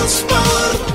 Sport.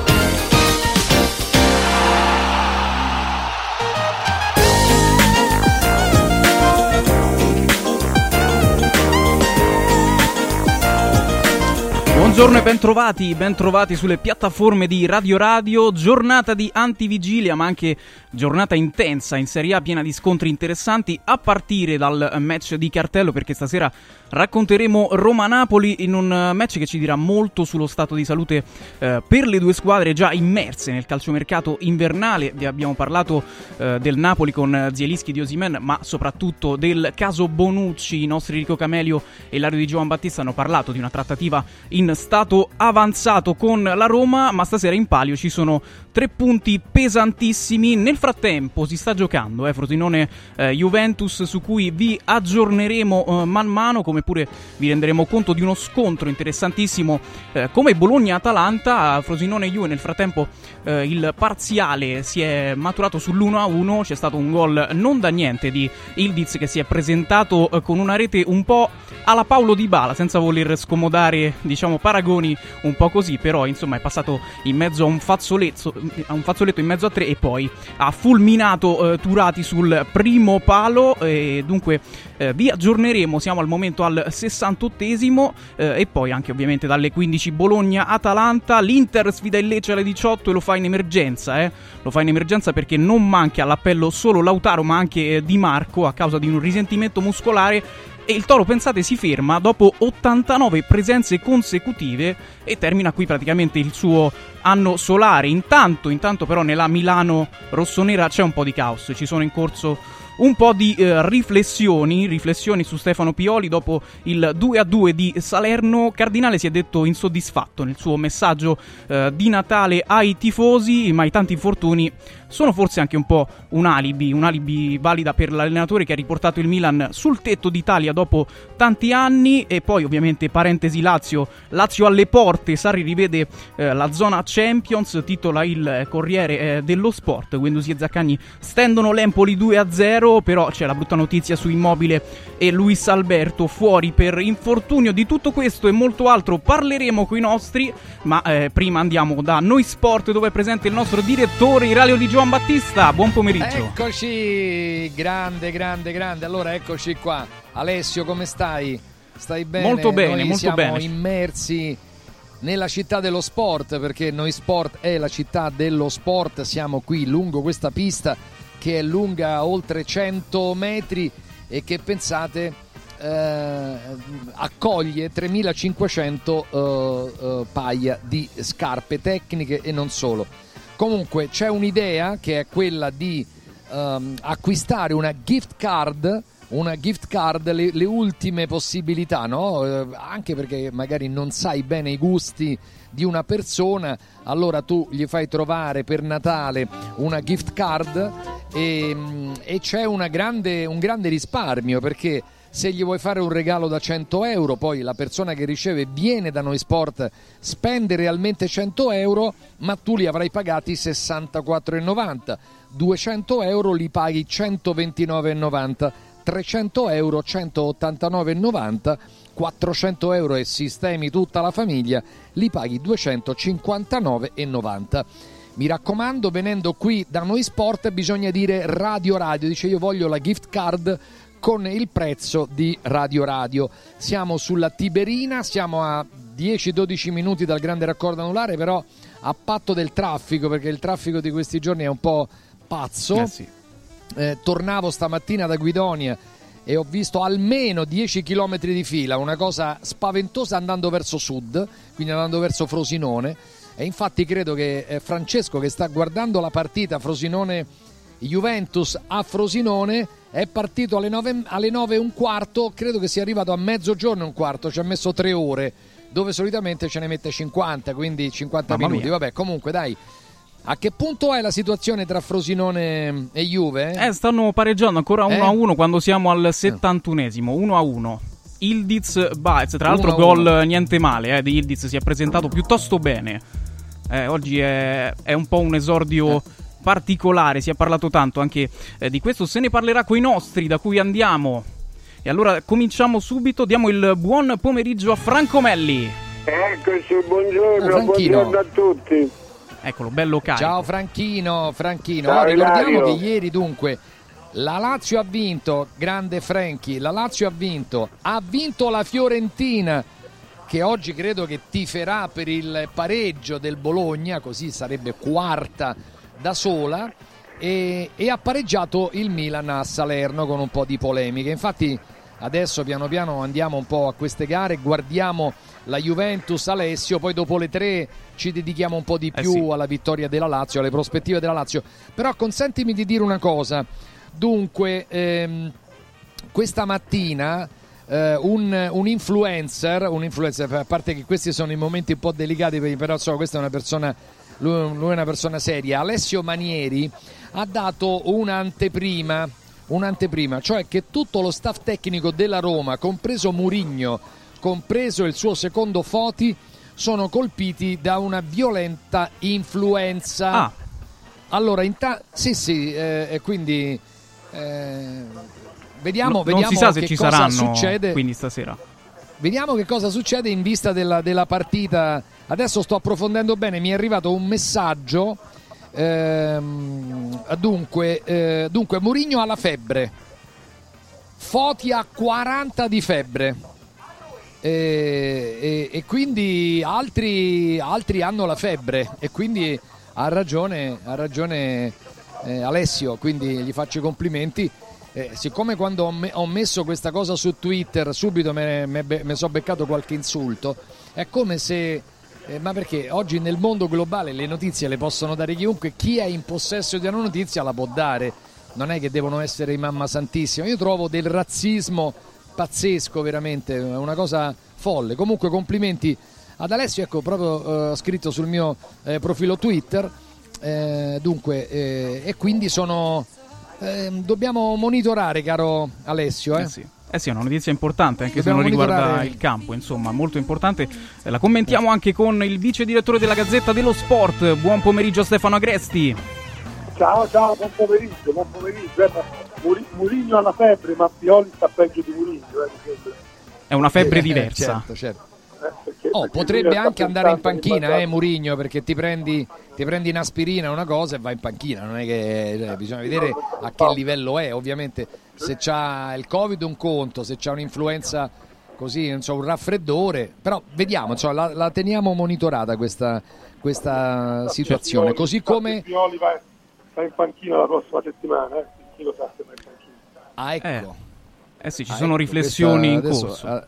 Buongiorno e bentrovati sulle piattaforme di Radio Radio, giornata di antivigilia ma anche giornata intensa in Serie A piena di scontri interessanti a partire dal match di cartello, perché stasera racconteremo Roma-Napoli in un match che ci dirà molto sullo stato di salute per le due squadre già immerse nel calciomercato invernale. Vi abbiamo parlato del Napoli con Zielinski di Osimhen, ma soprattutto del caso Bonucci. I nostri Rico Camelio e Lario Di Giovan Battista hanno parlato di una trattativa in stato avanzato con la Roma, ma stasera in palio ci sono 3 punti pesantissimi. Nel frattempo si sta giocando Frosinone Juventus, su cui vi aggiorneremo man mano, come pure vi renderemo conto di uno scontro interessantissimo come Bologna-Atalanta. Frosinone Juve nel frattempo il parziale si è maturato sull'1-1, c'è stato un gol non da niente di Ildiz che si è presentato con una rete un po' alla Paulo Dybala, senza voler scomodare, diciamo, paragoni un po' così, però insomma è passato in mezzo a un fazzoletto in mezzo a 3 e poi ha fulminato Turati sul primo palo, e dunque vi aggiorneremo. Siamo al momento al 68esimo e poi anche ovviamente dalle 15 Bologna-Atalanta. L'Inter sfida il Lecce alle 18 e lo fa in emergenza, lo fa in emergenza perché non manca all'appello solo Lautaro ma anche Di Marco a causa di un risentimento muscolare. E il Toro, pensate, si ferma dopo 89 presenze consecutive e termina qui praticamente il suo anno solare. Intanto però nella Milano rossonera c'è un po' di caos, ci sono in corso un po' di riflessioni su Stefano Pioli dopo il 2-2 di Salerno. Cardinale si è detto insoddisfatto nel suo messaggio di Natale ai tifosi, ma i tanti infortuni sono forse anche un po' un alibi valida per l'allenatore che ha riportato il Milan sul tetto d'Italia dopo tanti anni. E poi ovviamente parentesi Lazio alle porte, Sarri rivede la zona Champions, titola il Corriere dello Sport. Guendouzi e Zaccagni stendono l'Empoli 2-0, però c'è la brutta notizia su Immobile e Luis Alberto fuori per infortunio. Di tutto questo e molto altro parleremo coi nostri, ma prima andiamo da Noi Sport, dove è presente il nostro direttore Iraglio Di Giovan Battista. Buon pomeriggio. Eccoci, grande. Allora eccoci qua. Alessio, come stai? Stai bene? Molto bene, Noi molto bene. Siamo immersi nella città dello sport, perché Noi Sport è la città dello sport. Siamo qui lungo questa pista che è lunga oltre 100 metri e che, pensate, accoglie 3.500 paia di scarpe tecniche e non solo. Comunque c'è un'idea che è quella di acquistare una gift card, le ultime possibilità, no? Anche perché magari non sai bene i gusti di una persona, allora tu gli fai trovare per Natale una gift card e c'è un grande risparmio, perché se gli vuoi fare un regalo da 100 euro, poi la persona che riceve viene da Noi Sport, spende realmente 100 euro, ma tu li avrai pagati 64,90, 200 euro li paghi 129,90, 300 euro 189,90, 400 euro e sistemi tutta la famiglia, li paghi 259,90. Mi raccomando, venendo qui da Noi Sport bisogna dire Radio Radio, dice io voglio la gift card con il prezzo di Radio Radio. Siamo sulla Tiberina, siamo a 10-12 minuti dal grande raccordo anulare, però a patto del traffico, perché il traffico di questi giorni è un po' pazzo. Sì. Tornavo stamattina da Guidonia e ho visto almeno 10 km di fila, una cosa spaventosa, andando verso sud, quindi andando verso Frosinone. E infatti credo che Francesco, che sta guardando la partita Frosinone Juventus a Frosinone, è partito alle 9:15, credo che sia arrivato a mezzogiorno e un quarto, ci ha messo 3 ore, dove solitamente ce ne mette 50, quindi 50 Mamma minuti. mia. Vabbè, comunque dai, a che punto è la situazione tra Frosinone e Juve? Stanno pareggiando ancora 1-1 quando siamo al 71esimo, 1-1. Ildiz Baez, tra l'altro gol niente male, di Ildiz, si è presentato piuttosto bene. Oggi è un po' un esordio particolare, si è parlato tanto anche di questo, se ne parlerà coi nostri, da cui andiamo. E allora cominciamo subito, diamo il buon pomeriggio a Franco Melli. Eccoci, buongiorno, Franchino. buongiorno a tutti. Eccolo, bello carico. Ciao Franchino. Ciao, Ricordiamo Ilario. che ieri dunque la Lazio ha vinto, grande Franchi, la Lazio ha vinto la Fiorentina, che oggi credo che tiferà per il pareggio del Bologna, così sarebbe quarta da sola, e ha pareggiato il Milan a Salerno con un po' di polemiche. Infatti adesso piano piano andiamo un po' a queste gare, guardiamo la Juventus, Alessio, poi dopo le 3 ci dedichiamo un po' di più sì. alla vittoria della Lazio, alle prospettive della Lazio. Però consentimi di dire una cosa. Dunque questa mattina un influencer, a parte che questi sono i momenti un po' delicati, però so, questa è una persona, lui è una persona seria, Alessio Manieri ha dato un'anteprima, cioè che tutto lo staff tecnico della Roma, compreso Mourinho, compreso il suo secondo Foti, sono colpiti da una violenta influenza. Allora, quindi vediamo non si sa se che ci cosa saranno succede. quindi stasera. Vediamo che cosa succede in vista della partita. Adesso sto approfondendo bene, mi è arrivato un messaggio. Dunque Mourinho ha la febbre, Foti ha 40 di febbre, e quindi altri hanno la febbre, e quindi ha ragione Alessio, quindi gli faccio i complimenti. Siccome quando ho messo questa cosa su Twitter subito mi sono beccato qualche insulto, è come se ma perché oggi nel mondo globale le notizie le possono dare chiunque, chi è in possesso di una notizia la può dare, non è che devono essere i mamma santissima. Io trovo del razzismo pazzesco, veramente una cosa folle. Comunque complimenti ad Alessio, ecco, proprio scritto sul mio profilo Twitter, e quindi dobbiamo monitorare, caro Alessio, Sì, è una notizia importante, anche Dobbiamo se non riguarda monitorare il campo, insomma, molto importante. La commentiamo anche con il vice direttore della Gazzetta dello Sport. Buon pomeriggio Stefano Agresti. Ciao, buon pomeriggio. Mourinho ha la febbre, ma Pioli sta peggio di Mourinho. È una febbre diversa. Certo. Perché potrebbe anche andare in panchina, passato. Mourinho, perché ti prendi in aspirina una cosa e vai in panchina, non è che bisogna vedere a che livello è, ovviamente. Se c'ha il Covid un conto, se c'ha un'influenza così, non so, un raffreddore, però vediamo, la teniamo monitorata questa situazione, Pioli, così come Pioli va in panchina la prossima settimana, chi lo sa se va in panchina. ecco. Sì, ci sono riflessioni in corso.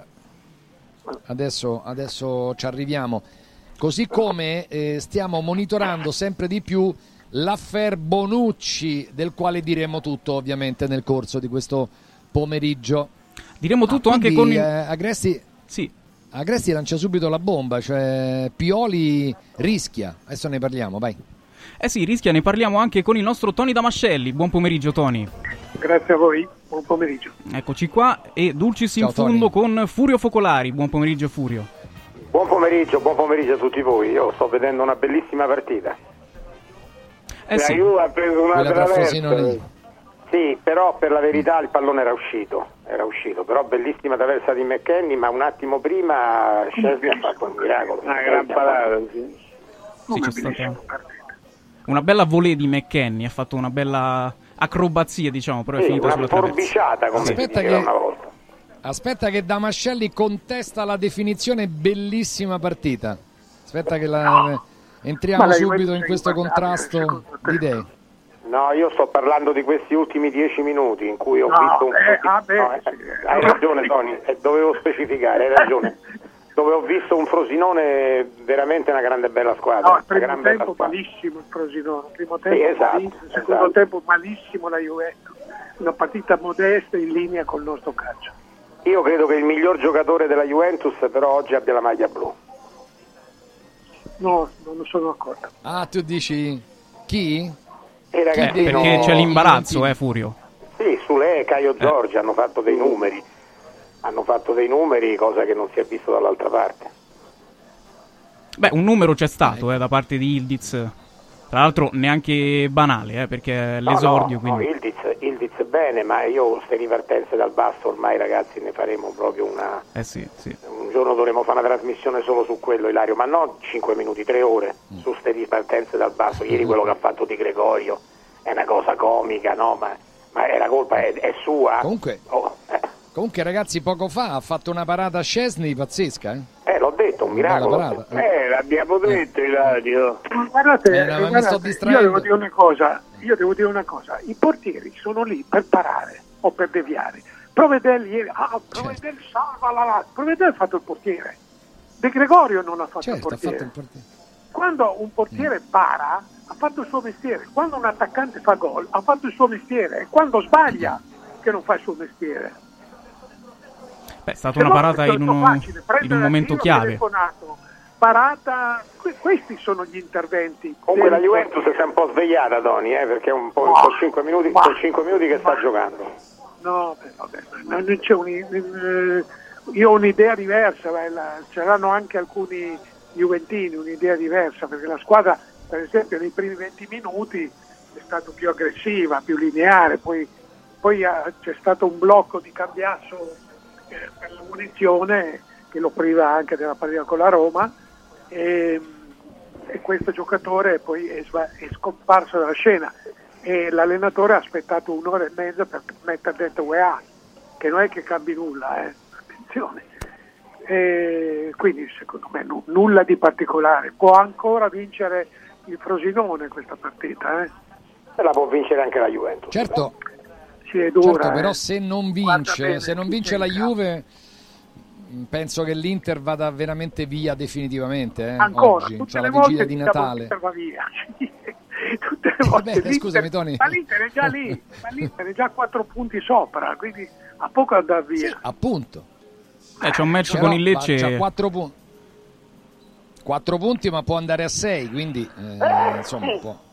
Adesso ci arriviamo. Così come stiamo monitorando sempre di più l'affair Bonucci, del quale diremo tutto ovviamente nel corso di questo pomeriggio. Diremo tutto anche con Agresti. Sì. Agresti lancia subito la bomba, cioè Pioli rischia. Adesso ne parliamo, vai. Sì, rischia, ne parliamo anche con il nostro Tony Damascelli. Buon pomeriggio Tony. Grazie a voi, buon pomeriggio. Eccoci qua, e Dulcis in fondo con Furio Focolari. Buon pomeriggio Furio. Buon pomeriggio a tutti voi. Io sto vedendo una bellissima partita. La Sì. Juve ha preso una Quella tra traversa. Frosinone. Sì, però per la verità il pallone era uscito, però bellissima traversa di McKennie, ma un attimo prima Scelby ha fatto un miracolo. Una gran parata, sì. Sì, c'è stata una bella volée di McKennie, ha fatto una bella acrobazia, diciamo, però è Sì, finita una sulla traversa. forbiciata, come si diceva una volta. Aspetta che Damascelli contesta la definizione bellissima partita. Aspetta che entriamo Ma la subito Juventus in è questo inguardabile, contrasto secondo te? di idee. No, io sto parlando di questi ultimi 10 minuti in cui ho No, visto un sì. hai ragione Tony, dovevo specificare, hai ragione. Dove ho visto un Frosinone veramente una grande bella squadra. No, il una primo gran bella tempo squadra. malissimo il Frosinone, il primo tempo esatto, malissimo, il secondo esatto. tempo malissimo la Juventus. Una partita modesta in linea col nostro calcio. Io credo che il miglior giocatore della Juventus però oggi abbia la maglia blu. No, non sono d'accordo. Ah, tu dici chi? Ragazzi, Perché c'è l'imbarazzo, Furio. Sì, Sule e Caio Giorgi hanno fatto dei numeri. Cosa che non si è visto dall'altra parte. Beh, un numero c'è stato da parte di Ildiz Tra l'altro neanche banale, perché l'esordio. No, Ildiz bene, ma io queste ripartenze dal basso ormai, ragazzi, ne faremo proprio una... Sì. Un giorno dovremo fare una trasmissione solo su quello, Ilario, ma non 5 minuti, 3 ore su queste ripartenze dal basso. Ieri quello che ha fatto Di Gregorio è una cosa comica, no? Ma è la colpa è sua. Comunque ragazzi, poco fa ha fatto una parata a Szczęsny pazzesca, l'ho detto, un miracolo. L'abbiamo detto, Ilario. Guardate, mi sto distraendo. Io devo dire una cosa, i portieri sono lì per parare o per deviare. Provedelli salva la Lazio. Provedelli ha fatto il portiere. De Gregorio non ha fatto il portiere. Quando un portiere para, ha fatto il suo mestiere. Quando un attaccante fa gol, ha fatto il suo mestiere. E quando sbaglia, che non fa il suo mestiere. È stata una parata in un momento chiave. Parata, questi sono gli interventi. Comunque la Juventus si è un po' svegliata, Tony, perché è un po' con 5 minuti che sta giocando. No, vabbè, non c'è io ho un'idea diversa, c'erano anche alcuni juventini un'idea diversa, perché la squadra, per esempio, nei primi 20 minuti è stata più aggressiva, più lineare, poi c'è stato un blocco di Cambiasso per la munizione che lo priva anche della partita con la Roma, e questo giocatore poi è scomparso dalla scena e l'allenatore ha aspettato 1 ora e mezza per mettere dentro UEA, che non è che cambi nulla, attenzione. Quindi secondo me nulla di particolare, può ancora vincere il Frosinone questa partita, E la può vincere anche la Juventus. Certo. Sì, è dura, certo, però se non vince la Juve, penso che l'Inter vada veramente via definitivamente. Ancora, oggi, tutte la le vigilia volte di Natale. l'Inter va via. Tutte le volte scusami Tony. Ma l'Inter è già lì, l'Inter è già 4 punti sopra, quindi a poco andare via. Sì, appunto. C'è un match con il Lecce. C'ha 4 punti. 4 punti, ma può andare a 6, quindi insomma un po'.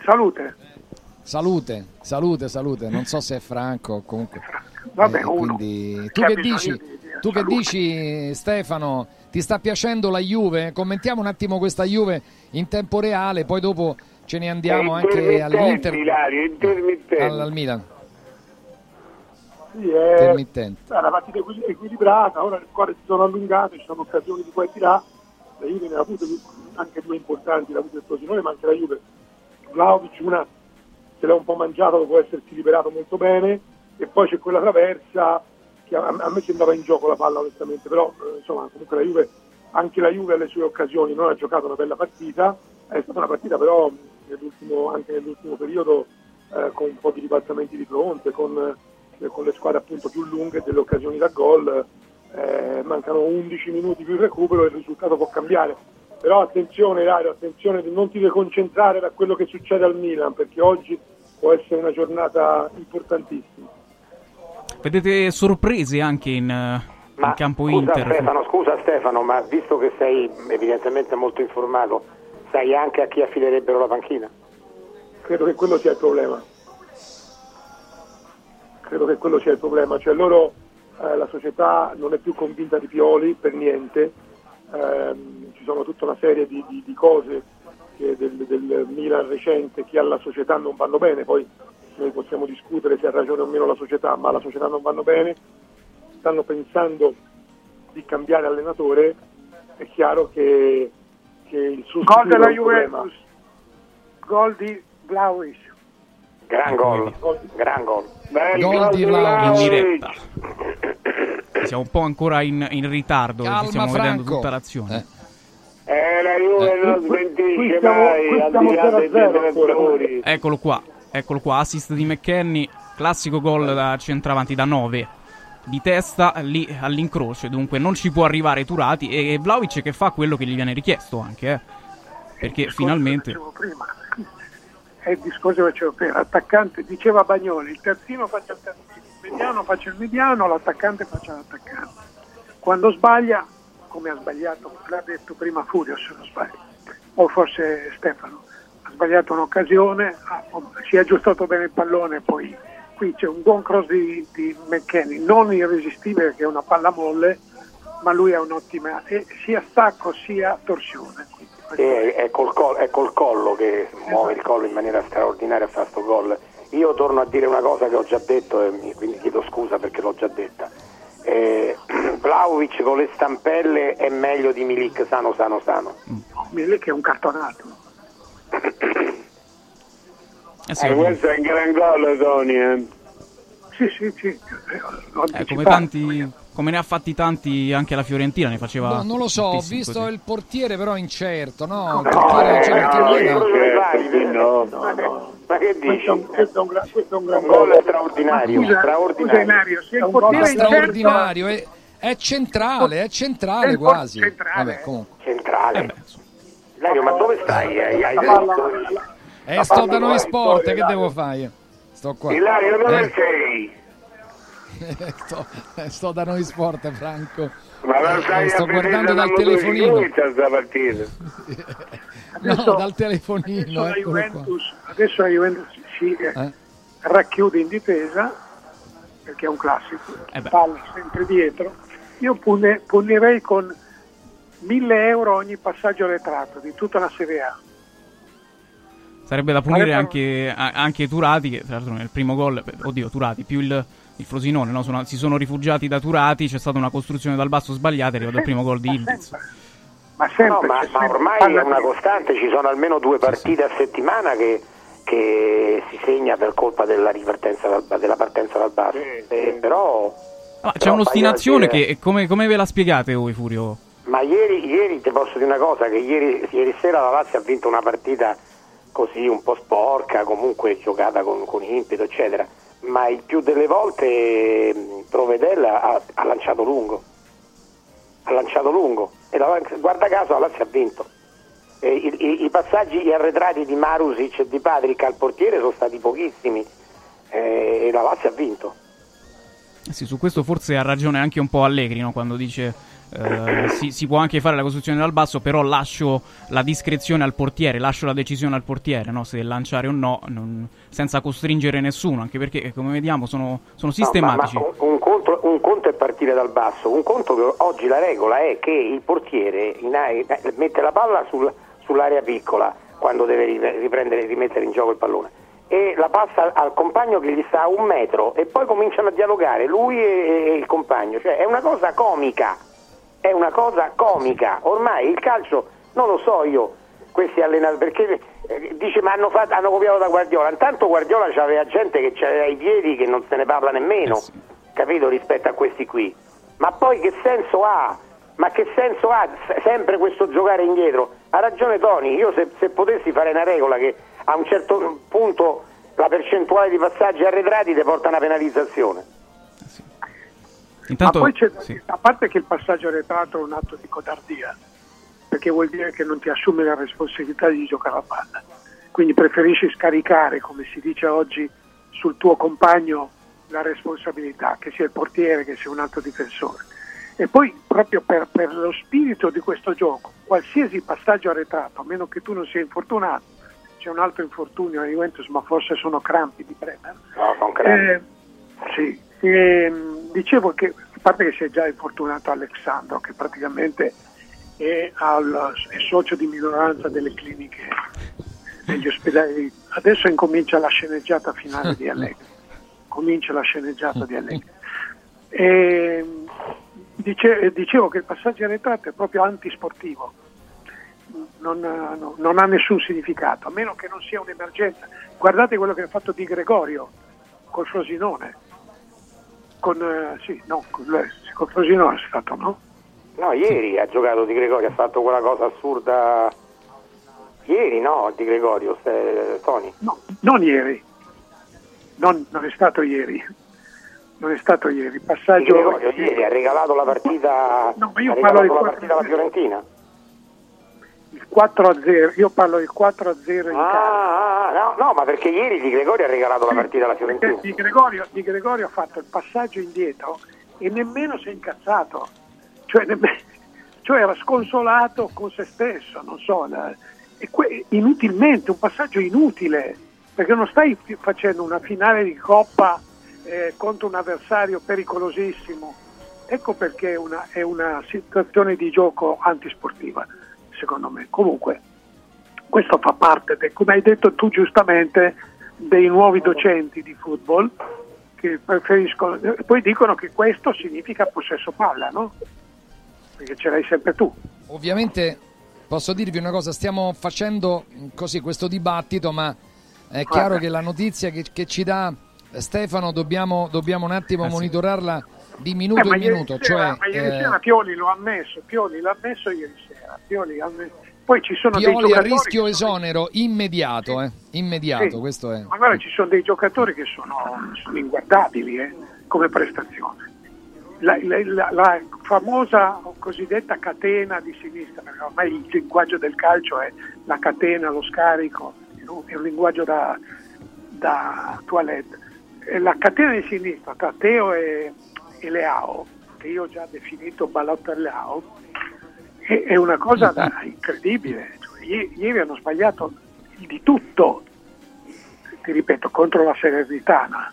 Salute, non so se è Franco comunque. Vabbè, quindi tu che dici Stefano, ti sta piacendo la Juve? Commentiamo un attimo questa Juve in tempo reale, poi dopo ce ne andiamo anche all'Inter, al Milan. Sì, è intermittente. Una partita equilibrata, ora le squadre si sono allungate, ci sono occasioni di qua e di là, la Juve ne ha avute anche 2 importanti, l'ha avuto il Frosinone, ma anche la Juve. Vlahovic una se l'ha un po' mangiato dopo essersi liberato molto bene, e poi c'è quella traversa che a me sembrava in gioco la palla onestamente, però insomma comunque anche la Juve ha le sue occasioni, non ha giocato una bella partita, è stata una partita però anche nell'ultimo periodo con un po' di ribaltamenti di fronte, con le squadre appunto più lunghe, delle occasioni da gol, mancano 11 minuti più il recupero e il risultato può cambiare. Però attenzione Dario, attenzione di non ti deconcentrare da quello che succede al Milan, perché oggi può essere una giornata importantissima. Vedete sorprese anche in campo Inter? Scusa Stefano, ma visto che sei evidentemente molto informato, sai anche a chi affiderebbero la panchina? Credo che quello sia il problema. Cioè loro, la società non è più convinta di Pioli per niente. Ci sono tutta una serie di cose del Milan recente che alla società non vanno bene, poi noi possiamo discutere se ha ragione o meno la società, ma alla società non vanno bene, stanno pensando di cambiare allenatore, è chiaro che il suo gol della Juventus, gol di Vlahovic, gran gol. Gol di Vlahovic in diretta. Siamo un po' ancora in ritardo, calma, stiamo Franco. vedendo tutta l'azione. la Juve non smentisce mai, al di là dei giocatori. Eccolo qua, assist di McKennie, classico gol da centravanti da 9 di testa lì all'incrocio, dunque non ci può arrivare Turati, e Vlahovic che fa quello che gli viene richiesto anche, perché finalmente è il discorso che facevo prima, l'attaccante diceva Bagnoli, il terzino faccia il terzino, il mediano faccia il mediano, l'attaccante faccia l'attaccante. Quando sbaglia, come ha sbagliato, l'ha detto prima Furio se non sbaglio, o forse Stefano, ha sbagliato un'occasione, si è aggiustato bene il pallone, poi qui c'è un buon cross di McKennie, non irresistibile, che è una palla molle, ma lui ha un'ottima sia stacco sia torsione. È col collo che muove il collo in maniera straordinaria, fa sto gol. Io torno a dire una cosa che ho già detto e quindi chiedo scusa perché l'ho già detta. Vlahovic con le stampelle è meglio di Milik sano. Milik è un cartonato. Sì, questo è un gran gol, Tony. Sì. Come ne ha fatti tanti anche la Fiorentina, ne faceva. No, non lo so, ho visto così. il portiere però incerto, no? No, ma che dici? Questo è un gran gol straordinario. Scusa Mario, se il portiere straordinario, è centrale quasi. Vabbè, comunque. Centrale. Ilario, ma dove stai? Sto da Noi Sport, che devo fare? Sto qua. Ilario, dove sei? Sto da Noi Sport, Franco. Ma sto guardando dal telefonino. Adesso, dal telefonino. Adesso la Juventus si racchiude in difesa perché è un classico, palla sempre dietro. Io punirei con 1.000 euro ogni passaggio arretrato di tutta la Serie A. Sarebbe da punire anche Turati, che tra l'altro nel primo gol, Turati più il Frosinone, no? Si sono rifugiati da Turati, c'è stata una costruzione dal basso sbagliata, è arrivato il primo gol di Ildiz. Ma ormai è una costante, ci sono almeno 2 partite a settimana che si segna per colpa della partenza dal basso. Però c'è un'ostinazione che come ve la spiegate voi, Furio? Ma ieri ti posso dire una cosa, che ieri sera la Lazio ha vinto una partita così un po' sporca, comunque giocata con impeto eccetera, ma il più delle volte Provedella ha lanciato lungo e guarda caso la Lazio ha vinto. I passaggi arretrati di Marusic e di Patrick al portiere sono stati pochissimi e la Lazio ha vinto. Sì, su questo forse ha ragione anche un po' Allegri, no? Quando dice si può anche fare la costruzione dal basso, però lascio la discrezione al portiere, lascio la decisione al portiere, no? Se lanciare o no, senza costringere nessuno, anche perché come vediamo sono sistematici. Ma un conto è partire dal basso, un conto che oggi la regola è che il portiere mette la palla sull'area piccola quando deve rimettere in gioco il pallone e la passa al compagno che gli sta a 1 metro e poi cominciano a dialogare lui e il compagno, cioè è una cosa comica. Ormai il calcio, non lo so io, questi allenatori, perché dice ma hanno copiato da Guardiola. Intanto Guardiola c'aveva gente che c'aveva i piedi che non se ne parla nemmeno, capito, rispetto a questi qui. Ma poi che senso ha? Sempre questo giocare indietro? Ha ragione Tony, io se potessi fare una regola che a un certo punto la percentuale di passaggi arretrati ti porta a una penalizzazione. Intanto, ma poi a parte che il passaggio arretrato è un atto di codardia, perché vuol dire che non ti assumi la responsabilità di giocare a palla, quindi preferisci scaricare, come si dice oggi, sul tuo compagno la responsabilità, che sia il portiere, che sia un altro difensore. E poi proprio per lo spirito di questo gioco, qualsiasi passaggio arretrato, a meno che tu non sia infortunato, c'è un altro infortunio a Juventus, ma forse sono crampi di Bremer. No, sono crampi. Sì. Dicevo che, a parte che si è già infortunato Alexandro, che praticamente è socio di minoranza delle cliniche degli ospedali, adesso incomincia la sceneggiata finale di Allegri. Dicevo che il passaggio arretrato è proprio antisportivo, non ha nessun significato, a meno che non sia un'emergenza. Guardate quello che ha fatto Di Gregorio col Frosinone. Col Frosinone è stato, no? No, ieri ha giocato Di Gregorio, ha fatto quella cosa assurda. Ieri no, Di Gregorio, Tony? No, non ieri. Non è stato ieri. Non è stato ieri. Passaggio. Di Gregorio ieri ha regalato la partita. No, ma io parlo di partita alla Fiorentina. Il 4-0, io parlo del 4-0 in casa. No, ma perché ieri Di Gregorio ha regalato la partita alla Fiorentina. Di Gregorio ha fatto il passaggio indietro e nemmeno si è incazzato, cioè era sconsolato con se stesso, non so, inutilmente, un passaggio inutile, perché non stai facendo una finale di Coppa contro un avversario pericolosissimo ecco perché è una situazione di gioco antisportiva, secondo me. Comunque, questo fa parte, come hai detto tu giustamente, dei nuovi docenti di football che preferiscono, poi dicono che questo significa possesso palla, no? Perché ce l'hai sempre tu. Ovviamente posso dirvi una cosa, stiamo facendo così questo dibattito, ma è chiaro che la notizia che ci dà Stefano dobbiamo un attimo monitorarla di minuto in minuto. Ma ieri sera Pioli l'ha ammesso ieri sera. Poi ci sono dei giocatori a rischio esonero immediato, immediato, sì, questo è. Ma guarda, ci sono dei giocatori che sono inguardabili come prestazione. La famosa cosiddetta catena di sinistra, perché ormai il linguaggio del calcio è la catena, lo scarico, è un linguaggio da toilette. La catena di sinistra tra Teo e Leao, che io ho già definito Ballotta Leao, è una cosa incredibile. Ieri hanno sbagliato di tutto, ti ripeto, contro la Salernitana.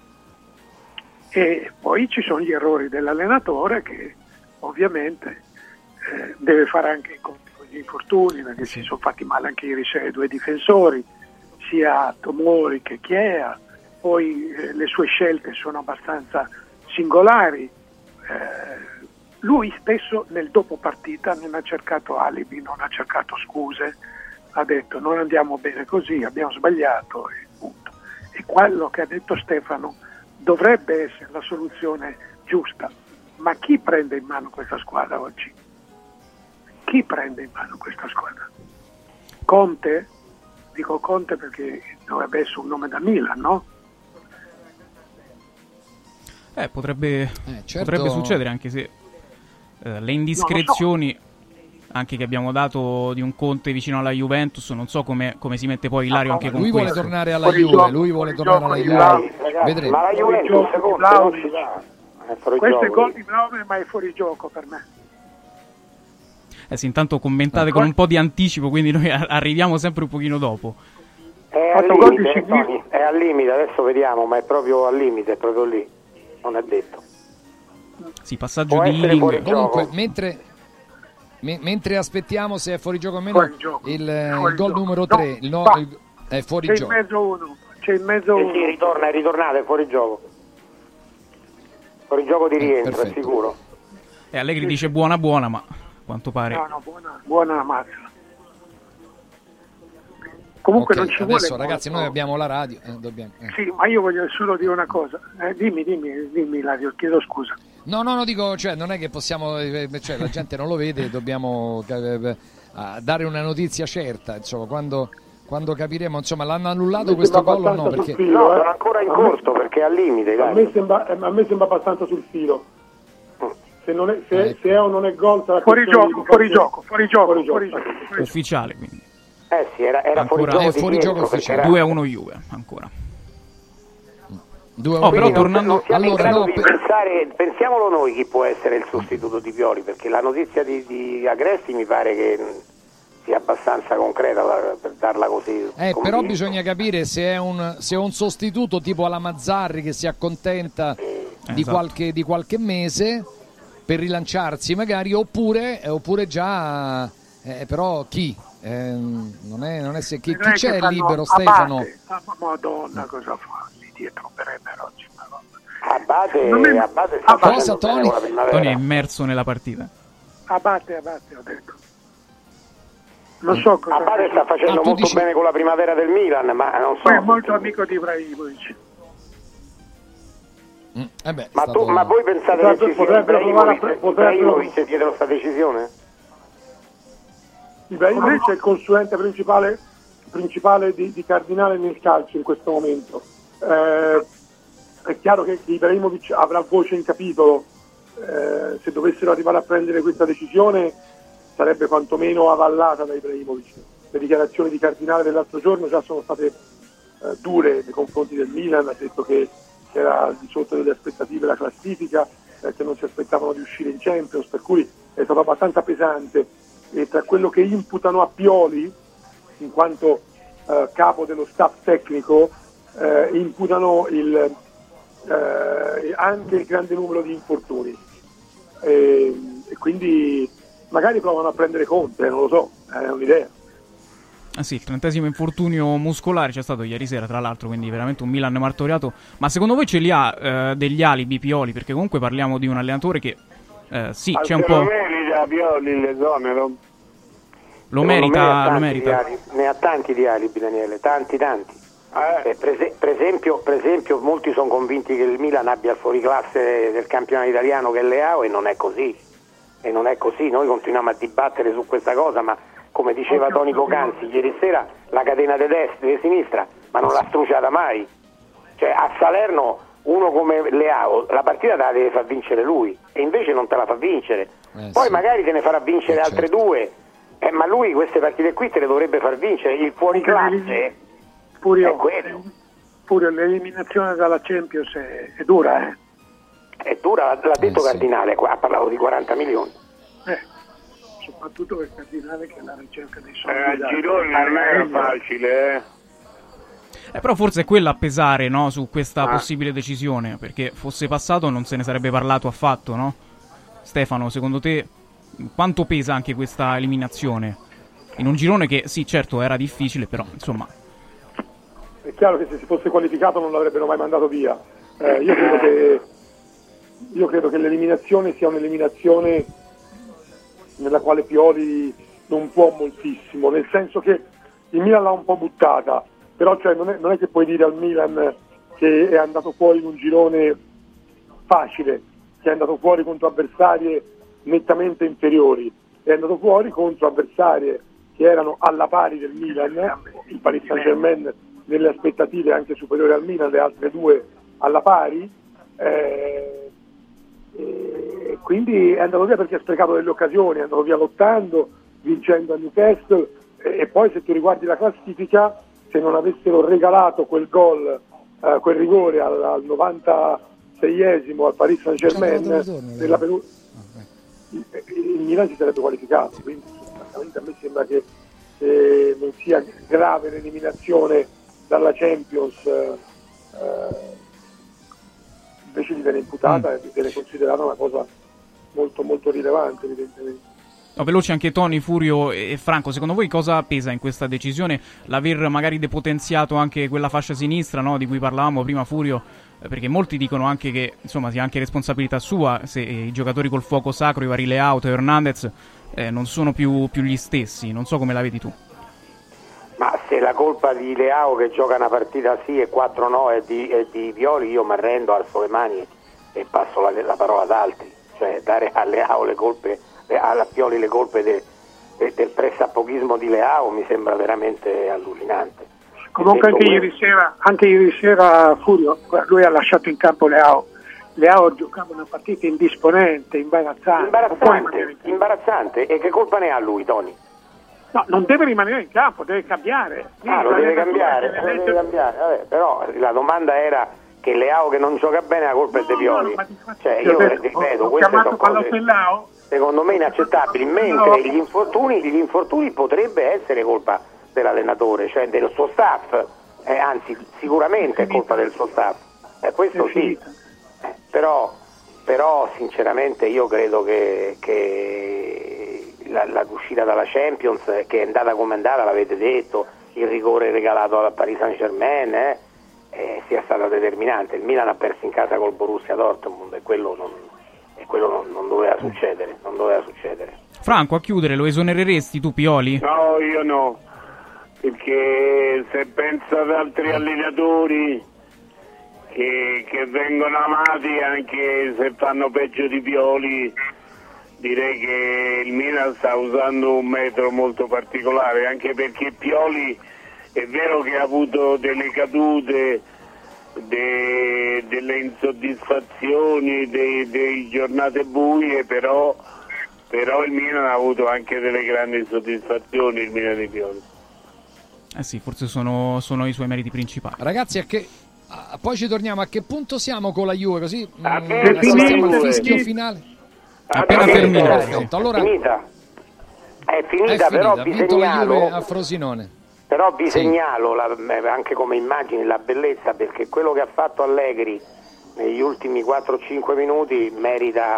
E poi ci sono gli errori dell'allenatore che ovviamente deve fare anche i conti con gli infortuni, perché si sono fatti male anche ieri sera i due difensori, sia Tomori che Chiea. Poi le sue scelte sono abbastanza singolari. Lui stesso nel dopo partita non ha cercato alibi, non ha cercato scuse, ha detto non andiamo bene così, abbiamo sbagliato e punto. E quello che ha detto Stefano dovrebbe essere la soluzione giusta, ma chi prende in mano questa squadra oggi? Chi prende in mano questa squadra? Conte? Dico Conte perché dovrebbe essere un nome da Milan, no? Potrebbe succedere, anche se le indiscrezioni anche che abbiamo dato di un Conte vicino alla Juventus, non so come si mette poi Ilario anche con lui questo. Vuole tornare alla Juve, vedrete. Ma la Juventus non si dà. Questo è gol di Vlahovic, ma è fuori gioco per me. Sì, intanto commentate con un po' di anticipo, quindi noi arriviamo sempre un pochino dopo. È al limite, adesso vediamo, ma è proprio al limite, è proprio lì, non è detto. Sì, passaggio di Ealing. Comunque, mentre aspettiamo se è fuori gioco o meno, il gol numero 3 è fuori gioco. C'è in mezzo uno. Sì, è ritornato, è fuori gioco. Fuori gioco di rientro, è sicuro. E Allegri dice buona, ma a quanto pare. No, buona la mazza. Comunque non ci adesso vuole ragazzi molto. Noi abbiamo la radio, dobbiamo. Sì, ma io voglio solo dire una cosa. Dimmi Ilario, chiedo scusa. No, dico, non è che possiamo, la gente non lo vede, dobbiamo dare una notizia certa, insomma, quando capiremo, insomma, l'hanno annullato questo gol o no? Perché sono ancora in corso, perché è al limite. A me sembra abbastanza sul filo. Se è o non è gol, fuori gioco. Ufficiale, quindi. Sì, era fuori gioco ufficiale. 2-1 Juve ancora. Però tornando pensiamolo noi chi può essere il sostituto di Pioli, perché la notizia di Agresti mi pare che sia abbastanza concreta per darla così. Però bisogna capire se è un sostituto tipo alla Mazzarri che si accontenta di qualche mese per rilanciarsi magari, oppure già però chi? Non è se chi c'è libero, Stefano? Madonna, cosa fa lì dietro Bremer oggi? Abate sta cosa, Tony? Tony è immerso nella partita. Abate, ho detto. Non so cosa. Abate sta facendo molto bene con la primavera del Milan, ma non so. È molto amico di Ibrahimovic. Ma voi pensate che ci sia Ibrahimovic dietro sta decisione? Ibrahimovic è il consulente principale di Cardinale nel calcio in questo momento. È chiaro che Ibrahimovic avrà voce in capitolo. Se dovessero arrivare a prendere questa decisione sarebbe quantomeno avallata da Ibrahimovic. Le dichiarazioni di Cardinale dell'altro giorno già sono state dure nei confronti del Milan, ha detto che era al di sotto delle aspettative la classifica, che non si aspettavano di uscire in Champions, per cui è stato abbastanza pesante. E tra quello che imputano a Pioli in quanto capo dello staff tecnico, imputano anche il grande numero di infortuni. e quindi magari provano a prendere Conte, non lo so, è un'idea. Ah sì, il 30° infortunio muscolare c'è stato ieri sera, tra l'altro, quindi veramente un Milan martoriato. Ma secondo voi ce li ha degli alibi Pioli? Perché comunque parliamo di un allenatore che sì, c'è un po'... merita Pioli l'esonero? Lo merita. Ne ha tanti di alibi, Daniele, tanti. Per esempio molti sono convinti che il Milan abbia il fuoriclasse del campionato italiano che è Leao, e non è così. Noi continuiamo a dibattere su questa cosa, ma come diceva Toni Poc'anzi ieri sera, la catena di destra e di sinistra, ma non l'ha struciata mai. Cioè a Salerno uno come Leao la partita te la deve far vincere lui, e invece non te la fa vincere. Poi sì, magari te ne farà vincere altre due, ma lui queste partite qui te le dovrebbe far vincere. Il fuoriclasse è quello. Pure l'eliminazione dalla Champions è dura, È dura, l'ha detto sì. Cardinale, ha parlato di 40 milioni. Soprattutto per Cardinale, che è la ricerca dei soldi. A gironi non era facile, Però forse è quella a pesare, no, su questa possibile decisione, perché fosse passato non se ne sarebbe parlato affatto, no? Stefano, secondo te quanto pesa anche questa eliminazione? In un girone che sì, certo era difficile, però insomma... È chiaro che se si fosse qualificato non l'avrebbero mai mandato via. Io credo che l'eliminazione sia un'eliminazione nella quale Pioli non può moltissimo, nel senso che il Milan l'ha un po' buttata, però cioè, non è che puoi dire al Milan che è andato fuori in un girone facile, che è andato fuori contro avversarie nettamente inferiori, è andato fuori contro avversarie che erano alla pari del Milan, il Paris Saint-Germain nelle aspettative anche superiori al Milan, le altre due alla pari, quindi è andato via perché ha sprecato delle occasioni, è andato via lottando, vincendo a Newcastle, e poi se tu riguardi la classifica, se non avessero regalato quel gol, quel rigore al 96esimo al Paris Saint-Germain, il Milan si sarebbe qualificato. Quindi a me sembra che non sia grave l'eliminazione dalla Champions, invece di viene imputata e viene considerata una cosa molto molto rilevante, evidentemente. No, veloci anche Toni, Furio e Franco, secondo voi cosa pesa in questa decisione? L'aver magari depotenziato anche quella fascia sinistra, no, di cui parlavamo prima, Furio? Perché molti dicono anche che insomma sia anche responsabilità sua se i giocatori col fuoco sacro, i vari Leao, Teo Hernandez, non sono più gli stessi. Non so come la vedi tu. Ma se la colpa di Leao che gioca una partita sì e 4 no e di Pioli, io mi arrendo, alzo le mani e passo la parola ad altri. Cioè dare a Leao le colpe, alla Pioli le colpe del pressappochismo di Leao mi sembra veramente allucinante. Comunque anche ieri sera Furio, lui ha lasciato in campo Leao giocava una partita indisponente, imbarazzante. E che colpa ne ha lui, Toni? No, non deve rimanere in campo, deve cambiare. Lo deve cambiare. Vabbè, però la domanda era che Leao che non gioca bene, la colpa è De Pioli. Cioè io ripeto, queste sono cose secondo me inaccettabili, mentre gli infortuni potrebbe essere colpa dell'allenatore, cioè del suo staff, anzi sicuramente è colpa del suo staff, questo sì, però sinceramente io credo che l'uscita dalla Champions, che è andata come è andata, l'avete detto, il rigore regalato al Paris Saint-Germain sia stata determinante. Il Milan ha perso in casa col Borussia Dortmund e quello non doveva succedere, Franco, a chiudere, lo esonereresti tu, Pioli? No, io no, perché se penso ad altri allenatori che vengono amati anche se fanno peggio di Pioli, direi che il Milan sta usando un metro molto particolare, anche perché Pioli è vero che ha avuto delle cadute, delle insoddisfazioni, delle giornate buie, però il Milan ha avuto anche delle grandi soddisfazioni, il Milan di Pioli. Sì, forse sono i suoi meriti principali. Ragazzi, poi ci torniamo. A che punto siamo con la Juve? Così assistiamo al fischio finale. Appena terminato. Allora, è finita, però vi segnalo a Frosinone. Però vi segnalo anche come immagini la bellezza, perché quello che ha fatto Allegri negli ultimi 4-5 minuti merita un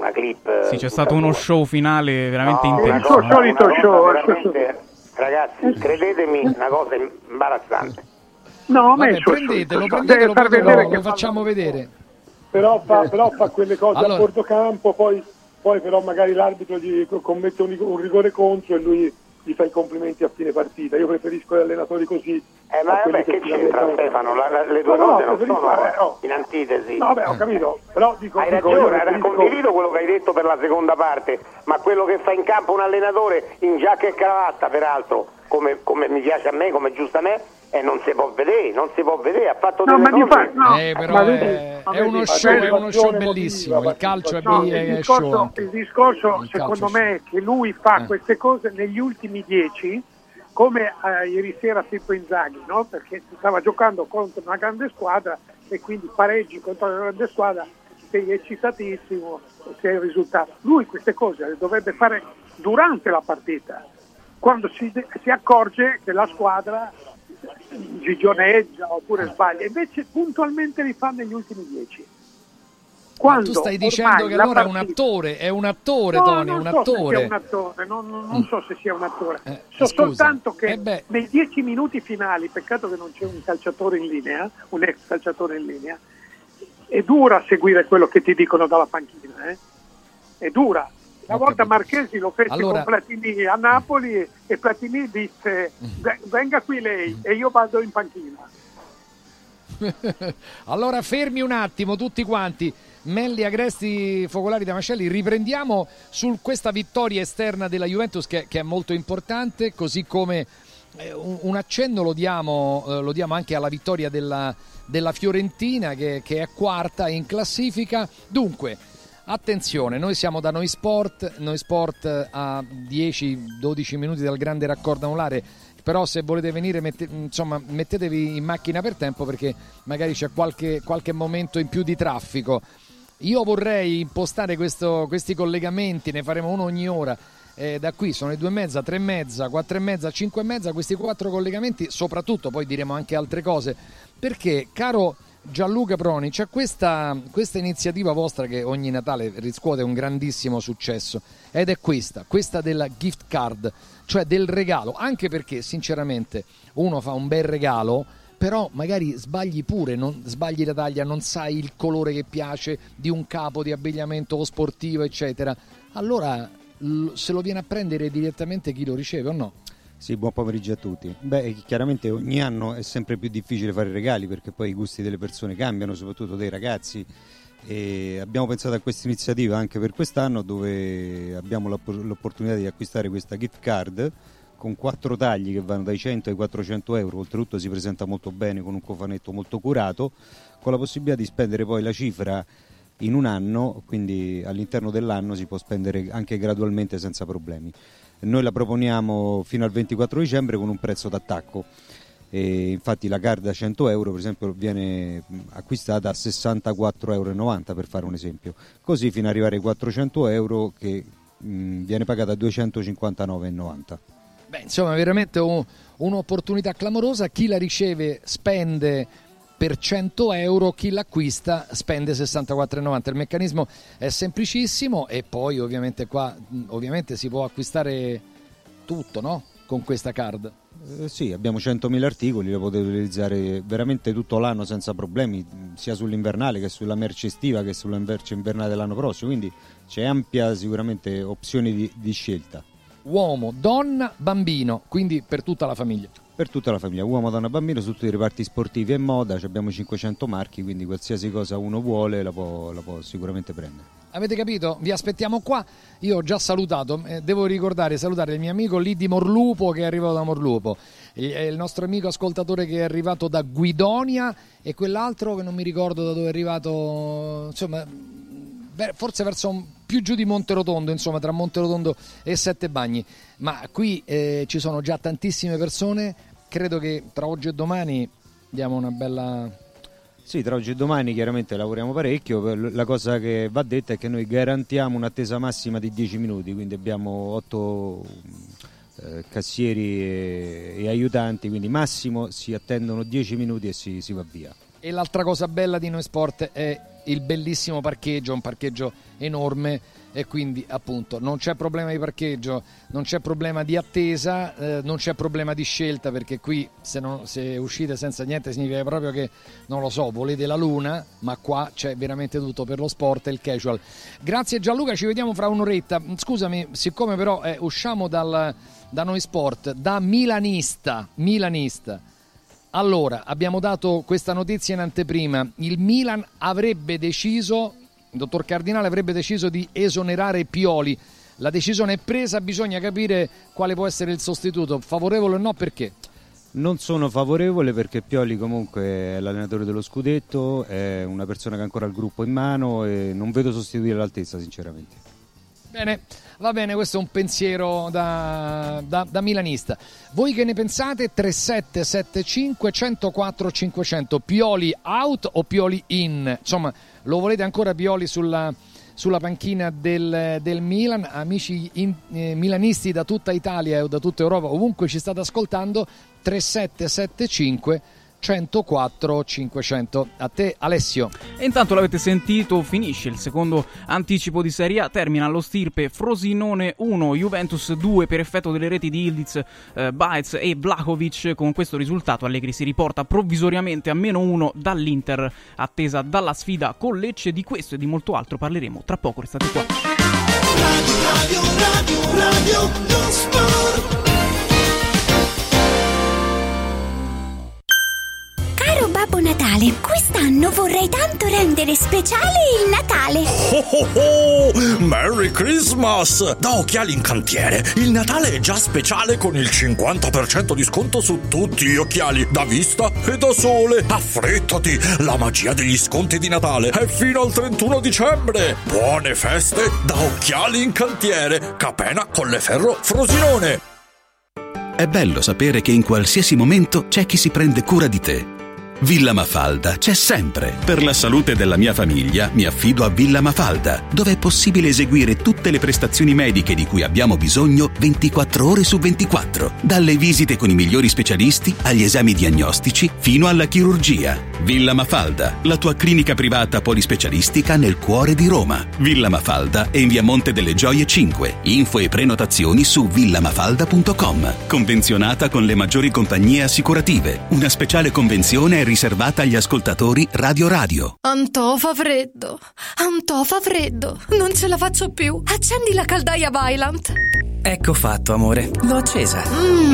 una clip. Sì, c'è stato uno show finale veramente intenso. Solito show. Veramente, ragazzi, credetemi, una cosa imbarazzante. No, vabbè, prendetelo, lo facciamo vedere. Però fa quelle cose a bordo campo, poi però magari l'arbitro gli commette un rigore contro e lui gli fa i complimenti a fine partita. Io preferisco gli allenatori così. Ma vabbè, che c'entra Stefano? Le due cose non sono in antitesi. No, vabbè, ho capito, però hai ragione, condivido quello che hai detto per la seconda parte, ma quello che fa in campo un allenatore in giacca e cravatta, peraltro, come mi piace a me, come giusto a me, non si può vedere, ha fatto delle cose. Però è uno show bellissimo, il calcio è show. Il discorso secondo me è che lui fa queste cose negli ultimi 10, come ieri sera Pippo Inzaghi, no? Perché stava giocando contro una grande squadra e quindi pareggi contro una grande squadra, sei eccitatissimo, sei il risultato. Lui queste cose le dovrebbe fare durante la partita, quando si accorge che la squadra gigioneggia oppure sbaglia, invece puntualmente li fa negli ultimi 10. Tu stai dicendo che allora è un attore, no, Tony, non un so attore. Se sia un attore, non so se sia un attore. Soltanto che nei 10 minuti finali, peccato che non c'è un calciatore in linea, un ex calciatore in linea, è dura seguire quello che ti dicono dalla panchina, è dura. Una volta Marchesi lo fece con Platini a Napoli e Platini disse venga qui lei e io vado in panchina. Allora fermi un attimo tutti quanti, Melli, Agresti, Focolari, Damascelli, riprendiamo su questa vittoria esterna della Juventus che è molto importante, così come un accenno lo diamo anche alla vittoria della Fiorentina che è quarta in classifica. Dunque attenzione, noi siamo da Noi Sport a 10-12 minuti dal grande raccordo anulare, però se volete venire mettetevi in macchina per tempo, perché magari c'è qualche momento in più di traffico. Io vorrei impostare questi collegamenti, ne faremo uno ogni ora, da qui sono le 2:30, 3:30, 4:30, 5:30, questi 4 collegamenti, soprattutto poi diremo anche altre cose, perché caro Gianluca Proni, c'è questa iniziativa vostra che ogni Natale riscuote un grandissimo successo, ed è questa della gift card, cioè del regalo, anche perché sinceramente uno fa un bel regalo, però magari sbagli pure, non sbagli la taglia, non sai il colore che piace di un capo di abbigliamento o sportivo eccetera, allora se lo viene a prendere direttamente chi lo riceve o no? Sì, buon pomeriggio a tutti. Chiaramente ogni anno è sempre più difficile fare regali, perché poi i gusti delle persone cambiano, soprattutto dei ragazzi, e abbiamo pensato a questa iniziativa anche per quest'anno, dove abbiamo l'opportunità di acquistare questa gift card con 4 tagli che vanno dai 100 ai 400 euro, oltretutto si presenta molto bene con un cofanetto molto curato, con la possibilità di spendere poi la cifra in un anno, quindi all'interno dell'anno si può spendere anche gradualmente senza problemi. Noi la proponiamo fino al 24 dicembre con un prezzo d'attacco, e infatti la card da 100 euro per esempio viene acquistata a 64,90 euro, per fare un esempio, così fino ad arrivare ai 400 euro che viene pagata a 259,90. Insomma, veramente un'opportunità clamorosa. Chi la riceve spende per 100 euro, chi l'acquista spende 64,90. Il meccanismo è semplicissimo, e poi ovviamente qua si può acquistare tutto, no? Con questa card. Sì, abbiamo 100.000 articoli, lo potete utilizzare veramente tutto l'anno senza problemi, sia sull'invernale che sulla merce estiva che sulla merce invernale dell'anno prossimo, quindi c'è ampia sicuramente opzioni di scelta. Uomo, donna, bambino, quindi per tutta la famiglia. Per tutta la famiglia, uomo, donna, bambino, su tutti i reparti sportivi e moda, abbiamo 500 marchi, quindi qualsiasi cosa uno vuole la può sicuramente prendere. Avete capito? Vi aspettiamo qua. Io ho già salutato, devo salutare il mio amico lì di Morlupo, che è arrivato da Morlupo, il nostro amico ascoltatore che è arrivato da Guidonia, e quell'altro che non mi ricordo da dove è arrivato, insomma forse verso più giù di Monterotondo, insomma tra Monterotondo e Sette Bagni, ma qui ci sono già tantissime persone. Credo che tra oggi e domani diamo una bella... Sì, tra oggi e domani chiaramente lavoriamo parecchio. La cosa che va detta è che noi garantiamo un'attesa massima di 10 minuti, quindi abbiamo 8 cassieri e aiutanti, quindi massimo si attendono 10 minuti e si va via. E l'altra cosa bella di Noi Sport è il bellissimo parcheggio, un parcheggio enorme, e quindi appunto non c'è problema di parcheggio, non c'è problema di attesa, non c'è problema di scelta, perché qui se uscite senza niente significa proprio che, non lo so, volete la luna, ma qua c'è veramente tutto per lo sport e il casual. Grazie Gianluca, ci vediamo fra un'oretta. Scusami, siccome però usciamo da Noi Sport, da milanista. Allora, abbiamo dato questa notizia in anteprima, il Milan avrebbe deciso, il dottor Cardinale avrebbe deciso di esonerare Pioli. La decisione è presa, bisogna capire quale può essere il sostituto, favorevole o no, perché? Non sono favorevole perché Pioli comunque è l'allenatore dello scudetto, è una persona che ha ancora il gruppo in mano e non vedo sostituire all'altezza, sinceramente. Bene, va bene, questo è un pensiero da milanista. Voi che ne pensate? 3775 104 500. Pioli out o Pioli in? Insomma, lo volete ancora Pioli sulla panchina del Milan? Amici milanisti da tutta Italia o da tutta Europa, ovunque ci state ascoltando, 3775 104 500. A te Alessio. E intanto l'avete sentito, finisce il secondo anticipo di Serie A, termina allo stirpe Frosinone 1, Juventus 2 per effetto delle reti di Ildiz, Baez e Vlahovic. Con questo risultato Allegri si riporta provvisoriamente a -1 dall'Inter, attesa dalla sfida con Lecce. Di questo e di molto altro parleremo tra poco, restate qua. Radio lo Sport. Babbo Natale, quest'anno vorrei tanto rendere speciale il Natale. Merry Christmas! Da Occhiali in Cantiere il Natale è già speciale con il 50% di sconto su tutti gli occhiali da vista e da sole. Affrettati, la magia degli sconti di Natale è fino al 31 dicembre. Buone feste da Occhiali in Cantiere, Capena, Colleferro, Frosinone. È bello sapere che in qualsiasi momento c'è chi si prende cura di te. Villa Mafalda c'è sempre. Per la salute della mia famiglia mi affido a Villa Mafalda, dove è possibile eseguire tutte le prestazioni mediche di cui abbiamo bisogno 24 ore su 24, dalle visite con i migliori specialisti agli esami diagnostici fino alla chirurgia. Villa Mafalda, la tua clinica privata polispecialistica nel cuore di Roma. Villa Mafalda è in via Monte delle Gioie 5. Info e prenotazioni su villamafalda.com. Convenzionata con le maggiori compagnie assicurative. Una speciale convenzione è riservata agli ascoltatori Radio. Antò fa freddo, non ce la faccio più. Accendi la caldaia Vaillant. Ecco fatto, amore, l'ho accesa.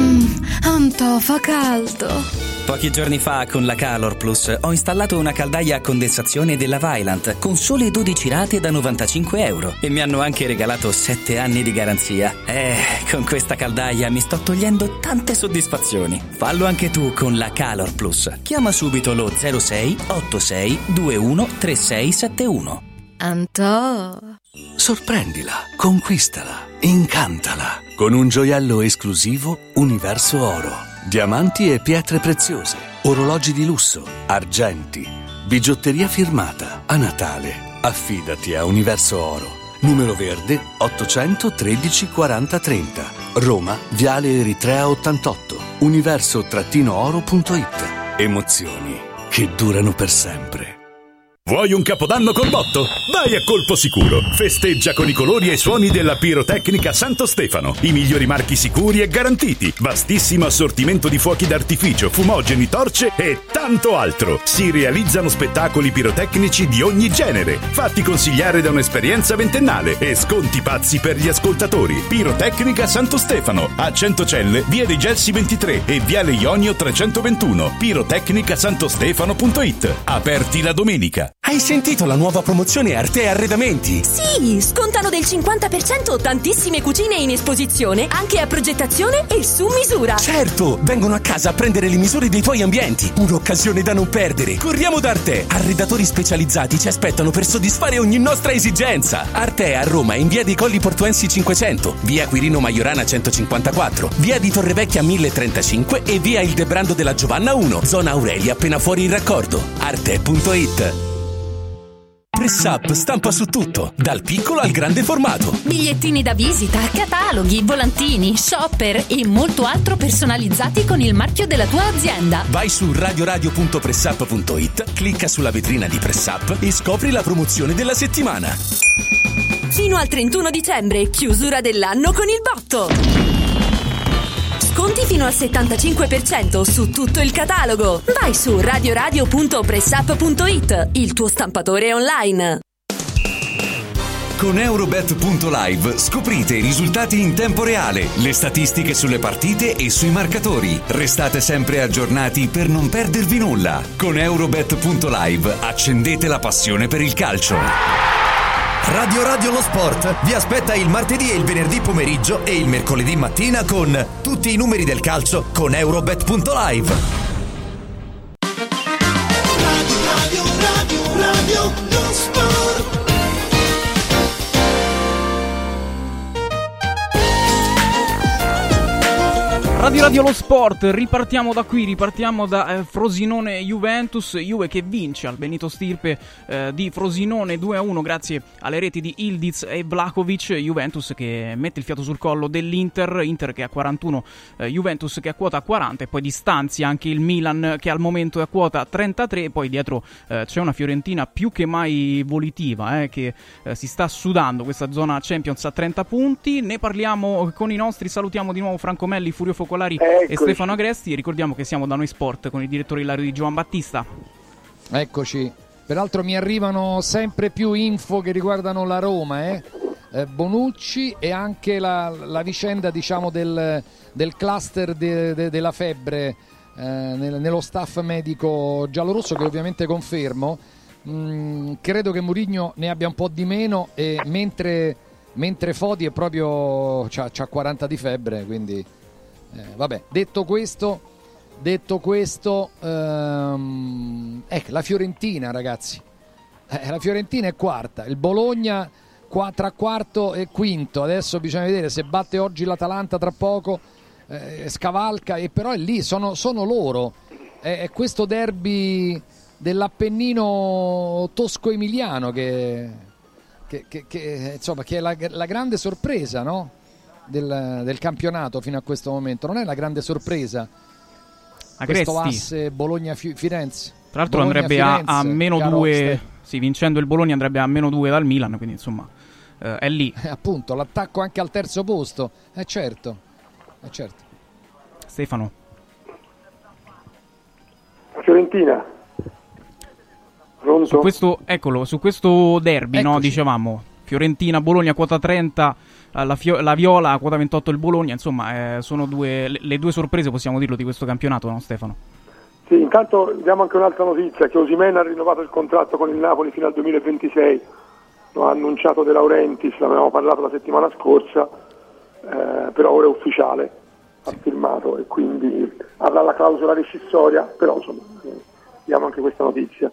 Antò fa caldo. Pochi giorni fa con la Calor Plus ho installato una caldaia a condensazione della Vaillant con sole 12 rate da €95 e mi hanno anche regalato 7 anni di garanzia. Con questa caldaia mi sto togliendo tante soddisfazioni. Fallo anche tu con la Calor Plus. Chiama subito lo 06 86 21 3671. Antò. Sorprendila, conquistala, incantala con un gioiello esclusivo Universo Oro. Diamanti e pietre preziose, orologi di lusso, argenti, bigiotteria firmata. A Natale affidati a Universo Oro. Numero verde 813 40 30. Roma, Viale Eritrea 88. Universo-oro.it. Emozioni che durano per sempre. Vuoi un capodanno col botto? Vai a Colpo Sicuro. Festeggia con i colori e i suoni della pirotecnica Santo Stefano. I migliori marchi sicuri e garantiti. Vastissimo assortimento di fuochi d'artificio, fumogeni, torce e tanto altro. Si realizzano spettacoli pirotecnici di ogni genere. Fatti consigliare da un'esperienza ventennale e sconti pazzi per gli ascoltatori. Pirotecnica Santo Stefano. A Centocelle, via dei Gelsi 23 e viale Ionio 321. pirotecnicasantostefano.it. Aperti la domenica. Hai sentito la nuova promozione Arte Arredamenti? Sì, scontano del 50% tantissime cucine in esposizione, anche a progettazione e su misura. Certo, vengono a casa a prendere le misure dei tuoi ambienti. Un'occasione da non perdere. Corriamo da Arte. Arredatori specializzati ci aspettano per soddisfare ogni nostra esigenza. Arte a Roma in via dei Colli Portuensi 500, via Quirino Maiorana 154, via di Torrevecchia 1035 e via Ildebrando della Giovanna 1, zona Aurelia appena fuori il raccordo. Arte.it. Press Up stampa su tutto, dal piccolo al grande formato. Bigliettini da visita, cataloghi, volantini, shopper e molto altro personalizzati con il marchio della tua azienda. Vai su radioradio.pressup.it, clicca sulla vetrina di Press Up e scopri la promozione della settimana. Fino al 31 dicembre, chiusura dell'anno con il botto. Sconti fino al 75% su tutto il catalogo. Vai su radioradio.pressup.it, il tuo stampatore online. Con Eurobet.live scoprite i risultati in tempo reale, le statistiche sulle partite e sui marcatori. Restate sempre aggiornati per non perdervi nulla. Con Eurobet.live accendete la passione per il calcio. Radio Lo Sport vi aspetta il martedì e il venerdì pomeriggio e il mercoledì mattina con tutti i numeri del calcio con Eurobet.live. Radio Lo Sport. Radio Lo Sport, ripartiamo da qui, ripartiamo da Frosinone Juventus, Juve che vince al Benito Stirpe di Frosinone 2-1 grazie alle reti di Ildiz e Vlahovic. Juventus che mette il fiato sul collo dell'Inter, Inter che è a 41, Juventus che è a quota 40 e poi distanzia anche il Milan che al momento è a quota 33, poi dietro c'è una Fiorentina più che mai volitiva che si sta sudando questa zona Champions a 30 punti. Ne parliamo con i nostri, salutiamo di nuovo Franco Melli, Furio Focolari e Stefano Agresti, e ricordiamo che siamo da Noi Sport con il direttore Ilario Di Giovanbattista. Eccoci, peraltro mi arrivano sempre più info che riguardano la Roma, Bonucci e anche la vicenda, diciamo, del cluster della febbre nello staff medico giallorosso, che ovviamente confermo. Credo che Mourinho ne abbia un po' di meno, e mentre Foti è proprio c'ha 40 di febbre, quindi vabbè, detto questo la Fiorentina, ragazzi, la Fiorentina è quarta, il Bologna tra quarto e quinto, adesso bisogna vedere se batte oggi l'Atalanta tra poco, scavalca, e però è lì, sono loro, è questo derby dell'Appennino tosco-emiliano che insomma, che è la grande sorpresa, no? del campionato fino a questo momento. Non è la grande sorpresa questo asse Bologna-Firenze? Tra l'altro andrebbe a meno 2, sì, vincendo il Bologna andrebbe a meno 2 dal Milan, quindi insomma è lì. Appunto, l'attacco anche al terzo posto, certo. Stefano. Fiorentina. Pronto? Su questo derby, no, dicevamo Fiorentina-Bologna quota 30, la Viola a quota 28 il Bologna, insomma sono le due sorprese, possiamo dirlo, di questo campionato, no Stefano? Sì, intanto diamo anche un'altra notizia, che Osimhen ha rinnovato il contratto con il Napoli fino al 2026, lo ha annunciato De Laurentiis, l'avevamo parlato la settimana scorsa, però ora è ufficiale, ha firmato, e quindi avrà la clausola rescissoria, però insomma diamo anche questa notizia.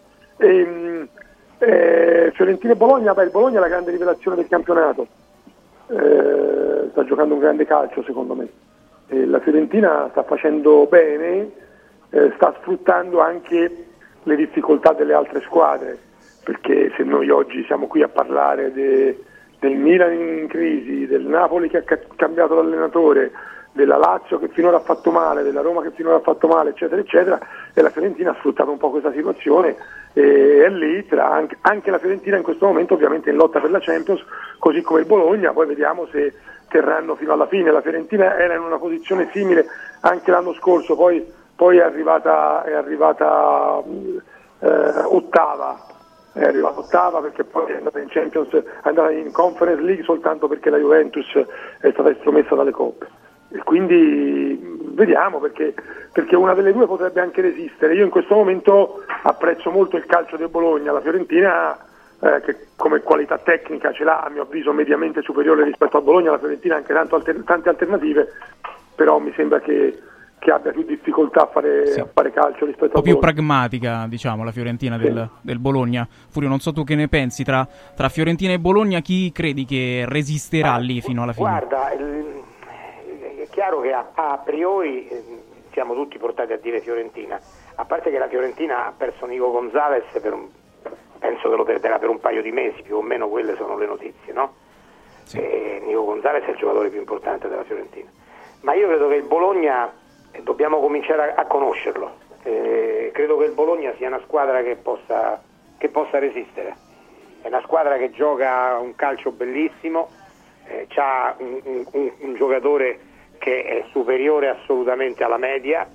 Fiorentina e Bologna, il Bologna è la grande rivelazione del campionato, sta giocando un grande calcio secondo me, la Fiorentina sta facendo bene, sta sfruttando anche le difficoltà delle altre squadre, perché se noi oggi siamo qui a parlare del Milan in crisi, del Napoli che ha cambiato l'allenatore, della Lazio che finora ha fatto male, della Roma che finora ha fatto male, eccetera eccetera, e la Fiorentina ha sfruttato un po' questa situazione, e è lì anche la Fiorentina in questo momento ovviamente in lotta per la Champions, così come il Bologna. Poi vediamo se terranno fino alla fine. La Fiorentina era in una posizione simile anche l'anno scorso, poi è arrivata ottava. È arrivata ottava perché poi è andata in Champions, è andata in Conference League soltanto perché la Juventus è stata estromessa dalle coppe. E quindi vediamo, perché una delle due potrebbe anche resistere. Io in questo momento apprezzo molto il calcio del Bologna, la Fiorentina che come qualità tecnica ce l'ha, a mio avviso, mediamente superiore rispetto al Bologna. La Fiorentina ha anche tante alternative, però mi sembra che abbia più difficoltà a fare calcio rispetto al Bologna. Un po' più pragmatica, diciamo, la Fiorentina del Bologna. Furio, non so tu che ne pensi, tra Fiorentina e Bologna chi credi che resisterà lì fino alla fine? Guarda, è chiaro che a priori siamo tutti portati a dire Fiorentina, a parte che la Fiorentina ha perso Nico Gonzalez per penso che lo perderà per un paio di mesi, più o meno quelle sono le notizie, no? Sì. Nico Gonzalez è il giocatore più importante della Fiorentina, ma io credo che il Bologna dobbiamo cominciare a conoscerlo, credo che il Bologna sia una squadra che possa resistere, è una squadra che gioca un calcio bellissimo, c'ha un giocatore che è superiore assolutamente alla media,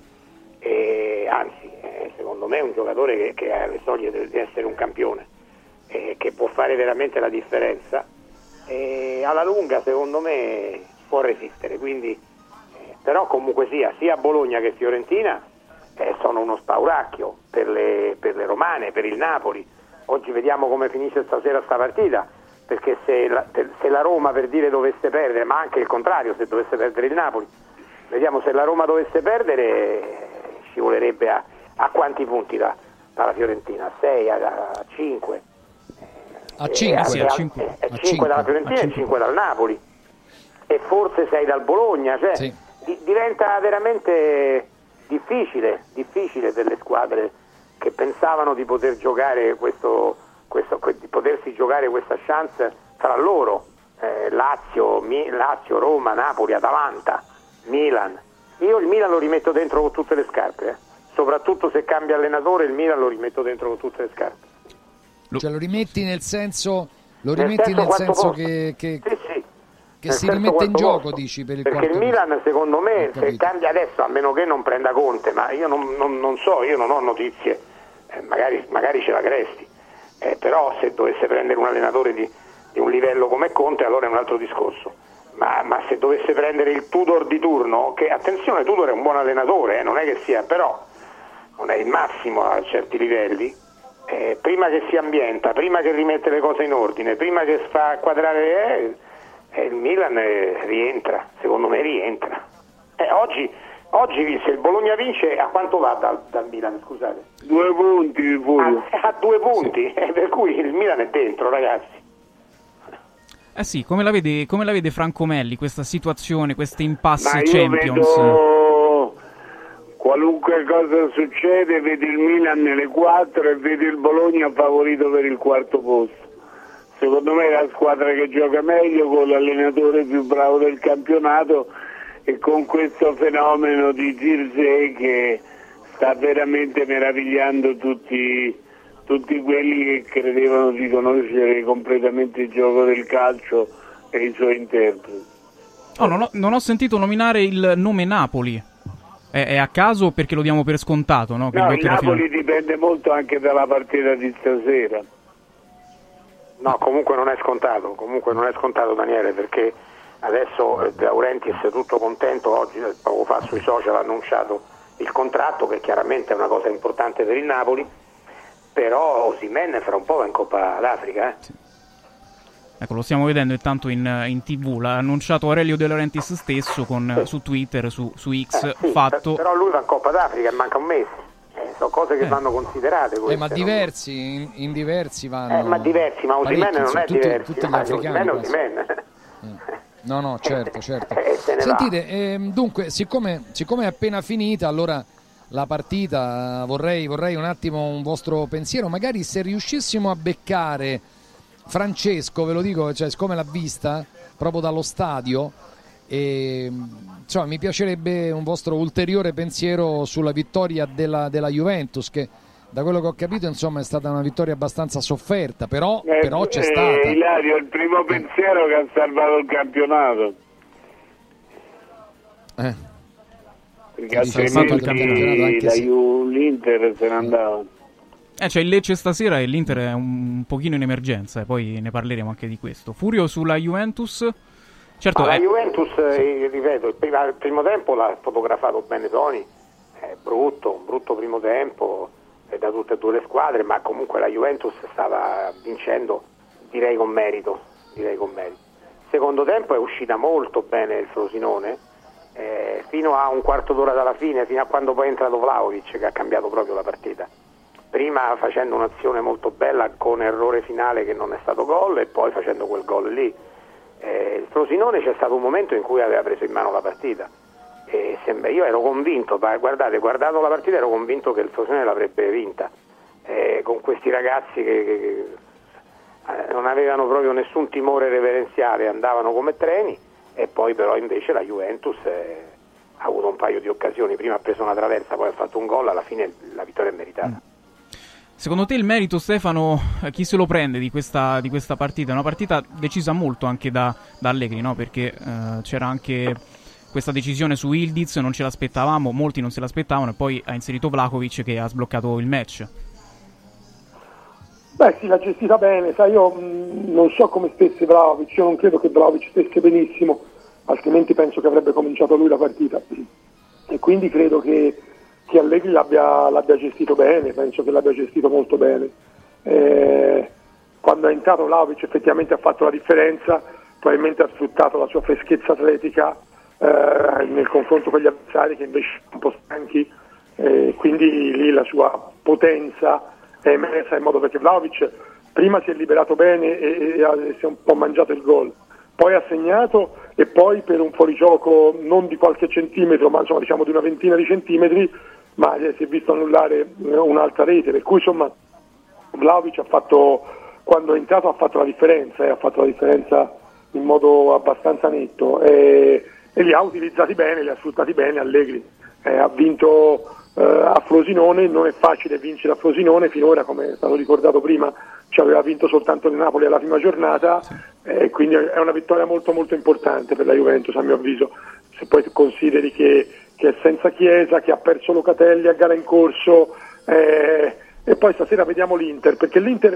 anzi secondo me è un giocatore che ha le soglie di essere un campione, che può fare veramente la differenza, e alla lunga secondo me può resistere, quindi però comunque sia Bologna che Fiorentina sono uno spauracchio per le romane, per il Napoli. Oggi vediamo come finisce stasera sta partita, perché se la Roma, per dire, dovesse perdere, ma anche il contrario, se dovesse perdere il Napoli, vediamo, se la Roma dovesse perdere scivolerebbe a quanti punti dalla Fiorentina? A 6, a 5? A 5, a 5 dalla Fiorentina e 5 dal Napoli, e forse 6 dal Bologna, cioè sì. Diventa veramente difficile per le squadre che pensavano di poter giocare di potersi giocare questa chance fra loro, Lazio, Roma, Napoli, Atalanta, Milan. Io il Milan lo rimetto dentro con tutte le scarpe, soprattutto se cambia allenatore, il Milan lo rimetto dentro con tutte le scarpe. Cioè lo rimetti nel senso che si rimette in gioco, dici, per il perché il Milan secondo me se cambia adesso, a meno che non prenda Conte, ma io non so, io non ho notizie, magari ce la cresti, però se dovesse prendere un allenatore di un livello come Conte allora è un altro discorso, ma se dovesse prendere il Tudor di turno, che attenzione, Tudor è un buon allenatore, non è che sia, però non è il massimo a certi livelli. Prima che si ambienta, prima che rimette le cose in ordine, prima che fa quadrare, il Milan rientra, secondo me rientra. Oggi se il Bologna vince, a quanto va dal Milan, scusate? 2 punti. A 2 punti, sì. Per cui il Milan è dentro, ragazzi. Sì, come la vede Franco Melli questa situazione, questa impasse Champions? Vedo... Qualunque cosa succede, vedi il Milan nelle 4 e vedi il Bologna favorito per il 4º posto. Secondo me è la squadra che gioca meglio, con l'allenatore più bravo del campionato e con questo fenomeno di Zirkzee che sta veramente meravigliando tutti quelli che credevano di conoscere completamente il gioco del calcio e i suoi interpreti. Non ho sentito nominare il nome Napoli. È a caso o perché lo diamo per scontato? No, il Napoli dipende molto anche dalla partita di stasera. No, comunque non è scontato, Daniele, perché adesso De Laurentiis è tutto contento, oggi poco fa sui social ha annunciato il contratto, che chiaramente è una cosa importante per il Napoli, però Osimhen fra un po' va in Coppa d'Africa. Sì. Ecco, lo stiamo vedendo intanto in TV, l'ha annunciato Aurelio De Laurentiis stesso su Twitter, su X, sì, fatto. Però lui va in Coppa d'Africa e manca un mese. Sono cose che vanno considerate queste, ma diversi, in diversi vanno. Ma Osimhen non è diverso. Tutti gli africani. No, certo. Sentite, dunque, siccome è appena finita, allora la partita, vorrei un attimo un vostro pensiero, magari se riuscissimo a beccare Francesco, ve lo dico, cioè, siccome l'ha vista proprio dallo stadio, insomma, mi piacerebbe un vostro ulteriore pensiero sulla vittoria della Juventus, che da quello che ho capito, insomma, è stata una vittoria abbastanza sofferta, però c'è stata. Ilario, il primo pensiero che ha salvato il campionato. Perché altrimenti l'Inter se ne andava. C'è il Lecce stasera e l'Inter è un pochino in emergenza, e poi ne parleremo anche di questo. Furio, sulla Juventus? Certo, la Juventus, ripeto, il primo tempo l'ha fotografato bene Toni, è un brutto primo tempo da tutte e due le squadre, ma comunque la Juventus stava vincendo, direi con merito. Secondo tempo è uscita molto bene il Frosinone, fino a un quarto d'ora dalla fine, fino a quando poi è entrato Vlahovic, che ha cambiato proprio la partita. Prima facendo un'azione molto bella con errore finale che non è stato gol, e poi facendo quel gol lì. Il Frosinone, c'è stato un momento in cui aveva preso in mano la partita, io ero convinto, guardato la partita, ero convinto che il Frosinone l'avrebbe vinta, con questi ragazzi che non avevano proprio nessun timore reverenziale, andavano come treni, e poi però invece la Juventus ha avuto un paio di occasioni, prima ha preso una traversa, poi ha fatto un gol, alla fine la vittoria è meritata. Secondo te il merito, Stefano, chi se lo prende di questa partita? È una partita decisa molto anche da Allegri, no? Perché c'era anche questa decisione su Ildiz, non ce l'aspettavamo, molti non se l'aspettavano, e poi ha inserito Vlahovic che ha sbloccato il match. Beh sì, l'ha gestita bene, sai, io non so come stesse Vlahovic, io non credo che Vlahovic stesse benissimo, altrimenti penso che avrebbe cominciato lui la partita, e quindi credo che Allegri l'abbia gestito bene, penso che l'abbia gestito molto bene. Quando è entrato Vlahovic effettivamente ha fatto la differenza, probabilmente ha sfruttato la sua freschezza atletica nel confronto con gli avversari che invece sono un po' stanchi, quindi lì la sua potenza è emersa, in modo perché Vlahovic prima si è liberato bene e si è un po' mangiato il gol, poi ha segnato, e poi per un fuorigioco non di qualche centimetro, ma insomma diciamo di una ventina di centimetri, ma si è visto annullare un'altra rete, per cui insomma Vlahovic ha fatto, quando è entrato ha fatto la differenza in modo abbastanza netto, e li ha utilizzati bene, li ha sfruttati bene Allegri. Ha vinto a Frosinone, non è facile vincere a Frosinone, finora, come è stato ricordato prima, ci aveva vinto soltanto il Napoli alla prima giornata, quindi è una vittoria molto molto importante per la Juventus, a mio avviso, se poi consideri che è senza Chiesa, che ha perso Locatelli a gara in corso, e poi stasera vediamo l'Inter, perché l'Inter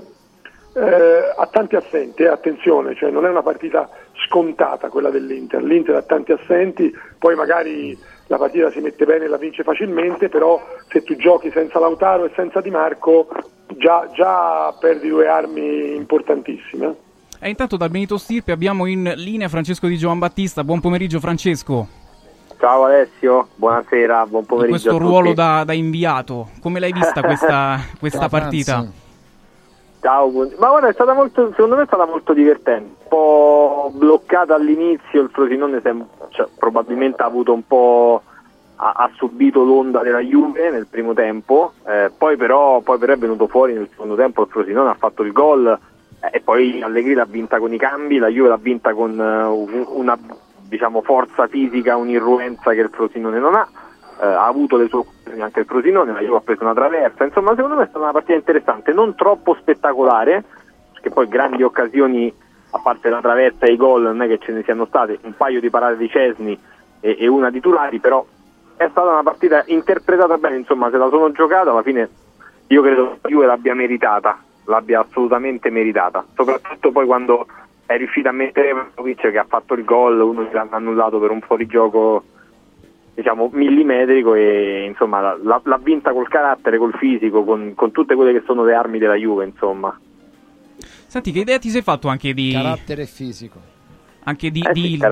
ha tanti assenti, attenzione, cioè non è una partita scontata quella dell'Inter, l'Inter ha tanti assenti, poi magari la partita si mette bene e la vince facilmente, però se tu giochi senza Lautaro e senza Di Marco già perdi due armi importantissime. E intanto da Benito Stirpe abbiamo in linea Francesco Di Giovanbattista. Buon pomeriggio Francesco. Ciao Alessio, buonasera, buon pomeriggio. Questo a tutti. ruolo da inviato, come l'hai vista questa partita? Ciao, ma guarda, secondo me è stata molto divertente, un po' bloccata all'inizio, il Frosinone probabilmente ha avuto un po', ha subito l'onda della Juve nel primo tempo, poi però è venuto fuori nel secondo tempo, il Frosinone ha fatto il gol, e poi Allegri l'ha vinta con i cambi, la Juve l'ha vinta con una forza fisica, un'irruenza che il Frosinone non ha. Ha avuto le sue occasioni anche il Frosinone, la Juve ha preso una traversa, insomma secondo me è stata una partita interessante, non troppo spettacolare, perché poi grandi occasioni, a parte la traversa e i gol, non è che ce ne siano state, un paio di parate di Cesni e una di Turari, però è stata una partita interpretata bene, insomma se la sono giocata, alla fine io credo che la Juve l'abbia assolutamente meritata, soprattutto poi quando è riuscita a mettere Vlahovic che ha fatto il gol, uno che l'ha annullato per un fuorigioco millimetrico, e insomma l'ha vinta col carattere, col fisico, con tutte quelle che sono le armi della Juve, insomma. Senti, che idea ti sei fatto anche di carattere fisico? Anche di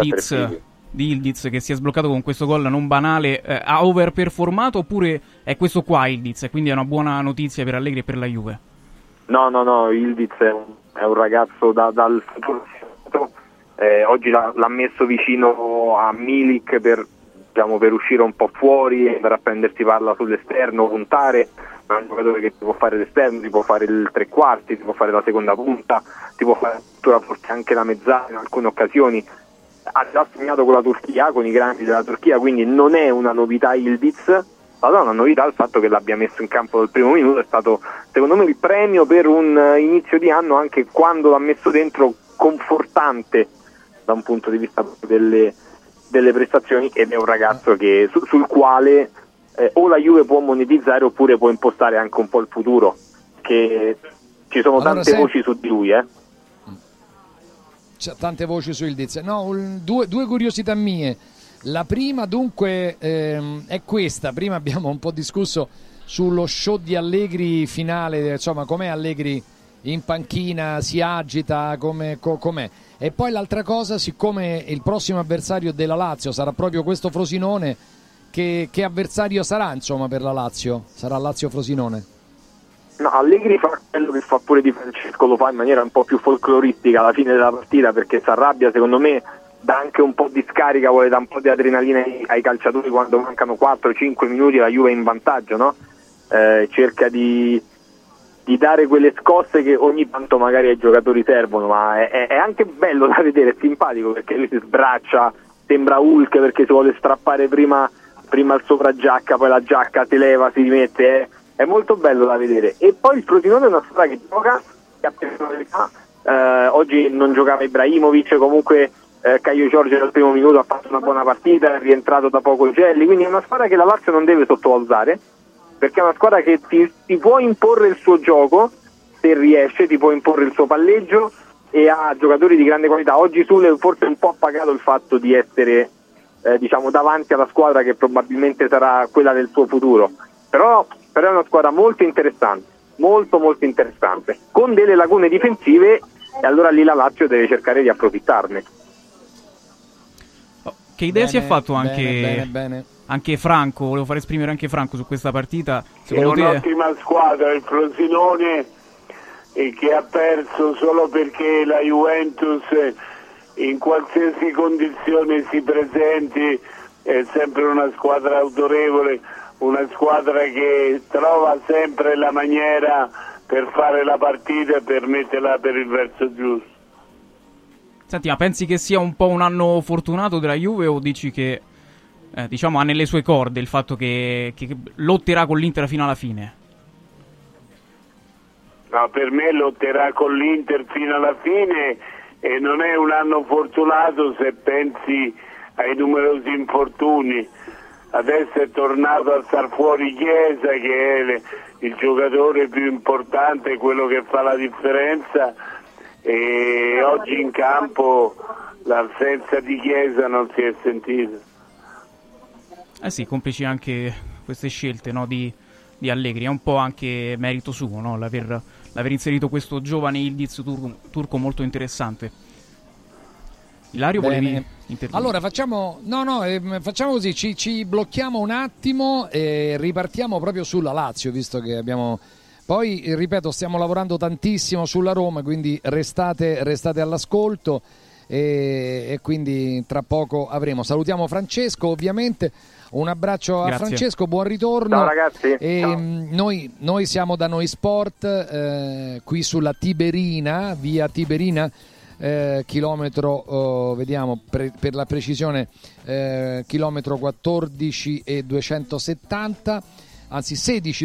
Ildiz che si è sbloccato con questo gol non banale, ha overperformato oppure è questo qua Ildiz, e quindi è una buona notizia per Allegri e per la Juve? No, Ildiz è un ragazzo dal futuro, oggi l'ha messo vicino a Milik per uscire un po' fuori, andare a prendersi palla sull'esterno, puntare. È un giocatore che ti può fare l'esterno, ti può fare il tre quarti, ti può fare la seconda punta, ti può fare forse anche la mezzala in alcune occasioni. Ha già segnato con la Turchia, con i grandi della Turchia, quindi non è una novità Ildiz, ma è una novità il fatto che l'abbia messo in campo dal primo minuto. È stato secondo me il premio per un inizio di anno, anche quando l'ha messo dentro, confortante da un punto di vista delle prestazioni, ed è un ragazzo che sul quale o la Juve può monetizzare oppure può impostare anche un po' il futuro, che ci sono tante voci su di lui. C'è tante voci su Ildiz. Due curiosità mie. La prima dunque è questa. Prima abbiamo un po' discusso sullo show di Allegri finale, insomma com'è Allegri in panchina, si agita, com'è. E poi l'altra cosa, siccome il prossimo avversario della Lazio sarà proprio questo Frosinone, che avversario sarà insomma per la Lazio? Sarà Lazio-Frosinone? No, Allegri fa quello che fa pure Di Francesco, lo fa in maniera un po' più folcloristica alla fine della partita, perché si arrabbia, secondo me dà anche un po' di scarica, vuole dare un po' di adrenalina ai calciatori quando mancano 4-5 minuti, la Juve è in vantaggio, no? Cerca di di dare quelle scosse che ogni tanto magari ai giocatori servono, ma è anche bello da vedere, è simpatico perché lui si sbraccia, sembra Hulk perché si vuole strappare prima il sovragiacca, poi la giacca si leva, si rimette, è molto bello da vedere. E poi il Frosinone è una squadra che gioca, che ha personalità, oggi non giocava Ibrahimovic, comunque Caio Giorgio dal primo minuto ha fatto una buona partita, è rientrato da poco Gelli, quindi è una squadra che la Lazio non deve sottovalutare, perché è una squadra che ti può imporre il suo gioco, se riesce, ti può imporre il suo palleggio, e ha giocatori di grande qualità. Oggi Sule forse un po' ha pagato il fatto di essere davanti alla squadra che probabilmente sarà quella del suo futuro, però è una squadra molto interessante, molto molto interessante, con delle lacune difensive, e allora lì la Lazio deve cercare di approfittarne. Che idea si è fatto bene. Anche Franco, volevo far esprimere anche Franco su questa partita. Secondo è un'ottima squadra il Frosinone, e che ha perso solo perché la Juventus in qualsiasi condizione si presenti è sempre una squadra autorevole, una squadra che trova sempre la maniera per fare la partita e per metterla per il verso giusto. Senti, ma pensi che sia un po' un anno fortunato della Juve, o dici che diciamo ha nelle sue corde il fatto che lotterà con l'Inter fino alla fine? No, per me lotterà con l'Inter fino alla fine, e non è un anno fortunato se pensi ai numerosi infortuni. Adesso è tornato a star fuori Chiesa, che è il giocatore più importante, quello che fa la differenza, e oggi in campo l'assenza di Chiesa non si è sentita. Sì, complici anche queste scelte, no, di Allegri. È un po' anche merito suo, no, l'aver inserito questo giovane Yildiz turco molto interessante. Ilario, volevi intervenire? Allora facciamo così, ci blocchiamo un attimo e ripartiamo proprio sulla Lazio, visto che abbiamo... Poi, ripeto, stiamo lavorando tantissimo sulla Roma, quindi restate all'ascolto e quindi tra poco avremo. Salutiamo Francesco, ovviamente. Un abbraccio a Francesco, buon ritorno. Ciao ragazzi. Ciao. Noi siamo da Noi Sport, qui sulla Tiberina, via Tiberina, chilometro, vediamo per la precisione, chilometro 14 e 270, anzi 16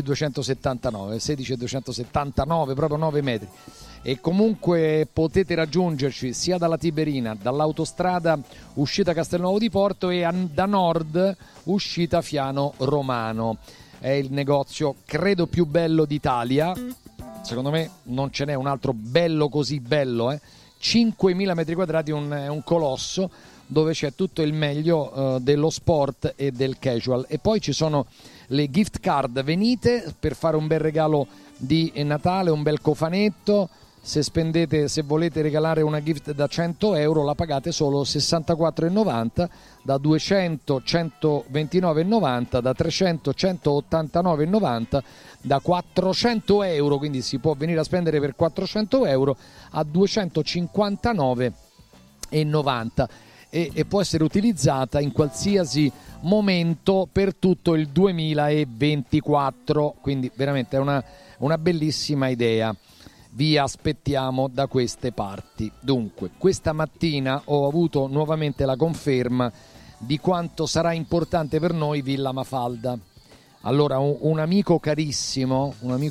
e 279, proprio 9 metri. E comunque potete raggiungerci sia dalla Tiberina, dall'autostrada uscita Castelnuovo di Porto, e da nord uscita Fiano Romano. È il negozio credo più bello d'Italia, secondo me non ce n'è un altro bello così bello, 5.000 metri quadrati, è un colosso dove c'è tutto il meglio dello sport e del casual. E poi ci sono le gift card, venite per fare un bel regalo di Natale, un bel cofanetto. Se volete regalare una gift da 100 euro, la pagate solo 64,90, da 200 129,90, da 300 189,90, da 400 euro, quindi si può venire a spendere per 400 euro, a 259,90, e può essere utilizzata in qualsiasi momento per tutto il 2024, quindi veramente è una bellissima idea. Vi aspettiamo da queste parti. Dunque, questa mattina ho avuto nuovamente la conferma di quanto sarà importante per noi Villa Mafalda. Allora, un amico carissimo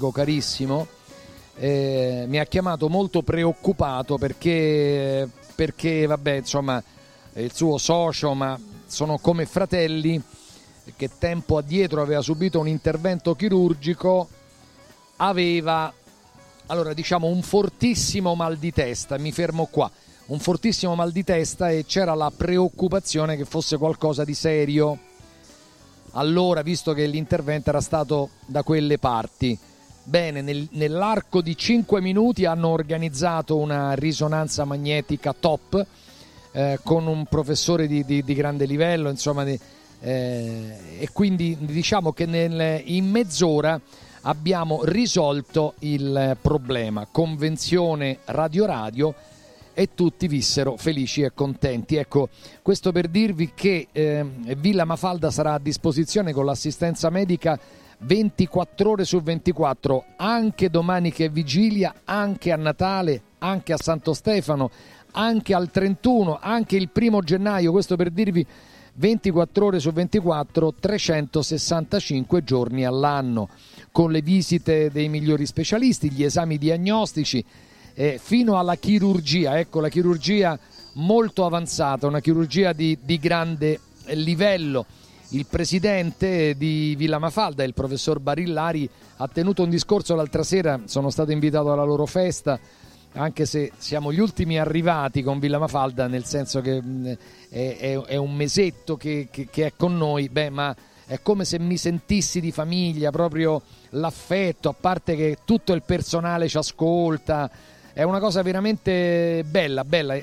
mi ha chiamato molto preoccupato perché vabbè, insomma, il suo socio, ma sono come fratelli, che tempo addietro aveva subito un intervento chirurgico, aveva... Allora, diciamo, un fortissimo mal di testa, mi fermo qua, un fortissimo mal di testa, e c'era la preoccupazione che fosse qualcosa di serio. Allora, visto che l'intervento era stato da quelle parti, bene, nell'arco di 5 minuti hanno organizzato una risonanza magnetica top, con un professore di grande livello, insomma, e quindi diciamo che in mezz'ora abbiamo risolto il problema. Convenzione radio, e tutti vissero felici e contenti. Ecco, questo per dirvi che Villa Mafalda sarà a disposizione con l'assistenza medica 24 ore su 24, anche domani che è vigilia, anche a Natale, anche a Santo Stefano, anche al 31, anche il 1 gennaio, questo per dirvi 24 ore su 24, 365 giorni all'anno, con le visite dei migliori specialisti, gli esami diagnostici, fino alla chirurgia, ecco la chirurgia molto avanzata, una chirurgia di grande livello. Il presidente di Villa Mafalda, il professor Barillari, ha tenuto un discorso l'altra sera, sono stato invitato alla loro festa, anche se siamo gli ultimi arrivati con Villa Mafalda, nel senso che è un mesetto che è con noi, ma è come se mi sentissi di famiglia, proprio l'affetto, a parte che tutto il personale ci ascolta, è una cosa veramente bella,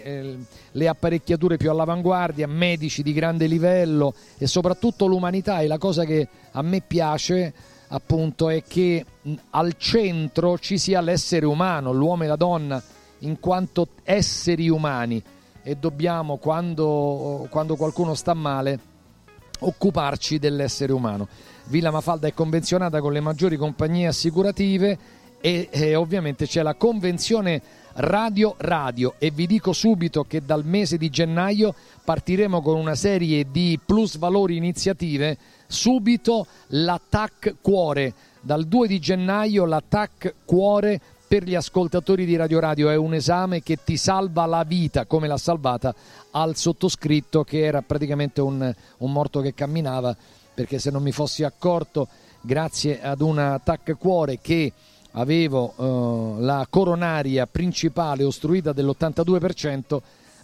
le apparecchiature più all'avanguardia, medici di grande livello e soprattutto l'umanità. E la cosa che a me piace appunto è che al centro ci sia l'essere umano, l'uomo e la donna in quanto esseri umani, e dobbiamo, quando qualcuno sta male, occuparci dell'essere umano. Villa Mafalda è convenzionata con le maggiori compagnie assicurative e ovviamente c'è la convenzione Radio e vi dico subito che dal mese di gennaio partiremo con una serie di plus valori iniziative. Subito l'ATAC Cuore, dal 2 di gennaio l'ATAC Cuore per gli ascoltatori di Radio è un esame che ti salva la vita, come l'ha salvata al sottoscritto, che era praticamente un morto che camminava, perché se non mi fossi accorto, grazie ad una ATAC Cuore che avevo la coronaria principale ostruita dell'82%,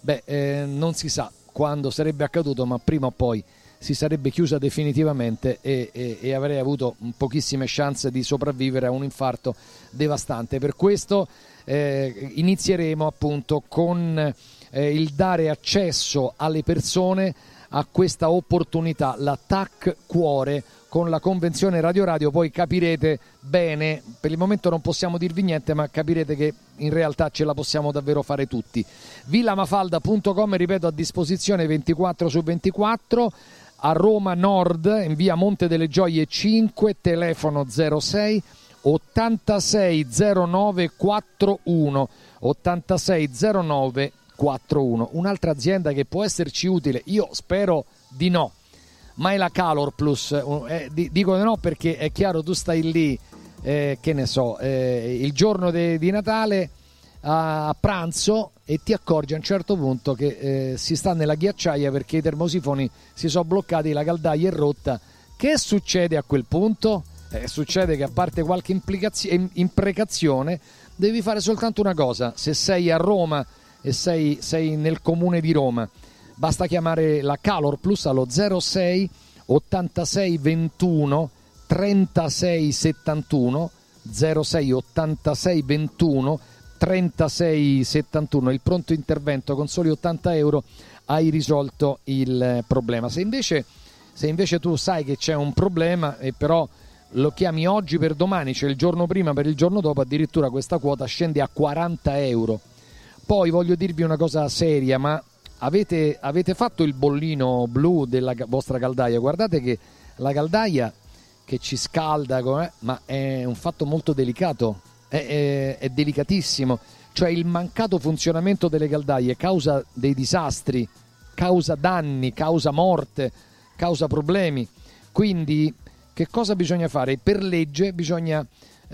non si sa quando sarebbe accaduto, ma prima o poi si sarebbe chiusa definitivamente e avrei avuto pochissime chance di sopravvivere a un infarto devastante. Per questo inizieremo appunto con il dare accesso alle persone a questa opportunità, la TAC Cuore, con la convenzione Radio, poi capirete bene, per il momento non possiamo dirvi niente, ma capirete che in realtà ce la possiamo davvero fare tutti. villamafalda.com, ripeto, a disposizione 24 su 24, a Roma Nord, in via Monte delle Gioie 5, telefono 06 8609 41 8609 41. Un'altra azienda che può esserci utile, io spero di no, ma è la Calor Plus. Dico di no perché è chiaro, tu stai lì, che ne so, il giorno di Natale a pranzo e ti accorgi a un certo punto che si sta nella ghiacciaia perché i termosifoni si sono bloccati, la caldaia è rotta. Che succede a quel punto? Succede che, a parte qualche imprecazione, devi fare soltanto una cosa. Se sei a Roma e sei nel comune di Roma, basta chiamare la Calor Plus allo 06 86 21 36 71, 06 86 21 36 71. Il pronto intervento, con soli 80 euro hai risolto il problema. Se invece tu sai che c'è un problema e però lo chiami oggi per domani, c'è il giorno prima per il giorno dopo, addirittura questa quota scende a 40 euro. Poi voglio dirvi una cosa seria, ma avete fatto il bollino blu della vostra caldaia? Guardate che la caldaia che ci scalda, ma è un fatto molto delicato, è delicatissimo. Cioè, il mancato funzionamento delle caldaie causa dei disastri, causa danni, causa morte, causa problemi. Quindi che cosa bisogna fare? Per legge bisogna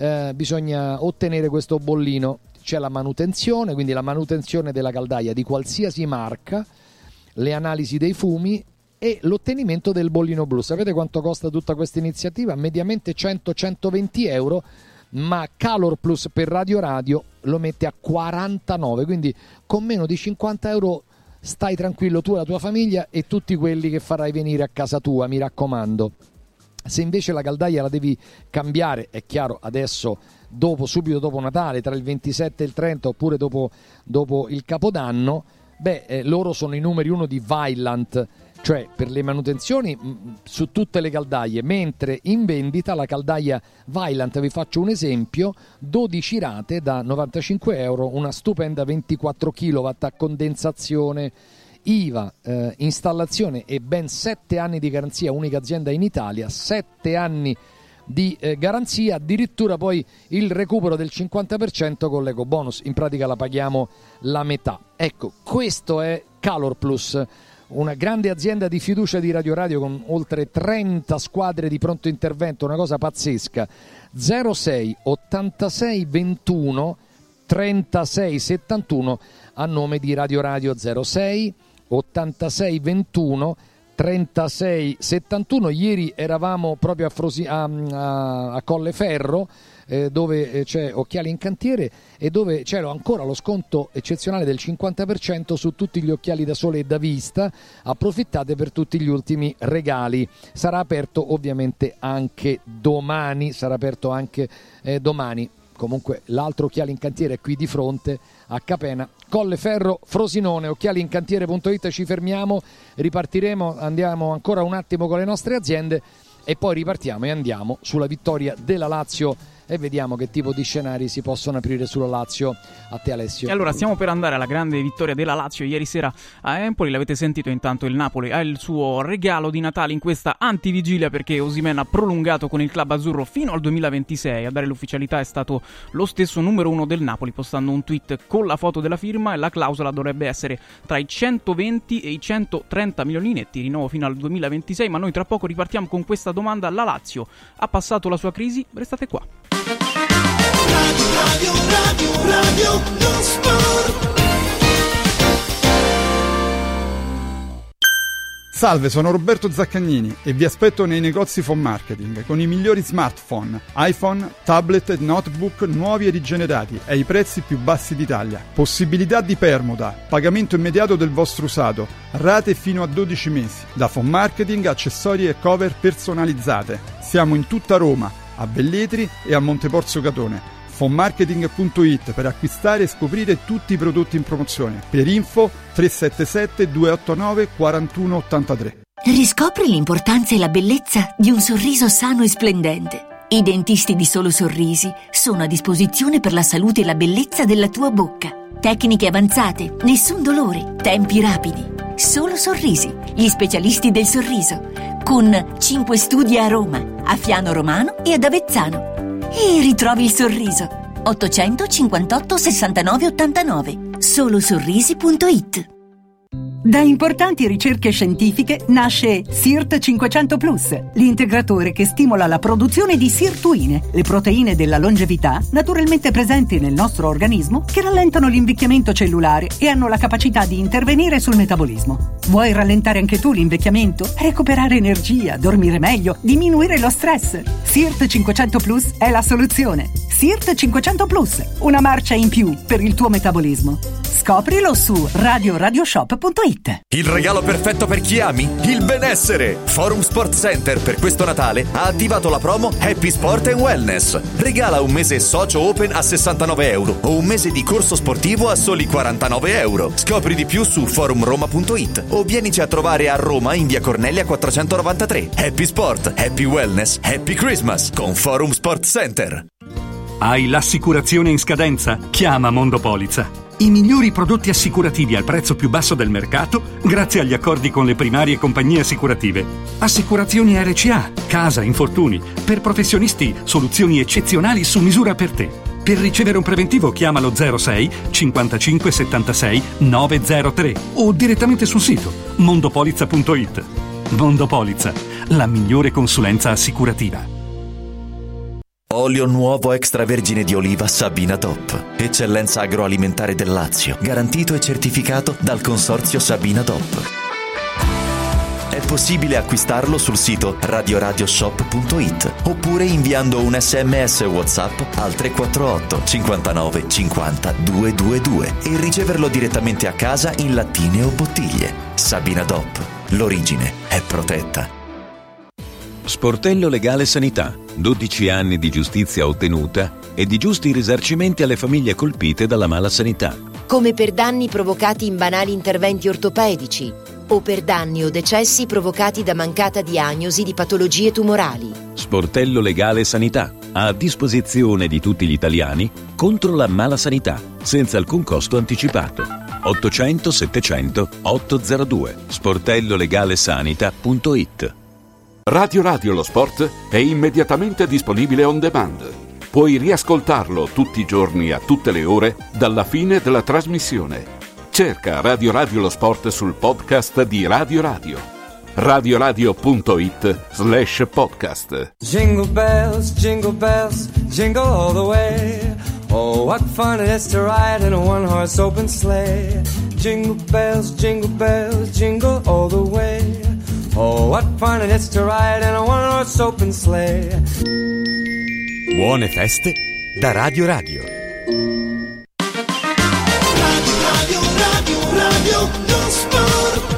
ottenere questo bollino. C'è la manutenzione, quindi la manutenzione della caldaia di qualsiasi marca, le analisi dei fumi e l'ottenimento del bollino blu. Sapete quanto costa tutta questa iniziativa? Mediamente 100-120 euro, ma Calor Plus per Radio lo mette a 49, quindi con meno di 50 euro stai tranquillo tu, la tua famiglia e tutti quelli che farai venire a casa tua, mi raccomando. Se invece la caldaia la devi cambiare, è chiaro, adesso subito dopo Natale, tra il 27 e il 30, oppure dopo il Capodanno, loro sono i numeri 1 di Vaillant, cioè per le manutenzioni su tutte le caldaie, mentre in vendita la caldaia Vaillant, vi faccio un esempio, 12 rate da 95 euro, una stupenda 24 kW a condensazione, IVA, installazione e ben 7 anni di garanzia, unica azienda in Italia, 7 anni di garanzia, addirittura poi il recupero del 50% con l'eco bonus, in pratica la paghiamo la metà. Ecco, questo è Calor Plus, una grande azienda di fiducia di Radio Radio con oltre 30 squadre di pronto intervento, una cosa pazzesca. 06 86 21 36 71 a nome di Radio Radio. 06 86 21 36 71. Ieri eravamo proprio a Colleferro, dove c'è Occhiali in Cantiere e dove c'è ancora lo sconto eccezionale del 50% su tutti gli occhiali da sole e da vista. Approfittate per tutti gli ultimi regali. Sarà aperto ovviamente anche domani, Comunque l'altro Occhiali in Cantiere è qui di fronte a Capena, Colleferro, Frosinone. Occhialiincantiere.it. Ci fermiamo, ripartiremo, andiamo ancora un attimo con le nostre aziende e poi ripartiamo e andiamo sulla vittoria della Lazio e vediamo che tipo di scenari si possono aprire sulla Lazio. A te, Alessio. E allora stiamo per andare alla grande vittoria della Lazio ieri sera a Empoli. L'avete sentito, intanto il Napoli ha il suo regalo di Natale in questa antivigilia, perché Osimhen ha prolungato con il club azzurro fino al 2026. A dare l'ufficialità è stato lo stesso numero 1 del Napoli, postando un tweet con la foto della firma, e la clausola dovrebbe essere tra i 120 e i 130 milioni netti, rinnovo fino al 2026. Ma noi tra poco ripartiamo con questa domanda: la Lazio ha passato la sua crisi? Restate qua. Radio lo sport. Salve, sono Roberto Zaccagnini e vi aspetto nei negozi Phone Marketing con i migliori smartphone, iPhone, tablet e notebook nuovi e rigenerati ai prezzi più bassi d'Italia. Possibilità di permuta, pagamento immediato del vostro usato, rate fino a 12 mesi. Da Phone Marketing, accessori e cover personalizzate. Siamo in tutta Roma, a Velletri e a Monteporzio Catone. Fonmarketing.it per acquistare e scoprire tutti i prodotti in promozione. Per info 377 289 4183. Riscopri l'importanza e la bellezza di un sorriso sano e splendente. I dentisti di Solo Sorrisi sono a disposizione per la salute e la bellezza della tua bocca. Tecniche avanzate, nessun dolore, tempi rapidi. Solo Sorrisi, gli specialisti del sorriso, con 5 studi a Roma, a Fiano Romano e ad Avezzano. E ritrovi il sorriso. 858 69 89. Solosorrisi.it. Da importanti ricerche scientifiche nasce SIRT 500 Plus, l'integratore che stimola la produzione di sirtuine, le proteine della longevità naturalmente presenti nel nostro organismo, che rallentano l'invecchiamento cellulare e hanno la capacità di intervenire sul metabolismo. Vuoi rallentare anche tu l'invecchiamento? Recuperare energia, dormire meglio, diminuire lo stress? SIRT 500 Plus è la soluzione. SIRT 500 Plus, una marcia in più per il tuo metabolismo. Scoprilo su radioshop.it. Il regalo perfetto per chi ami? Il benessere! Forum Sport Center per questo Natale ha attivato la promo Happy Sport and Wellness. Regala un mese socio open a €69 o un mese di corso sportivo a soli €49. Scopri di più su forumroma.it o vienici a trovare a Roma in via Cornelia 493. Happy Sport, Happy Wellness, Happy Christmas con Forum Sport Center. Hai l'assicurazione in scadenza? Chiama Mondopolizza. I migliori prodotti assicurativi al prezzo più basso del mercato grazie agli accordi con le primarie compagnie assicurative. Assicurazioni RCA, casa, infortuni. Per professionisti, soluzioni eccezionali su misura per te. Per ricevere un preventivo chiamalo 06 55 76 903 o direttamente sul sito mondopolizza.it. Mondopolizza, la migliore consulenza assicurativa. Olio nuovo extravergine di oliva Sabina DOP. Eccellenza agroalimentare del Lazio. Garantito e certificato dal consorzio Sabina DOP. È possibile acquistarlo sul sito radioradioshop.it oppure inviando un SMS WhatsApp al 348 59 50 222 e riceverlo direttamente a casa in lattine o bottiglie. Sabina DOP. L'origine è protetta. Sportello Legale Sanità. 12 anni di giustizia ottenuta e di giusti risarcimenti alle famiglie colpite dalla mala sanità. Come per danni provocati in banali interventi ortopedici o per danni o decessi provocati da mancata diagnosi di patologie tumorali. Sportello Legale Sanità. A disposizione di tutti gli italiani contro la mala sanità, senza alcun costo anticipato. 800 700 802. sportellolegalesanita.it. Radio Radio lo Sport è immediatamente disponibile on demand. Puoi riascoltarlo tutti i giorni a tutte le ore dalla fine della trasmissione. Cerca Radio Radio lo Sport sul podcast di Radio Radio. radioradio.it/podcast. Jingle bells, jingle all the way. Oh, what fun it is to ride in a one-horse open sleigh. Jingle bells, jingle all the way. Oh, what fun it is to ride in a one-horse open sleigh. Buone feste da Radio Radio. Radio lo sport.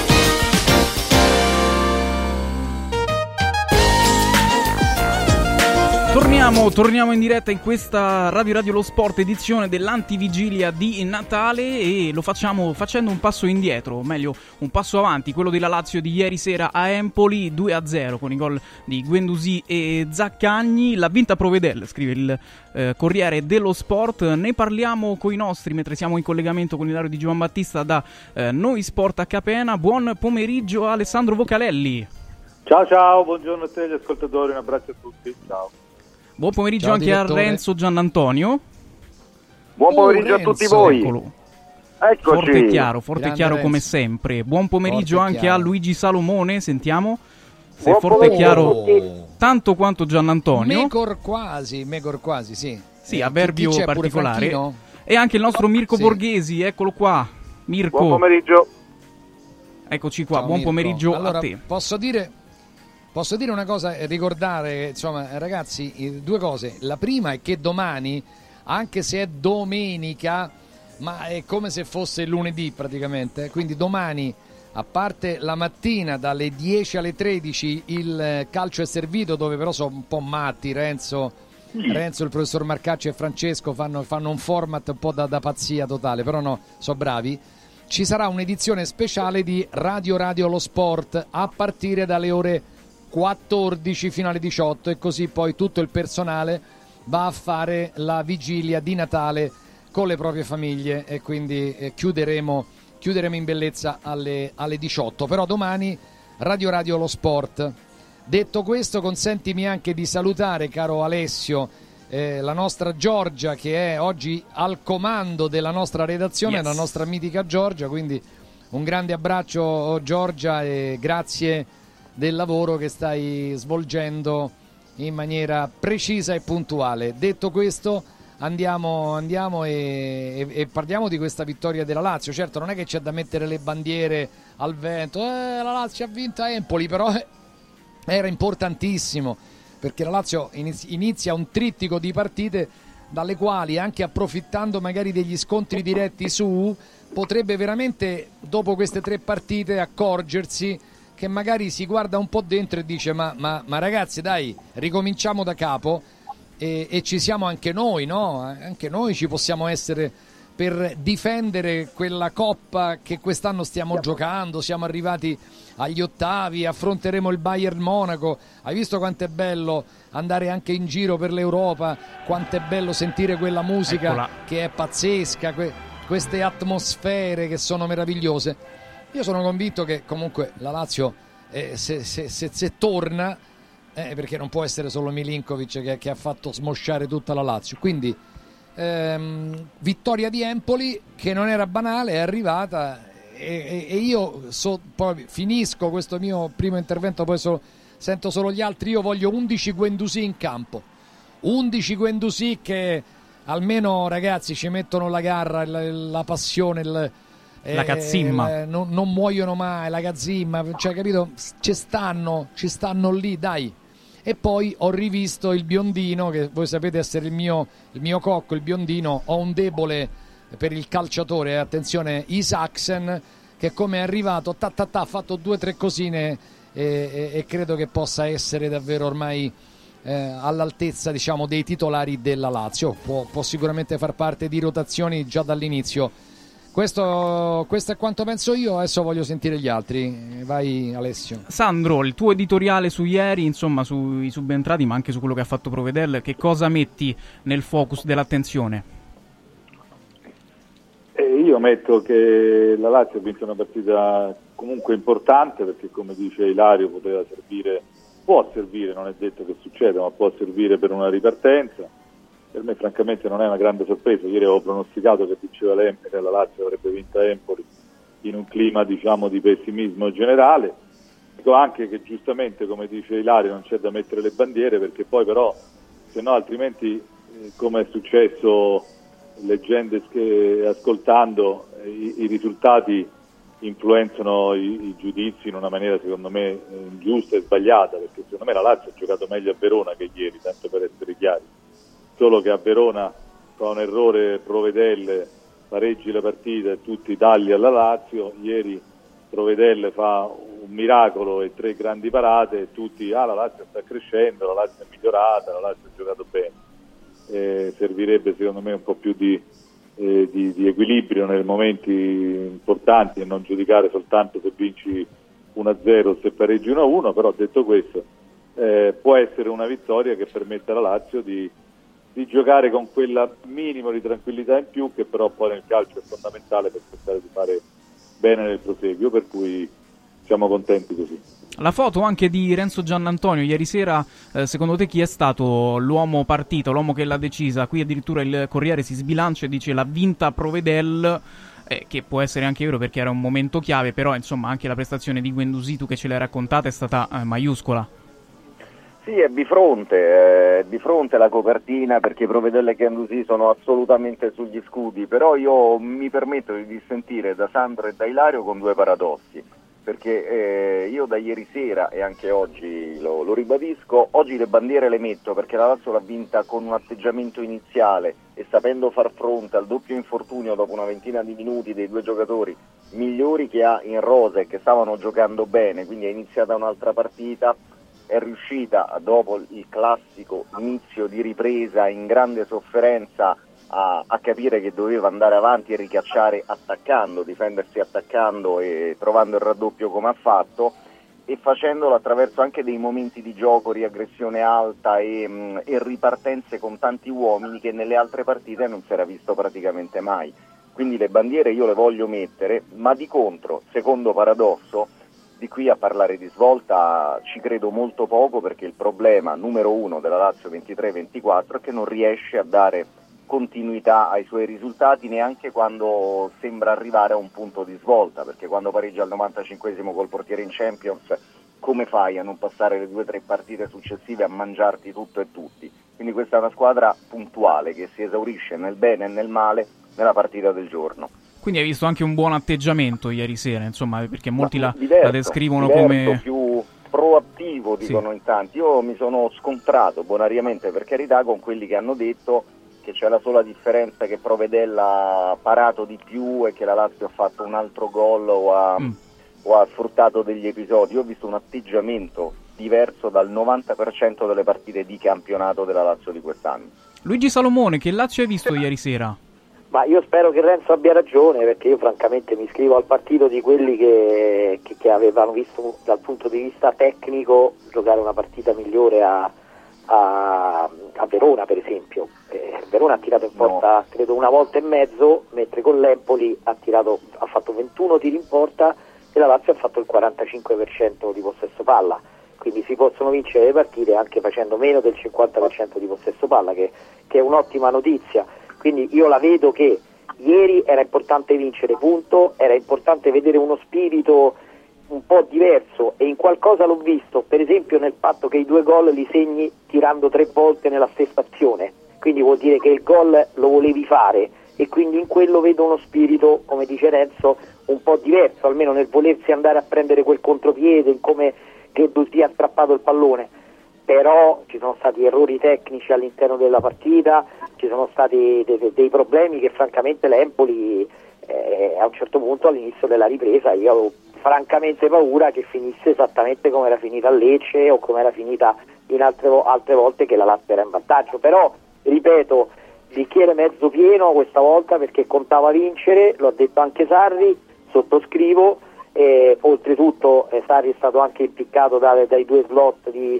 Torniamo in diretta in questa Radio Radio lo Sport edizione dell'antivigilia di Natale e lo facciamo facendo un passo indietro, o meglio un passo avanti, quello della Lazio di ieri sera a Empoli 2-0 con i gol di Guendouzi e Zaccagni. L'ha vinta Provedel, scrive il Corriere dello Sport. Ne parliamo coi nostri mentre siamo in collegamento con Ilario Di Giovanbattista da Noi Sport a Capena. Buon pomeriggio Alessandro Vocalelli. Ciao, buongiorno a te agli ascoltatori, un abbraccio a tutti, ciao. Buon pomeriggio. Ciao, anche direttore. a Renzo Giannantonio. Buon pomeriggio a tutti voi. Eccolo. Eccoci. Forte e chiaro come sempre. Buon pomeriggio Forte e anche chiaro. a Luigi Salomone, sentiamo se Buon è forte e chiaro pomeriggio. tanto quanto Giannantonio. Megor quasi, sì. Sì, avverbio chi c'è, particolare. pure Franchino? E anche il nostro Mirko Sì. Borghesi, eccolo qua. Mirko. Buon pomeriggio. Eccoci qua, Ciao, buon Mirko. pomeriggio allora, a te. Posso dire una cosa, ricordare, insomma, ragazzi, due cose. La prima è che domani, anche se è domenica, ma è come se fosse lunedì praticamente, quindi domani, a parte la mattina dalle 10 alle 13 il calcio è servito, dove però sono un po' matti, Renzo, il professor Marcacci e Francesco fanno un format un po' da pazzia totale, però no, sono bravi. Ci sarà un'edizione speciale di Radio Radio lo Sport a partire dalle ore 14 fino alle 18 e così poi tutto il personale va a fare la vigilia di Natale con le proprie famiglie e quindi chiuderemo in bellezza alle 18. Però domani Radio Radio lo Sport. Detto questo, consentimi anche di salutare, caro Alessio, la nostra Giorgia, che è oggi al comando della nostra redazione, la nostra mitica Giorgia, quindi un grande abbraccio Giorgia e grazie del lavoro che stai svolgendo in maniera precisa e puntuale. Detto questo, andiamo e parliamo di questa vittoria della Lazio. Certo, non è che c'è da mettere le bandiere al vento, la Lazio ha vinto a Empoli, però era importantissimo, perché la Lazio inizia un trittico di partite dalle quali, anche approfittando magari degli scontri diretti potrebbe veramente dopo queste 3 partite accorgersi che magari si guarda un po' dentro e dice ma ragazzi, dai, ricominciamo da capo e ci siamo anche noi, no? Anche noi ci possiamo essere per difendere quella coppa che quest'anno stiamo giocando. Siamo arrivati agli ottavi, affronteremo il Bayern Monaco. Hai visto quanto è bello andare anche in giro per l'Europa, quanto è bello sentire quella musica. Eccola. Che è pazzesca, queste atmosfere che sono meravigliose. Io sono convinto che comunque la Lazio se torna, perché non può essere solo Milinkovic che ha fatto smosciare tutta la Lazio, quindi vittoria di Empoli che non era banale, è arrivata e io poi finisco questo mio primo intervento, poi sento solo gli altri. Io voglio 11 Guendouzi in campo, 11 Guendouzi che almeno, ragazzi, ci mettono la garra, la passione, la cazzimma, non muoiono mai, la cazzimma, cioè, capito? Ci stanno lì, dai. E poi ho rivisto il biondino, che voi sapete essere il mio cocco, il biondino. Ho un debole per il calciatore, attenzione, Isaksen, che come è arrivato ha fatto 2 o 3 cosine e credo che possa essere davvero ormai all'altezza, diciamo, dei titolari della Lazio. Può sicuramente far parte di rotazioni già dall'inizio. Questo è quanto penso io, adesso voglio sentire gli altri. Vai Alessio. Sandro, il tuo editoriale su ieri, insomma, sui subentrati, ma anche su quello che ha fatto Provedel, che cosa metti nel focus dell'attenzione? Io metto che la Lazio ha vinto una partita comunque importante, perché come dice Ilario può servire, non è detto che succeda, ma può servire per una ripartenza. Per me francamente non è una grande sorpresa. Ieri avevo pronosticato che vinceva l'Empoli e la Lazio avrebbe vinto Empoli in un clima diciamo di pessimismo generale. Dico anche che giustamente, come dice Ilario, non c'è da mettere le bandiere, perché poi però se no altrimenti come è successo leggendo e ascoltando i risultati influenzano i giudizi in una maniera secondo me ingiusta e sbagliata, perché secondo me la Lazio ha giocato meglio a Verona che ieri, tanto per essere chiari, solo che a Verona fa un errore Provedel, pareggi la partita e tutti i tagli alla Lazio. Ieri Provedel fa un miracolo e 3 grandi parate e tutti, la Lazio sta crescendo, la Lazio è migliorata, la Lazio ha giocato bene. Servirebbe secondo me un po' più di equilibrio nei momenti importanti e non giudicare soltanto se vinci 1-0 o se pareggi 1-1, però detto questo può essere una vittoria che permette alla Lazio di giocare con quella minimo di tranquillità in più, che però poi nel calcio è fondamentale per cercare di fare bene nel proseguio, per cui siamo contenti così. La foto anche di Renzo Giannantonio ieri sera, secondo te chi è stato l'uomo partita, l'uomo che l'ha decisa? Qui addirittura il Corriere si sbilancia e dice l'ha vinta Provedel, che può essere anche vero perché era un momento chiave, però insomma anche la prestazione di Guendouzi, tu che ce l'hai raccontata, è stata maiuscola. Sì, è bifronte la copertina, perché Provedel e Guendouzi sono assolutamente sugli scudi, però io mi permetto di dissentire da Sandro e da Ilario con 2 paradossi, perché io da ieri sera e anche oggi lo ribadisco, oggi le bandiere le metto perché la Lazio l'ha vinta con un atteggiamento iniziale e sapendo far fronte al doppio infortunio dopo una ventina di minuti dei 2 giocatori migliori che ha in rosa e che stavano giocando bene, quindi è iniziata un'altra partita. È riuscita, dopo il classico inizio di ripresa in grande sofferenza, a capire che doveva andare avanti e ricacciare attaccando, difendersi attaccando e trovando il raddoppio come ha fatto, e facendolo attraverso anche dei momenti di gioco, riaggressione alta e ripartenze con tanti uomini che nelle altre partite non si era visto praticamente mai. Quindi le bandiere io le voglio mettere, ma di contro, secondo paradosso, di qui a parlare di svolta ci credo molto poco, perché il problema numero 1 della Lazio 23-24 è che non riesce a dare continuità ai suoi risultati neanche quando sembra arrivare a un punto di svolta, perché quando pareggia al 95esimo col portiere in Champions, come fai a non passare le 2 o 3 partite successive a mangiarti tutto e tutti? Quindi questa è una squadra puntuale che si esaurisce nel bene e nel male nella partita del giorno. Quindi hai visto anche un buon atteggiamento ieri sera, insomma, perché molti la descrivono come più proattivo, dicono in tanti. Io mi sono scontrato bonariamente, per carità, con quelli che hanno detto che c'è la sola differenza che Provedel ha parato di più e che la Lazio ha fatto un altro gol o ha sfruttato degli episodi. Io ho visto un atteggiamento diverso dal 90% delle partite di campionato della Lazio di quest'anno. Luigi Salomone, che Lazio hai visto ieri sera? Ma io spero che Renzo abbia ragione, perché io francamente mi iscrivo al partito di quelli che avevano visto dal punto di vista tecnico giocare una partita migliore a Verona, per esempio. Verona ha tirato in porta credo una volta e mezzo, mentre con l'Empoli ha fatto 21 tiri in porta e la Lazio ha fatto il 45% di possesso palla. Quindi si possono vincere le partite anche facendo meno del 50% di possesso palla, che è un'ottima notizia. Quindi io la vedo che ieri era importante vincere, punto, era importante vedere uno spirito un po' diverso, e in qualcosa l'ho visto, per esempio nel fatto che i 2 gol li segni tirando 3 volte nella stessa azione, quindi vuol dire che il gol lo volevi fare, e quindi in quello vedo uno spirito, come dice Renzo, un po' diverso, almeno nel volersi andare a prendere quel contropiede, in come Guendouzi ha strappato il pallone. Però ci sono stati errori tecnici all'interno della partita, ci sono stati dei problemi che francamente l'Empoli a un certo punto all'inizio della ripresa io avevo francamente paura che finisse esattamente come era finita a Lecce o come era finita in altre volte che la Lazio era in vantaggio. Però ripeto, bicchiere mezzo pieno questa volta, perché contava vincere, lo ha detto anche Sarri, sottoscrivo, e oltretutto Sarri è stato anche impiccato dai 2 slot di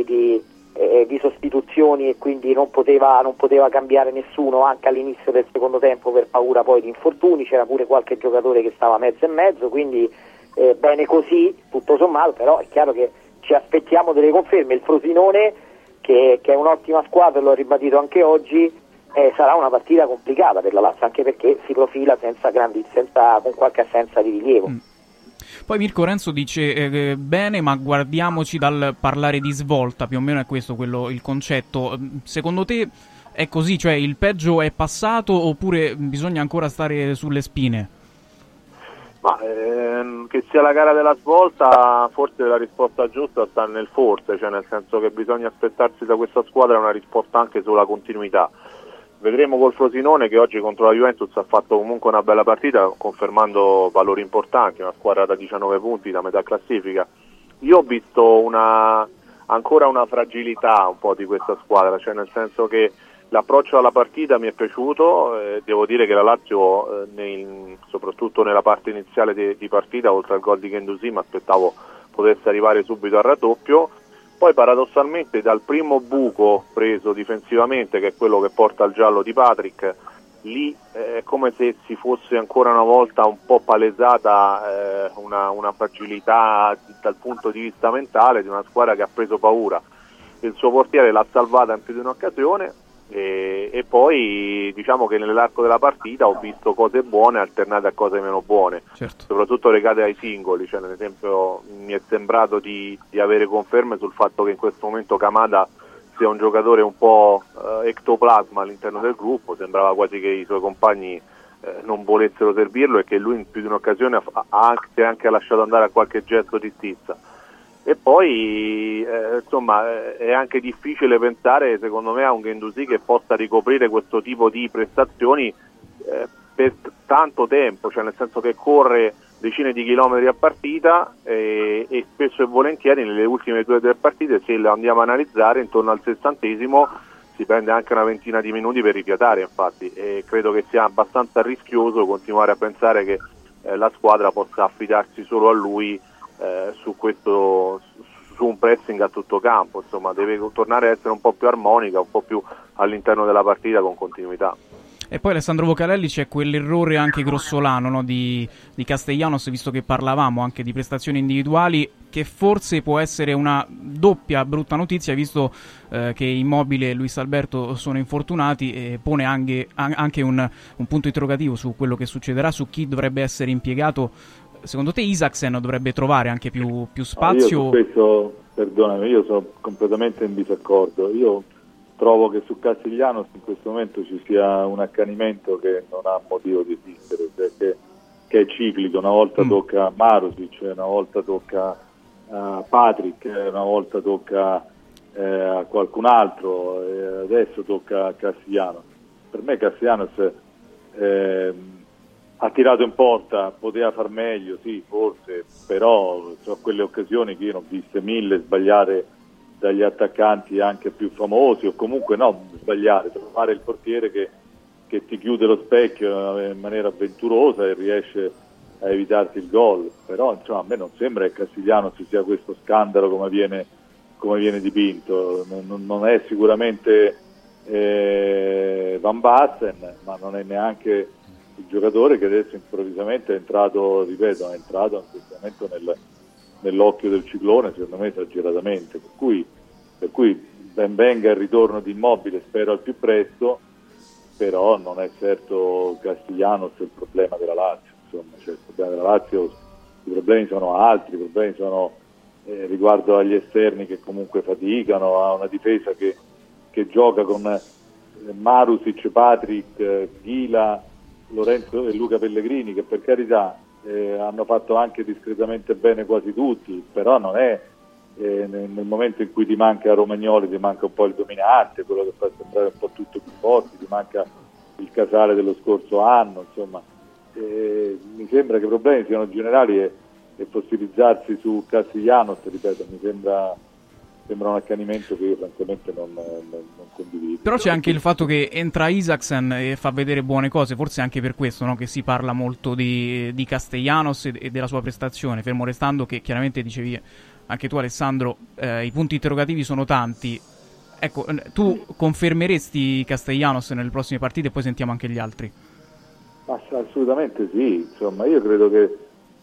sostituzioni, e quindi non poteva cambiare nessuno anche all'inizio del secondo tempo per paura poi di infortuni. C'era pure qualche giocatore che stava mezzo e mezzo, quindi bene così, tutto sommato, però è chiaro che ci aspettiamo delle conferme. Il Frosinone, che è un'ottima squadra, l'ho ribadito anche oggi, sarà una partita complicata per la Lazio, anche perché si profila con qualche assenza di rilievo. Poi Mirko Renzo dice bene, ma guardiamoci dal parlare di svolta, più o meno è questo il concetto. Secondo te è così, cioè il peggio è passato oppure bisogna ancora stare sulle spine? Ma che sia la gara della svolta, forse la risposta giusta sta nel forse, cioè nel senso che bisogna aspettarsi da questa squadra una risposta anche sulla continuità. Vedremo col Frosinone, che oggi contro la Juventus ha fatto comunque una bella partita, confermando valori importanti, una squadra da 19 punti, da metà classifica. Io ho visto ancora una fragilità un po' di questa squadra, cioè nel senso che l'approccio alla partita mi è piaciuto, devo dire che la Lazio, soprattutto nella parte iniziale di partita, oltre al gol di Guendouzi, mi aspettavo potesse arrivare subito al raddoppio. Poi paradossalmente dal primo buco preso difensivamente, che è quello che porta al giallo di Patrick, lì è come se si fosse ancora una volta un po' palesata una fragilità dal punto di vista mentale di una squadra che ha preso paura. Il suo portiere l'ha salvata in più di un'occasione e poi diciamo che nell'arco della partita ho visto cose buone alternate a cose meno buone, certo, soprattutto legate ai singoli, cioè ad esempio mi è sembrato di avere conferme sul fatto che in questo momento Kamada sia un giocatore un po' ectoplasma all'interno del gruppo, sembrava quasi che i suoi compagni non volessero servirlo e che lui in più di un'occasione si è anche lasciato andare a qualche gesto di stizza. E poi insomma è anche difficile pensare, secondo me, a un Guendouzi che possa ricoprire questo tipo di prestazioni per tanto tempo, cioè nel senso che corre decine di chilometri a partita e spesso e volentieri nelle ultime 2 o 3 partite, se le andiamo a analizzare, intorno al 60° si prende anche una ventina di minuti per rifiatare, infatti, e credo che sia abbastanza rischioso continuare a pensare che la squadra possa affidarsi solo a lui su un pressing a tutto campo. Insomma, deve tornare a essere un po' più armonica, un po' più all'interno della partita con continuità. E poi Alessandro Vocalelli, c'è quell'errore anche grossolano, no, di Castellanos, visto che parlavamo anche di prestazioni individuali, che forse può essere una doppia brutta notizia, visto che Immobile e Luis Alberto sono infortunati, e pone anche un punto interrogativo su quello che succederà, su chi dovrebbe essere impiegato. Secondo te Isaksen dovrebbe trovare anche più spazio? Io su questo, perdonami, io sono completamente in disaccordo. Io trovo che su Castiglianos in questo momento ci sia un accanimento che non ha motivo di esistere, perché che è ciclico. Una volta tocca Marusic, una volta tocca Patrick, una volta tocca a qualcun altro, adesso tocca a Castiglianos. Per me Castiglianos ha tirato in porta, poteva far meglio, sì, forse, però sono quelle occasioni che io non ho viste 1000 sbagliare dagli attaccanti anche più famosi, o comunque no, sbagliare, trovare il portiere che ti chiude lo specchio in maniera avventurosa e riesce a evitarti il gol. Però insomma a me non sembra che Castiglianos sia questo scandalo come viene dipinto. Non è sicuramente Van Basten, ma non è neanche il giocatore che adesso improvvisamente è entrato in questo momento nell'occhio del ciclone, secondo me esageratamente, per cui ben venga il ritorno di Immobile, spero al più presto, però non è certo Castiglianos il problema della Lazio. Insomma, cioè, il problema della Lazio, i problemi sono altri, i problemi sono riguardo agli esterni che comunque faticano, a una difesa che gioca con Marusic, Patrick, Ghila, Lorenzo e Luca Pellegrini, che per carità hanno fatto anche discretamente bene quasi tutti, però non è nel momento in cui ti manca Romagnoli, ti manca un po' il dominante, quello che fa sembrare un po' tutto più forte, ti manca il Casale dello scorso anno, insomma. Mi sembra che i problemi siano generali e fossilizzarsi su Castiglianos, ripeto, mi sembra un accanimento che io francamente non condivido. Però c'è anche il fatto che entra Isaksen e fa vedere buone cose, forse anche per questo, no, che si parla molto di Castellanos e della sua prestazione, fermo restando che chiaramente dicevi anche tu, Alessandro, i punti interrogativi sono tanti. Ecco, tu confermeresti Castellanos nelle prossime partite e poi sentiamo anche gli altri? Assolutamente sì, insomma io credo che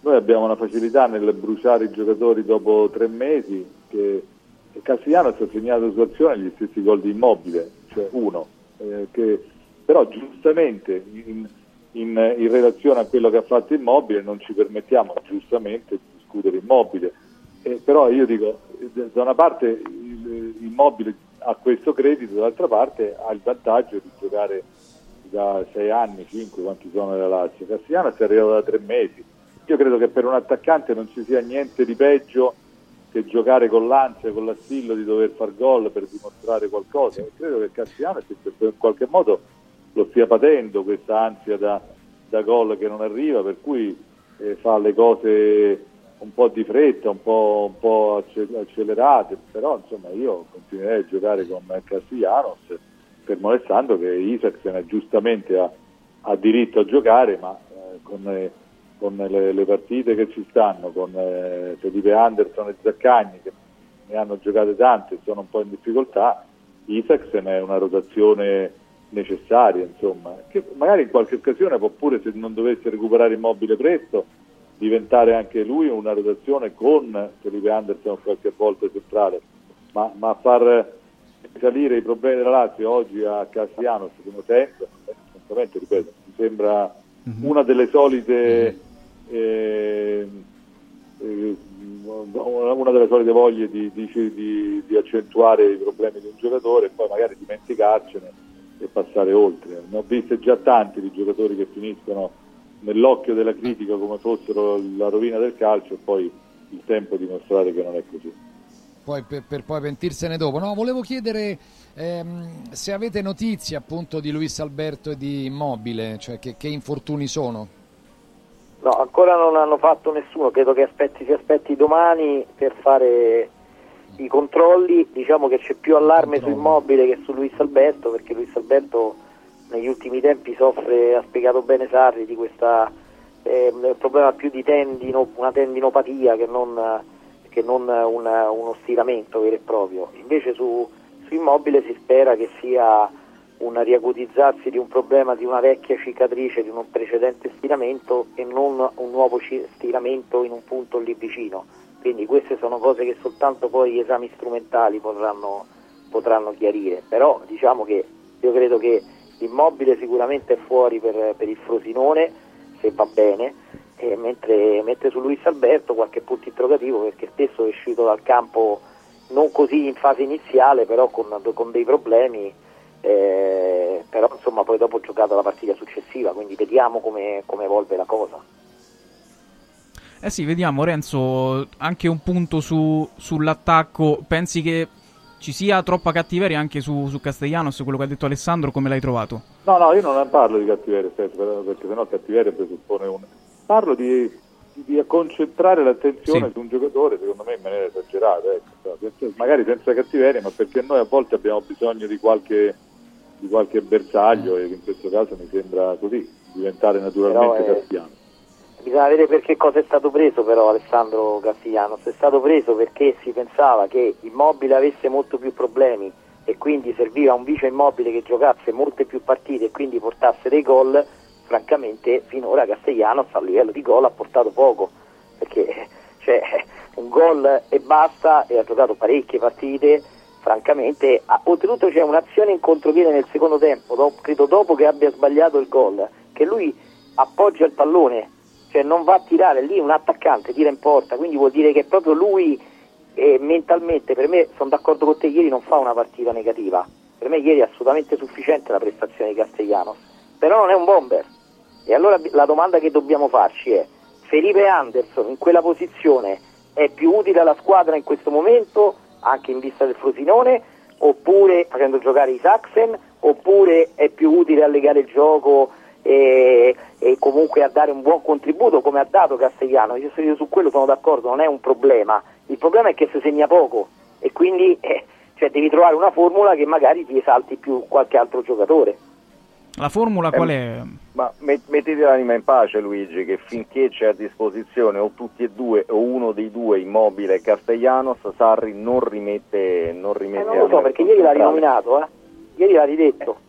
noi abbiamo una facilità nel bruciare i giocatori dopo 3 mesi, che Castigliano si è segnato su azione gli stessi gol di Immobile, cioè uno, che però giustamente in relazione a quello che ha fatto Immobile non ci permettiamo giustamente di discutere Immobile, però io dico, da una parte Immobile ha questo credito, dall'altra parte ha il vantaggio di giocare da 6 anni, 5, quanti sono nella Lazio. Castigliano si è arrivato da 3 mesi. Io credo che per un attaccante non ci sia niente di peggio che giocare con l'ansia, con l'assillo di dover far gol per dimostrare qualcosa. E credo che Castigliano in qualche modo lo stia patendo questa ansia da gol che non arriva, per cui fa le cose un po' di fretta, un po' accelerate, però insomma io continuerei a giocare con Castellanos, fermo restando che Isaacsen giustamente ha diritto a giocare, ma con le partite che ci stanno, con Felipe Anderson e Zaccagni che ne hanno giocate tante e sono un po' in difficoltà, Isaacsen è una rotazione necessaria, insomma, che magari in qualche occasione può pure, se non dovesse recuperare Immobile presto, diventare anche lui una rotazione con Felipe Anderson qualche volta centrale, ma far salire i problemi della Lazio oggi a Castigliano secondo tempo, francamente ripeto, mi sembra una delle solite una delle solite voglie di accentuare i problemi di un giocatore e poi magari dimenticarcene e passare oltre. Ne ho viste già tanti di giocatori che finiscono nell'occhio della critica come fossero la rovina del calcio e poi il tempo è dimostrare che non è così. Poi per poi pentirsene dopo. No, volevo chiedere se avete notizie appunto di Luis Alberto e di Immobile, cioè che infortuni sono? No, ancora non hanno fatto nessuno, credo che si aspetti domani per fare i controlli. Diciamo che c'è più allarme su Immobile che su Luis Alberto, perché Luis Alberto negli ultimi tempi soffre, ha spiegato bene Sarri, di questa problema più di una tendinopatia che non uno stiramento vero e proprio. Invece su Immobile si spera che sia un riacutizzarsi di un problema, di una vecchia cicatrice, di un precedente stiramento e non un nuovo stiramento in un punto lì vicino. Quindi queste sono cose che soltanto poi gli esami strumentali potranno chiarire. Però diciamo che io credo che Immobile sicuramente è fuori per il Frosinone, se va bene, mentre su Luis Alberto qualche punto interrogativo, perché spesso è uscito dal campo non così in fase iniziale, però con dei problemi, però insomma poi dopo ho giocato la partita successiva, quindi vediamo come evolve la cosa. Sì, vediamo. Renzo, anche un punto sull'attacco, pensi che ci sia troppa cattiveria anche su Castellanos, quello che ha detto Alessandro? Come l'hai trovato? No, io non parlo di cattiveria, perché sennò cattiveria presuppone parlo di concentrare l'attenzione su un giocatore, secondo me in maniera esagerata, magari senza cattiveria, ma perché noi a volte abbiamo bisogno di qualche bersaglio, e in questo caso mi sembra così, diventare naturalmente Castigliano. Bisogna vedere per che cosa è stato preso però Alessandro Castiglianos. È stato preso perché si pensava che Immobile avesse molto più problemi e quindi serviva un vice Immobile che giocasse molte più partite e quindi portasse dei gol. Francamente finora Castellanos a livello di gol ha portato poco, perché un gol e basta, e ha giocato parecchie partite. Francamente oltretutto c'è un'azione in contropiede nel secondo tempo, credo dopo che abbia sbagliato il gol, che lui appoggia il pallone, cioè non va a tirare, lì un attaccante tira in porta, quindi vuol dire che proprio lui mentalmente, per me, sono d'accordo con te, ieri non fa una partita negativa, per me ieri è assolutamente sufficiente la prestazione di Castellanos, però non è un bomber. E allora la domanda che dobbiamo farci è: Felipe Anderson in quella posizione è più utile alla squadra in questo momento, anche in vista del Frosinone, oppure facendo giocare Isaacsen, oppure è più utile a legare il gioco e comunque a dare un buon contributo come ha dato Castellano? Io su quello sono d'accordo, non è un problema. Il problema è che si segna poco e quindi devi trovare una formula che magari ti esalti più qualche altro giocatore. La formula qual è? Ma mettete l'anima in pace, Luigi, che finché c'è a disposizione o tutti e due o uno dei due, Immobile e Castellanos, Sarri non rimette non lo so, perché ieri l'ha rinominato, ieri l'ha ridetto.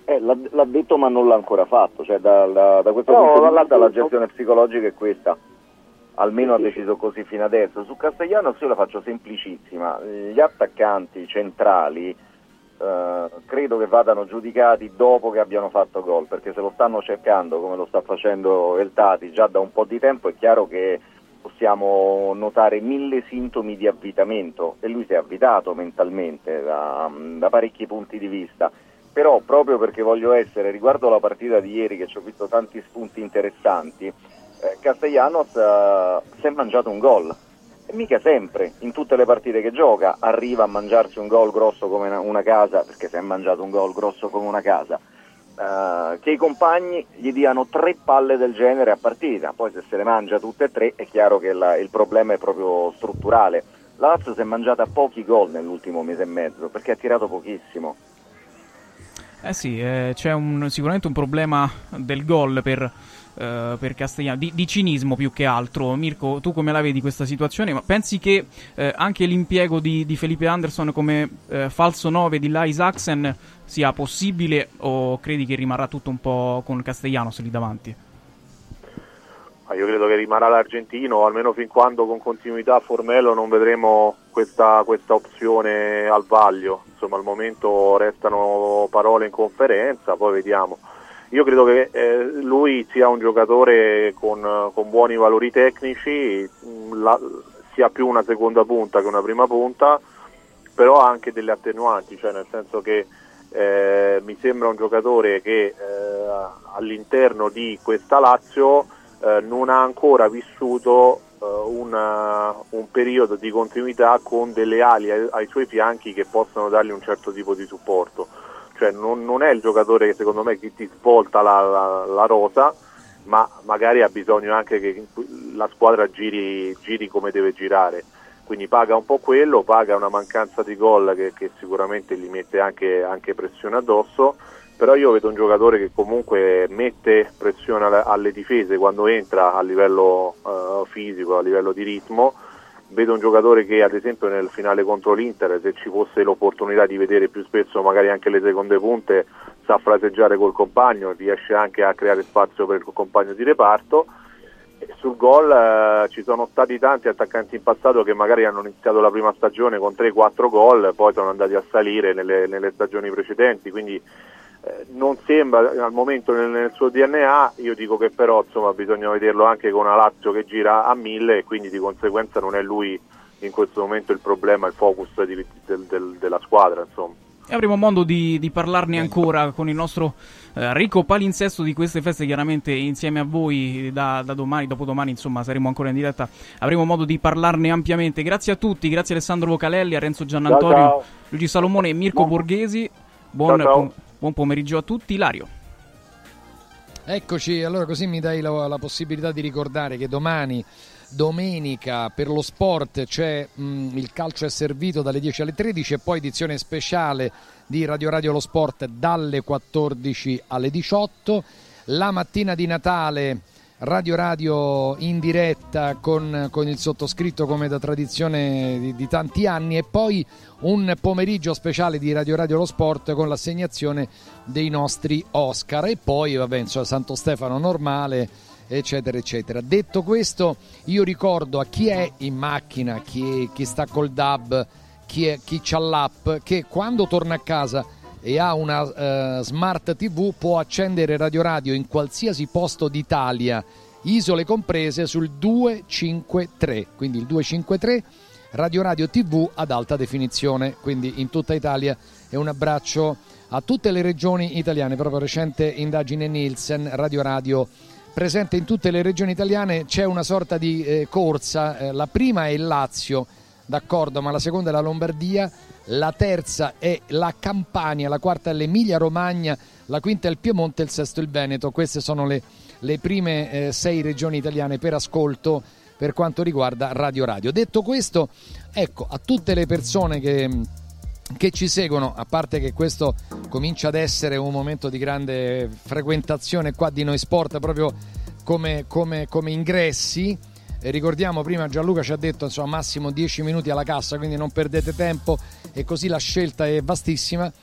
L'ha detto ma non l'ha ancora fatto, cioè da questo punto di vista la gestione psicologica è questa. almeno ha deciso così fino adesso. Su Castellanos io la faccio semplicissima, gli attaccanti centrali credo che vadano giudicati dopo che abbiano fatto gol, perché se lo stanno cercando come lo sta facendo El Tati già da un po' di tempo, è chiaro che possiamo notare 1000 sintomi di avvitamento, e lui si è avvitato mentalmente da parecchi punti di vista. Però proprio perché voglio essere, riguardo la partita di ieri che ci ho visto tanti spunti interessanti, Castellanos si è mangiato un gol, e mica sempre, in tutte le partite che gioca, arriva a mangiarsi un gol grosso come una casa, perché si è mangiato un gol grosso come una casa, che i compagni gli diano 3 palle del genere a partita. Poi se se le mangia tutte e 3 è chiaro che il problema è proprio strutturale. La Lazio si è mangiata pochi gol nell'ultimo mese e mezzo, perché ha tirato pochissimo. Sì, c'è sicuramente un problema del gol per Castellanos, di cinismo più che altro. Mirko, tu come la vedi questa situazione? Ma pensi che anche l'impiego di Felipe Anderson come falso 9 di Lai Saxen sia possibile, o credi che rimarrà tutto un po' con Castellanos lì davanti? Io credo che rimarrà l'argentino, almeno fin quando con continuità Formello non vedremo questa opzione al vaglio. Insomma, al momento restano parole in conferenza, poi vediamo. Io credo che lui sia un giocatore con buoni valori tecnici, sia più una seconda punta che una prima punta, però ha anche delle attenuanti, cioè nel senso che mi sembra un giocatore che all'interno di questa Lazio non ha ancora vissuto un periodo di continuità con delle ali ai suoi fianchi che possono dargli un certo tipo di supporto. Cioè non è il giocatore che secondo me che ti svolta la rosa, ma magari ha bisogno anche che la squadra giri come deve girare. Quindi paga un po' quello, paga una mancanza di gol che sicuramente gli mette anche pressione addosso. Però io vedo un giocatore che comunque mette pressione alle difese quando entra a livello fisico, a livello di ritmo. Vedo un giocatore che ad esempio nel finale contro l'Inter, se ci fosse l'opportunità di vedere più spesso magari anche le seconde punte, sa fraseggiare col compagno, riesce anche a creare spazio per il compagno di reparto. E sul gol ci sono stati tanti attaccanti in passato che magari hanno iniziato la prima stagione con 3-4 gol, poi sono andati a salire nelle stagioni precedenti, quindi non sembra al momento nel suo DNA. Io dico che però insomma bisogna vederlo anche con una Lazio che gira a 1000, e quindi di conseguenza non è lui in questo momento il problema, il focus della squadra, insomma. E avremo modo di parlarne ancora con il nostro ricco palinsesto di queste feste, chiaramente insieme a voi da domani, dopodomani, insomma saremo ancora in diretta, avremo modo di parlarne ampiamente. Grazie a tutti, grazie a Alessandro Vocalelli, a Renzo Giannantonio, ciao. Luigi Salomone e Mirko Borghesi. Buon pomeriggio a tutti. Ilario. Eccoci, allora così mi dai la possibilità di ricordare che domani, domenica, per lo sport c'è il calcio è servito dalle 10 alle 13 e poi edizione speciale di Radio Radio Lo Sport dalle 14 alle 18. La mattina di Natale Radio Radio in diretta con il sottoscritto come da tradizione di tanti anni, e poi un pomeriggio speciale di Radio Radio Lo Sport con l'assegnazione dei nostri Oscar, e poi vabbè, insomma, Santo Stefano normale, eccetera eccetera. Detto questo, io ricordo a chi è in macchina, chi sta col DAB, chi c'ha l'app, che quando torna a casa e ha una smart TV può accendere Radio Radio in qualsiasi posto d'Italia, isole comprese, sul 253, quindi il 253 Radio Radio TV ad alta definizione, quindi in tutta Italia. E un abbraccio a tutte le regioni italiane. Proprio recente indagine Nielsen, Radio Radio presente in tutte le regioni italiane. C'è una sorta di corsa, la prima è il Lazio, d'accordo, ma la seconda è la Lombardia, la terza è la Campania, la quarta è l'Emilia Romagna, la quinta è il Piemonte, il sesto il Veneto. Queste sono le prime 6 regioni italiane per ascolto per quanto riguarda Radio Radio. Detto questo, ecco, a tutte le persone che ci seguono, a parte che questo comincia ad essere un momento di grande frequentazione qua di Noi Sport, proprio come ingressi. Ricordiamo, prima Gianluca ci ha detto insomma massimo 10 minuti alla cassa, quindi non perdete tempo, e così la scelta è vastissima.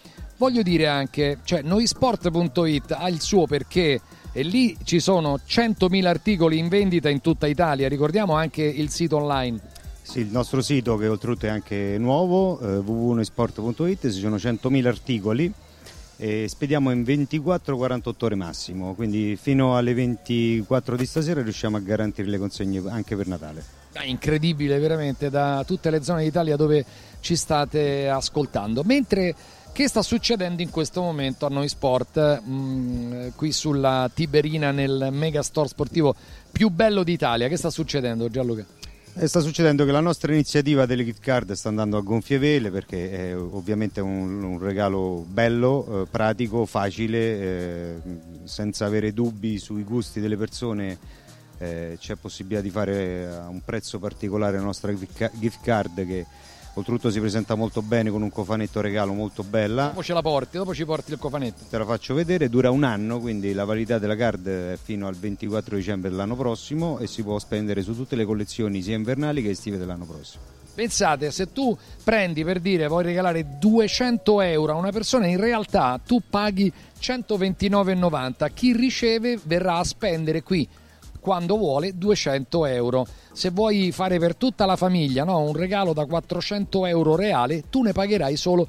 voglio dire anche, cioè noisport.it ha il suo perché e lì ci sono 100.000 articoli in vendita in tutta Italia. Ricordiamo anche il sito online. Sì, il nostro sito, che oltretutto è anche nuovo, www.noisport.it, ci sono 100.000 articoli e spediamo in 24-48 ore massimo, quindi fino alle 24 di stasera riusciamo a garantire le consegne anche per Natale. È incredibile veramente, da tutte le zone d'Italia dove ci state ascoltando. Mentre che sta succedendo in questo momento a Noi Sport, qui sulla Tiberina, nel megastore sportivo più bello d'Italia? Che sta succedendo, Gianluca? Sta succedendo che la nostra iniziativa delle gift card sta andando a gonfie vele, perché è ovviamente un regalo bello, pratico, facile, senza avere dubbi sui gusti delle persone. C'è possibilità di fare a un prezzo particolare la nostra gift card, che oltretutto si presenta molto bene con un cofanetto regalo molto bella. Dopo ce la porti, dopo ci porti il cofanetto. Te la faccio vedere, dura un anno, quindi la validità della card è fino al 24 dicembre dell'anno prossimo e si può spendere su tutte le collezioni sia invernali che estive dell'anno prossimo. Pensate, se tu prendi, per dire, vuoi regalare 200 euro a una persona, in realtà tu paghi 129,90. Chi riceve verrà a spendere qui, quando vuole, 200 euro. Se vuoi fare per tutta la famiglia, no, un regalo da 400 euro reale, tu ne pagherai solo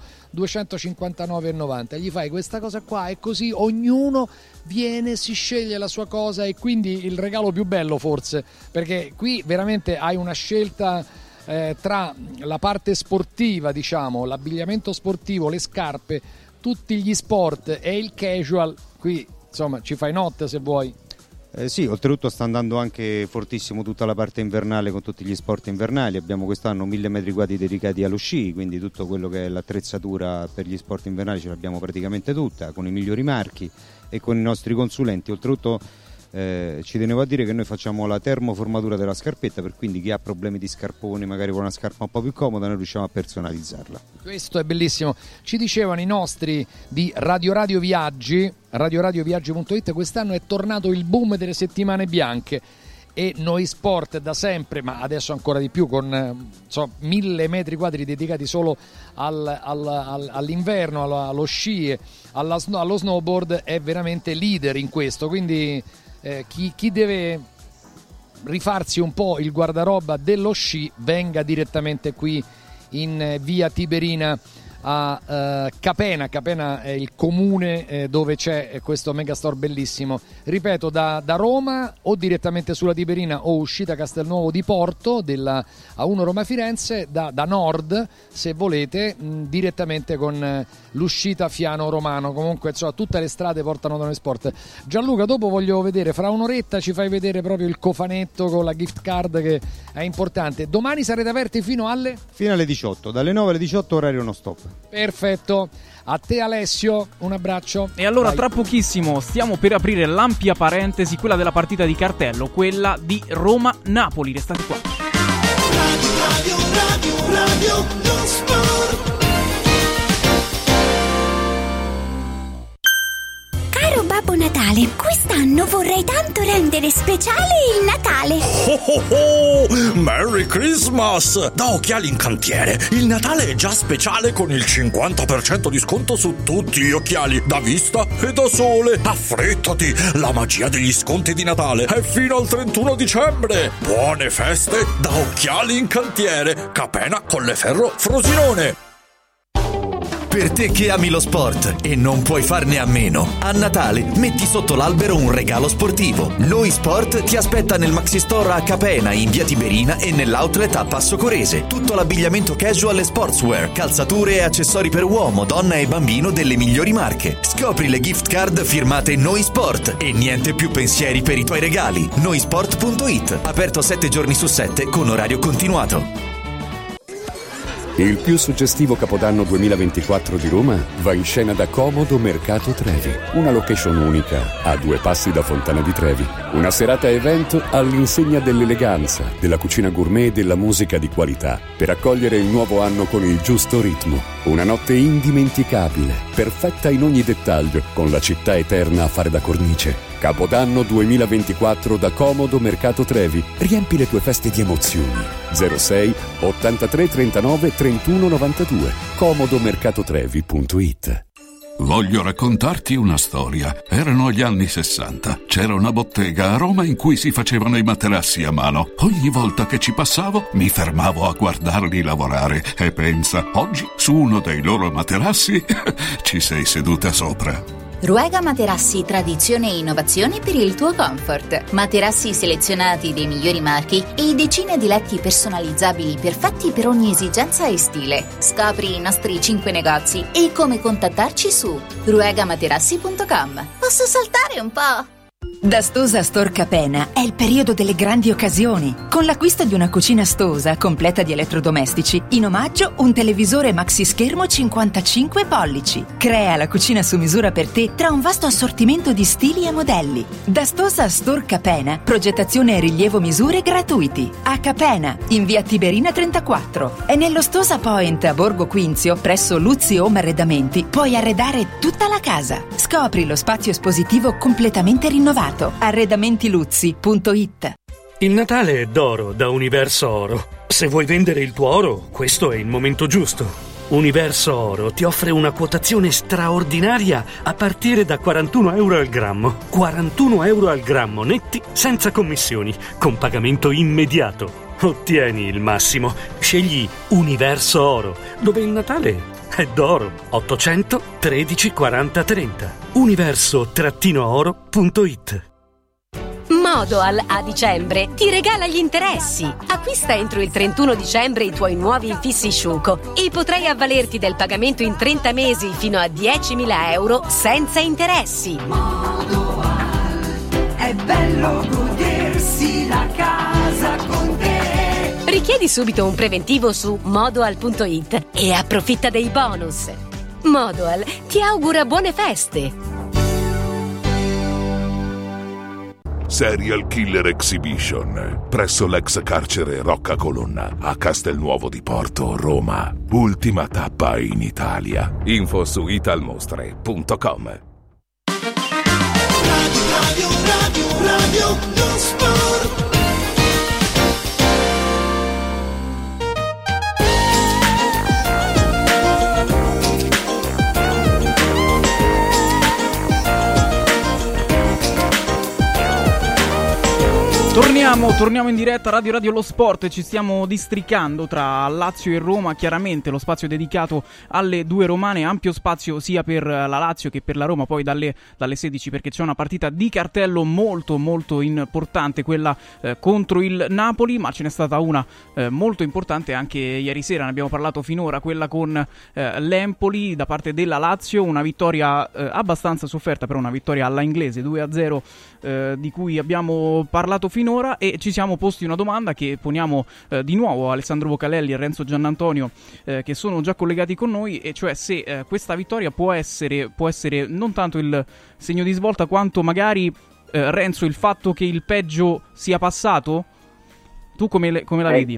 259,90. Gli fai questa cosa qua e così ognuno viene, si sceglie la sua cosa, e quindi il regalo più bello forse, perché qui veramente hai una scelta tra la parte sportiva, diciamo, l'abbigliamento sportivo, le scarpe, tutti gli sport e il casual. Qui insomma ci fai notte se vuoi. Sì, oltretutto sta andando anche fortissimo tutta la parte invernale con tutti gli sport invernali. Abbiamo quest'anno 1000 metri quadri dedicati allo sci, quindi tutto quello che è l'attrezzatura per gli sport invernali ce l'abbiamo praticamente tutta, con i migliori marchi e con i nostri consulenti. Oltretutto ci tenevo a dire che noi facciamo la termoformatura della scarpetta, per quindi chi ha problemi di scarpone, magari vuole una scarpa un po' più comoda, noi riusciamo a personalizzarla. Questo è bellissimo. Ci dicevano i nostri di Radio Viaggi, radioradioviaggi.it, quest'anno è tornato il boom delle settimane bianche e Noi Sport da sempre, ma adesso ancora di più, con 1000 metri quadri dedicati solo all'inverno, allo sci, allo snowboard, è veramente leader in questo. Quindi chi deve rifarsi un po' il guardaroba dello sci, venga direttamente qui in via Tiberina a Capena. Capena è il comune dove c'è questo megastore bellissimo. Ripeto, da Roma o direttamente sulla Tiberina o uscita Castelnuovo di Porto della A1 Roma Firenze, da nord se volete, direttamente con l'uscita Fiano Romano. Comunque tutte le strade portano da Noi Sport. Gianluca, dopo voglio vedere, fra un'oretta ci fai vedere proprio il cofanetto con la gift card, che è importante. Domani sarete aperti fino alle 18, dalle 9 alle 18 orario non stop. Perfetto, a te Alessio un abbraccio. E allora Vai. Tra pochissimo stiamo per aprire l'ampia parentesi, quella della partita di cartello, quella di Roma-Napoli. Restate qua. Radio Lo Sport. Caro Babbo Natale, quest'anno vorrei tanto rendere speciale il Natale. Oh oh oh! Merry Christmas! Da Occhiali in Cantiere, il Natale è già speciale con il 50% di sconto su tutti gli occhiali, da vista e da sole. Affrettati! La magia degli sconti di Natale è fino al 31 dicembre. Buone feste da Occhiali in Cantiere, Capena, Colleferro, Frosinone. Per te che ami lo sport e non puoi farne a meno, a Natale metti sotto l'albero un regalo sportivo. Noi Sport ti aspetta nel Maxi Store a Capena, in via Tiberina, e nell'outlet a Passo Corese. Tutto l'abbigliamento casual e sportswear, calzature e accessori per uomo, donna e bambino delle migliori marche. Scopri le gift card firmate Noi Sport e niente più pensieri per i tuoi regali. Noisport.it, aperto 7 giorni su 7 con orario continuato. Il più suggestivo Capodanno 2024 di Roma va in scena da Comodo Mercato Trevi, una location unica a 2 passi da Fontana di Trevi. Una serata evento all'insegna dell'eleganza, della cucina gourmet e della musica di qualità, per accogliere il nuovo anno con il giusto ritmo. Una notte indimenticabile, perfetta in ogni dettaglio, con la città eterna a fare da cornice. Capodanno 2024 da Comodo Mercato Trevi. Riempi le tue feste di emozioni. 06 83 39 31 92. comodomercatotrevi.it. Voglio raccontarti una storia. Erano gli anni 60. C'era una bottega a Roma in cui si facevano i materassi a mano. Ogni volta che ci passavo mi fermavo a guardarli lavorare e pensa, oggi su uno dei loro materassi ci sei seduta sopra. Ruega Materassi, tradizione e innovazione per il tuo comfort. Materassi selezionati dei migliori marchi e decine di letti personalizzabili perfetti per ogni esigenza e stile. Scopri i nostri 5 negozi e come contattarci su ruegamaterassi.com. Posso saltare un po'? Da Stosa Store Capena è il periodo delle grandi occasioni. Con l'acquisto di una cucina Stosa completa di elettrodomestici, in omaggio un televisore maxi schermo 55 pollici. Crea la cucina su misura per te tra un vasto assortimento di stili e modelli. Da Stosa Store Capena, progettazione e rilievo misure gratuiti. A Capena, in via Tiberina 34. E nello Stosa Point a Borgo Quinzio, presso Luzzi Home Arredamenti, puoi arredare tutta la casa. Scopri lo spazio espositivo completamente rinnovato. Arredamentiluzzi.it. Il Natale è d'oro da Universo Oro. Se vuoi vendere il tuo oro, questo è il momento giusto. Universo Oro ti offre una quotazione straordinaria a partire da €41 al grammo. €41 al grammo netti, senza commissioni, con pagamento immediato. Ottieni il massimo. Scegli Universo Oro, dove il Natale è d'oro. 800 13 40 30. Universo-oro.it. Modoal a dicembre ti regala gli interessi. Acquista entro il 31 dicembre i tuoi nuovi infissi Sciuco e potrai avvalerti del pagamento in 30 mesi fino a €10.000 senza interessi. Modoal, è bello godersi la casa con te. Richiedi subito un preventivo su modoal.it e approfitta dei bonus. Modoal ti augura buone feste. Serial Killer Exhibition presso l'ex carcere Rocca Colonna a Castelnuovo di Porto, Roma. Ultima tappa in Italia. Info su italmostre.com. Radio lo sport. Torniamo in diretta a Radio Lo Sport. Ci stiamo districando tra Lazio e Roma. Chiaramente lo spazio dedicato alle due romane, ampio spazio sia per la Lazio che per la Roma, poi dalle 16, perché c'è una partita di cartello molto molto importante, quella contro il Napoli, ma ce n'è stata una molto importante anche ieri sera, ne abbiamo parlato finora, quella con l'Empoli da parte della Lazio, una vittoria abbastanza sofferta, però una vittoria alla inglese 2-0 di cui abbiamo parlato finora, e ci siamo posti una domanda che poniamo di nuovo a Alessandro Vocalelli e Renzo Giannantonio che sono già collegati con noi, e cioè se questa vittoria può essere non tanto il segno di svolta quanto magari Renzo il fatto che il peggio sia passato. Tu come la vedi?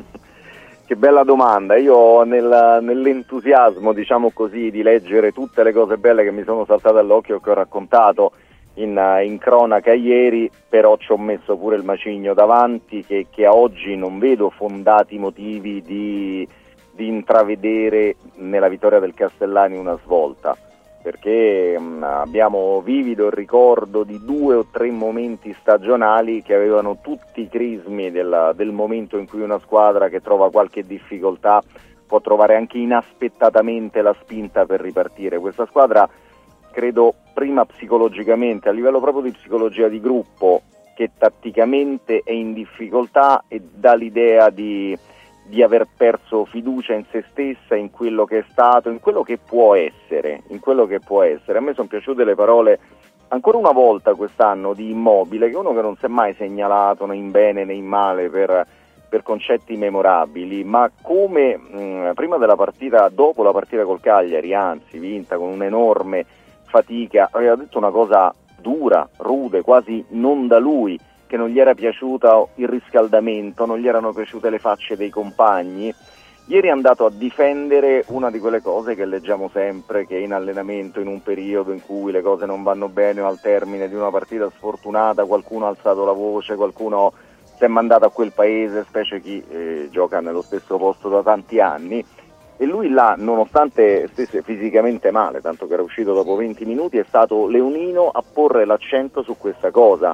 Che bella domanda. Io nell'entusiasmo, diciamo così, di leggere tutte le cose belle che mi sono saltate all'occhio, che ho raccontato in cronaca ieri, però ci ho messo pure il macigno davanti che a oggi non vedo fondati motivi di intravedere nella vittoria del Castellani una svolta, perché abbiamo vivido il ricordo di 2 o 3 momenti stagionali che avevano tutti i crismi del momento in cui una squadra che trova qualche difficoltà può trovare anche inaspettatamente la spinta per ripartire. Questa squadra, credo, prima psicologicamente, a livello proprio di psicologia di gruppo, che tatticamente è in difficoltà e dà l'idea di aver perso fiducia in se stessa, in quello che è stato, in quello che può essere. A me sono piaciute le parole, ancora una volta quest'anno, di Immobile, che è uno che non si è mai segnalato né in bene né in male per concetti memorabili, ma come prima della partita, dopo la partita col Cagliari, anzi vinta con un'enorme fatica, aveva detto una cosa dura, rude, quasi non da lui, che non gli era piaciuto il riscaldamento, non gli erano piaciute le facce dei compagni. Ieri è andato a difendere una di quelle cose che leggiamo sempre, che in allenamento, in un periodo in cui le cose non vanno bene o al termine di una partita sfortunata, qualcuno ha alzato la voce, qualcuno si è mandato a quel paese, specie chi gioca nello stesso posto da tanti anni, e lui là, nonostante stesse fisicamente male, tanto che era uscito dopo 20 minuti, è stato leonino a porre l'accento su questa cosa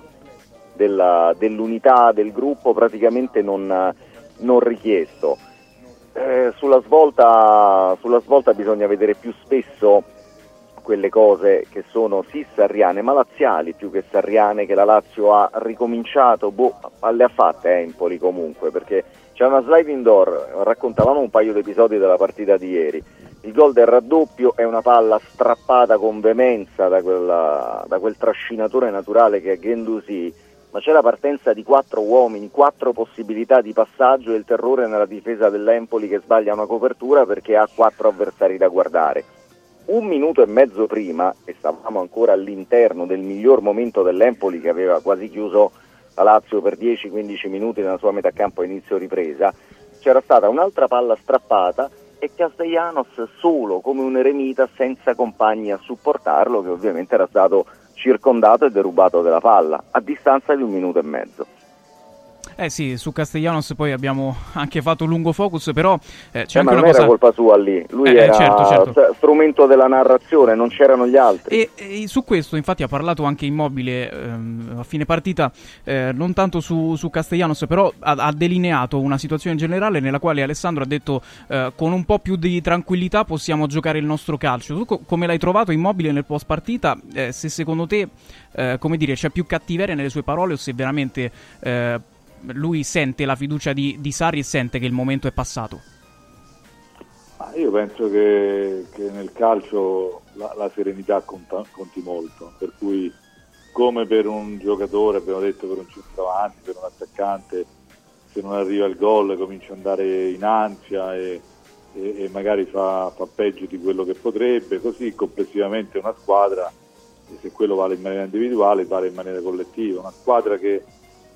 dell'unità del gruppo praticamente non richiesto. Sulla svolta bisogna vedere più spesso quelle cose che sono sì sarriane ma laziali più che sarriane, che la Lazio ha ricominciato, le ha fatte Empoli comunque, perché c'è una sliding door, raccontavamo un paio di episodi della partita di ieri, il gol del raddoppio è una palla strappata con veemenza da quel trascinatore naturale che è Guendouzi, ma c'è la partenza di 4 uomini, 4 possibilità di passaggio e il terrore nella difesa dell'Empoli che sbaglia una copertura perché ha 4 avversari da guardare. 1 minuto e mezzo prima, e stavamo ancora all'interno del miglior momento dell'Empoli che aveva quasi chiuso la Lazio per 10-15 minuti nella sua metà campo a inizio ripresa, c'era stata un'altra palla strappata e Castellanos solo come un eremita senza compagni a supportarlo, che ovviamente era stato circondato e derubato della palla a distanza di 1 minuto e mezzo. Sì, su Castellanos poi abbiamo anche fatto un lungo focus, però c'è anche ma una non cosa... era colpa sua lì, lui era certo. Strumento della narrazione, non c'erano gli altri. E su questo infatti ha parlato anche Immobile a fine partita, non tanto su Castellanos, però ha delineato una situazione generale nella quale Alessandro ha detto con un po' più di tranquillità possiamo giocare il nostro calcio. Tu come l'hai trovato Immobile nel post partita? Se secondo te come dire, c'è più cattiveria nelle sue parole o se veramente lui sente la fiducia di Sarri e sente che il momento è passato? Io penso che nel calcio la serenità conti molto, per cui come per un giocatore, abbiamo detto per un centravanti, per un attaccante, se non arriva il gol comincia ad andare in ansia e magari fa peggio di quello che potrebbe, così complessivamente una squadra, se quello vale in maniera individuale, vale in maniera collettiva, una squadra che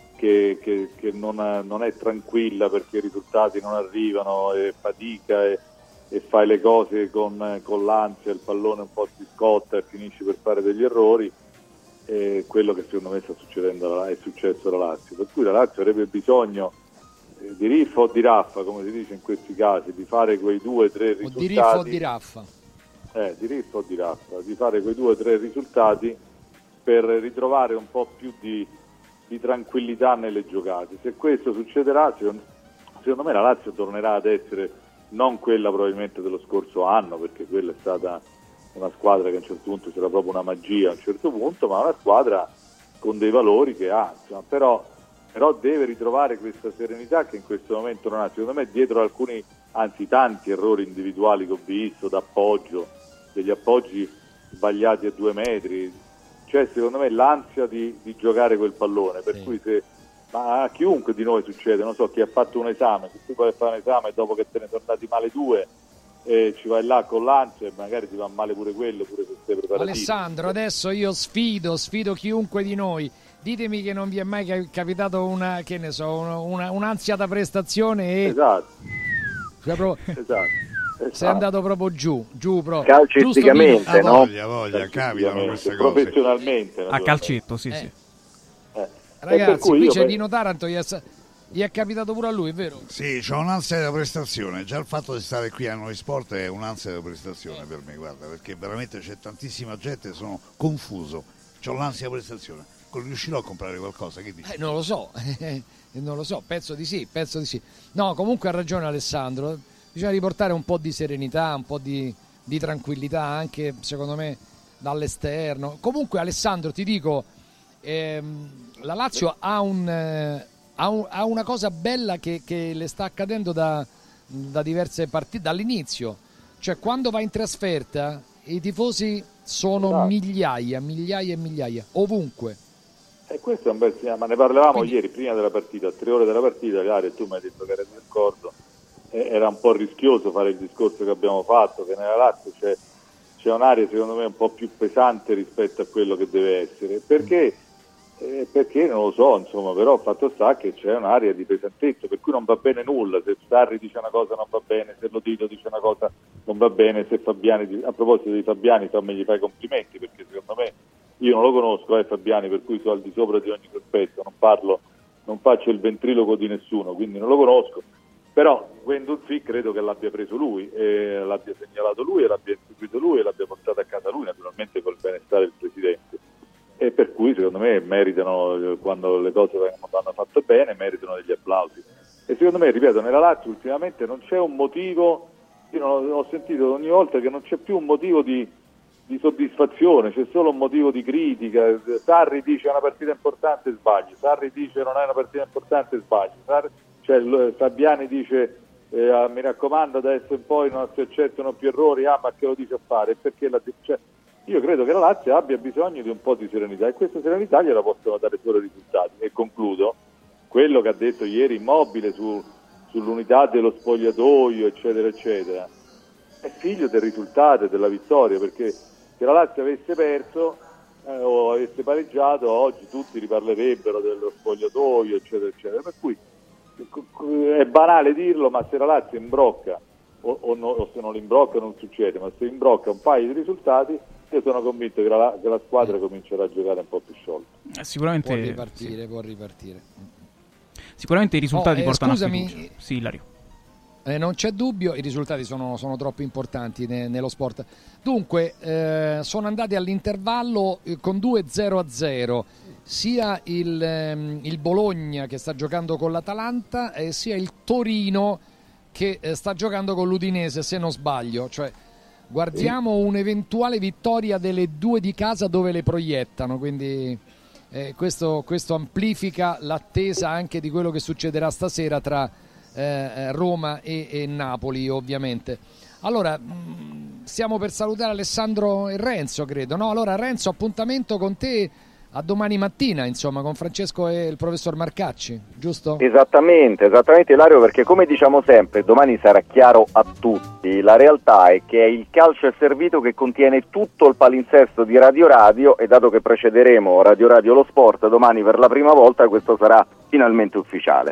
non è tranquilla perché i risultati non arrivano e fatica e fai le cose con l'ansia, il pallone un po' si scotta e finisci per fare degli errori, quello che secondo me sta succedendo è successo alla Lazio, per cui la Lazio avrebbe bisogno di riffa o di raffa, come si dice in questi casi, di fare quei 2-3 risultati, di riffa o di raffa, di riffa o di raffa, di fare quei 2-3 risultati per ritrovare un po' più di tranquillità nelle giocate. Se questo succederà, secondo me la Lazio tornerà ad essere non quella probabilmente dello scorso anno, perché quella è stata una squadra che a un certo punto c'era proprio una magia a un certo punto, ma una squadra con dei valori che ha, insomma, però deve ritrovare questa serenità che in questo momento non ha. Secondo me dietro alcuni, anzi tanti errori individuali che ho visto, d'appoggio, degli appoggi sbagliati a 2 metri, cioè secondo me l'ansia di giocare quel pallone, per cui ma a chiunque di noi succede, non so, chi ha fatto un esame, se tu puoi fare un esame dopo che te ne sono andati male 2 e ci vai là con l'ansia e magari ti va male pure quello, pure se stai preparato. Alessandro, adesso io sfido chiunque di noi, ditemi che non vi è mai capitato un'ansia da prestazione e... Esatto. Sei andato proprio giù proprio. Calcisticamente, no? Voglia, capitano queste cose. Professionalmente. A calcetto, sì. Ragazzi, qui c'è Dino Taranto, gli è capitato pure a lui, è vero? Sì, c'ho un'ansia da prestazione. Già il fatto di stare qui a Noi Sport è un'ansia da prestazione per me, guarda, perché veramente c'è tantissima gente, sono confuso. C'ho l'ansia da prestazione. Riuscirò a comprare qualcosa? Che dici? Non lo so, penso di sì. No, comunque ha ragione Alessandro. Bisogna riportare un po' di serenità, un po' di tranquillità anche, secondo me, dall'esterno. Comunque, Alessandro, ti dico, la Lazio ha una cosa bella che le sta accadendo da diverse partite, dall'inizio. Cioè, quando va in trasferta, i tifosi sono migliaia e migliaia, ovunque. E questo è un bel segnale, ma ne parlavamo ieri, prima della partita, a 3 ore della partita, Ilaria, tu mi hai detto che eri d'accordo. Era un po' rischioso fare il discorso che abbiamo fatto, che nella Lazio c'è un'area secondo me un po' più pesante rispetto a quello che deve essere, perché non lo so, insomma, però fatto sta che c'è un'area di pesantezza, per cui non va bene nulla, se Sarri dice una cosa non va bene, se Lotito dice una cosa non va bene, se Fabiani, a proposito di Fabiani, gli fai complimenti, perché secondo me, io non lo conosco, Fabiani, per cui sono al di sopra di ogni sospetto, non faccio il ventriloquo di nessuno, quindi non lo conosco, però Guendouzi credo che l'abbia preso lui, e l'abbia segnalato lui, e l'abbia inseguito lui, e l'abbia portato a casa lui, naturalmente col benestare del presidente. E per cui secondo me meritano, quando le cose vanno fatte bene, meritano degli applausi. E secondo me, ripeto, nella Lazio ultimamente non c'è un motivo, io ho sentito ogni volta che non c'è più un motivo di soddisfazione, c'è solo un motivo di critica. Sarri dice è una partita importante, sbagli. Sarri dice non è una partita importante, sbagli. Fabiani dice mi raccomando adesso in poi non si accettano più errori, ma che lo dice a fare? Perché io credo che la Lazio abbia bisogno di un po' di serenità, e questa serenità gliela possono dare solo i risultati. E concludo, quello che ha detto ieri Immobile sull'unità dello spogliatoio, eccetera eccetera, è figlio del risultato e della vittoria, perché se la Lazio avesse perso o avesse pareggiato, oggi tutti riparlerebbero dello spogliatoio, eccetera eccetera. Per cui è banale dirlo, ma se la Lazio imbrocca o se non imbrocca non succede, ma se imbrocca un paio di risultati, io sono convinto che la squadra comincerà a giocare un po' più sciolta. Sicuramente può ripartire. Sicuramente i risultati portano scusami, a fiducia. Sì, Ilario. Non c'è dubbio, i risultati sono troppo importanti nello sport. Dunque, sono andati all'intervallo con 2-0-0, sia il Bologna che sta giocando con l'Atalanta, sia il Torino che sta giocando con l'Udinese, se non sbaglio. Cioè, guardiamo un'eventuale vittoria delle due di casa dove le proiettano, quindi questo amplifica l'attesa anche di quello che succederà stasera tra Roma e Napoli, ovviamente. Allora, stiamo per salutare Alessandro e Renzo, credo, no? Allora Renzo, appuntamento con te a domani mattina, insomma, con Francesco e il professor Marcacci, giusto? Esattamente Ilario, perché come diciamo sempre, domani sarà chiaro a tutti, la realtà è che il calcio è servito che contiene tutto il palinsesto di Radio, e dato che precederemo Radio lo sport domani per la prima volta, questo sarà finalmente ufficiale.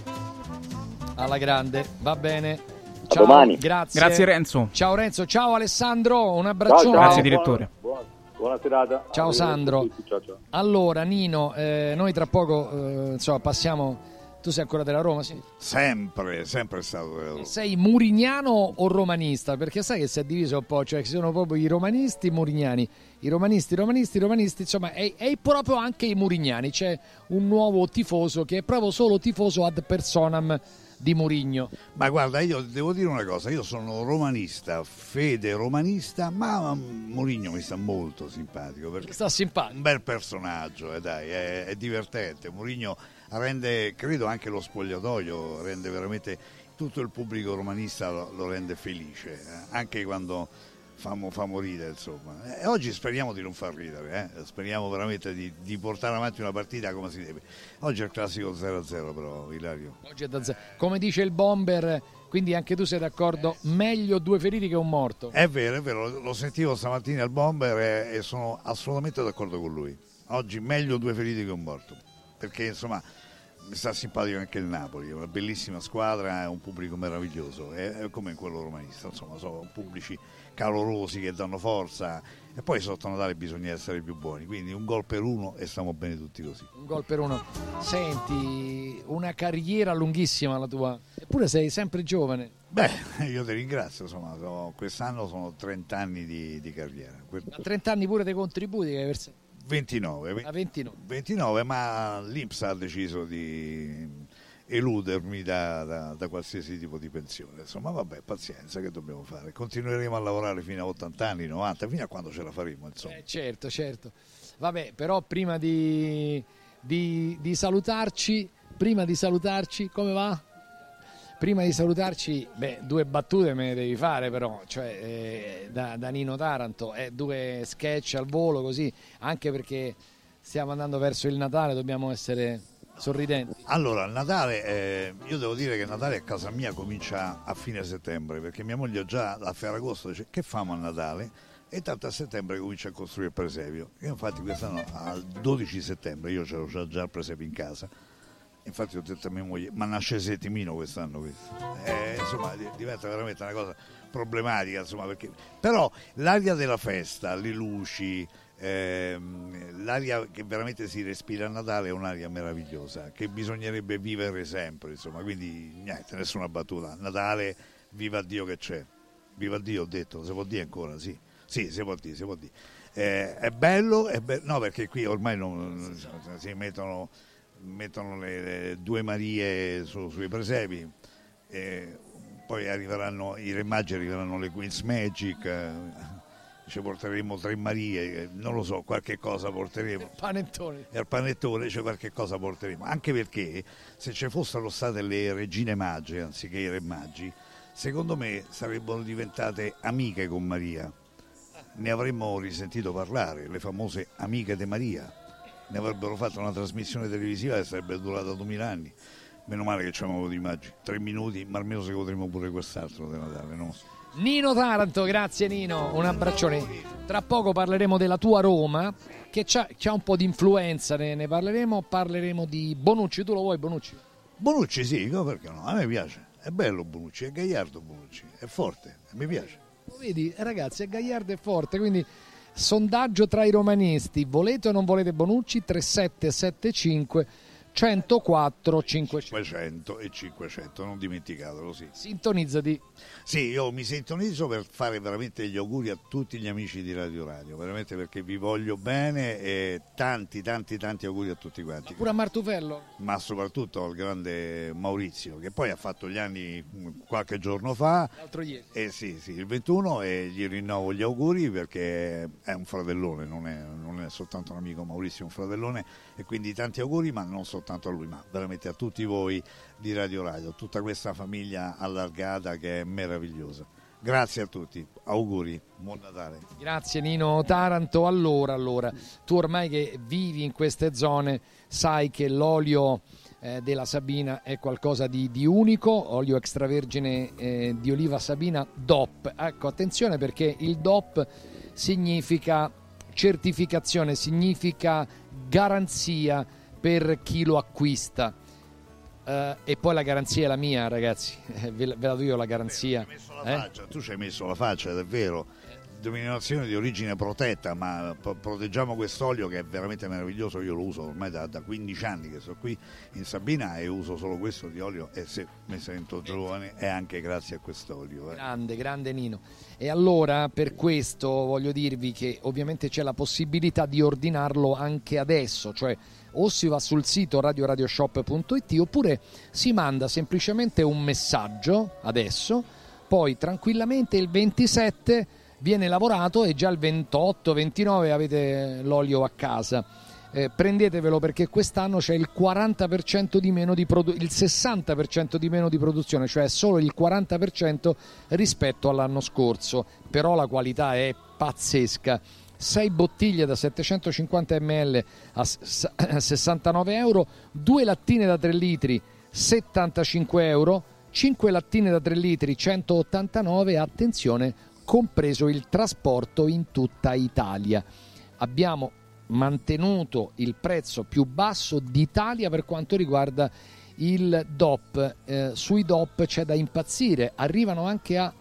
Alla grande, va bene. A domani. Grazie Renzo. Ciao Renzo, ciao Alessandro, un abbraccione. Ciao. Grazie direttore. Buona serata. Ciao Sandro. Ciao. Allora Nino, noi tra poco insomma passiamo. Tu sei ancora della Roma? Sì. Sempre stato della Roma. Sei murignano o romanista? Perché sai che si è diviso un po', cioè ci sono proprio i romanisti e i murignani. I romanisti, insomma, e proprio anche i murignani. C'è un nuovo tifoso che è proprio solo tifoso ad personam di Mourinho. Ma guarda, io devo dire una cosa, io sono romanista, fede romanista, ma Mourinho mi sta molto simpatico, perché sta simpatico. Un bel personaggio, dai, è divertente. Mourinho rende, credo anche lo spogliatoio, rende veramente tutto il pubblico romanista, lo rende felice, anche quando fa morire, insomma. E oggi speriamo di non far ridere, speriamo veramente di portare avanti una partita come si deve. Oggi è il classico 0-0 però, Ilario. Oggi è da 0. Come dice il Bomber, quindi anche tu sei d'accordo, meglio 2 feriti che un morto. È vero, lo sentivo stamattina il Bomber e sono assolutamente d'accordo con lui. Oggi meglio 2 feriti che un morto, perché insomma mi sta simpatico anche il Napoli, è una bellissima squadra, è un pubblico meraviglioso, è come quello romanista, insomma, sono pubblici calorosi che danno forza, e poi sotto Natale bisogna essere più buoni, quindi un gol per uno e stiamo bene tutti così. Un gol per uno. Senti, una carriera lunghissima la tua, eppure sei sempre giovane. Beh, io ti ringrazio, insomma, quest'anno sono 30 anni di carriera. Ma 30 anni pure dei contributi che hai versato? 29, ma l'Inps ha deciso di eludermi da qualsiasi tipo di pensione. Insomma, vabbè, pazienza, che dobbiamo fare? Continueremo a lavorare fino a 80 anni, 90, fino a quando ce la faremo, insomma. Certo. Vabbè, però prima di salutarci, come va? Prima di salutarci, 2 battute me ne devi fare però, cioè da Nino Taranto, 2 sketch al volo così, anche perché stiamo andando verso il Natale, dobbiamo essere sorridenti. Allora, il Natale, io devo dire che il Natale a casa mia comincia a fine settembre, perché mia moglie già a Ferragosto dice che famo a Natale, e tanto a settembre comincia a costruire il presepio. Io infatti quest'anno al 12 settembre io c'ero già il presepio in casa. Infatti ho detto a mia moglie, ma nasce settimino quest'anno questo. Insomma, diventa veramente una cosa problematica, insomma, perché però l'aria della festa, le luci, l'aria che veramente si respira a Natale è un'aria meravigliosa che bisognerebbe vivere sempre, insomma, quindi niente, nessuna battuta. Natale, viva Dio che c'è. Viva Dio, ho detto, si può dire ancora, sì, si può dire. È bello, no, perché qui ormai si mettono le due Marie sui presepi, poi arriveranno i Re Magi, arriveranno le Queen's Magic, ci porteremo 3 Marie, non lo so, qualche cosa porteremo. Panettone. E al panettone qualche cosa porteremo, anche perché se ci fossero state le regine Magge anziché i Re Magi, secondo me sarebbero diventate amiche con Maria, ne avremmo risentito parlare, le famose amiche di Maria. Ne avrebbero fatto una trasmissione televisiva che sarebbe durata 2000 anni. Meno male che c'è di Maggi, 3 minuti, ma almeno se godremo pure quest'altro di Natale, no? Nino Taranto, grazie Nino, un abbraccione. Tra poco parleremo della tua Roma, che c'ha un po' di influenza, ne parleremo di Bonucci. Tu lo vuoi Bonucci? Bonucci sì, no, perché no? A me piace, è bello Bonucci, è gagliardo Bonucci, è forte, mi piace. Vedi ragazzi, è gagliardo e forte, quindi... Sondaggio tra i romanisti, volete o non volete Bonucci? 3775 104 500 e 500, non dimenticatelo, sì. Sintonizzati. Sì, io mi sintonizzo per fare veramente gli auguri a tutti gli amici di Radio Radio, veramente perché vi voglio bene e tanti auguri a tutti quanti. Ma pure a Martufello? Ma soprattutto al grande Maurizio, che poi ha fatto gli anni qualche giorno fa. L'altro ieri. Sì, il 21, e gli rinnovo gli auguri perché è un fratellone, non è soltanto un amico Maurizio, è un fratellone, e quindi tanti auguri, ma non soltanto a lui, ma veramente a tutti voi di Radio Radio, tutta questa famiglia allargata che è meravigliosa. Grazie a tutti, auguri, buon Natale. Grazie Nino Taranto. Allora, tu ormai che vivi in queste zone sai che l'olio della Sabina è qualcosa di unico, olio extravergine di oliva Sabina DOP. Ecco, attenzione, perché il DOP significa certificazione, significa garanzia per chi lo acquista. E poi la garanzia è la mia, ragazzi, ve la do io la garanzia. Tu ci hai messo la faccia, ed è vero, denominazione di origine protetta, ma proteggiamo quest'olio che è veramente meraviglioso. Io lo uso ormai da 15 anni che sono qui in Sabina e uso solo questo di olio, e se mi sento giovane è anche grazie a quest'olio. Grande Nino. E allora per questo voglio dirvi che ovviamente c'è la possibilità di ordinarlo anche adesso, cioè o si va sul sito radioradioshop.it oppure si manda semplicemente un messaggio adesso, poi tranquillamente il 27 viene lavorato e già il 28-29 avete l'olio a casa. Prendetevelo, perché quest'anno c'è il 40% di meno il 60% di meno di produzione, cioè solo il 40% rispetto all'anno scorso, però la qualità è pazzesca. 6 bottiglie da 750 ml a 69 euro, 2 lattine da 3 litri 75 euro, 5 lattine da 3 litri 189, attenzione, compreso il trasporto in tutta Italia. Abbiamo mantenuto il prezzo più basso d'Italia per quanto riguarda il DOP. Sui DOP c'è da impazzire, arrivano anche a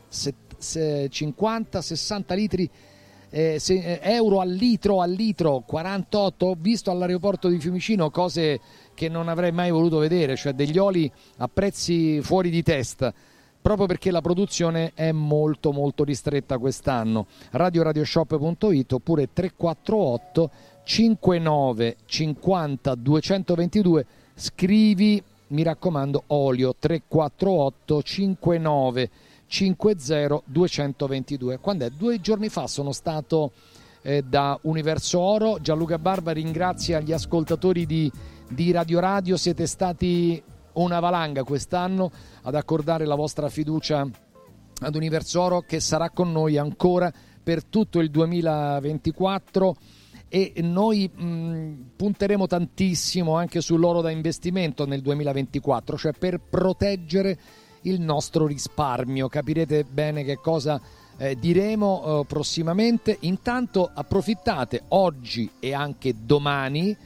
50-60 litri euro al litro 48. Ho visto all'aeroporto di Fiumicino cose che non avrei mai voluto vedere, cioè degli oli a prezzi fuori di testa, proprio perché la produzione è molto ristretta quest'anno. radioradioshop.it oppure 348 59 50 222, scrivi, mi raccomando, olio 348 59 50 222. Quando è? 2 giorni fa sono stato da Universo Oro. Gianluca Barba ringrazia gli ascoltatori di Radio Radio, siete stati una valanga quest'anno ad accordare la vostra fiducia ad Universo Oro, che sarà con noi ancora per tutto il 2024, e noi punteremo tantissimo anche sull'oro da investimento nel 2024, cioè per proteggere il nostro risparmio. Capirete bene che cosa diremo prossimamente. Intanto approfittate oggi e anche domani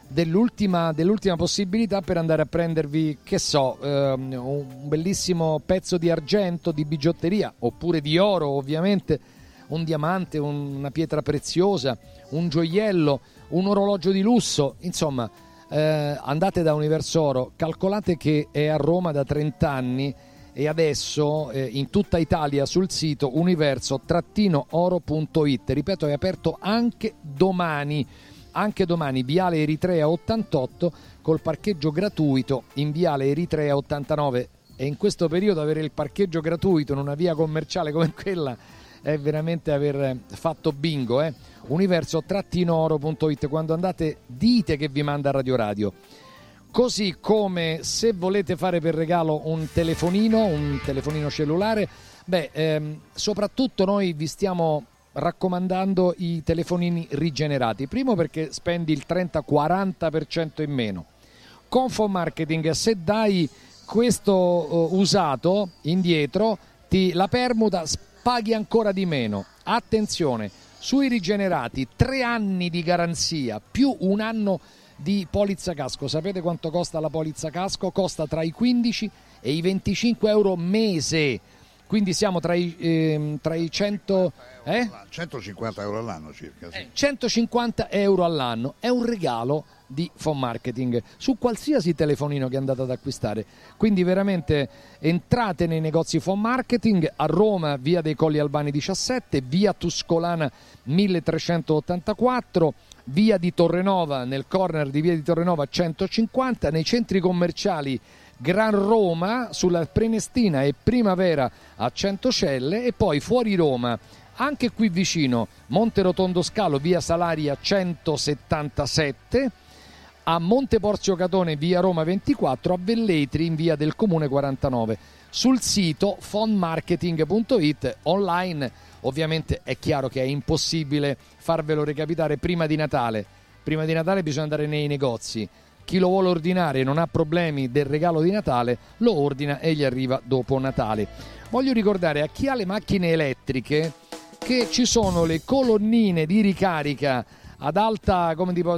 dell'ultima possibilità per andare a prendervi, che so, un bellissimo pezzo di argento, di bigiotteria, oppure di oro ovviamente, un diamante, una pietra preziosa, un gioiello, un orologio di lusso, insomma, andate da Universo Oro. Calcolate che è a Roma da 30 anni e adesso in tutta Italia sul sito universo-oro.it, ripeto, è aperto anche domani, Viale Eritrea 88 col parcheggio gratuito in Viale Eritrea 89, e in questo periodo avere il parcheggio gratuito in una via commerciale come quella è veramente aver fatto bingo. Universo-oro.it, quando andate dite che vi manda Radio Radio. Così come se volete fare per regalo un telefonino cellulare, soprattutto noi vi stiamo raccomandando i telefonini rigenerati. Primo perché spendi il 30-40% in meno. Con Phone Marketing, se dai questo usato indietro, la permuta paghi ancora di meno. Attenzione, sui rigenerati 3 anni di garanzia più 1 anno di polizza casco. Sapete quanto costa la polizza casco? Costa tra i 15 e i 25 euro mese. Quindi siamo tra i 150 euro all'anno circa. Sì. 150 euro all'anno. È un regalo di Phone Marketing su qualsiasi telefonino che andate ad acquistare. Quindi veramente entrate nei negozi Phone Marketing a Roma, via dei Colli Albani 17, via Tuscolana 1384, via di Torrenova, nel corner di via di Torrenova 150, nei centri commerciali Gran Roma, sulla Prenestina e Primavera a Centocelle, e poi fuori Roma, anche qui vicino, Monte Rotondo Scalo, via Salaria 177, a Monte Porzio Catone, via Roma 24, a Velletri in via del Comune 49. Sul sito phonemarketing.it, online ovviamente è chiaro che è impossibile farvelo recapitare prima di Natale. Prima di Natale bisogna andare nei negozi. Chi lo vuole ordinare e non ha problemi del regalo di Natale, lo ordina e gli arriva dopo Natale. Voglio ricordare a chi ha le macchine elettriche che ci sono le colonnine di ricarica ad alta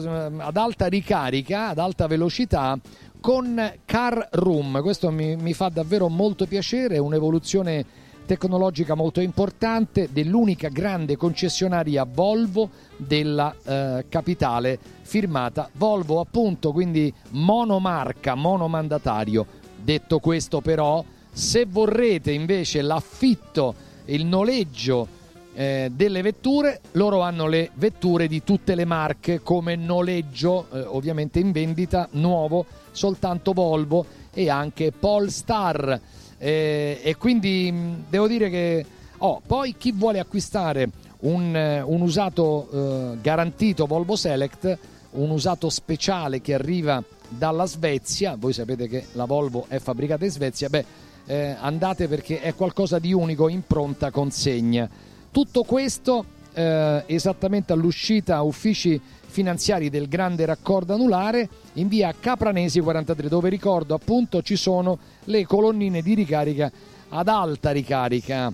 ricarica, ad alta velocità, con Car Room. Questo mi fa davvero molto piacere, è un'evoluzione tecnologica molto importante dell'unica grande concessionaria Volvo della capitale, firmata Volvo appunto, quindi monomarca, monomandatario. Detto questo, però, se vorrete invece l'affitto, il noleggio delle vetture, loro hanno le vetture di tutte le marche come noleggio, ovviamente in vendita, nuovo, soltanto Volvo e anche Polestar. E quindi devo dire che poi chi vuole acquistare un usato garantito Volvo Select, un usato speciale che arriva dalla Svezia, voi sapete che la Volvo è fabbricata in Svezia, andate, perché è qualcosa di unico in pronta consegna. Tutto questo esattamente all'uscita uffici finanziari del grande raccordo anulare in via Capranesi 43, dove ricordo appunto ci sono le colonnine di ricarica ad alta ricarica.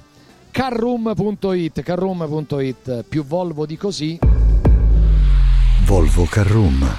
Carroom.it, più Volvo di così. Volvo Carroom.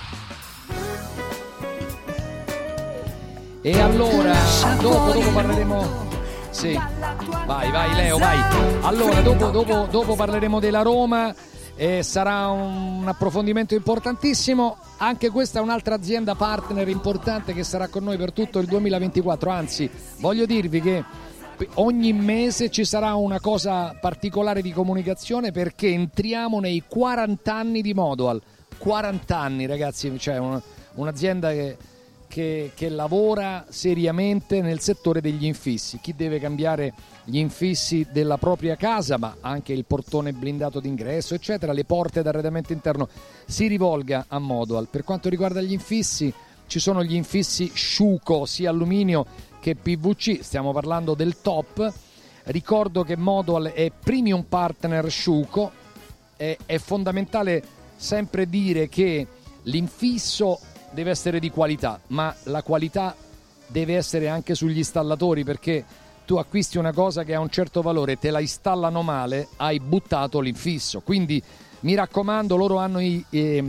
E allora dopo parleremo. Sì, vai Leo, vai. Allora dopo parleremo della Roma. Sarà un approfondimento importantissimo. Anche questa è un'altra azienda partner importante che sarà con noi per tutto il 2024. Anzi, voglio dirvi che ogni mese ci sarà una cosa particolare di comunicazione, perché entriamo nei 40 anni di Modoal. 40 anni, ragazzi, cioè un'azienda che lavora seriamente nel settore degli infissi. Chi deve cambiare gli infissi della propria casa, ma anche il portone blindato d'ingresso, eccetera, le porte d'arredamento interno, si rivolga a Modoal. Per quanto riguarda gli infissi, ci sono gli infissi Sciuco, sia alluminio che PVC, stiamo parlando del top. Ricordo che Modoal è premium partner Sciuco. È fondamentale sempre dire che l'infisso deve essere di qualità, ma la qualità deve essere anche sugli installatori, perché tu acquisti una cosa che ha un certo valore, te la installano male, hai buttato l'infisso. Quindi mi raccomando, loro hanno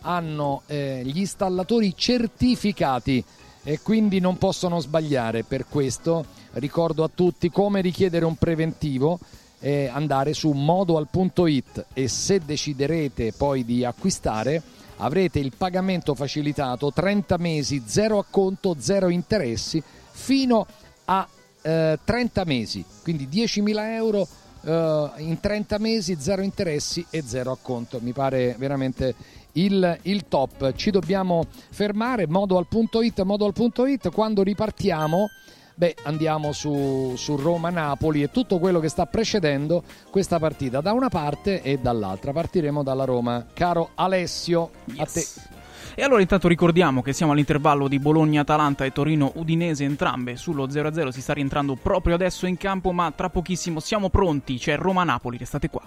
hanno gli installatori certificati e quindi non possono sbagliare. Per questo ricordo a tutti come richiedere un preventivo, andare su modoal.it, e se deciderete poi di acquistare avrete il pagamento facilitato 30 mesi, 0 acconto, 0 interessi fino a 30 mesi, quindi 10.000 euro in 30 mesi, 0 interessi e 0 acconto. Mi pare veramente il top. Ci dobbiamo fermare. Modoal.it. Quando ripartiamo andiamo su Roma-Napoli e tutto quello che sta precedendo questa partita da una parte e dall'altra. Partiremo dalla Roma. Caro Alessio, a te. E allora intanto ricordiamo che siamo all'intervallo di Bologna-Atalanta e Torino-Udinese, entrambe sullo 0-0. Si sta rientrando proprio adesso in campo, ma tra pochissimo siamo pronti. C'è Roma-Napoli, restate qua.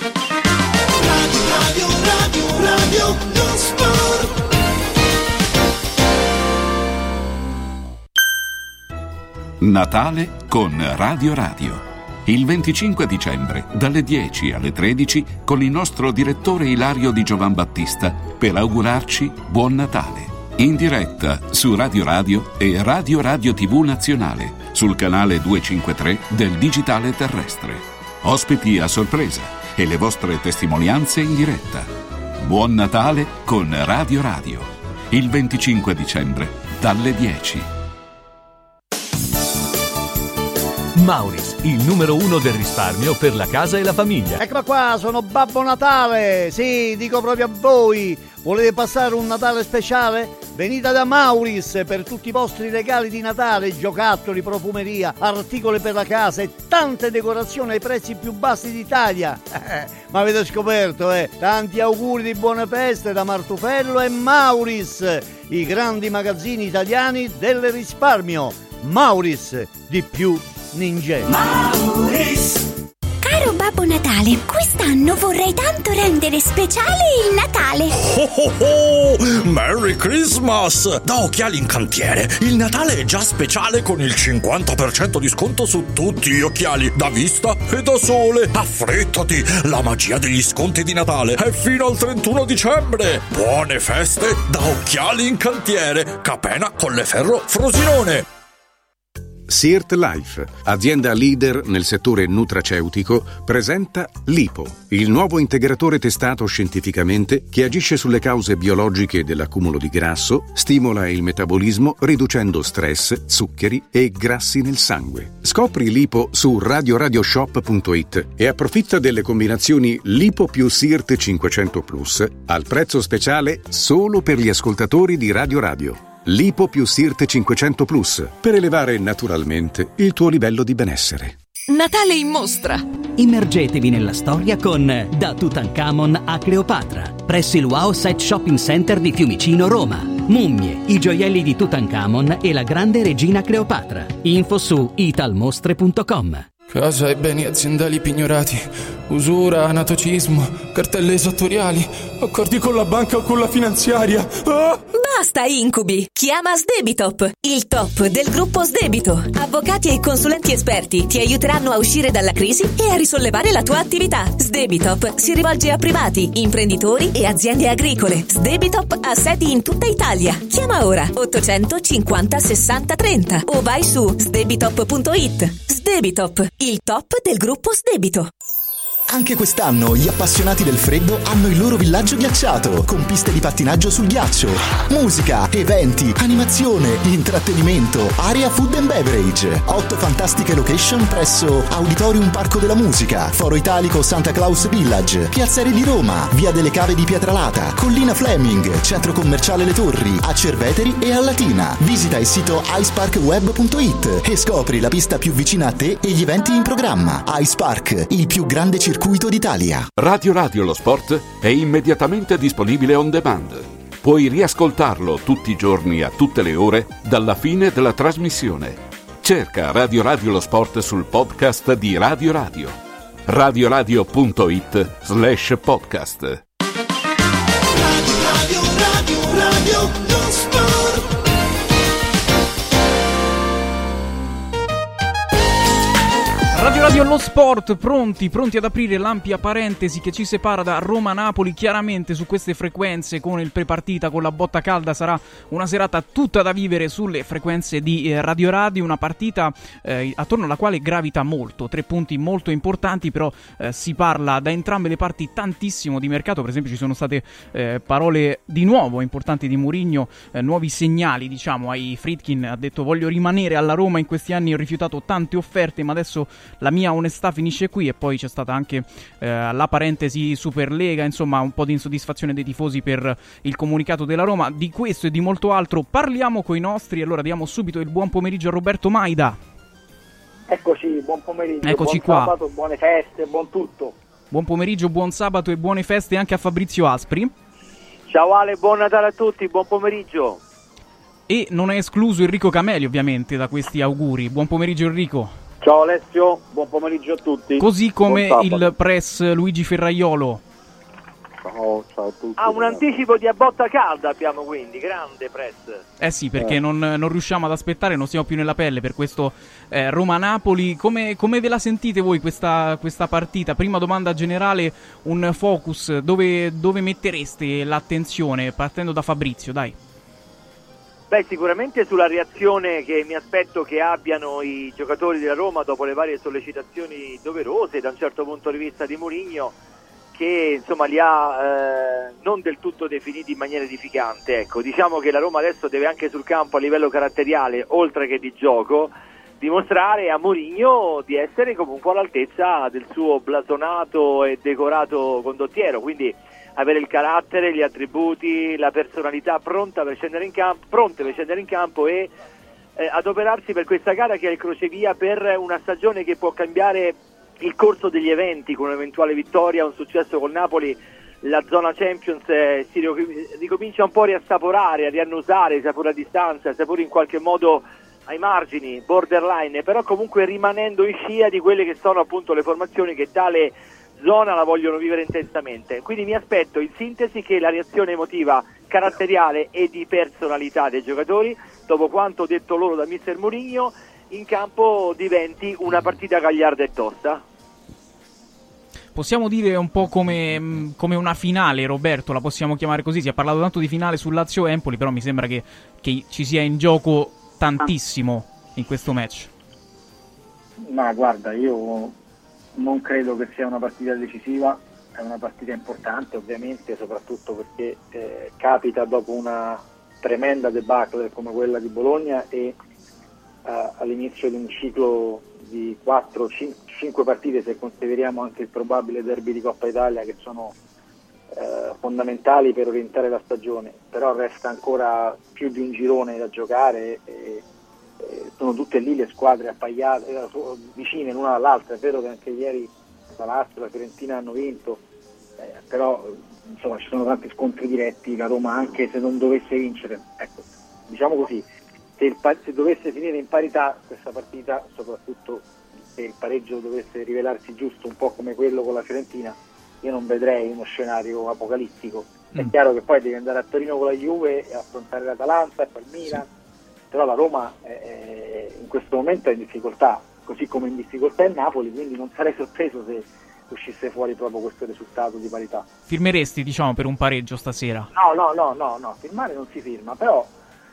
Radio lo sport. Natale con Radio Radio. Il 25 dicembre, dalle 10 alle 13, con il nostro direttore Ilario Di Giovan Battista, per augurarci Buon Natale. In diretta su Radio Radio e Radio Radio TV Nazionale, sul canale 253 del digitale terrestre. Ospiti a sorpresa e le vostre testimonianze in diretta. Buon Natale con Radio Radio. Il 25 dicembre, dalle 10. Mauris, il numero 1 del risparmio per la casa e la famiglia. Eccola qua, sono Babbo Natale. Sì, dico proprio a voi. Volete passare un Natale speciale? Venite da Mauris per tutti i vostri regali di Natale, giocattoli, profumeria, articoli per la casa e tante decorazioni ai prezzi più bassi d'Italia. Ma avete scoperto, Tanti auguri di buone feste da Martufello e Mauris, i grandi magazzini italiani del risparmio. Mauris, di più ninja. Mauris. Caro Babbo Natale, quest'anno vorrei tanto rendere speciale il Natale. Merry Christmas! Da Occhiali in Cantiere, il Natale è già speciale con il 50% di sconto su tutti gli occhiali, da vista e da sole. Affrettati, la magia degli sconti di Natale è fino al 31 dicembre. Buone feste da Occhiali in Cantiere, Capena, Colleferro, Frosinone. Sirt Life, azienda leader nel settore nutraceutico, presenta Lipo, il nuovo integratore testato scientificamente che agisce sulle cause biologiche dell'accumulo di grasso, stimola il metabolismo riducendo stress, zuccheri e grassi nel sangue. Scopri Lipo su radioradioshop.it e approfitta delle combinazioni Lipo più Sirt 500 Plus al prezzo speciale solo per gli ascoltatori di Radio Radio. Lipo più Sirt 500 Plus, per elevare naturalmente il tuo livello di benessere. Natale in mostra! Immergetevi nella storia con Da Tutankhamon a Cleopatra, presso il Wow Set Shopping Center di Fiumicino, Roma. Mummie, i gioielli di Tutankhamon e la grande regina Cleopatra. Info su italmostre.com. Casa e beni aziendali pignorati, usura, anatocismo, cartelle esattoriali, accordi con la banca o con la finanziaria. Ah! Basta incubi! Chiama Sdebitop, il top del gruppo Sdebito. Avvocati e consulenti esperti ti aiuteranno a uscire dalla crisi e a risollevare la tua attività. Sdebitop si rivolge a privati, imprenditori e aziende agricole. Sdebitop ha sedi in tutta Italia. Chiama ora 850 60 30 o vai su sdebitop.it. Sdebitop, il top del gruppo Sdebito. Anche quest'anno gli appassionati del freddo hanno il loro villaggio ghiacciato, con piste di pattinaggio sul ghiaccio, musica, eventi, animazione, intrattenimento, area food and beverage, 8 fantastiche location presso Auditorium Parco della Musica, Foro Italico Santa Claus Village, Piazzere di Roma, Via delle Cave di Pietralata, Collina Fleming, Centro Commerciale Le Torri, a Cerveteri e a Latina. Visita il sito iceparkweb.it e scopri la pista più vicina a te e gli eventi in programma. Ice Park, il più grande circuito d'Italia. Radio Radio lo Sport è immediatamente disponibile on demand. Puoi riascoltarlo tutti i giorni a tutte le ore dalla fine della trasmissione. Cerca Radio Radio lo Sport sul podcast di Radio Radio. radioradio.it/podcast. Radio lo sport. Radio Lo Sport, pronti ad aprire l'ampia parentesi che ci separa da Roma-Napoli. Chiaramente su queste frequenze, con il prepartita, con la botta calda, sarà una serata tutta da vivere sulle frequenze di Radio Radio, una partita attorno alla quale gravita molto, 3 punti molto importanti, però si parla da entrambe le parti tantissimo di mercato. Per esempio ci sono state parole di nuovo importanti di Mourinho, nuovi segnali, diciamo. Ai Friedkin ha detto: voglio rimanere alla Roma, in questi anni ho rifiutato tante offerte, ma adesso la mia onestà finisce qui. E poi c'è stata anche la parentesi Superlega, insomma un po' di insoddisfazione dei tifosi per il comunicato della Roma. Di questo e di molto altro parliamo coi nostri. Allora diamo subito il buon pomeriggio a Roberto Maida. Eccoci, buon pomeriggio. Eccoci buon qua. Sabato, buone feste, buon tutto. Buon pomeriggio, buon sabato e buone feste anche a Fabrizio Aspri. Ciao Ale, buon Natale a tutti, buon pomeriggio. E non è escluso Enrico Cameli, ovviamente, da questi auguri. Buon pomeriggio Enrico. Ciao Alessio, buon pomeriggio a tutti. Così come il press Luigi Ferraiolo. Ciao a tutti. Un anticipo di a botta calda abbiamo, quindi grande press. Sì, perché non riusciamo ad aspettare, non siamo più nella pelle per questo Roma-Napoli. Come ve la sentite voi questa partita? Prima domanda generale, un focus, dove mettereste l'attenzione? Partendo da Fabrizio, dai. Beh, sicuramente sulla reazione che mi aspetto che abbiano i giocatori della Roma dopo le varie sollecitazioni doverose da un certo punto di vista di Mourinho, che insomma li ha non del tutto definiti in maniera edificante. Ecco, diciamo che la Roma adesso deve anche sul campo, a livello caratteriale, oltre che di gioco, dimostrare a Mourinho di essere comunque all'altezza del suo blasonato e decorato condottiero, quindi avere il carattere, gli attributi, la personalità pronte per scendere in campo e adoperarsi per questa gara che è il crocevia per una stagione che può cambiare il corso degli eventi. Con un'eventuale vittoria, un successo col Napoli, la zona Champions si ricomincia un po' a riassaporare, a riannusare, sia pure a distanza, sia pure in qualche modo ai margini, borderline, però comunque rimanendo in scia di quelle che sono appunto le formazioni che tale zona la vogliono vivere intensamente. Quindi mi aspetto in sintesi che la reazione emotiva, caratteriale e di personalità dei giocatori, dopo quanto detto loro da mister Mourinho, in campo diventi una partita gagliarda e tosta. Possiamo dire un po' come una finale, Roberto, la possiamo chiamare così. Si è parlato tanto di finale sul Lazio-Empoli, però mi sembra che ci sia in gioco tantissimo in questo match. Ma guarda, io non credo che sia una partita decisiva, è una partita importante ovviamente, soprattutto perché capita dopo una tremenda debacle come quella di Bologna e all'inizio di un ciclo di 4-5 partite, se consideriamo anche il probabile derby di Coppa Italia, che sono fondamentali per orientare la stagione. Però resta ancora più di un girone da giocare e sono tutte lì le squadre appaiate, vicine l'una all'altra. È vero che anche ieri la Lazio, la Fiorentina hanno vinto, però insomma ci sono tanti scontri diretti. La Roma, anche se non dovesse vincere, ecco, diciamo così, se dovesse finire in parità questa partita, soprattutto se il pareggio dovesse rivelarsi giusto, un po' come quello con la Fiorentina, io non vedrei uno scenario apocalittico. È chiaro che poi devi andare a Torino con la Juve e affrontare l'Atalanta e poi il Milan, però la Roma in questo momento è in difficoltà, così come in difficoltà il Napoli, quindi non sarei sorpreso se uscisse fuori proprio questo risultato di parità. Firmeresti, diciamo, per un pareggio stasera? No, firmare non si firma, però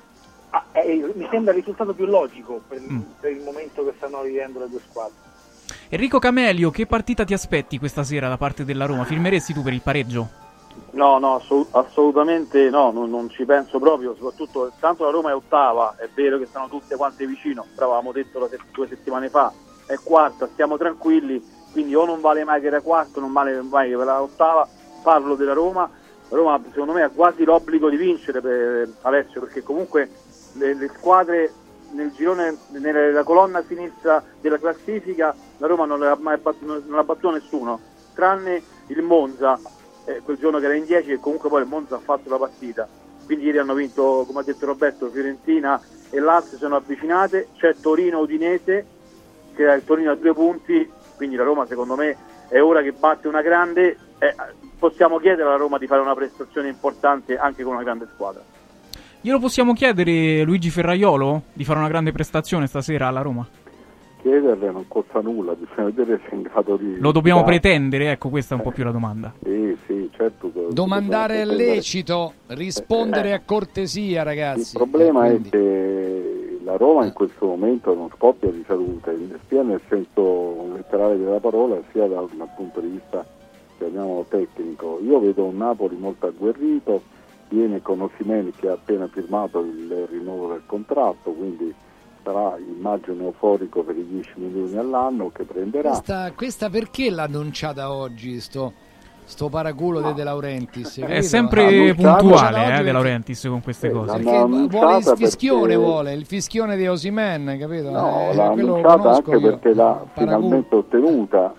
mi sembra il risultato più logico per il momento che stanno vivendo le due squadre. Enrico Camelio, che partita ti aspetti questa sera da parte della Roma? Firmeresti tu per il pareggio? No, assolutamente no, non ci penso proprio, soprattutto tanto la Roma è ottava, è vero che stanno tutte quante vicino, però avevamo detto 2 settimane fa, è quarta, stiamo tranquilli, quindi o non vale mai che era quarto, non vale mai che era ottava. Parlo della Roma, la Roma secondo me ha quasi l'obbligo di vincere, per Alessio, perché comunque le squadre nel girone, nella colonna sinistra della classifica, la Roma non ha battuto nessuno, tranne il Monza, quel giorno che era in 10, e comunque poi il Monza ha fatto la partita. Quindi ieri hanno vinto, come ha detto Roberto, Fiorentina e Lazio sono avvicinate, c'è Torino-Udinese, che è il Torino a 2 punti, quindi la Roma secondo me è ora che batte una grande, possiamo chiedere alla Roma di fare una prestazione importante anche con una grande squadra. Glielo possiamo chiedere, Luigi Ferraiolo, di fare una grande prestazione stasera alla Roma? chiederle non costa nulla, bisogna vedere se è in grado di... Lo dobbiamo pretendere? Ecco, questa è un po' più la domanda. Sì, certo. Domandare è lecito, rispondere a cortesia, ragazzi. Il problema è che la Roma in questo momento non scoppia di salute, sia nel senso letterale della parola, sia dal punto di vista, chiamiamolo, tecnico. Io vedo un Napoli molto agguerrito, viene con Osimhen che ha appena firmato il rinnovo del contratto, quindi sarà, immagino, euforico per i 10 milioni all'anno che prenderà. Questa perché l'ha annunciata oggi sto paraculo De Laurentiis? È sempre puntuale De Laurentiis con queste cose. Perché vuole il fischione, il fischione di Osimhen, capito? No, l'ha annunciata anche perché l'ha finalmente ottenuta.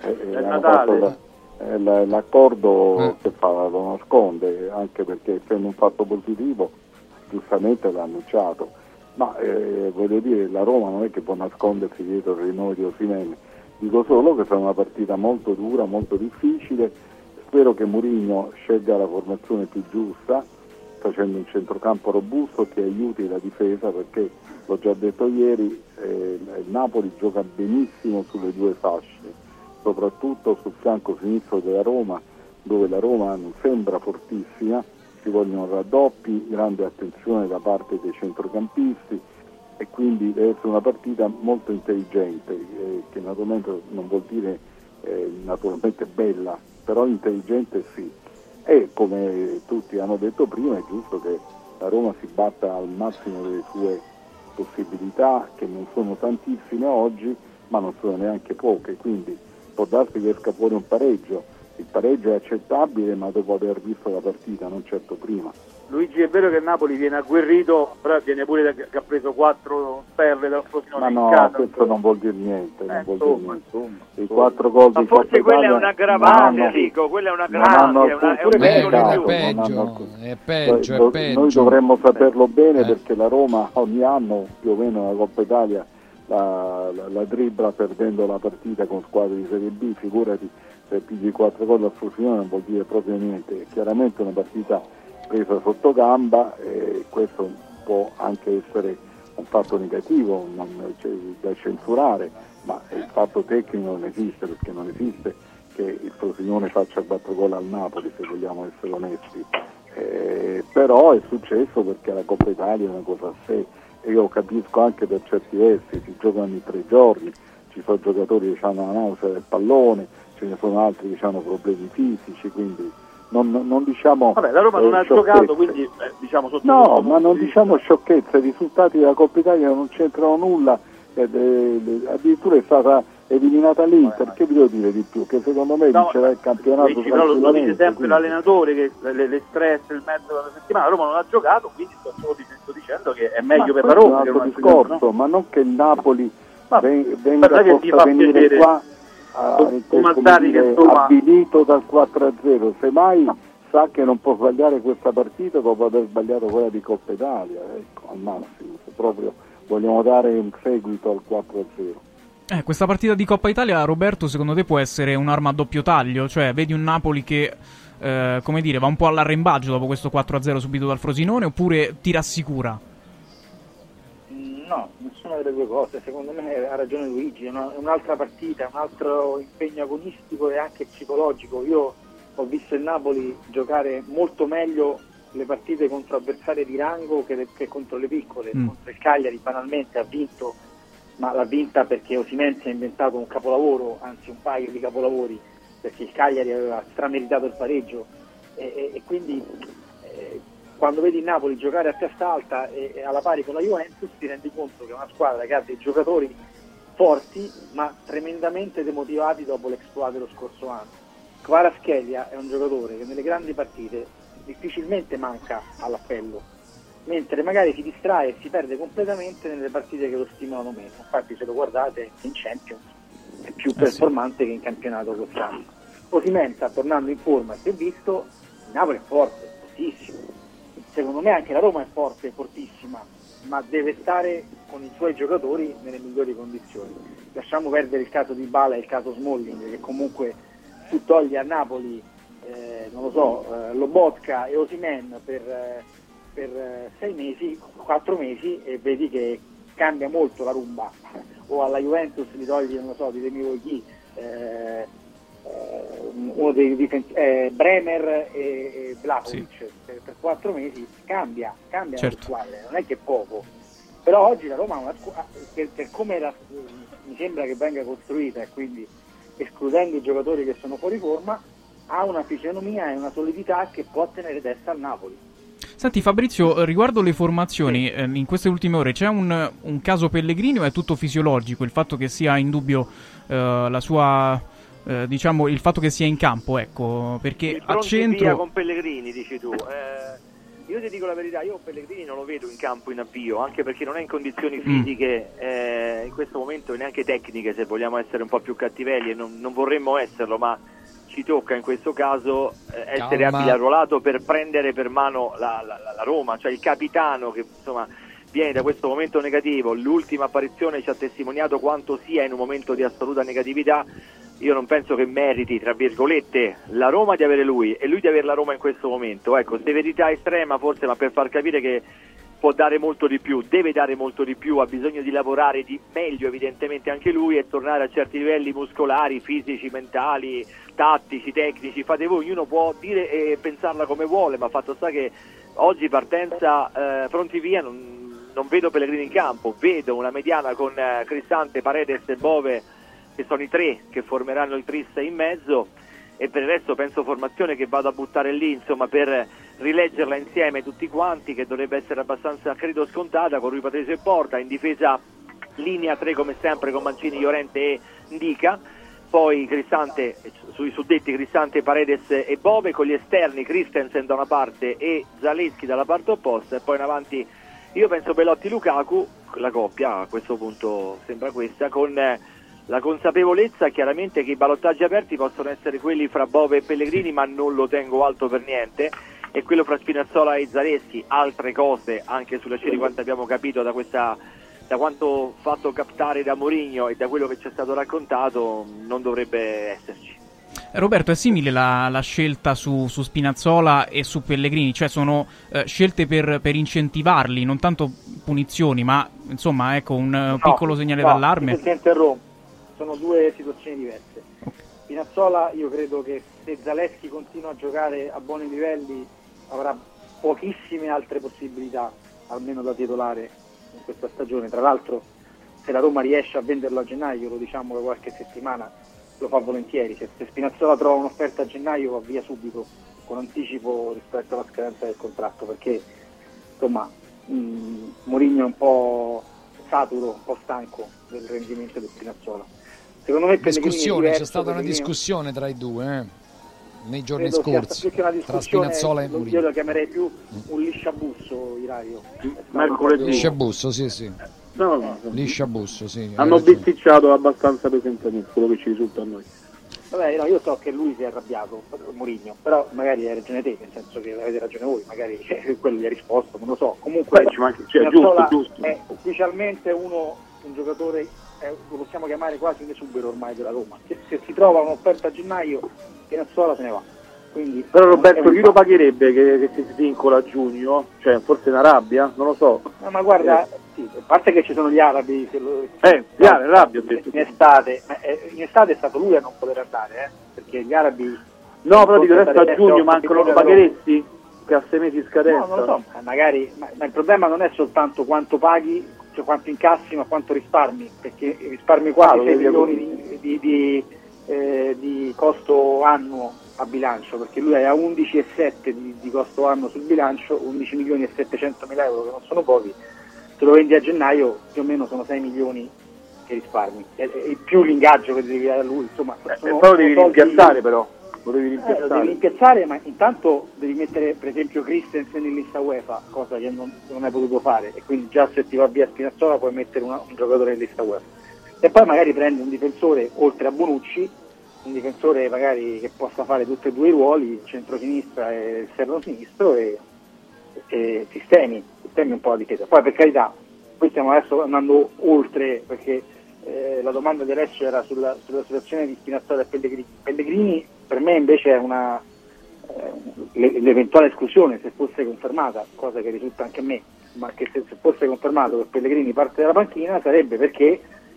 L'accordo che fa lo nasconde, anche perché essendo un fatto positivo giustamente l'ha annunciato. Ma voglio dire, la Roma non è che può nascondersi dietro il rinnovo di Osimhen. Dico solo che sarà una partita molto dura, molto difficile. Spero che Mourinho scelga la formazione più giusta, facendo un centrocampo robusto che aiuti la difesa, perché l'ho già detto ieri, il Napoli gioca benissimo sulle due fasce, soprattutto sul fianco sinistro della Roma, dove la Roma non sembra fortissima. Ci vogliono raddoppi, grande attenzione da parte dei centrocampisti, e quindi deve essere una partita molto intelligente, che naturalmente non vuol dire naturalmente bella, però intelligente sì. E come tutti hanno detto prima, è giusto che la Roma si batta al massimo delle sue possibilità, che non sono tantissime oggi, ma non sono neanche poche, quindi può darsi che esca fuori un pareggio. Il pareggio è accettabile, ma dopo aver visto la partita, non certo prima. Luigi, è vero che il Napoli viene agguerrito, però viene pure che ha preso 4 perle dal Frosinone in casa. Ma no, questo non vuol dire niente, I 4 gol di Coppa Italia, quella è una aggravante, Enrico, quella è una è peggio. Noi dovremmo saperlo bene, perché la Roma ogni anno più o meno la Coppa Italia la dribbla perdendo la partita con squadre di Serie B, figurati se pigli 4 gol al Frosinone non vuol dire proprio niente. È chiaramente una partita presa sotto gamba, e questo può anche essere un fatto negativo, da censurare, ma il fatto tecnico non esiste, perché non esiste che il Frosinone faccia 4 gol al Napoli, se vogliamo essere onesti. Però è successo perché la Coppa Italia è una cosa a sé, e io capisco anche per certi versi, si giocano in 3 giorni, ci sono giocatori che hanno la nausea del pallone, ce ne sono altri che hanno problemi fisici, quindi non diciamo... Vabbè, la Roma non ha giocato, quindi diciamo sotto... No, ma non diciamo sciocchezze, i risultati della Coppa Italia non c'entrano nulla, addirittura è stata eliminata l'Inter, che vi devo dire di più? Che secondo me vincerà il campionato però lo dice sempre l'allenatore, che le stress, il mezzo della settimana, la Roma non ha giocato, quindi sto dicendo che è meglio per la Roma. È un altro discorso, no? Ma non che il Napoli possa venire qua avvilito dal 4-0, semmai sa che non può sbagliare questa partita dopo aver sbagliato quella di Coppa Italia, ecco, al massimo, se proprio vogliamo dare un seguito al 4-0. Questa partita di Coppa Italia, Roberto, secondo te può essere un'arma a doppio taglio? Cioè, vedi un Napoli che, come dire, va un po' all'arrembaggio dopo questo 4-0 subito dal Frosinone, oppure ti rassicura? No, nessuna delle due cose, secondo me ha ragione Luigi, è un'altra partita, un altro impegno agonistico e anche psicologico. Io ho visto il Napoli giocare molto meglio le partite contro avversarie di rango che contro le piccole. Contro il Cagliari banalmente ha vinto, ma l'ha vinta perché Osimhen si è inventato un capolavoro, anzi un paio di capolavori, perché il Cagliari aveva strameritato il pareggio, e quindi quando vedi il Napoli giocare a testa alta e alla pari con la Juventus, ti rendi conto che è una squadra che ha dei giocatori forti ma tremendamente demotivati dopo l'exploit dello scorso anno. Kvaratskhelia è un giocatore che nelle grandi partite difficilmente manca all'appello, mentre magari si distrae e si perde completamente nelle partite che lo stimolano meno. Infatti, se lo guardate, in Champions è più performante che in campionato quest'anno. Osimhen sta tornando in forma, si è visto, il Napoli è forte, è fortissimo. Secondo me anche la Roma è forte, è fortissima, ma deve stare con i suoi giocatori nelle migliori condizioni. Lasciamo perdere il caso di Dybala e il caso Smalling, che comunque tu togli a Napoli Lobotka e Osimhen per 6 mesi, 4 mesi, e vedi che cambia molto la rumba. o alla Juventus gli togli, non lo so, ditemi chi, uno dei Bremer e Vlahovic, sì, per 4 mesi cambia certo, la squadra, non è che poco, però oggi la Roma ha una squadra per come mi sembra che venga costruita, e quindi escludendo i giocatori che sono fuori forma, ha una fisionomia e una solidità che può tenere testa al Napoli. Senti Fabrizio, riguardo le formazioni, in queste ultime ore c'è un caso Pellegrini o è tutto fisiologico, il fatto che sia in dubbio la sua, diciamo, il fatto che sia in campo, ecco, perché a centro... via con Pellegrini, dici tu. Io ti dico la verità, io Pellegrini non lo vedo in campo in avvio, anche perché non è in condizioni fisiche in questo momento, neanche tecniche, se vogliamo essere un po' più cattivelli, e non vorremmo esserlo, ma ci tocca in questo caso essere abili arruolato per prendere per mano la Roma, cioè il capitano che insomma viene da questo momento negativo. L'ultima apparizione ci ha testimoniato quanto sia in un momento di assoluta negatività. Io non penso che meriti, tra virgolette, la Roma di avere lui e lui di avere la Roma in questo momento. Ecco, severità estrema forse, ma per far capire che può dare molto di più, deve dare molto di più, ha bisogno di lavorare di meglio evidentemente anche lui e tornare a certi livelli muscolari, fisici, mentali, tattici, tecnici. Fate voi, ognuno può dire e pensarla come vuole, ma fatto sta che oggi partenza pronti via, non vedo Pellegrini in campo, vedo una mediana con Cristante, Paredes e Bove, che sono i tre che formeranno il tris in mezzo, e per il resto penso formazione che vado a buttare lì, insomma, per rileggerla insieme tutti quanti, che dovrebbe essere abbastanza, credo, scontata, con Rui Patricio e Porta, in difesa linea 3 come sempre con Mancini, Llorente e Ndica, poi Cristante, sui suddetti Cristante, Paredes e Bove, con gli esterni Christensen da una parte e Zaleschi dalla parte opposta, e poi in avanti io penso Belotti-Lukaku, la coppia a questo punto sembra questa, con la consapevolezza chiaramente che i ballottaggi aperti possono essere quelli fra Bove e Pellegrini, ma non lo tengo alto per niente, e quello fra Spinazzola e Zaleschi. Altre cose anche sulla scia di quanto abbiamo capito da quanto fatto captare da Mourinho e da quello che ci è stato raccontato, non dovrebbe esserci. Roberto, è simile la scelta su Spinazzola e su Pellegrini, cioè sono scelte per incentivarli, non tanto punizioni, ma insomma, ecco, un piccolo segnale d'allarme. Si interrompe, sono due situazioni diverse. Okay. Spinazzola, io credo che se Zaleschi continua a giocare a buoni livelli avrà pochissime altre possibilità, almeno da titolare in questa stagione. Tra l'altro, se la Roma riesce a venderlo a gennaio, lo diciamo da qualche settimana, lo fa volentieri. Se Spinazzola trova un'offerta a gennaio, va via subito, con anticipo rispetto alla scadenza del contratto, perché insomma Mourinho è un po' saturo, un po' stanco del rendimento di Spinazzola. Secondo me c'è stata una discussione tra i due nei giorni scorsi, tra Spinazzola e Mourinho. Io lo chiamerei più un lisciabusso, Ilario. Lisciabusso, sì. No. Lisciabusso, sì. Hanno bisticciato abbastanza pesantemente, quello che ci risulta a noi. Vabbè, no, io so che lui si è arrabbiato, Mourinho, però magari hai ragione te, nel senso che avete ragione voi, magari quello gli ha risposto, non lo so. Comunque giusto. È ufficialmente un giocatore, lo possiamo chiamare quasi un esubero ormai della Roma. Se si trova un'offerta a gennaio, Spinazzola se ne va. Quindi, però Roberto, chi lo pagherebbe che si svincola a giugno? Cioè, forse in Arabia? Non lo so. No, ma guarda, sì, a parte che ci sono gli arabi gli arabi ho detto. In estate è stato lui a non poter andare, perché gli arabi... No, però dico adesso a giugno mancano, lo pagheresti? Che a 6 mesi scadenza? No, non lo so, magari, ma il problema non è soltanto quanto paghi, cioè quanto incassi, ma quanto risparmi, perché risparmi quasi 6 milioni di costo annuo a bilancio, perché lui ha 11,7 di costo anno sul bilancio, 11 milioni e 700 mila euro, che non sono pochi. Se lo vendi a gennaio più o meno sono 6 milioni che risparmi, e più l'ingaggio che devi dare a lui, insomma. Però lo devi rimpiazzare, però lo devi rimpiazzare, ma intanto devi mettere per esempio Christensen in lista UEFA, cosa che non hai potuto fare, e quindi già se ti va via Spinazzola puoi mettere un giocatore in lista UEFA, e poi magari prendi un difensore oltre a Bonucci, un difensore magari che possa fare tutti e due i ruoli, il centro-sinistra e il esterno-sinistro, e sistemi un po' la difesa. Poi per carità, qui stiamo adesso andando oltre, perché la domanda di Alessio era sulla situazione di Spinazzola e Pellegrini. Pellegrini per me invece è l'eventuale esclusione, se fosse confermata, cosa che risulta anche a me, ma che se fosse confermato che Pellegrini parte dalla panchina sarebbe perché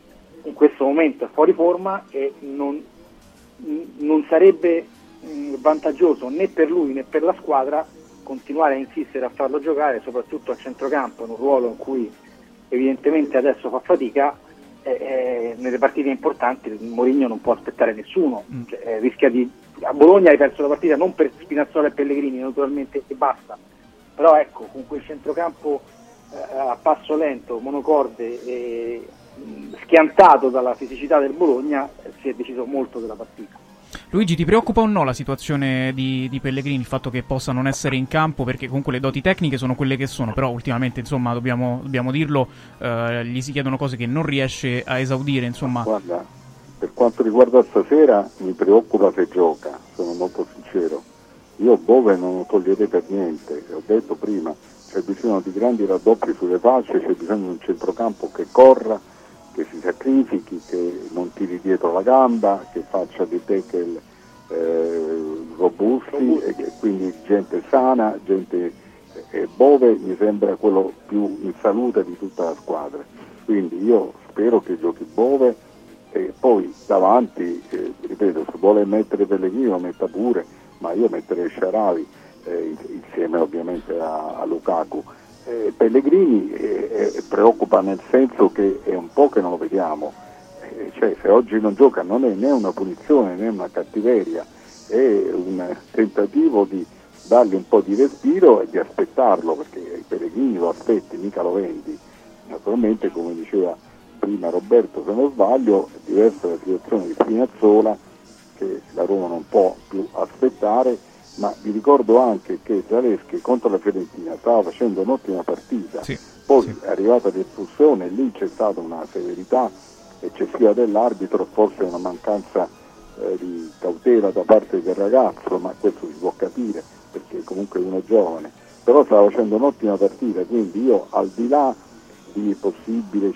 in questo momento è fuori forma e non sarebbe vantaggioso né per lui né per la squadra continuare a insistere a farlo giocare, soprattutto a centrocampo, in un ruolo in cui evidentemente adesso fa fatica. Nelle partite importanti Mourinho non può aspettare nessuno, rischia a Bologna hai perso la partita non per Spinazzola e Pellegrini naturalmente e basta, però ecco, con quel centrocampo a passo lento, monocorde e schiantato dalla fisicità del Bologna, si è deciso molto della partita. Luigi, ti preoccupa o no la situazione di Pellegrini, il fatto che possa non essere in campo, perché comunque le doti tecniche sono quelle che sono, però ultimamente insomma dobbiamo dirlo, gli si chiedono cose che non riesce a esaudire, insomma. Guarda, per quanto riguarda stasera mi preoccupa se gioca, sono molto sincero. Io Bove non lo toglierei per niente, ho detto prima, c'è bisogno di grandi raddoppi sulle fasce, c'è bisogno di un centrocampo che corra, che si sacrifichi, che non tiri dietro la gamba, che faccia dei tackle robusti e che quindi gente sana, Bove mi sembra quello più in salute di tutta la squadra, quindi io spero che giochi Bove e poi davanti, ripeto, se vuole mettere Pellegrini lo metta pure, ma io metterei Shaarawy insieme ovviamente a Lukaku. Pellegrini preoccupa nel senso che è un po' che non lo vediamo, cioè se oggi non gioca non è né una punizione né una cattiveria, è un tentativo di dargli un po' di respiro e di aspettarlo, perché Pellegrini lo aspetti, mica lo vendi. Naturalmente, come diceva prima Roberto, se non sbaglio, è diversa la situazione di Spinazzola, che la Roma non può più aspettare, ma vi ricordo anche che Zalewski contro la Fiorentina stava facendo un'ottima partita, poi è arrivata l'espulsione, lì c'è stata una severità eccessiva dell'arbitro, forse una mancanza di cautela da parte del ragazzo, ma questo si può capire perché comunque uno è giovane, però stava facendo un'ottima partita, quindi io al di là di possibili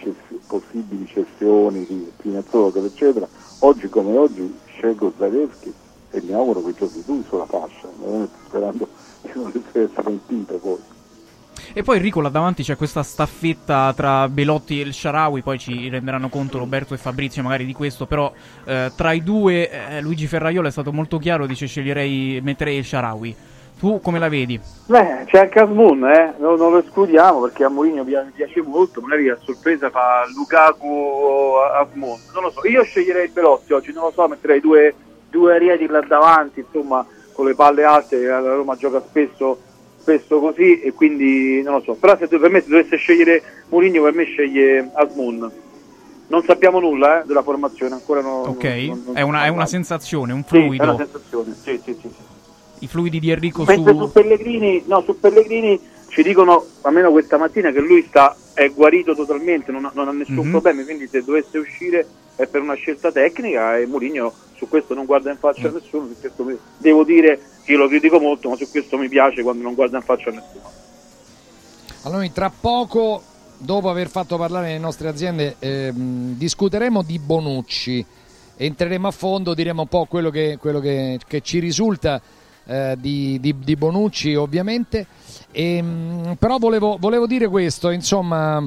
cessioni di Spinazzola eccetera, oggi come oggi scelgo Zalewski e mi auguro che giochi lui sulla fascia, sperando che non si sia sentito poi. E poi Enrico, là davanti c'è questa staffetta tra Belotti e il Shaarawy, poi ci renderanno conto Roberto e Fabrizio magari di questo, però tra i due Luigi Ferraiolo è stato molto chiaro, dice metterei il Shaarawy. Tu come la vedi? Beh, c'è anche Asmoon, non lo escludiamo perché a Mourinho mi piace molto, magari a sorpresa fa Lukaku o Asmoon, non lo so, io sceglierei Belotti oggi, non lo so, metterei due arieti là davanti, insomma, con le palle alte, la Roma gioca spesso così e quindi non lo so, però per me se dovesse scegliere Mourinho, per me sceglie Asmoon. Non sappiamo nulla della formazione, ancora ok, è una sensazione, un fluido. Sì, è una sensazione, sì. I fluidi di Enrico su Pellegrini ci dicono, almeno questa mattina, che lui è guarito totalmente, non ha nessun problema, quindi se dovesse uscire è per una scelta tecnica e Mourinho su questo non guarda in faccia a nessuno, su questo devo dire che io lo critico molto, ma su questo mi piace quando non guarda in faccia a nessuno. Allora noi tra poco, dopo aver fatto parlare le nostre aziende, discuteremo di Bonucci, entreremo a fondo, diremo un po' quello che ci risulta di Bonucci ovviamente, però volevo dire questo, insomma,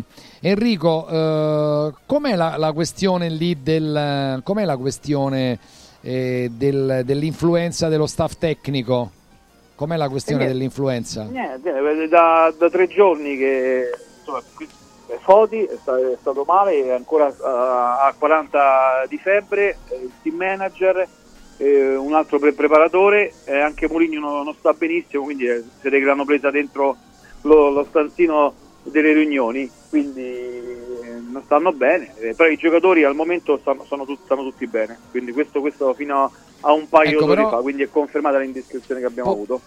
Enrico, com'è la questione lì com'è la questione dell'influenza dello staff tecnico? Com'è la questione dell'influenza? Niente, da 3 giorni che insomma, Foti è stato male, è ancora a 40 di febbre, il team manager, un altro preparatore, anche Mourinho non sta benissimo, quindi si vede che l'hanno presa dentro lo stanzino delle riunioni, quindi non stanno bene, però i giocatori al momento stanno tutti bene, quindi questo fino a un paio d'ore fa, quindi è confermata l'indiscrezione che abbiamo avuto.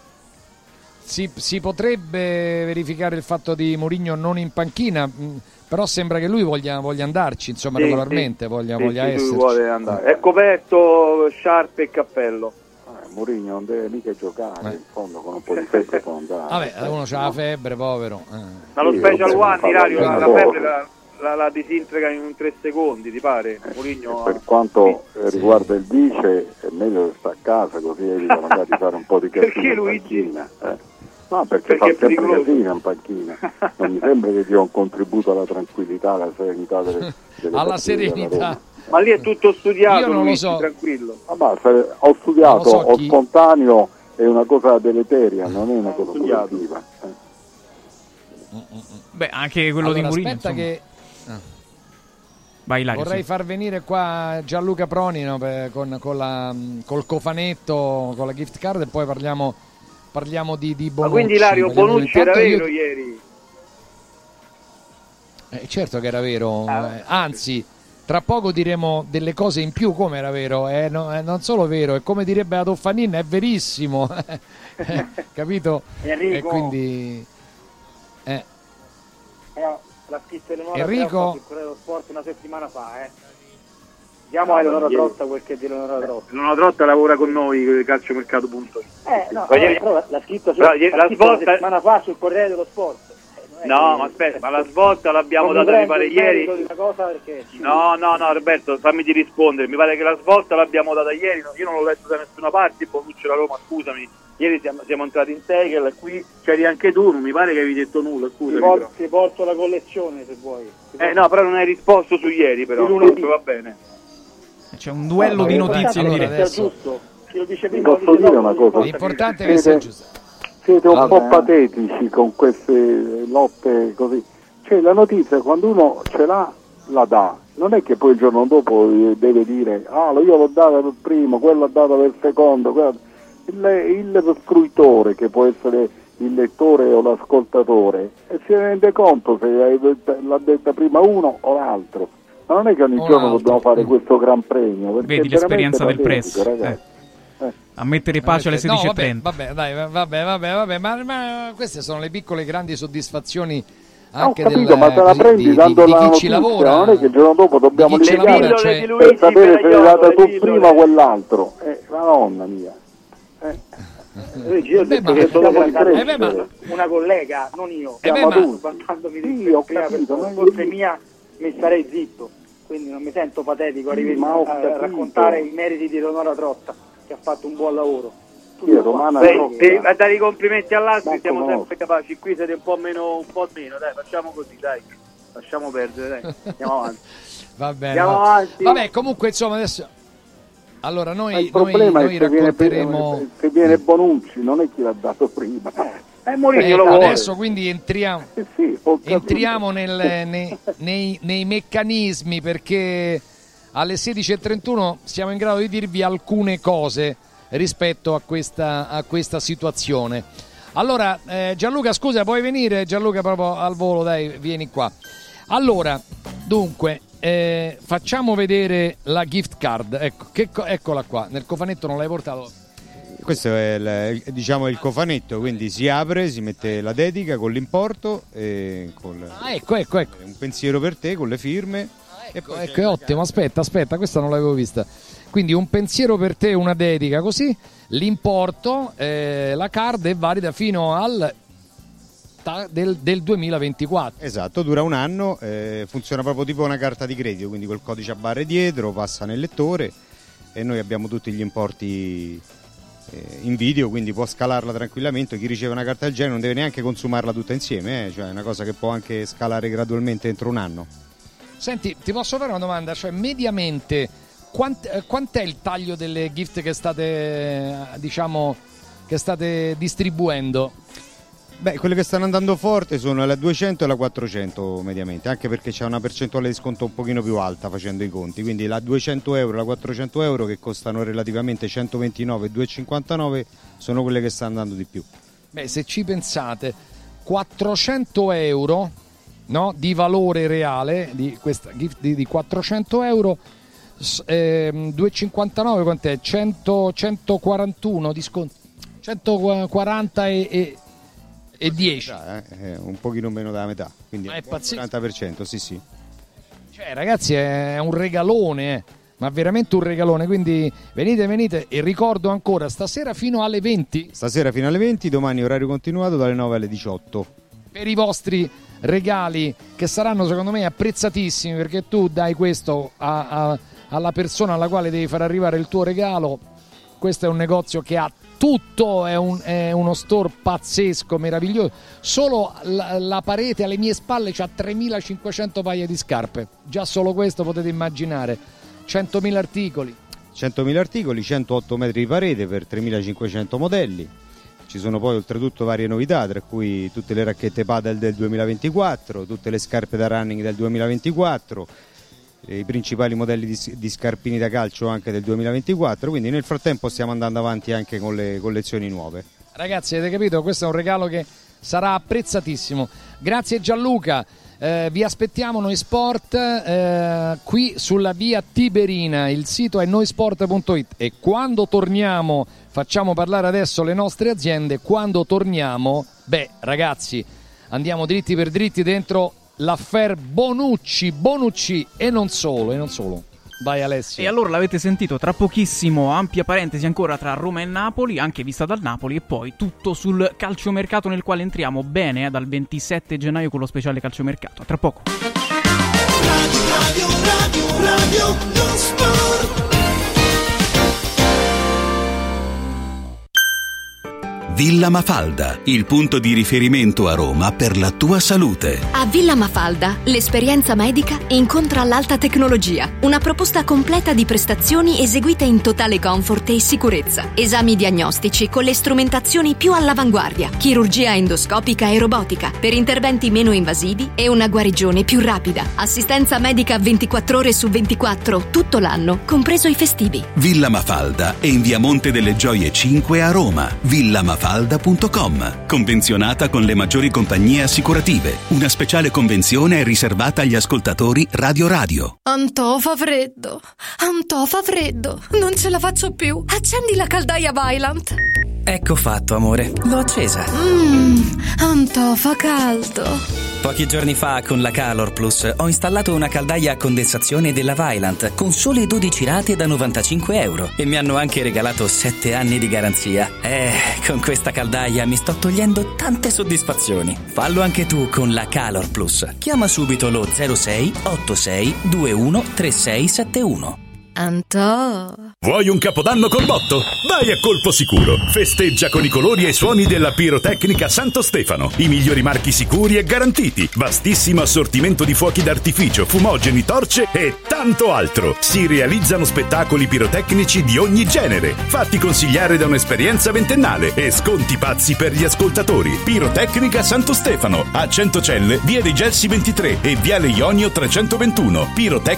Si potrebbe verificare il fatto di Mourinho non in panchina, però sembra che lui voglia andarci, insomma, regolarmente, voglia esserci. Lui vuole andare. È coperto sciarpe e cappello. Mourinho non deve mica giocare, in fondo con un po' di febbre può andare. Vabbè, uno c'ha la febbre, povero. Ma lo Special One, Ilario, la febbre la disintegra in 3 secondi, ti pare? Mourinho per quanto riguarda il vice, è meglio che sta a casa, così evita magari di fare un po' di casino. Perché Luigi? No, perché fa sempre casino in panchina. Non mi sembra che dia un contributo alla tranquillità, alla serenità delle alla serenità. Ma lì è tutto studiato, io non Luigi, lo so. Tranquillo. Ho studiato, so ho chi. spontaneo, è una cosa deleteria, non è una cosa positiva. Beh, anche quello di Mourinho. Aspetta insomma. che Vai, Ilario, vorrei sì. far venire qua Gianluca Pronino col cofanetto, con la gift card, e poi parliamo di Bonucci. Ma quindi Ilario, Vogliamo- Bonucci era intanto vero ieri? Certo che era vero, anzi tra poco diremo delle cose in più. Come era vero, è non solo vero, è come direbbe la Toffanin, è verissimo. Capito? Enrico. E quindi Però la schizza Eleonora Enrico? Trotta sul Corriere dello Sport una settimana fa, Diamo a Eleonora Trotta quel che di Eleonora Trotta. Eleonora Trotta lavora con noi, calciomercato.it. No, Ma ieri- però la scritta però la la schizza svolta- una settimana fa sul Corriere dello Sport. No, ma aspetta, ma la svolta l'abbiamo data, mi pare, ieri. Di una cosa perché No, Roberto, fammi di rispondere. Mi pare che la svolta l'abbiamo data ieri. Io non l'ho letto da nessuna parte. Bonucci la Roma, scusami. Ieri siamo entrati in Tegel, qui c'eri anche tu, non mi pare che avevi detto nulla, scusami. però. ti porto la collezione se vuoi. No, però non hai risposto su ieri, però. Di lunedì. Comunque va bene. C'è un duello di notizie in diretta. Giusto. Chi lo dice prima, Posso dire una cosa? l'importante è che sia giusto. Siete un po' patetici con queste lotte così. Cioè la notizia quando uno ce l'ha, la dà. Non è che poi il giorno dopo deve dire io l'ho data per primo, quello l'ha data per secondo. Il fruitore, che può essere il lettore o l'ascoltatore, e si rende conto se l'ha detta prima uno o l'altro. Ma non è che ogni giorno dobbiamo fare questo gran premio. Vedi l'esperienza del press. Ragazzi. A mettere pace alle 16:30. Vabbè, ma queste sono le piccole grandi soddisfazioni Ho anche capito, ma te la prendi dando di la chi notizia, ci lavora. non è che il giorno dopo dobbiamo Di chi ci litigare lavora, cioè- di per Luigi sapere se l'hai data tu Ferraiolo, prima o quell'altro. Madonna mia. Luigi, io ho detto ma- che sono crescere. una collega, non io. Siamo adulti. Vantandomi Sì, di ho prima capito, persona, ma- se fosse mia mi starei zitto, quindi non mi sento patetico ma ho a capito. raccontare i meriti di Eleonora Trotta, che ha fatto un buon lavoro. Romana A dare i complimenti all'altro, Ma siamo come sempre capaci. Qui siete un po' meno, dai, facciamo così, dai. Lasciamo perdere, dai. Andiamo avanti. Va bene. Andiamo avanti. Vabbè, comunque insomma adesso allora Ma noi il problema noi è che racconteremo se viene Bonucci, non è chi l'ha dato prima. Mourinho lo vuole. adesso quindi entriamo nei meccanismi, perché alle 16:31 siamo in grado di dirvi alcune cose rispetto a questa situazione. Allora Gianluca, scusa, puoi venire Gianluca proprio al volo, dai, vieni qua. Allora, dunque facciamo vedere la gift card, eccola qua, nel cofanetto non l'hai portato. Questo è il cofanetto, quindi si apre, si mette la dedica con l'importo e ecco un pensiero per te con le firme. Ecco, è ottimo, aspetta, questa non l'avevo vista. Quindi un pensiero per te, una dedica, così, l'importo, la card è valida fino al del 2024. Esatto, dura un anno, funziona proprio tipo una carta di credito, quindi col codice a barre dietro, passa nel lettore e noi abbiamo tutti gli importi in video, quindi può scalarla tranquillamente. Chi riceve una carta del genere non deve neanche consumarla tutta insieme, cioè è una cosa che può anche scalare gradualmente entro un anno. Senti, ti posso fare una domanda, cioè mediamente quant'è il taglio delle gift che state distribuendo? Beh, quelle che stanno andando forte sono la 200 e la 400 mediamente, anche perché c'è una percentuale di sconto un pochino più alta facendo i conti, quindi la 200 euro e la 400 euro, che costano relativamente 129 e 2,59, sono quelle che stanno andando di più. Beh, se ci pensate, 400 euro, no, di valore reale di questa gift di 400 euro, 2,59 quant'è? 141 di sconto, 140 e 10, un pochino meno della metà, quindi è pazzesco. 40%, sì. Cioè, ragazzi, è un regalone, ma veramente un regalone, quindi venite, e ricordo ancora, stasera fino alle 20. Stasera fino alle 20, domani orario continuato dalle 9 alle 18. Per i vostri regali, che saranno secondo me apprezzatissimi, perché tu dai questo alla persona alla quale devi far arrivare il tuo regalo, questo è un negozio che ha tutto, è uno store pazzesco, meraviglioso. Solo la parete alle mie spalle c'ha 3.500 paia di scarpe, già solo questo potete immaginare. 100.000 articoli, 108 metri di parete per 3.500 modelli. Ci sono poi oltretutto varie novità, tra cui tutte le racchette padel del 2024, tutte le scarpe da running del 2024, i principali modelli di scarpini da calcio anche del 2024, quindi nel frattempo stiamo andando avanti anche con le collezioni nuove. Ragazzi, avete capito? Questo è un regalo che sarà apprezzatissimo. Grazie Gianluca, vi aspettiamo Noi Sport qui sulla via Tiberina, il sito è noisport.it e quando torniamo, facciamo parlare adesso le nostre aziende, quando torniamo, ragazzi, andiamo dritti per dritti dentro l'affair Bonucci e non solo. Vai Alessio. E allora l'avete sentito, tra pochissimo ampia parentesi ancora tra Roma e Napoli, anche vista dal Napoli, e poi tutto sul calciomercato nel quale entriamo bene dal 27 gennaio con lo speciale calciomercato. A tra poco. Radio non sport. Villa Mafalda, il punto di riferimento a Roma per la tua salute. A Villa Mafalda, l'esperienza medica incontra l'alta tecnologia. Una proposta completa di prestazioni eseguite in totale comfort e sicurezza. Esami diagnostici con le strumentazioni più all'avanguardia. Chirurgia endoscopica e robotica per interventi meno invasivi e una guarigione più rapida. Assistenza medica 24 ore su 24, tutto l'anno, compreso i festivi. Villa Mafalda è in via Monte delle Gioie 5 a Roma. villamafalda.com. Convenzionata con le maggiori compagnie assicurative. Una speciale convenzione è riservata agli ascoltatori Radio. Antò fa freddo, non ce la faccio più. Accendi la caldaia Vaillant. Ecco fatto, amore, l'ho accesa. Antò fa caldo. Pochi giorni fa con la Calor Plus ho installato una caldaia a condensazione della Vaillant con sole 12 rate da €95 e mi hanno anche regalato 7 anni di garanzia. Con questa caldaia mi sto togliendo tante soddisfazioni. Fallo anche tu con la Calor Plus. Chiama subito lo 06 86 21 3671. Antò. Vuoi un capodanno col botto? Vai a Colpo Sicuro. Festeggia con i colori e i suoni della pirotecnica Santo Stefano. I migliori marchi sicuri e garantiti. Vastissimo assortimento di fuochi d'artificio, fumogeni, torce e tanto altro. Si realizzano spettacoli pirotecnici di ogni genere. Fatti consigliare da un'esperienza ventennale e sconti pazzi per gli ascoltatori. Pirotecnica Santo Stefano. A Centocelle, via dei Gelsi 23 e viale Ionio 321.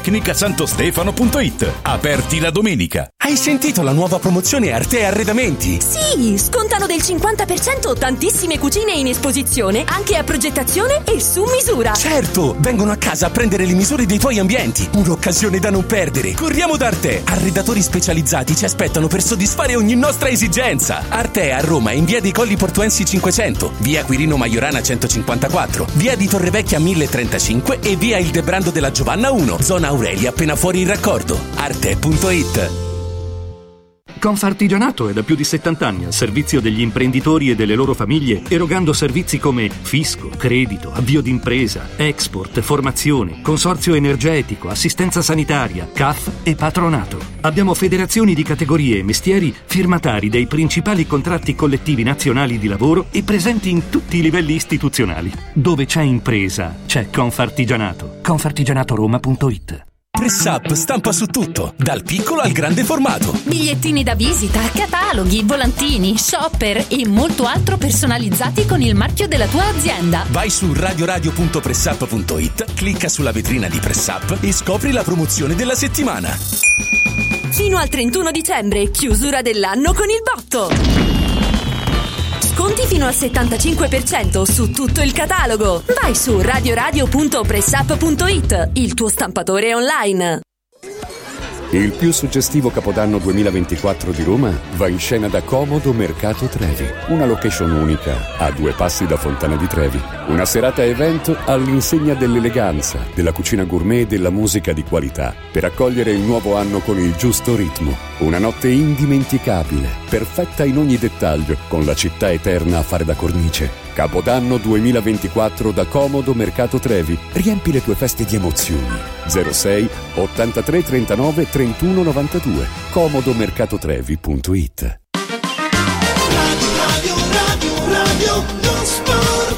pirotecnicasantostefano.it. Aperti la domenica. Hai sentito la nuova promozione Arte Arredamenti? Sì, scontano del 50% tantissime cucine in esposizione, anche a progettazione e su misura. Certo, vengono a casa a prendere le misure dei tuoi ambienti. Un'occasione da non perdere. Corriamo da Arte. Arredatori specializzati ci aspettano per soddisfare ogni nostra esigenza. Arte a Roma in via dei Colli Portuensi 500, via Quirino Maiorana 154, via di Torrevecchia 1035 e via Ildebrando della Giovanna 1, zona Aurelia appena fuori il raccordo. Arte.it. Confartigianato è da più di 70 anni al servizio degli imprenditori e delle loro famiglie, erogando servizi come fisco, credito, avvio d'impresa, export, formazione, consorzio energetico, assistenza sanitaria, CAF e patronato. Abbiamo federazioni di categorie e mestieri firmatari dei principali contratti collettivi nazionali di lavoro e presenti in tutti i livelli istituzionali. Dove c'è impresa, c'è Confartigianato. Confartigianatoroma.it. PressUp stampa su tutto, dal piccolo al grande formato. Bigliettini da visita, cataloghi, volantini, shopper e molto altro personalizzati con il marchio della tua azienda. Vai su radioradio.pressup.it, clicca sulla vetrina di PressUp e scopri la promozione della settimana. Fino al 31 dicembre, chiusura dell'anno con il botto. Sconti fino al 75% su tutto il catalogo. Vai su radioradio.pressup.it, il tuo stampatore online. Il più suggestivo Capodanno 2024 di Roma va in scena da Comodo Mercato Trevi, una location unica a 2 passi da Fontana di Trevi. Una serata evento all'insegna dell'eleganza, della cucina gourmet e della musica di qualità, per accogliere il nuovo anno con il giusto ritmo. Una notte indimenticabile, perfetta in ogni dettaglio, con la città eterna a fare da cornice. Capodanno 2024 da Comodo Mercato Trevi. Riempi le tue feste di emozioni. 06 83 39 31 92. comodomercatotrevi.it. Radio non sport.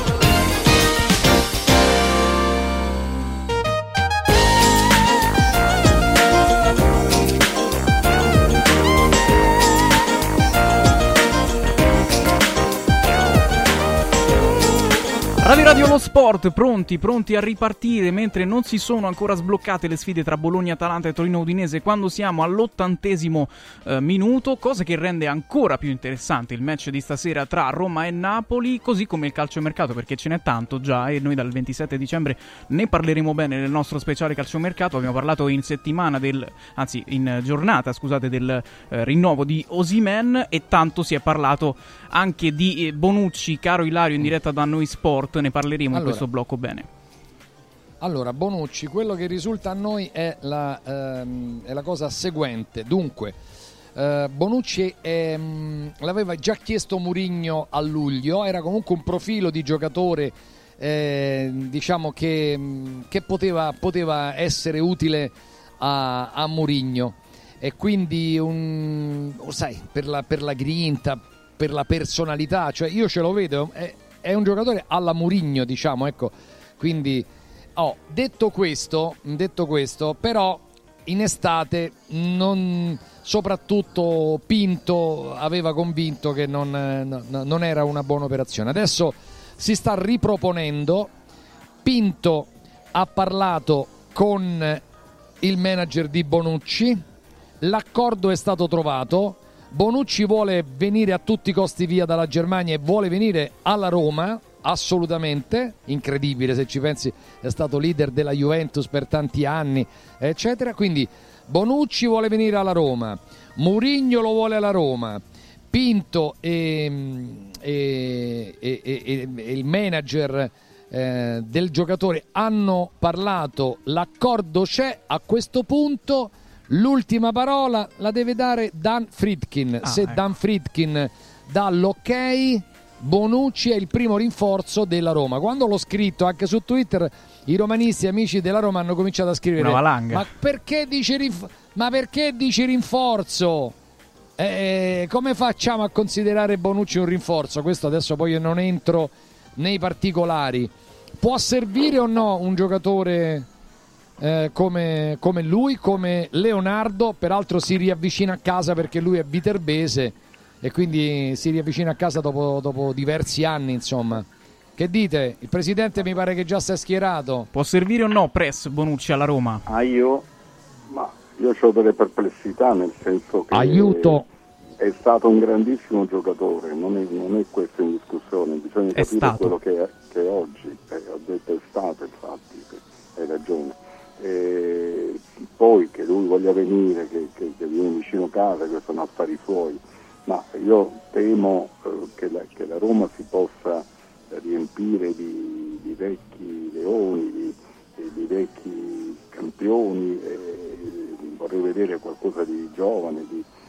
Radio lo Sport, pronti a ripartire mentre non si sono ancora sbloccate le sfide tra Bologna, Atalanta e Torino Udinese quando siamo all'80° minuto, cosa che rende ancora più interessante il match di stasera tra Roma e Napoli, così come il calciomercato, perché ce n'è tanto già e noi dal 27 dicembre ne parleremo bene nel nostro speciale calciomercato. Abbiamo parlato in giornata del rinnovo di Osimhen e tanto si è parlato anche di Bonucci. Caro Ilario, in diretta da Noi Sport ne parleremo in questo blocco bene. Allora, Bonucci, quello che risulta a noi è la cosa seguente. Dunque, Bonucci l'aveva già chiesto Mourinho a luglio, era comunque un profilo di giocatore diciamo che poteva essere utile a Mourinho, e quindi per la grinta, per la personalità, cioè io ce lo vedo, è un giocatore alla Mourinho, diciamo, ecco. Quindi detto questo, però in estate soprattutto Pinto aveva convinto che non era una buona operazione. Adesso si sta riproponendo. Pinto ha parlato con il manager di Bonucci, l'accordo è stato trovato. Bonucci vuole venire a tutti i costi via dalla Germania e vuole venire alla Roma, assolutamente, incredibile se ci pensi, è stato leader della Juventus per tanti anni, eccetera. Quindi Bonucci vuole venire alla Roma, Mourinho lo vuole alla Roma, Pinto e il manager del giocatore hanno parlato, l'accordo c'è. A questo punto l'ultima parola la deve dare Dan Friedkin. Dan Friedkin dà l'ok, Bonucci è il primo rinforzo della Roma. Quando l'ho scritto anche su Twitter, i romanisti amici della Roma hanno cominciato a scrivere: una valanga. Ma perché dici rinforzo? Come facciamo a considerare Bonucci un rinforzo? Questo adesso poi io non entro nei particolari. Può servire o no un giocatore come lui, come Leonardo? Peraltro si riavvicina a casa perché lui è viterbese e quindi si riavvicina a casa dopo diversi anni, insomma. Che dite? Il presidente mi pare che già si è schierato. Può servire o no Press Bonucci alla Roma? Io ho delle perplessità, nel senso che aiuto, è stato un grandissimo giocatore, non è questo in discussione, bisogna capire quello che è oggi. Ho detto è stato, infatti, hai ragione. Poi che lui voglia venire, che viene vicino casa, che sono affari suoi, ma io temo che la Roma si possa riempire di vecchi leoni, di vecchi campioni. Vorrei vedere qualcosa di giovane,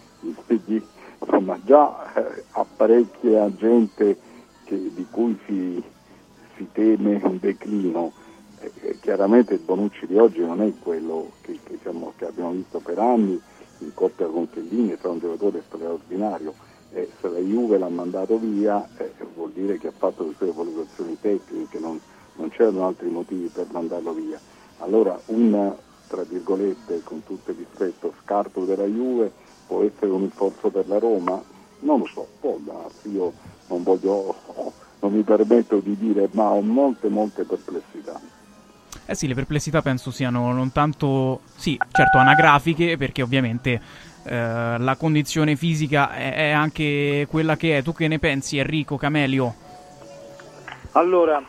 insomma, già apparecchia gente di cui si teme un declino. Chiaramente il Bonucci di oggi non è quello che abbiamo visto per anni in coppia con Chiellini, è un giocatore straordinario. Se la Juve l'ha mandato via vuol dire che ha fatto le sue valutazioni tecniche, non c'erano altri motivi per mandarlo via. Allora tra virgolette, con tutto il rispetto, scarto della Juve può essere un rinforzo per la Roma? Non lo so, può darsi. Io non mi permetto di dire, ma ho molte perplessità. Sì, le perplessità penso siano non tanto, sì, certo anagrafiche, perché ovviamente la condizione fisica è anche quella che è. Tu che ne pensi, Enrico Camelio? Allora,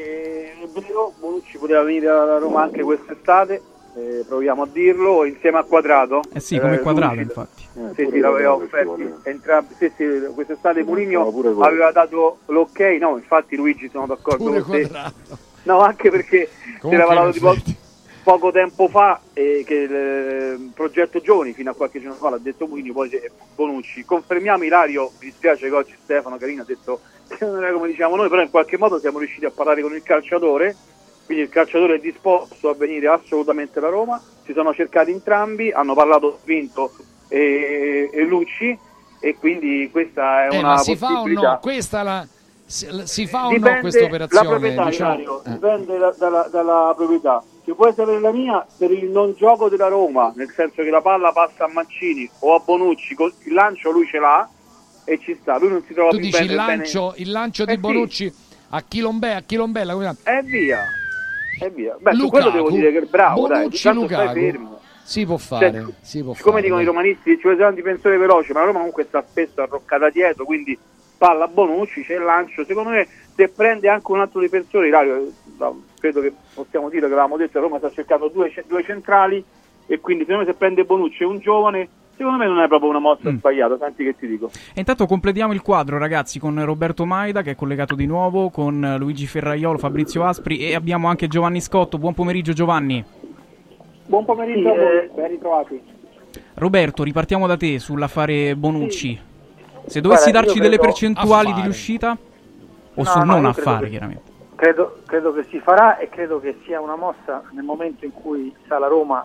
Bonucci poteva venire alla Roma anche quest'estate, proviamo a dirlo, insieme a Quadrato. Sì, come Quadrato, infatti. Sì, l'aveva offerti entrambi. Sì, quest'estate Mourinho aveva dato l'ok. No, infatti Luigi, sono d'accordo con te. No, anche perché si era parlato di poco tempo fa che il progetto Giovani fino a qualche giorno fa l'ha detto Mourinho, poi Bonucci. Confermiamo, Ilario, mi dispiace che oggi Stefano Carino ha detto che non era come diciamo noi, però in qualche modo siamo riusciti a parlare con il calciatore, quindi il calciatore è disposto a venire assolutamente da Roma, si sono cercati entrambi, hanno parlato Vinto e Lucci, e quindi questa è una ma si possibilità. fa o no? Questa si fa o Dipende no questa operazione? la proprietà, diciamo? Ilario, dipende dalla proprietà. Se vuoi sapere la mia, per il non gioco della Roma, nel senso che la palla passa a Mancini o a Bonucci, il lancio lui ce l'ha e ci sta, lui non si trova Tu più dici bene, il lancio di Bonucci a Chilombella come... è via. Beh, su quello devo dire che è bravo, Bonucci, dai, stai fermo. Si può fare, Cioè, si può siccome fare. dicono i romanisti ci vuole un difensore veloce, ma la Roma comunque sta spesso arroccata dietro, quindi palla a Bonucci, c'è il lancio. Secondo me se prende anche un altro difensore, Ilario, credo che possiamo dire che avevamo detto, Roma sta cercando due centrali, e quindi secondo me se prende Bonucci e un giovane, secondo me non è proprio una mossa sbagliata. Senti che ti dico. E intanto completiamo il quadro, ragazzi, con Roberto Maida che è collegato di nuovo, con Luigi Ferraiolo, Fabrizio Aspri, e abbiamo anche Giovanni Scotto. Buon pomeriggio Giovanni. Buon pomeriggio a voi, ben ritrovati. Roberto, ripartiamo da te sull'affare Bonucci. Se dovessi darci delle percentuali di riuscita, o sul non affare, chiaramente. Credo che si farà, e credo che sia una mossa nel momento in cui sta la Roma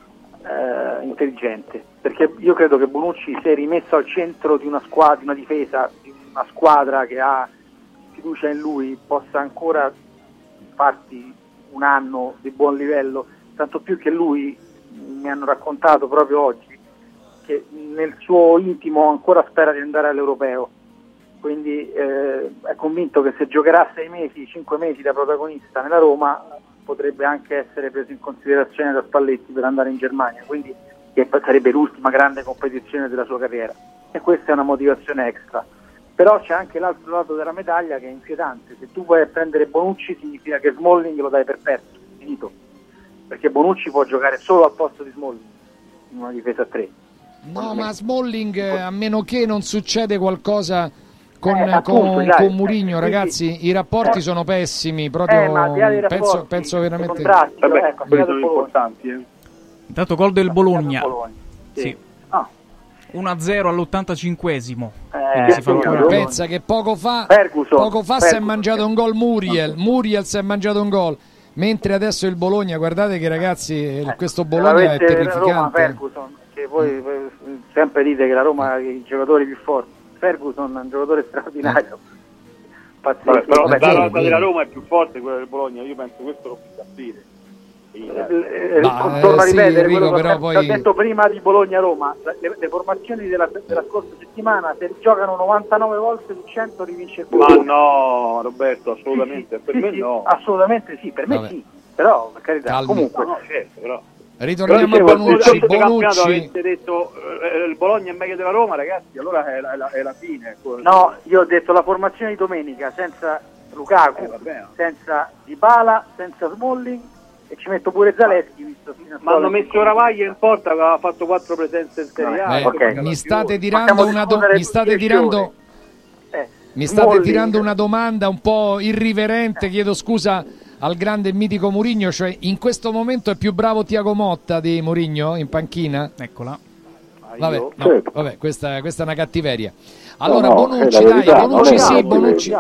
intelligente, perché io credo che Bonucci, se rimesso al centro di una squadra, di una difesa, di una squadra che ha fiducia in lui, possa ancora farti un anno di buon livello, tanto più che lui, mi hanno raccontato proprio oggi, che nel suo intimo ancora spera di andare all'Europeo, quindi è convinto che se giocherà 6 mesi, 5 mesi da protagonista nella Roma, potrebbe anche essere preso in considerazione da Spalletti per andare in Germania, quindi che sarebbe l'ultima grande competizione della sua carriera, e questa è una motivazione extra. Però c'è anche l'altro lato della medaglia che è inquietante: se tu vuoi prendere Bonucci significa che Smalling lo dai per perso, finito, perché Bonucci può giocare solo al posto di Smalling in una difesa a 3. No, ma Smalling, a meno che non succede qualcosa con Mourinho, ragazzi, i rapporti sono pessimi, proprio penso veramente. Sono importanti. Intanto gol del Bologna. Sì. 1-0 all'85esimo. Pensa che poco fa si è mangiato un gol Muriel si è mangiato un gol, mentre adesso il Bologna, guardate che ragazzi, questo Bologna è terrificante. Roma, Ferguson, che voi sempre dite che la Roma ha i giocatori più forti. Ferguson è un giocatore straordinario. Però la della Roma è più forte quella del Bologna, io penso questo lo può capire. Torno a ripetere quello che poi... ho detto prima di Bologna-Roma. Le formazioni della scorsa settimana, se giocano 99 volte su 100 rivince il Bologna. Ma no, Roberto, assolutamente. Sì, per me no. Assolutamente sì, per me sì. Però, per carità, comunque. No, certo, però. Ritorniamo a Bonucci. Avete detto il Bologna è meglio della Roma, ragazzi, allora è la fine. No, io ho detto la formazione di domenica senza Lukaku, senza Dybala, senza Smalling, e ci metto pure Zaleschi, visto ma hanno messo Ravaglia in porta, che aveva fatto 4 presenze in Serie A. Mi state tirando una domanda un po' irriverente, chiedo scusa al grande e mitico Mourinho, cioè in questo momento è più bravo Thiago Motta di Mourinho in panchina? Eccola. Vabbè, questa è una cattiveria. Allora Bonucci, Bonucci sì, Bonucci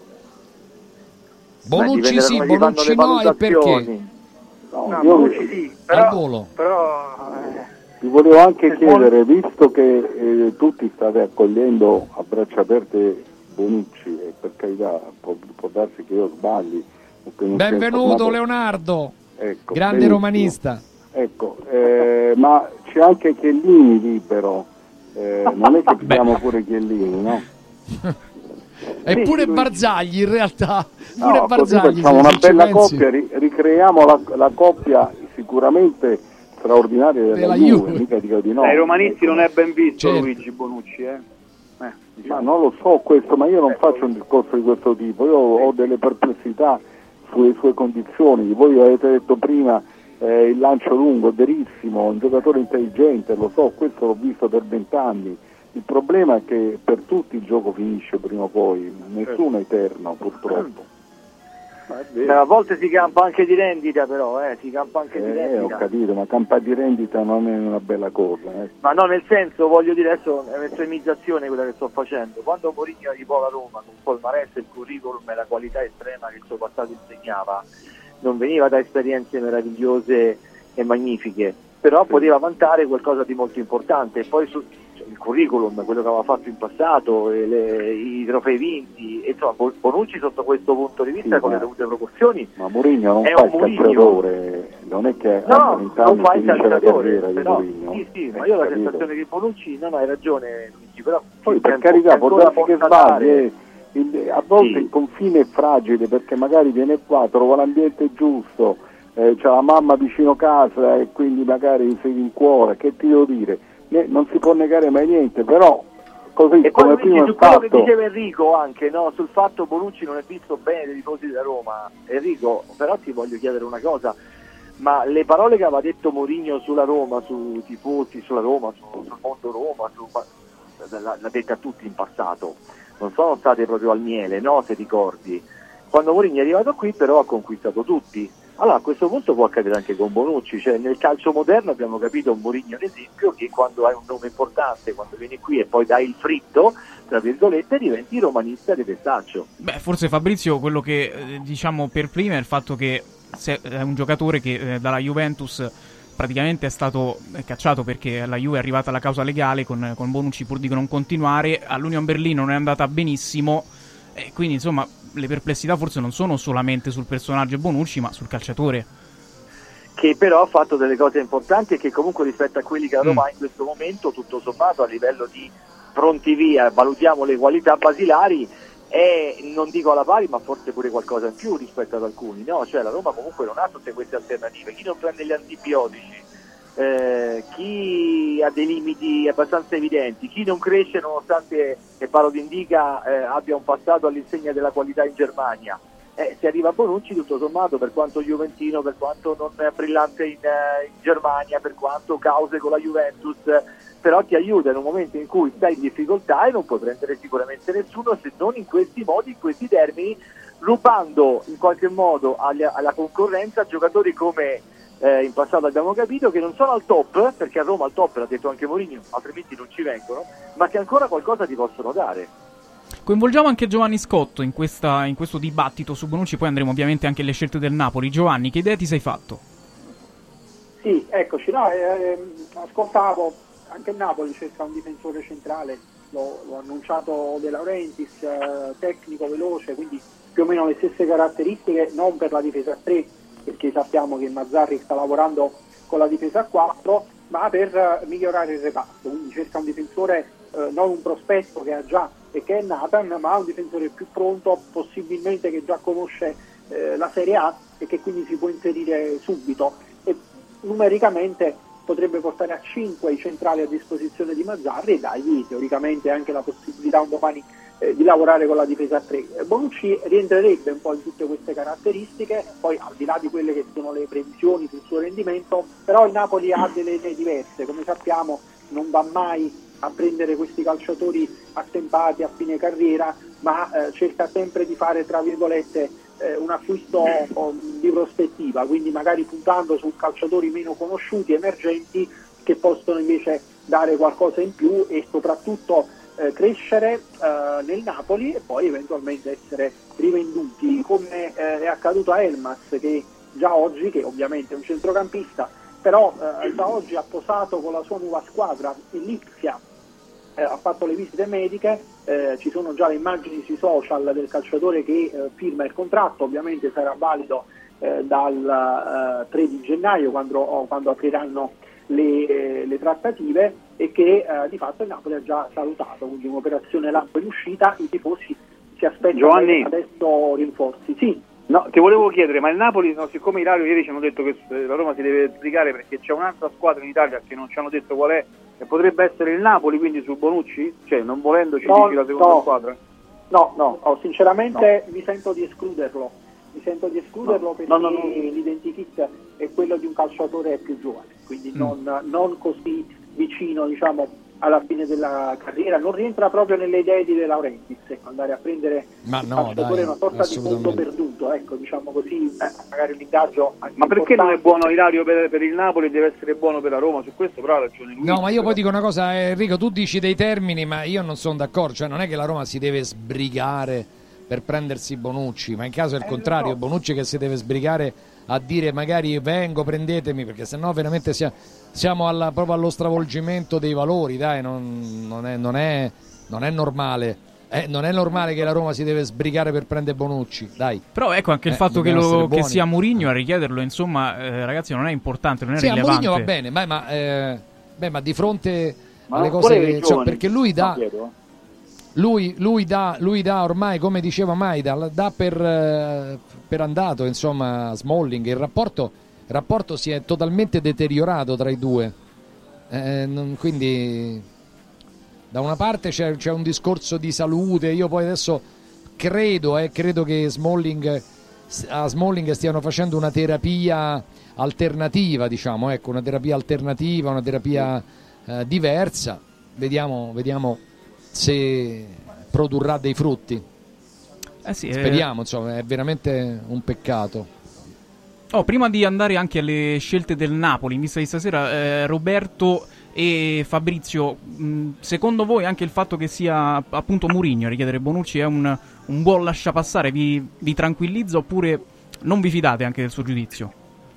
Bonucci no, e perché? Bonucci sì, però, al volo. Vi volevo anche chiedere, visto che tutti state accogliendo a braccia aperte Bonucci, e per carità può darsi che io sbagli. Benvenuto Leonardo, ecco, grande benissimo. romanista. Ecco, ma c'è anche Chiellini libero, non è che abbiamo pure Chiellini, no? Eppure Barzagli in realtà, No, Barzagli, facciamo una bella coppia, ricreiamo la coppia sicuramente straordinaria della Juve. Mica dico di no. Ai romanisti non è ben visto Luigi Bonucci, Ma non lo so questo, ma io non faccio un discorso di questo tipo, io ho delle perplessità sulle sue condizioni. Voi avete detto prima il lancio lungo, verissimo, un giocatore intelligente, lo so, questo l'ho visto per 20 anni. Il problema è che per tutti il gioco finisce prima o poi, nessuno è eterno purtroppo. A volte si campa anche di rendita, però, si campa anche di rendita. Ho capito, ma campare di rendita non è una bella cosa. Ma no, nel senso, voglio dire, adesso è un'estremizzazione quella che sto facendo. Quando Mourinho arrivò alla Roma con il palmarès, il curriculum e la qualità estrema che il suo passato insegnava, non veniva da esperienze meravigliose e magnifiche, però poteva vantare qualcosa di molto importante. E poi il curriculum, quello che aveva fatto in passato, i trofei vinti, insomma Bonucci sotto questo punto di vista, con le dovute proporzioni, ma Mourinho non è fa un il calciatore, non è che non fa il calciatore, però ma io ho la sensazione che Bonucci, hai ragione Luigi, però poi per carità può darsi che sbagli, a volte il confine è fragile, perché magari viene qua, trova l'ambiente giusto, c'ha la mamma vicino casa e quindi magari sei in cuore, che ti devo dire, non si può negare mai niente, però così e come poi prima su quello che diceva Enrico anche, sul fatto Bonucci non è visto bene dai tifosi della Roma. Enrico, però ti voglio chiedere una cosa, ma le parole che aveva detto Mourinho sulla Roma, sui tifosi, sulla Roma, sul mondo Roma, l'ha detta a tutti in passato, non sono state proprio al miele, se ricordi. Quando Mourinho è arrivato qui però ha conquistato tutti. Allora a questo punto può accadere anche con Bonucci, cioè nel calcio moderno abbiamo capito un Mourinho, ad esempio, che quando hai un nome importante, quando vieni qui e poi dai il fritto, tra virgolette, diventi romanista di testaccio. Beh, forse Fabrizio, quello che diciamo per prima è il fatto che è un giocatore che dalla Juventus praticamente è stato cacciato perché la Juve è arrivata alla causa legale con Bonucci pur di non continuare, all'Union Berlino non è andata benissimo, e quindi insomma le perplessità forse non sono solamente sul personaggio Bonucci ma sul calciatore, che però ha fatto delle cose importanti e che comunque rispetto a quelli che la Roma ha in questo momento, tutto sommato a livello di pronti via, valutiamo le qualità basilari, e non dico alla pari ma forse pure qualcosa in più rispetto ad alcuni, cioè la Roma comunque non ha tutte queste alternative. Chi non prende gli antibiotici, chi ha dei limiti abbastanza evidenti, chi non cresce nonostante, e parlo di Indica, abbia un passato all'insegna della qualità in Germania, se arriva Bonucci tutto sommato, per quanto juventino, per quanto non brillante in Germania, per quanto cause con la Juventus, però ti aiuta in un momento in cui stai in difficoltà e non puoi prendere sicuramente nessuno se non in questi modi, in questi termini, rubando in qualche modo alla concorrenza giocatori come in passato abbiamo capito, che non sono al top, perché a Roma al top l'ha detto anche Mourinho, altrimenti non ci vengono, ma che ancora qualcosa ti possono dare. Coinvolgiamo anche Giovanni Scotto in questo dibattito su Bonucci, poi andremo ovviamente anche alle scelte del Napoli. Giovanni, che idea ti sei fatto? Sì, eccoci, ascoltavo, anche il Napoli cerca un difensore centrale, l'ho annunciato De Laurentiis, tecnico, veloce, quindi più o meno le stesse caratteristiche, non per la difesa a 3, perché sappiamo che Mazzarri sta lavorando con la difesa a 4, ma per migliorare il reparto, quindi cerca un difensore, non un prospetto che ha già e che è Nathan, ma un difensore più pronto, possibilmente che già conosce la Serie A e che quindi si può inserire subito, e numericamente potrebbe portare a 5 i centrali a disposizione di Mazzarri e dargli teoricamente anche la possibilità un domani di lavorare con la difesa a 3. Bonucci rientrerebbe un po' in tutte queste caratteristiche, poi al di là di quelle che sono le previsioni sul suo rendimento, però il Napoli ha delle idee diverse, come sappiamo non va mai a prendere questi calciatori attempati a fine carriera, ma cerca sempre di fare, tra virgolette, un acquisto di prospettiva, quindi magari puntando su calciatori meno conosciuti, emergenti, che possono invece dare qualcosa in più e soprattutto crescere nel Napoli e poi eventualmente essere rivenduti, come è accaduto a Elmas, che già oggi, che ovviamente è un centrocampista, però già oggi ha posato con la sua nuova squadra in Lipsia, ha fatto le visite mediche, ci sono già le immagini sui social del calciatore che firma il contratto, ovviamente sarà valido dal 3 di gennaio quando apriranno le trattative, e che di fatto il Napoli ha già salutato, quindi un'operazione lampo in uscita, i tifosi si aspettano adesso rinforzi. Sì. No, ti volevo chiedere, ma il Napoli, siccome Ilario ieri ci hanno detto che la Roma si deve sbrigare perché c'è un'altra squadra in Italia che non ci hanno detto qual è, e potrebbe essere il Napoli, quindi su Bonucci? Cioè, non volendoci dici la seconda squadra? No, sinceramente mi sento di escluderlo. Perché l'identikit è quello di un calciatore più giovane, quindi non così vicino, diciamo, alla fine della carriera, non rientra proprio nelle idee di De Laurentiis, ecco, andare a prendere ma il no, calciatore una sorta di punto perduto, ecco, diciamo così, magari un ingaggio. Ma perché non è buono Ilario per il Napoli, deve essere buono per la Roma? Su questo però ha ragione lui. No, ma io poi dico una cosa, Enrico, tu dici dei termini, ma io non sono d'accordo, cioè non è che la Roma si deve sbrigare per prendersi Bonucci, ma in caso è il contrario, no. Bonucci che si deve sbrigare a dire magari vengo, prendetemi, perché sennò veramente siamo proprio allo stravolgimento dei valori, dai, non è normale. Non è normale che la Roma si deve sbrigare per prendere Bonucci, dai. Però ecco anche il fatto che sia Mourinho a richiederlo, insomma, ragazzi, non è importante, non è rilevante. Mourinho va bene, ma di fronte alle cose, cioè, perché lui dà lui dà ormai, come diceva Maida, dà per andato, insomma, Smalling. Il rapporto si è totalmente deteriorato tra i due, quindi da una parte c'è un discorso di salute. Io poi adesso credo che a Smalling stiano facendo una terapia alternativa, diciamo, ecco, una terapia alternativa, una terapia diversa. Vediamo se produrrà dei frutti. Sì, speriamo, insomma, è veramente un peccato. Prima di andare anche alle scelte del Napoli in vista di stasera, Roberto e Fabrizio, secondo voi anche il fatto che sia appunto Mourinho a richiedere Bonucci è un buon lasciapassare? Vi tranquillizza oppure non vi fidate anche del suo giudizio?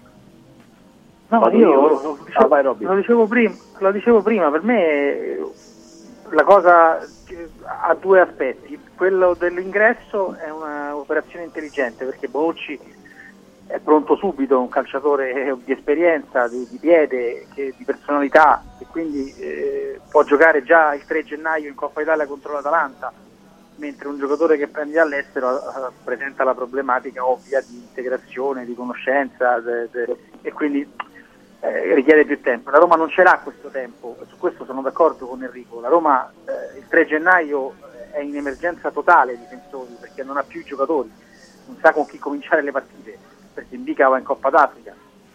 No, io lo dicevo prima, per me la cosa ha due aspetti. Quello dell'ingresso è un'operazione intelligente, perché Bonucci è pronto subito, un calciatore di esperienza, di piede, di personalità, e quindi può giocare già il 3 gennaio in Coppa Italia contro l'Atalanta, mentre un giocatore che prendi all'estero presenta la problematica ovvia di integrazione, di conoscenza e quindi richiede più tempo. La Roma non ce l'ha questo tempo, su questo sono d'accordo con Enrico. La Roma il 3 gennaio è in emergenza totale ai difensori, perché non ha più i giocatori, non sa con chi cominciare le partite, perché Indica va in Coppa d'Africa.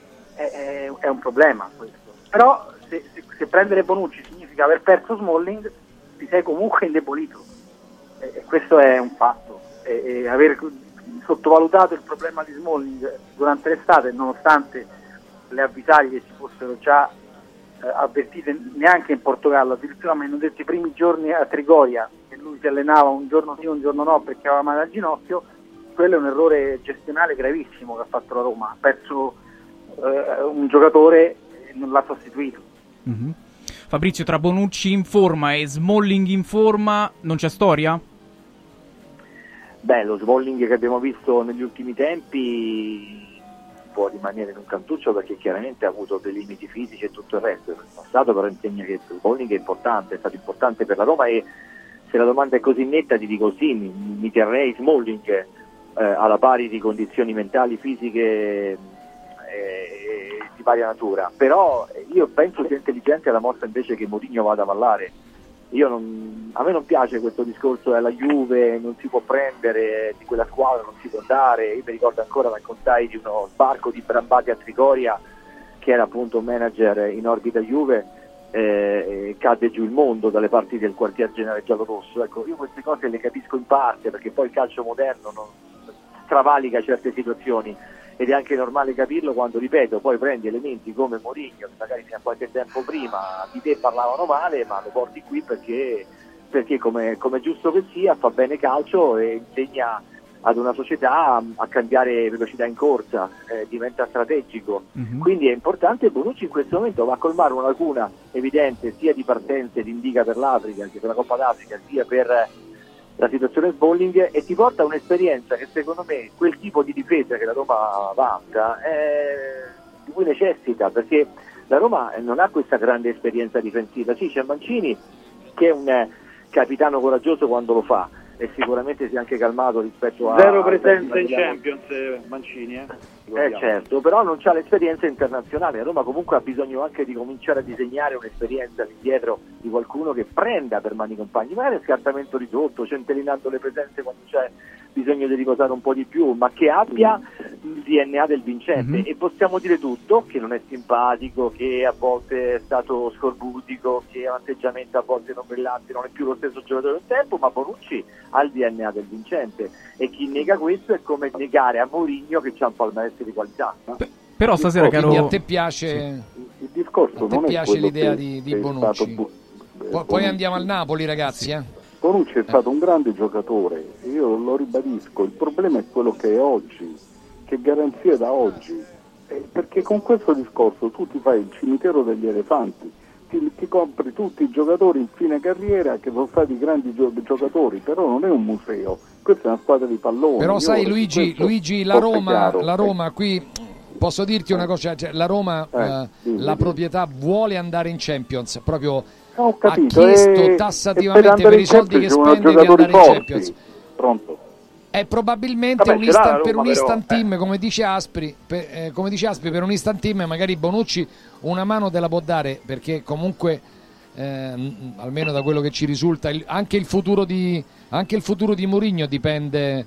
È un problema questo. Però se prendere Bonucci significa aver perso Smalling, ti sei comunque indebolito, e questo è un fatto. E aver sottovalutato il problema di Smalling durante l'estate, nonostante le avvisaglie che si fossero già avvertite neanche in Portogallo, addirittura mi hanno detto i primi giorni a Trigoria che lui si allenava un giorno sì un giorno no perché aveva male al ginocchio. Quello è un errore gestionale gravissimo che ha fatto la Roma, ha perso un giocatore e non l'ha sostituito. Mm-hmm. Fabrizio, tra Bonucci in forma e Smalling in forma non c'è storia? Lo Smalling che abbiamo visto negli ultimi tempi può rimanere in un cantuccio, perché chiaramente ha avuto dei limiti fisici e tutto il resto. Il passato però insegna che Smalling è importante, è stato importante per la Roma, e se la domanda è così netta ti dico sì, mi terrei Smalling alla pari di condizioni mentali, fisiche di varia natura. Però io penso sia intelligente la mossa invece che Mourinho vada a ballare. A me non piace questo discorso della Juve, non si può prendere, di quella squadra non si può andare. Io mi ricordo ancora, raccontai di uno sbarco di Brambati a Trigoria, che era appunto un manager in orbita Juve, cadde giù il mondo dalle parti del quartier generale giallorosso. Ecco, io queste cose le capisco in parte, perché poi il calcio moderno non travalica certe situazioni, ed è anche normale capirlo quando, ripeto, poi prendi elementi come Mourinho, che magari fino a qualche tempo prima di te parlavano male, ma lo porti qui perché come giusto che sia fa bene calcio e insegna ad una società a cambiare velocità in corsa, diventa strategico. Mm-hmm. Quindi è importante. Bonucci in questo momento va a colmare una lacuna evidente sia di partenze di Indica per l'Africa, che per la Coppa d'Africa, sia per la situazione Smalling, e ti porta un'esperienza che secondo me quel tipo di difesa che la Roma vanta di cui necessita, perché la Roma non ha questa grande esperienza difensiva. Sì, c'è Mancini che è un capitano coraggioso quando lo fa, e sicuramente si è anche calmato rispetto a zero presenza in Champions Mancini, certo, però non c'ha l'esperienza internazionale. La Roma comunque ha bisogno anche di cominciare a disegnare un'esperienza lì dietro di qualcuno che prenda per mani compagni, magari scartamento ridotto, centellinando le presenze quando c'è bisogno di riposare un po' di più, ma che abbia il DNA del vincente, e possiamo dire tutto, che non è simpatico, che a volte è stato scorbutico, che ha un atteggiamento a volte non brillante, non è più lo stesso giocatore del tempo, ma Bonucci ha il DNA del vincente, e chi nega questo è come negare a Mourinho che c'ha un palmarès di qualità. Però stasera, caro... a te piace, il discorso non piace è l'idea che di Bonucci. Poi andiamo al Napoli, ragazzi. Bonucci è stato un grande giocatore, io lo ribadisco, il problema è quello che è oggi, che garanzia da oggi, perché con questo discorso tu ti fai il cimitero degli elefanti, ti compri tutti i giocatori in fine carriera che sono stati grandi giocatori, però non è un museo, questa è una squadra di pallone. Però sai Luigi, la Roma qui, posso dirti una cosa, cioè, la Roma la proprietà vuole andare in Champions, proprio ho capito, ha chiesto tassativamente per i soldi che spende di andare in Champions. Pronto? È probabilmente per un instant team, come dice Aspri, per un instant team magari Bonucci una mano te la può dare, perché comunque almeno da quello che ci risulta anche il futuro di Mourinho dipende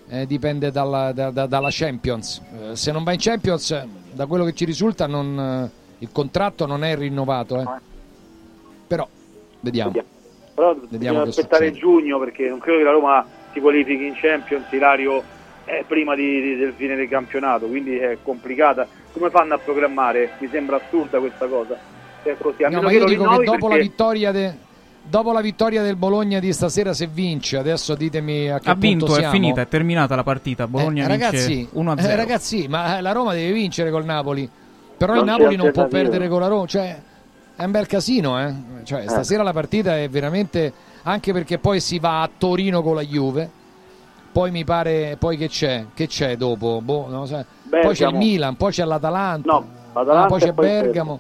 dalla Champions. Se non va in Champions, da quello che ci risulta il contratto non è rinnovato, però vediamo. Però bisogna aspettare giugno, perché non credo che la Roma si qualifichi in Champions, Ilario, prima del fine del campionato, quindi è complicata. Come fanno a programmare? Mi sembra assurda questa cosa. È così. No, ma io dico che dopo la vittoria del Bologna di stasera, se vince, adesso ditemi a che punto siamo. È finita, è terminata la partita. Bologna vince 1-0. Ragazzi, ma la Roma deve vincere col Napoli, però il Napoli non può perdere con la Roma, cioè è un bel casino, cioè stasera la partita è veramente, anche perché poi si va a Torino con la Juve, poi mi pare, poi che c'è dopo, non so. Poi c'è il Milan, poi c'è l'Atalanta, poi c'è Bergamo.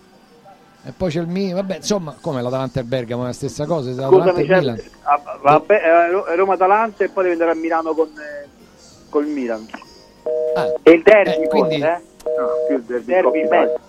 E poi c'è il Milan, vabbè, insomma, come l'Atalanta e il Bergamo è la stessa cosa, l'Atalanta e il Milan. Roma-Atalanta, e poi deve andare a Milano con il Milan. E il derby, quindi più il derby in mezzo.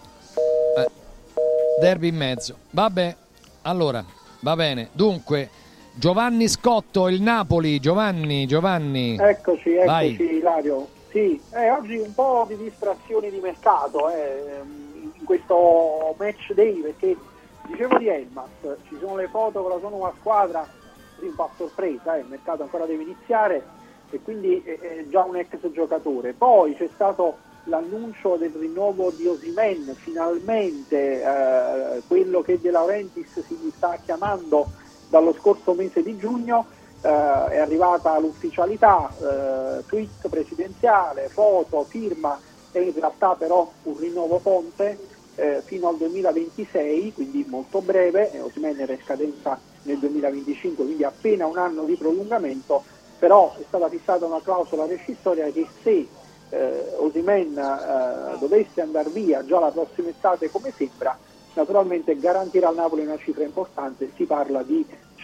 Derby in mezzo. Vabbè, allora, va bene. Dunque, Giovanni Scotto, il Napoli. Giovanni. Eccoci, Ilario. Sì, oggi un po' di distrazioni di mercato in questo match day, perché dicevo di Elmas, ci sono le foto con la sua nuova squadra, un po' a sorpresa, il mercato ancora deve iniziare e quindi è già un ex giocatore. Poi c'è stato l'annuncio del rinnovo di Osimhen, finalmente quello che De Laurentiis si sta chiamando dallo scorso mese di giugno, è arrivata l'ufficialità, tweet presidenziale, foto, firma, è in realtà però un rinnovo ponte fino al 2026, quindi molto breve. Osimhen era in scadenza nel 2025, quindi appena un anno di prolungamento, però è stata fissata una clausola rescissoria che se Osimhen dovesse andare via già la prossima estate, come sembra, naturalmente garantirà al Napoli una cifra importante. Si parla di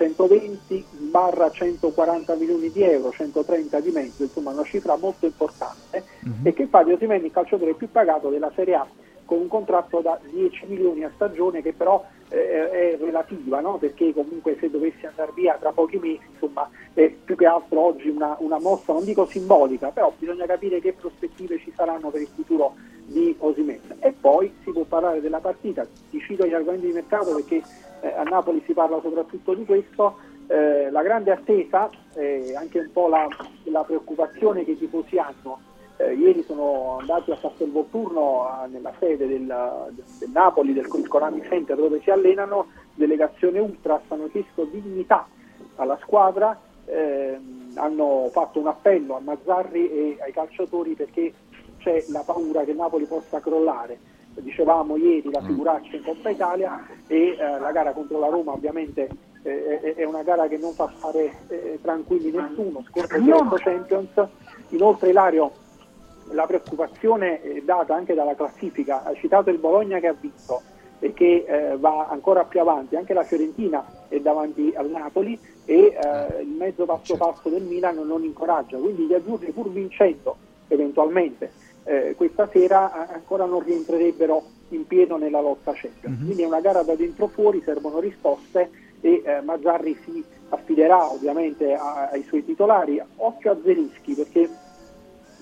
120-140 milioni di euro, 130 di mezzo, insomma una cifra molto importante, e che fa di Osimhen il calciatore più pagato della Serie A, con un contratto da 10 milioni a stagione, che però è relativa, no? Perché comunque se dovesse andare via tra pochi mesi, insomma, è più che altro oggi una mossa, non dico simbolica, però bisogna capire che prospettive ci saranno per il futuro di Osimhen. E poi si può parlare della partita. Ti cito gli argomenti di mercato perché a Napoli si parla soprattutto di questo, la grande attesa, anche un po' la preoccupazione che i tifosi hanno. Ieri sono andati a Castelvolturno, nella sede del Napoli, del Konami Center, dove si allenano. Delegazione Ultras hanno chiesto dignità alla squadra, hanno fatto un appello a Mazzarri e ai calciatori, perché c'è la paura che Napoli possa crollare. Dicevamo ieri la figuraccia in Coppa Italia, e la gara contro la Roma ovviamente è una gara che non fa stare tranquilli nessuno, scontro diretto Champions. Inoltre, Ilario, la preoccupazione è data anche dalla classifica. Ha citato il Bologna che ha vinto e che va ancora più avanti, anche la Fiorentina è davanti al Napoli, e il mezzo passo del Milan non incoraggia, quindi gli azzurri, pur vincendo eventualmente questa sera, ancora non rientrerebbero in pieno nella lotta Champions. Quindi è una gara da dentro fuori, servono risposte, e Mazzarri si affiderà ovviamente ai suoi titolari. Occhio a Zelinski, perché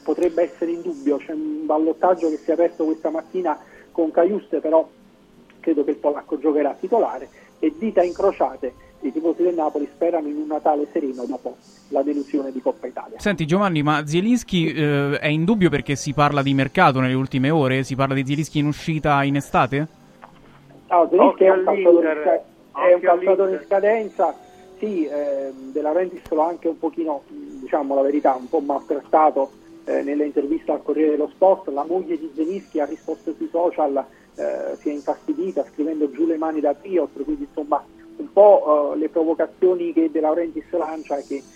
potrebbe essere in dubbio. C'è un ballottaggio che si è aperto questa mattina con Cajuste, però credo che il polacco giocherà titolare, e dita incrociate, i tifosi del Napoli sperano in un Natale sereno dopo la delusione di Coppa Italia. Senti Giovanni, ma Zielinski è in dubbio perché si parla di mercato nelle ultime ore? Si parla di Zielinski in uscita in estate? Zielinski è un calciatore in scadenza, sì, De Laurentiis lo ha anche un pochino, diciamo la verità, un po' maltrattato nelle interviste al Corriere dello Sport. La moglie di Zielinski ha risposto sui social, si è infastidita scrivendo giù le mani da Piotr, quindi insomma un po' le provocazioni che De Laurentiis lancia e che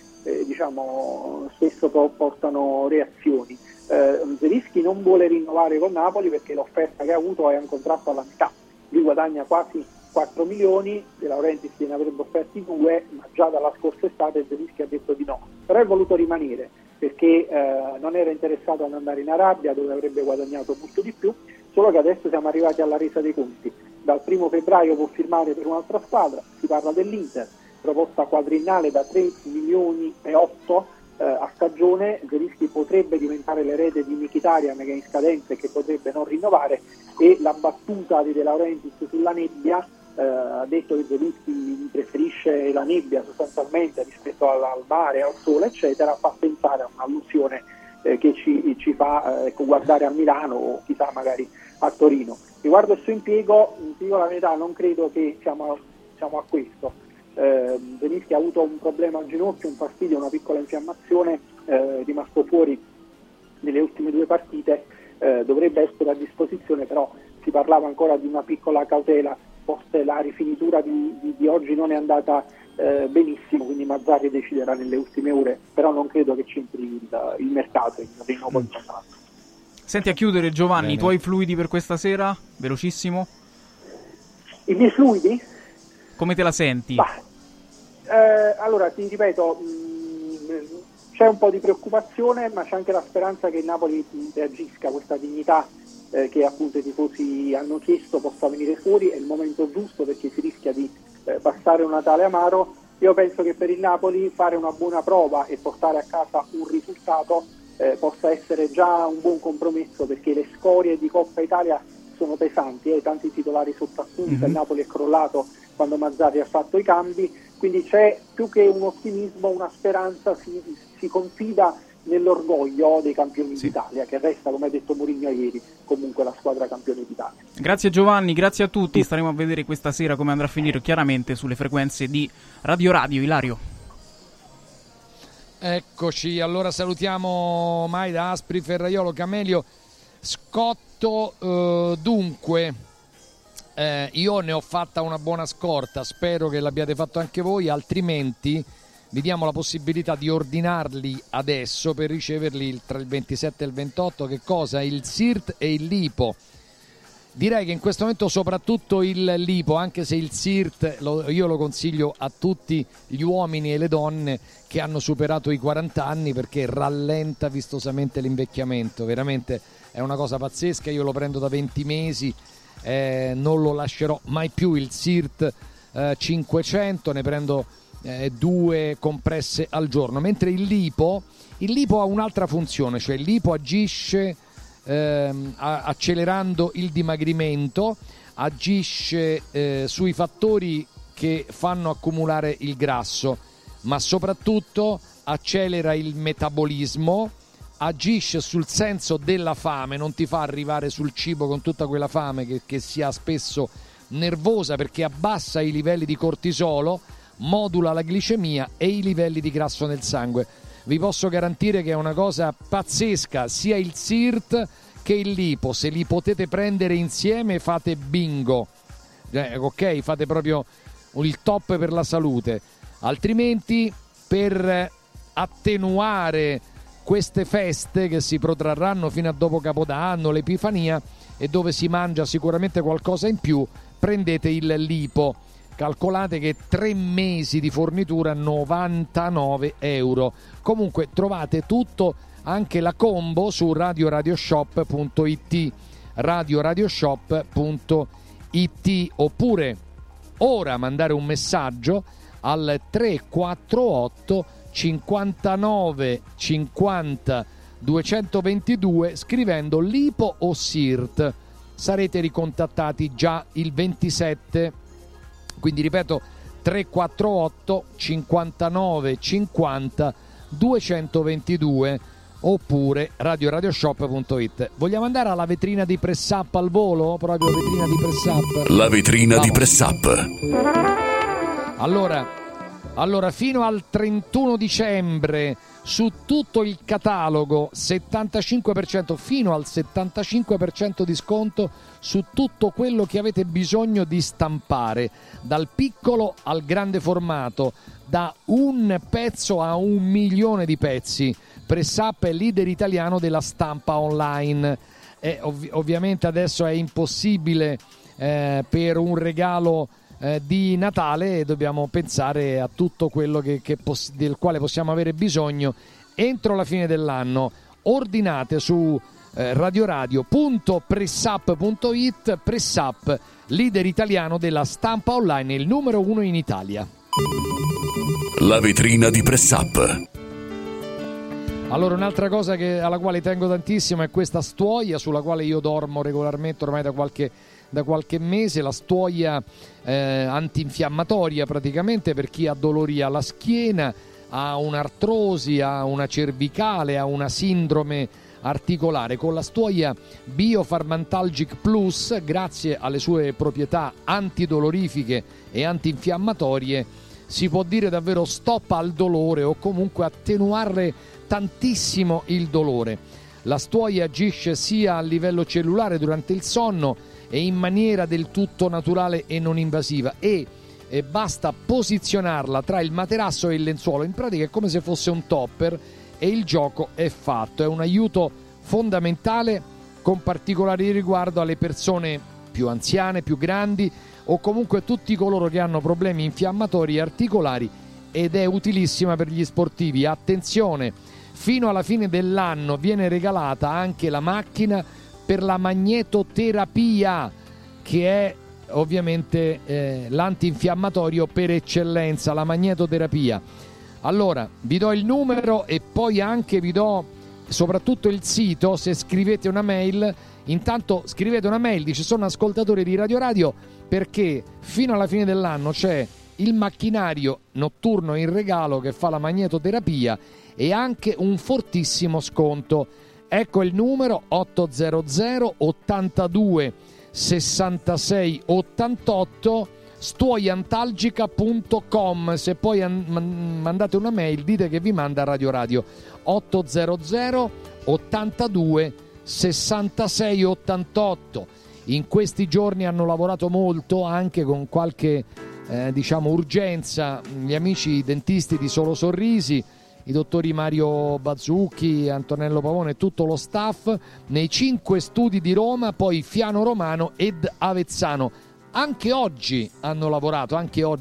diciamo spesso portano reazioni. Zielinski non vuole rinnovare con Napoli perché l'offerta che ha avuto è un contratto alla metà, lui guadagna quasi 4 milioni, De Laurentiis ne avrebbe offerti 2, ma già dalla scorsa estate Zielinski ha detto di no, però è voluto rimanere perché non era interessato ad andare in Arabia dove avrebbe guadagnato molto di più, solo che adesso siamo arrivati alla resa dei conti. Dal 1 febbraio può firmare per un'altra squadra, si parla dell'Inter, proposta quadriennale da 3 milioni e 8 a stagione. Zielinski potrebbe diventare l'erede di Mkhitaryan che è in scadenza e che potrebbe non rinnovare, e la battuta di De Laurentiis sulla nebbia, ha detto che Zielinski preferisce la nebbia sostanzialmente rispetto al mare, al sole eccetera, fa pensare a un'allusione che ci fa guardare a Milano o chissà magari a Torino. Riguardo il suo impiego, dico la verità, non credo che siamo a questo. Zielinski ha avuto un problema al ginocchio, un fastidio, una piccola infiammazione, è rimasto fuori nelle ultime 2 partite, dovrebbe essere a disposizione, però si parlava ancora di una piccola cautela, forse la rifinitura di oggi non è andata benissimo, quindi Mazzarri deciderà nelle ultime ore, però non credo che c'entri il mercato, il rinnovo del contratto. Senti, a chiudere Giovanni, i tuoi fluidi per questa sera? Velocissimo. I miei fluidi? Come te la senti? Allora ti ripeto, c'è un po' di preoccupazione, ma c'è anche la speranza che il Napoli reagisca, questa dignità che appunto i tifosi hanno chiesto possa venire fuori. È il momento giusto perché si rischia di passare un Natale amaro. Io penso che per il Napoli fare una buona prova e portare a casa un risultato possa essere già un buon compromesso, perché le scorie di Coppa Italia sono pesanti, tanti titolari sotto accusa, il Napoli è crollato quando Mazzarri ha fatto i cambi, quindi c'è più che un ottimismo, una speranza, si confida nell'orgoglio dei campioni d'Italia, che resta, come ha detto Mourinho ieri, comunque la squadra campione d'Italia. Grazie Giovanni, grazie a tutti, staremo a vedere questa sera come andrà a finire chiaramente sulle frequenze di Radio Radio. Ilario. Eccoci, allora salutiamo Maida, Aspri, Ferraiolo, Camelio, Scotto. Dunque io ne ho fatta una buona scorta, spero che l'abbiate fatto anche voi, altrimenti vi diamo la possibilità di ordinarli adesso per riceverli tra il 27 e il 28. Che cosa? Il SIRT e il LiPo. Direi che in questo momento soprattutto il LiPo, anche se il SIRT io lo consiglio a tutti gli uomini e le donne che hanno superato i 40 anni, perché rallenta vistosamente l'invecchiamento, veramente è una cosa pazzesca. Io lo prendo da 20 mesi, non lo lascerò mai più. Il SIRT 500, ne prendo 2 compresse al giorno, mentre il LiPo ha un'altra funzione, cioè il LiPo agisce accelerando il dimagrimento, agisce sui fattori che fanno accumulare il grasso, ma soprattutto accelera il metabolismo, agisce sul senso della fame, non ti fa arrivare sul cibo con tutta quella fame che si ha spesso nervosa, perché abbassa i livelli di cortisolo, modula la glicemia e i livelli di grasso nel sangue. Vi posso garantire che è una cosa pazzesca, sia il SIRT che il LiPo. Se li potete prendere insieme fate bingo, ok? Fate proprio il top per la salute. Altrimenti, per attenuare queste feste che si protrarranno fino a dopo Capodanno, l'Epifania, e dove si mangia sicuramente qualcosa in più, prendete il LiPo. Calcolate che 3 mesi di fornitura, 99 euro. Comunque trovate tutto, anche la combo, su radioradioshop.it, radioradioshop.it, oppure ora mandare un messaggio al 348 59 50 222 scrivendo Lipo o Sirt. Sarete ricontattati già il 27, quindi ripeto 348 59 50 222 oppure radioshop.it. Vogliamo andare alla vetrina di Press Up al volo? Proprio vetrina di Press Up. La vetrina di Press Up. Allora, fino al 31 dicembre su tutto il catalogo 75%, fino al 75% di sconto su tutto quello che avete bisogno di stampare, dal piccolo al grande formato, da un pezzo a 1 milione di pezzi. Press Up è leader italiano della stampa online. Ovviamente adesso è impossibile per un regalo di Natale, dobbiamo pensare a tutto quello del quale possiamo avere bisogno entro la fine dell'anno. Ordinate su radioradio.pressup.it. Press Up, leader italiano della stampa online, il numero 1 in Italia. La vetrina di Press Up. Allora, un'altra cosa alla quale tengo tantissimo è questa stuoia sulla quale io dormo regolarmente ormai da qualche mese, la stuoia antinfiammatoria praticamente per chi ha dolori alla schiena, ha un'artrosi, ha una cervicale, ha una sindrome articolare. Con la stuoia Biofarmantalgic Plus, grazie alle sue proprietà antidolorifiche e antinfiammatorie, si può dire davvero stop al dolore o comunque attenuare tantissimo il dolore. La stuoia agisce sia a livello cellulare durante il sonno e in maniera del tutto naturale e non invasiva, e basta posizionarla tra il materasso e il lenzuolo. In pratica è come se fosse un topper e il gioco è fatto. È un aiuto fondamentale, con particolare riguardo alle persone più anziane, più grandi o comunque tutti coloro che hanno problemi infiammatori articolari, ed è utilissima per gli sportivi. Attenzione, fino alla fine dell'anno viene regalata anche la macchina per la magnetoterapia, che è ovviamente l'antinfiammatorio per eccellenza, la magnetoterapia. Allora, vi do il numero e poi anche vi do soprattutto il sito. Se scrivete una mail, intanto scrivete una mail, dice sono ascoltatore di Radio Radio, perché fino alla fine dell'anno c'è il macchinario notturno in regalo che fa la magnetoterapia e anche un fortissimo sconto. Ecco il numero: 800 82 66 88, stuoiantalgica.com. Se poi mandate una mail, dite che vi manda a Radio Radio. 800 82 66 88. In questi giorni hanno lavorato molto, anche con qualche urgenza, gli amici dentisti di Solo Sorrisi, i dottori Mario Bazzucchi, Antonello Pavone e tutto lo staff nei 5 studi di Roma, poi Fiano Romano ed Avezzano. Anche oggi hanno lavorato,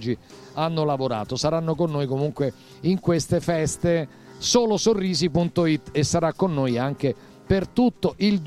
saranno con noi comunque in queste feste. Solosorrisi.it, e sarà con noi anche per tutto il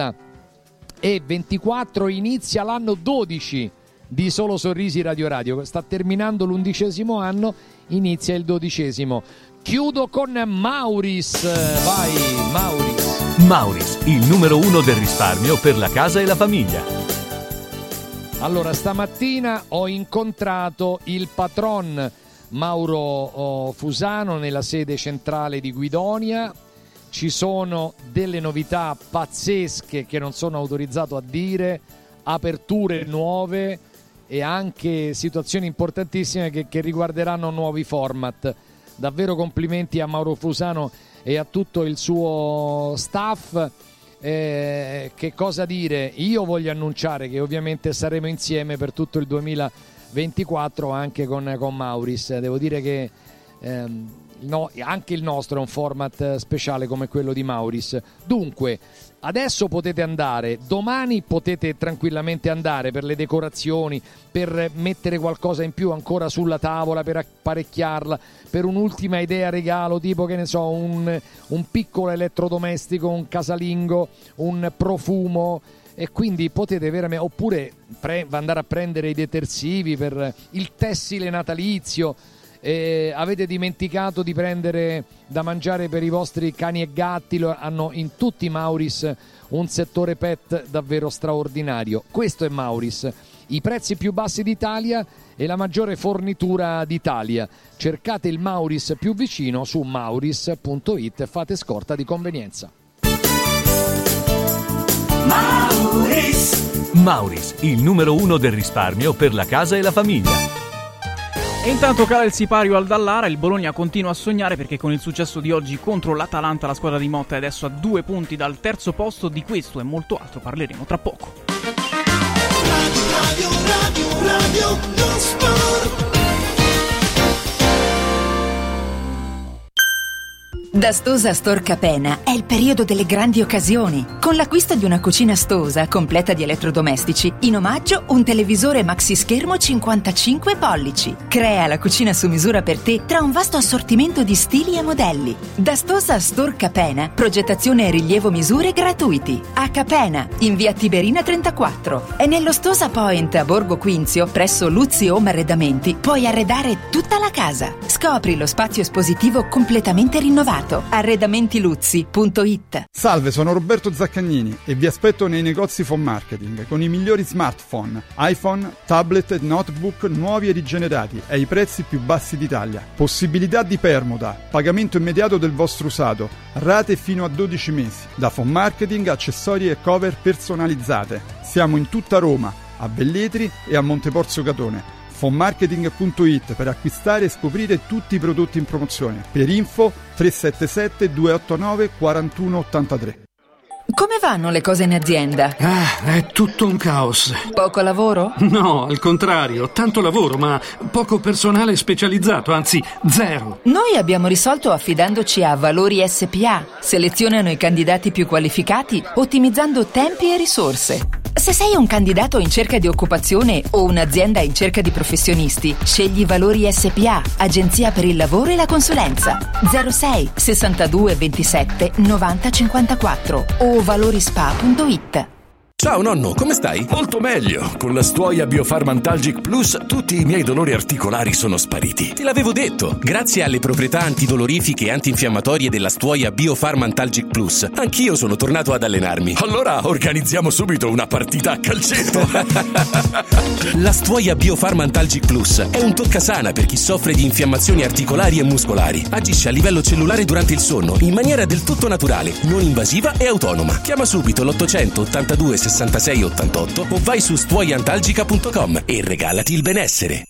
2024. Inizia l'anno 12 di Solo Sorrisi Radio Radio, sta terminando l'11° anno, inizia il 12°. Chiudo con Mauris. Vai Mauris. Mauris, il numero 1 del risparmio per la casa e la famiglia. Allora, stamattina ho incontrato il patron Mauro Fusano nella sede centrale di Guidonia. Ci sono delle novità pazzesche che non sono autorizzato a dire, aperture nuove e anche situazioni importantissime che riguarderanno nuovi format. Davvero complimenti a Mauro Fusano e a tutto il suo staff. Che cosa dire? Io voglio annunciare che ovviamente saremo insieme per tutto il 2024 anche con Mauris. Devo dire che anche il nostro è un format speciale come quello di Mauris. Dunque, adesso potete andare, domani potete tranquillamente andare per le decorazioni, per mettere qualcosa in più ancora sulla tavola, per apparecchiarla, per un'ultima idea regalo, tipo che ne so, un piccolo elettrodomestico, un casalingo, un profumo. E quindi potete veramente, oppure andare a prendere i detersivi per il tessile natalizio. avete dimenticato di prendere da mangiare per i vostri cani e gatti, hanno in tutti i Mauris un settore pet davvero straordinario. Questo è Mauris, i prezzi più bassi d'Italia e la maggiore fornitura d'Italia. Cercate il Mauris più vicino su mauris.it e fate scorta di convenienza. Mauris, il numero 1 del risparmio per la casa e la famiglia. E intanto cala il sipario al Dallara, il Bologna continua a sognare perché con il successo di oggi contro l'Atalanta la squadra di Motta è adesso a 2 punti dal terzo posto. Di questo e molto altro parleremo tra poco. Radio non sport. Da Stosa Store Capena è il periodo delle grandi occasioni. Con l'acquisto di una cucina Stosa completa di elettrodomestici, in omaggio un televisore maxi schermo 55 pollici. Crea la cucina su misura per te tra un vasto assortimento di stili e modelli. Da Stosa Store Capena, progettazione e rilievo misure gratuiti. A Capena, in via Tiberina 34. E nello Stosa Point a Borgo Quinzio, presso Luzzi Home Arredamenti, puoi arredare tutta la casa. Scopri lo spazio espositivo completamente rinnovato. Arredamentiluzzi.it. Salve, sono Roberto Zaccagnini e vi aspetto nei negozi Phone Marketing con i migliori smartphone, iPhone, tablet e notebook nuovi e rigenerati ai prezzi più bassi d'Italia. Possibilità di permuta, pagamento immediato del vostro usato, rate fino a 12 mesi. Da Phone Marketing, accessori e cover personalizzate. Siamo in tutta Roma, a Velletri e a Monteporzio Catone. Fonmarketing.it per acquistare e scoprire tutti i prodotti in promozione. Per info 377 289 4183. Come vanno le cose in azienda? È tutto un caos. Poco lavoro? No, al contrario, tanto lavoro, ma poco personale specializzato, anzi zero. Noi abbiamo risolto affidandoci a Valori SPA. Selezionano i candidati più qualificati, ottimizzando tempi e risorse. Se sei un candidato in cerca di occupazione o un'azienda in cerca di professionisti, scegli Valori SPA, agenzia per il lavoro e la consulenza. 06 62 27 90 54 o valorispa.it. Ciao nonno, come stai? Molto meglio. Con la Stuoia Biofarm Antalgic Plus tutti i miei dolori articolari sono spariti. Te l'avevo detto. Grazie alle proprietà antidolorifiche e antinfiammatorie della Stuoia Biofarm Antalgic Plus, anch'io sono tornato ad allenarmi. Allora organizziamo subito una partita a calcetto. La Stuoia Biofarm Antalgic Plus è un toccasana per chi soffre di infiammazioni articolari e muscolari. Agisce a livello cellulare durante il sonno in maniera del tutto naturale, non invasiva e autonoma. Chiama subito l'882 66 88 o vai su stuoiantalgica.com e regalati il benessere.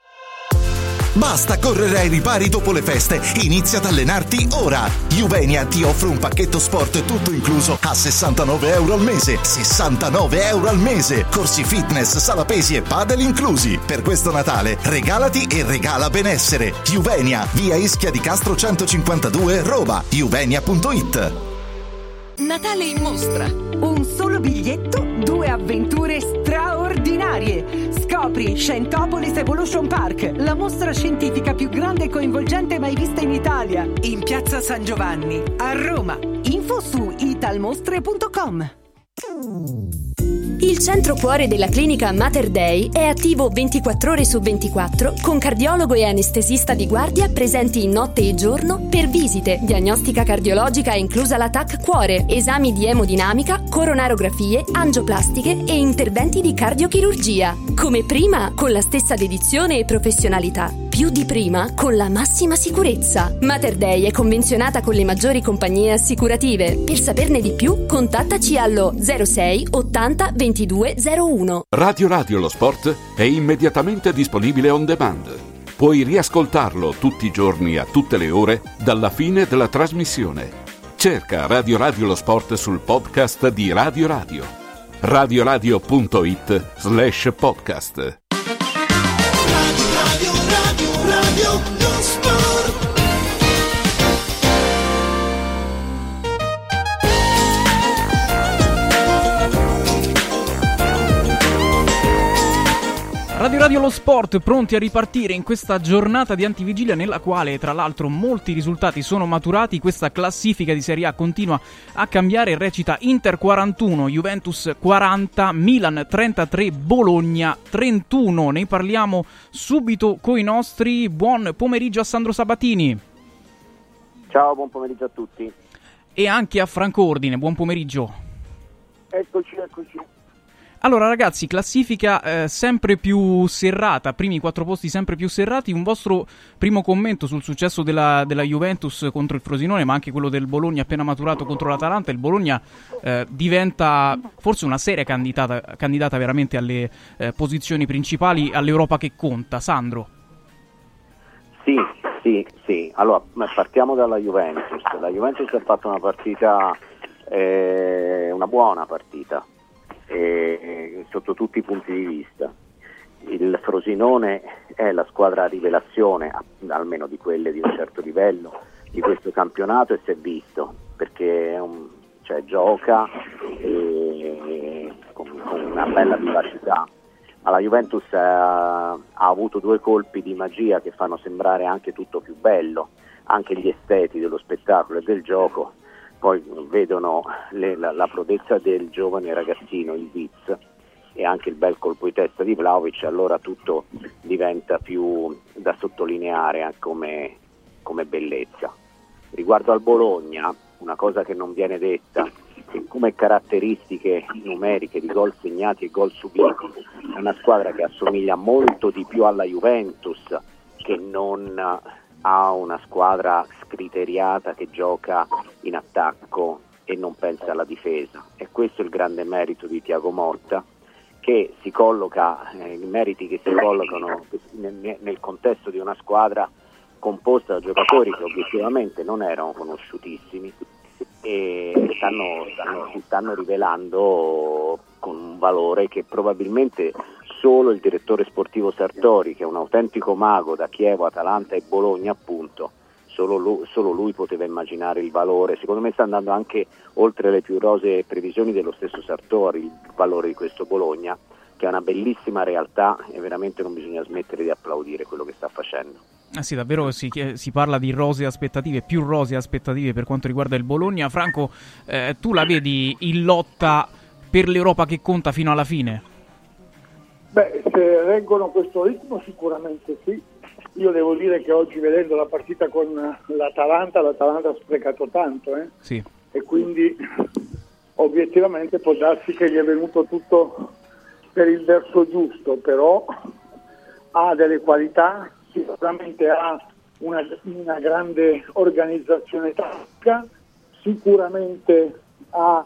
Basta correre ai ripari dopo le feste, inizia ad allenarti ora. Juvenia ti offre un pacchetto sport tutto incluso a €69 al mese. €69 al mese. Corsi fitness, sala pesi e padel inclusi. Per questo Natale regalati e regala benessere. Juvenia, via Ischia di Castro 152, Roma. Juvenia.it. Natale in mostra. Un solo biglietto, 2 avventure straordinarie. Scopri Scientopolis Evolution Park, la mostra scientifica più grande e coinvolgente mai vista in Italia. In piazza San Giovanni, a Roma. Info su italmostre.com. Il centro cuore della clinica Mater Dei è attivo 24 ore su 24 con cardiologo e anestesista di guardia presenti in notte e giorno per visite, diagnostica cardiologica inclusa la TAC cuore, esami di emodinamica, coronarografie, angioplastiche e interventi di cardiochirurgia. Come prima, con la stessa dedizione e professionalità. Più di prima, con la massima sicurezza. Mater Dei è convenzionata con le maggiori compagnie assicurative. Per saperne di più, contattaci allo 06 80 22 01. Radio lo Sport è immediatamente disponibile on demand. Puoi riascoltarlo tutti i giorni a tutte le ore dalla fine della trasmissione. Cerca Radio lo Sport sul podcast di Radio Radio. radioradio.it/podcast. Radio non sport. Radio Radio lo Sport, pronti a ripartire in questa giornata di antivigilia nella quale tra l'altro molti risultati sono maturati. Questa classifica di Serie A continua a cambiare, recita Inter 41, Juventus 40, Milan 33, Bologna 31. Ne parliamo subito coi nostri. Buon pomeriggio a Sandro Sabatini. Ciao, buon pomeriggio a tutti. E anche a Franco Ordine, buon pomeriggio. Eccoci. Allora ragazzi, classifica sempre più serrata, primi 4 posti sempre più serrati. Un vostro primo commento sul successo della Juventus contro il Frosinone, ma anche quello del Bologna appena maturato contro l'Atalanta. Il Bologna diventa forse una seria candidata veramente alle posizioni principali, all'Europa che conta. Sandro? Sì. Allora, partiamo dalla Juventus. La Juventus ha fatto una partita, una buona partita. Sotto tutti i punti di vista. Il Frosinone è la squadra rivelazione, almeno di quelle di un certo livello, di questo campionato, e si è visto perché gioca con una bella vivacità. Ma la Juventus ha avuto 2 colpi di magia che fanno sembrare anche tutto più bello, anche gli esteti dello spettacolo e del gioco poi vedono la prodezza del giovane ragazzino, il Viz, e anche il bel colpo di testa di Vlahovic. Allora tutto diventa più da sottolineare come bellezza. Riguardo al Bologna, una cosa che non viene detta, che come caratteristiche numeriche di gol segnati e gol subiti è una squadra che assomiglia molto di più alla Juventus, che non ha una squadra scriteriata che gioca in attacco e non pensa alla difesa. E questo è il grande merito di Thiago Motta, che si colloca, i meriti che si collocano nel contesto di una squadra composta da giocatori che obiettivamente non erano conosciutissimi e si stanno rivelando con un valore che probabilmente solo il direttore sportivo Sartori, che è un autentico mago da Chievo, Atalanta e Bologna appunto, solo lui poteva immaginare il valore. Secondo me sta andando anche oltre le più rosee previsioni dello stesso Sartori il valore di questo Bologna, che è una bellissima realtà e veramente non bisogna smettere di applaudire quello che sta facendo. Sì, davvero si parla di rosee aspettative, più rosee aspettative per quanto riguarda il Bologna. Franco, tu la vedi in lotta per l'Europa che conta fino alla fine? Beh, se reggono questo ritmo sicuramente sì. Io devo dire che oggi, vedendo la partita con l'Atalanta ha sprecato tanto, Sì. E quindi obiettivamente può darsi che gli è venuto tutto per il verso giusto, però ha delle qualità, sicuramente ha una grande organizzazione tattica, sicuramente ha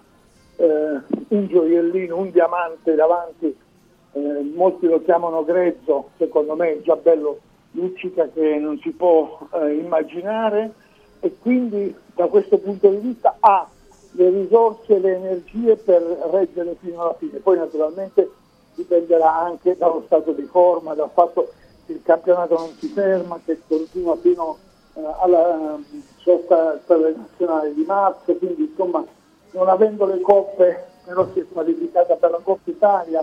un gioiellino, un diamante davanti, molti lo chiamano grezzo, secondo me è già bello, luccica, che non si può immaginare, e quindi da questo punto di vista ha le risorse e le energie per reggere fino alla fine. Poi naturalmente dipenderà anche dallo stato di forma, dal fatto che il campionato non si ferma, che continua fino alla sosta per le nazionali di marzo, quindi insomma, non avendo le coppe, però si è qualificata per la Coppa Italia,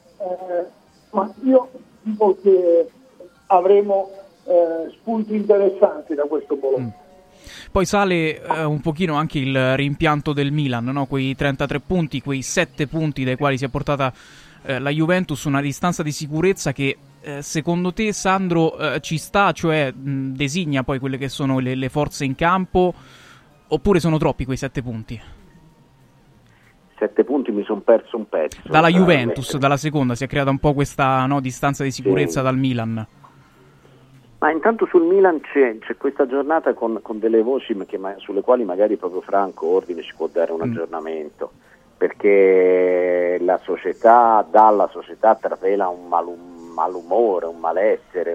ma io dico che avremo spunti interessanti da questo Bologna. Poi sale un pochino anche il rimpianto del Milan, no? Quei 33 punti, quei 7 punti dai quali si è portata la Juventus, una distanza di sicurezza che secondo te, Sandro, ci sta, cioè designa poi quelle che sono le forze in campo, oppure sono troppi quei 7 punti? 7 punti, mi sono perso un pezzo. Dalla Juventus, dalla seconda, si è creata un po' questa distanza di sicurezza dal Milan. Ma intanto sul Milan c'è questa giornata con delle voci sulle quali magari proprio Franco Ordine ci può dare un aggiornamento, perché dalla società trapela un malumore, un malessere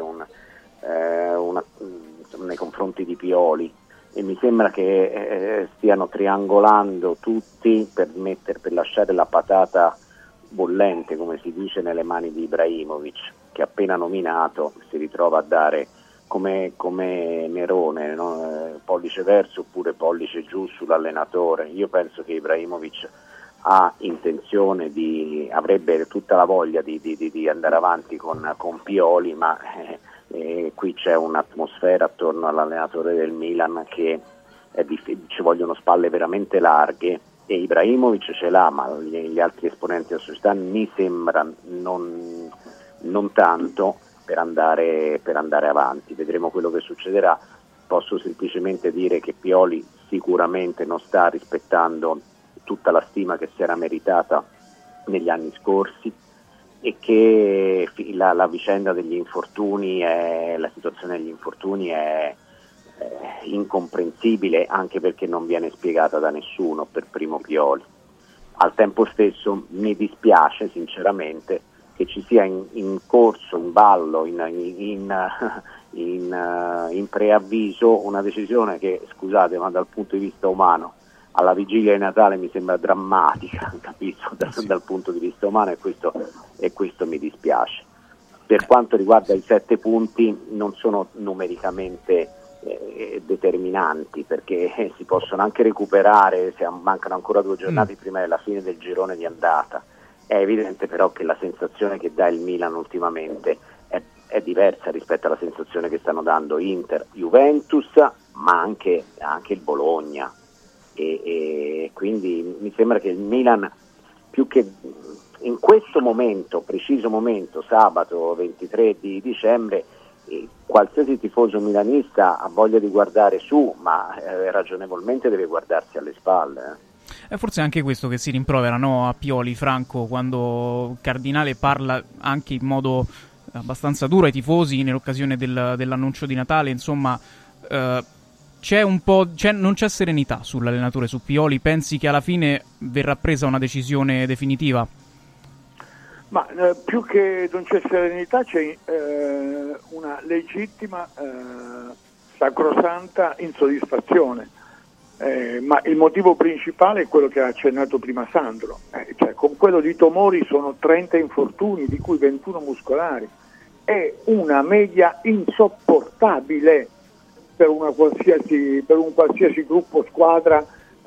nei confronti di Pioli, e mi sembra che stiano triangolando tutti per lasciare la patata bollente, come si dice, nelle mani di Ibrahimovic, che appena nominato si ritrova a dare come Nerone, no? Pollice verso oppure pollice giù sull'allenatore. Io penso che Ibrahimovic ha intenzione avrebbe tutta la voglia di andare avanti con Pioli, ma qui c'è un'atmosfera attorno all'allenatore del Milan che ci vogliono spalle veramente larghe, e Ibrahimovic ce l'ha, ma gli altri esponenti della società mi sembra non tanto per andare avanti. Vedremo quello che succederà. Posso semplicemente dire che Pioli sicuramente non sta rispettando tutta la stima che si era meritata negli anni scorsi, e che la vicenda degli infortuni, la situazione degli infortuni è incomprensibile, anche perché non viene spiegata da nessuno, per primo Pioli. Al tempo stesso mi dispiace sinceramente che ci sia in corso, in ballo, in preavviso una decisione che, scusate, ma dal punto di vista umano alla vigilia di Natale mi sembra drammatica, capito? Dal punto di vista umano, e questo mi dispiace. Per quanto riguarda i 7 punti, non sono numericamente determinanti, perché si possono anche recuperare, mancano ancora 2 giornate prima della fine del girone di andata. È evidente però che la sensazione che dà il Milan ultimamente è diversa rispetto alla sensazione che stanno dando Inter, Juventus, ma anche il Bologna, e quindi mi sembra che il Milan, più che in questo preciso momento, sabato 23 di dicembre, qualsiasi tifoso milanista ha voglia di guardare su, ma ragionevolmente deve guardarsi alle spalle. È forse anche questo che si rimprovera, no, a Pioli, Franco, quando Cardinale parla anche in modo abbastanza duro ai tifosi nell'occasione dell'annuncio di Natale. Insomma, non c'è serenità sull'allenatore, su Pioli. Pensi che alla fine verrà presa una decisione definitiva? Ma più che non c'è serenità, c'è una legittima sacrosanta insoddisfazione. Ma il motivo principale è quello che ha accennato prima Sandro, cioè con quello di Tomori sono 30 infortuni, di cui 21 muscolari. È una media insopportabile per un qualsiasi gruppo squadra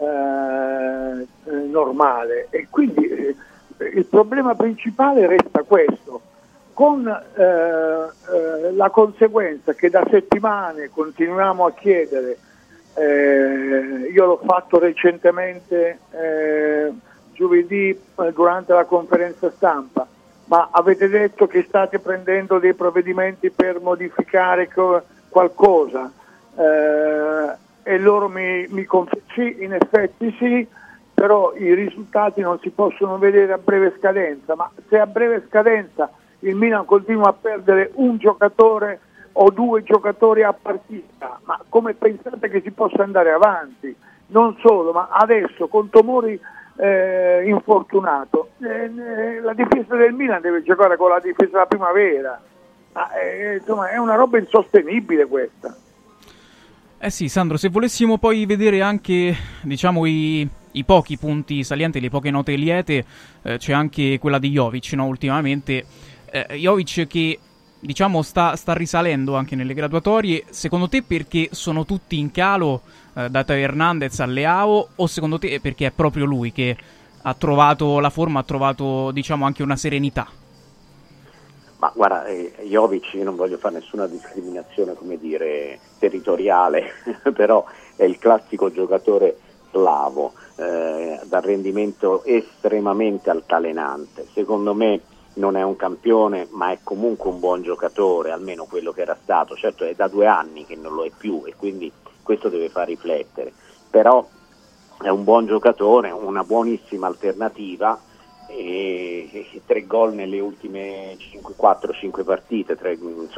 normale, e quindi il problema principale resta questo, con la conseguenza che da settimane continuiamo a chiedere. Io l'ho fatto recentemente giovedì durante la conferenza stampa, ma avete detto che state prendendo dei provvedimenti per modificare qualcosa, e loro mi sì, in effetti sì, però i risultati non si possono vedere a breve scadenza. Ma se a breve scadenza il Milan continua a perdere un giocatore o 2 giocatori a partita, ma come pensate che si possa andare avanti? Non solo, ma adesso con Tomori infortunato, la difesa del Milan deve giocare con la difesa della primavera. Insomma, è una roba insostenibile questa. Sì, Sandro, se volessimo poi vedere anche, diciamo, i pochi punti salienti, le poche note liete, c'è anche quella di Jovic, no? Ultimamente Jovic che, diciamo, sta risalendo anche nelle graduatorie. Secondo te perché sono tutti in calo, da Teo Hernandez a Leao, o secondo te perché è proprio lui che ha trovato la forma, ha trovato, diciamo, anche una serenità? Ma guarda, Jovic, io non voglio fare nessuna discriminazione, come dire, territoriale, però è il classico giocatore slavo, dal rendimento estremamente altalenante. Secondo me non è un campione, ma è comunque un buon giocatore, almeno quello che era stato. Certo, è da 2 anni che non lo è più, e quindi questo deve far riflettere, però è un buon giocatore, una buonissima alternativa, e 3 gol nelle ultime 4-5 partite, 3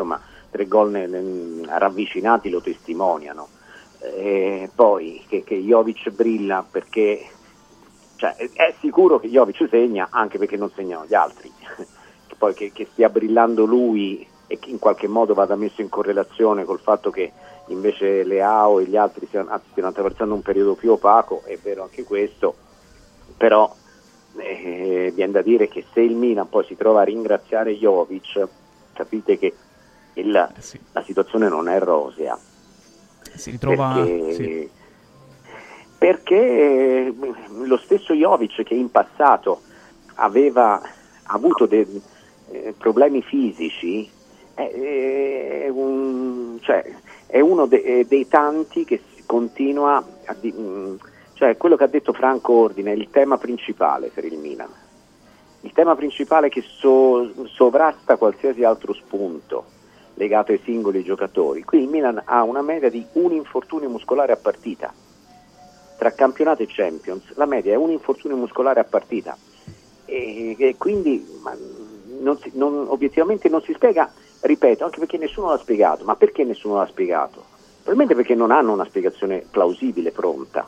gol ravvicinati lo testimoniano. Poi che Jovic brilla perché, cioè, è sicuro che Jovic segna, anche perché non segnano gli altri. Poi che stia brillando lui e che in qualche modo vada messo in correlazione col fatto che invece Leao e gli altri stiano attraversando un periodo più opaco, è vero anche questo, però viene da dire che se il Milan poi si trova a ringraziare Jovic, capite che la situazione non è rosea. Si ritrova... perché lo stesso Jovic, che in passato aveva avuto dei problemi fisici, è uno dei tanti che continua cioè quello che ha detto Franco Ordine è il tema principale per il Milan, il tema principale che sovrasta qualsiasi altro spunto legato ai singoli giocatori. Qui il Milan ha una media di un infortunio muscolare a partita, tra campionato e Champions la media è un infortunio muscolare a partita, e quindi obiettivamente non si spiega, ripeto, anche perché nessuno l'ha spiegato. Ma perché nessuno l'ha spiegato? Probabilmente perché non hanno una spiegazione plausibile, pronta.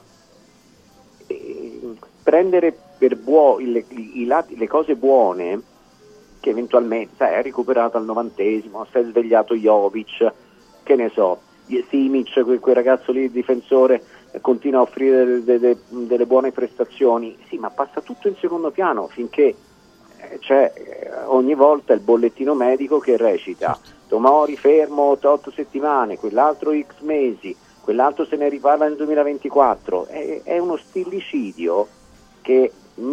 Prendere per le cose buone, che eventualmente ha recuperato al 90esimo, si è svegliato Jovic, che ne so, Simic, quel ragazzo lì, il difensore, continua a offrire delle buone prestazioni, sì, ma passa tutto in secondo piano finché c'è ogni volta il bollettino medico che recita Tomori fermo 8 settimane, quell'altro X mesi, quell'altro se ne riparla nel 2024. È uno stillicidio che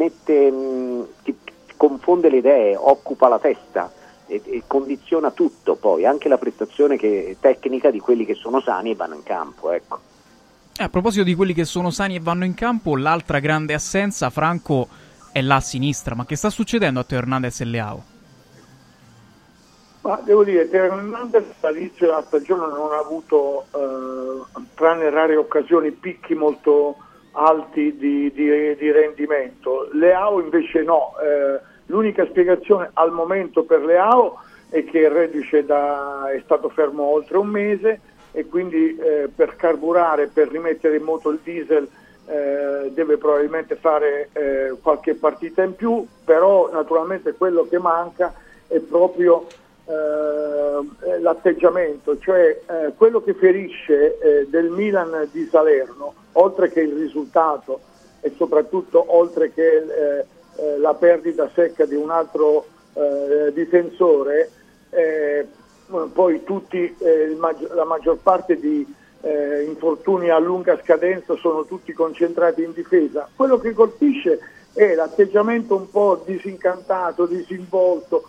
confonde le idee, occupa la testa e condiziona tutto, poi anche la prestazione tecnica di quelli che sono sani e vanno in campo, ecco. A proposito di quelli che sono sani e vanno in campo, l'altra grande assenza, Franco, è là a sinistra. Ma che sta succedendo a Teo Hernandez e Leao? Ma devo dire, Teo Hernandez all'inizio della stagione non ha avuto, tranne rare occasioni, picchi molto alti di rendimento. Leao invece no. L'unica spiegazione al momento per Leao è che il reduce è stato fermo oltre un mese e quindi per carburare, per rimettere in moto il diesel, deve probabilmente fare qualche partita in più, però naturalmente quello che manca è proprio l'atteggiamento, cioè quello che ferisce del Milan di Salerno, oltre che il risultato e soprattutto oltre che la perdita secca di un altro difensore, poi la maggior parte di infortuni a lunga scadenza sono tutti concentrati in difesa. Quello che colpisce è l'atteggiamento un po' disincantato, disinvolto,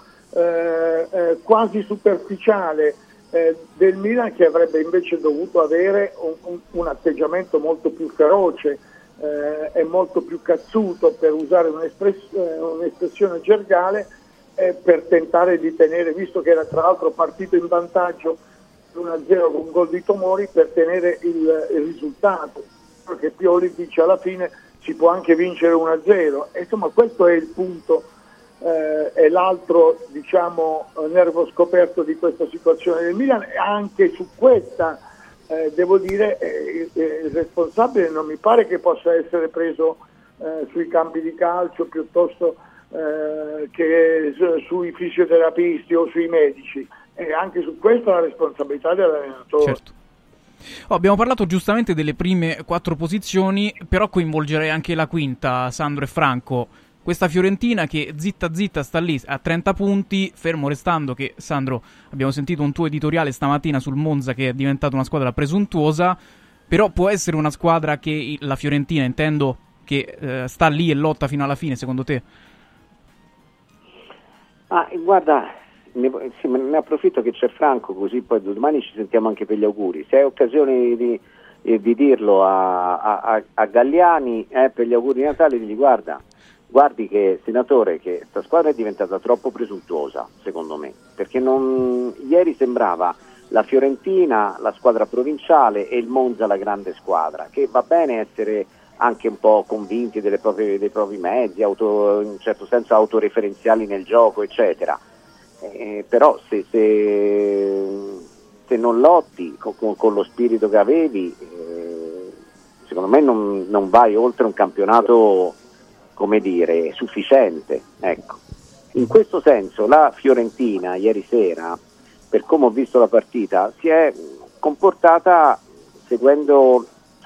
quasi superficiale del Milan, che avrebbe invece dovuto avere un atteggiamento molto più feroce e molto più cazzuto, per usare un'espressione gergale, per tentare di tenere, visto che era tra l'altro partito in vantaggio 1-0 con un gol di Tomori, per tenere il risultato, perché Pioli dice alla fine si può anche vincere 1-0, e insomma questo è il punto, è l'altro, diciamo, nervo scoperto di questa situazione del Milan. E anche su questa devo dire il responsabile non mi pare che possa essere preso sui campi di calcio piuttosto che sui fisioterapisti o sui medici, e anche su questo la responsabilità dell'allenatore. Certo. Abbiamo parlato giustamente delle prime 4 posizioni, però coinvolgerei anche la quinta, Sandro e Franco. Questa Fiorentina che zitta zitta sta lì a 30 punti, fermo restando che, Sandro, abbiamo sentito un tuo editoriale stamattina sul Monza che è diventata una squadra presuntuosa, però può essere una squadra che la Fiorentina, intendo, che sta lì e lotta fino alla fine, secondo te? Guarda, ne approfitto che c'è Franco, così poi domani ci sentiamo anche per gli auguri. Se hai occasione di dirlo a Galliani per gli auguri di Natale, digli guardi che, senatore, che questa squadra è diventata troppo presuntuosa, secondo me, perché ieri sembrava la Fiorentina la squadra provinciale e il Monza la grande squadra, che va bene essere anche un po' convinti dei propri mezzi, in un certo senso autoreferenziali nel gioco, eccetera. Però se non lotti con lo spirito che avevi, secondo me non vai oltre un campionato, come dire, sufficiente, ecco. In questo senso la Fiorentina ieri sera, per come ho visto la partita, si è comportata seguendo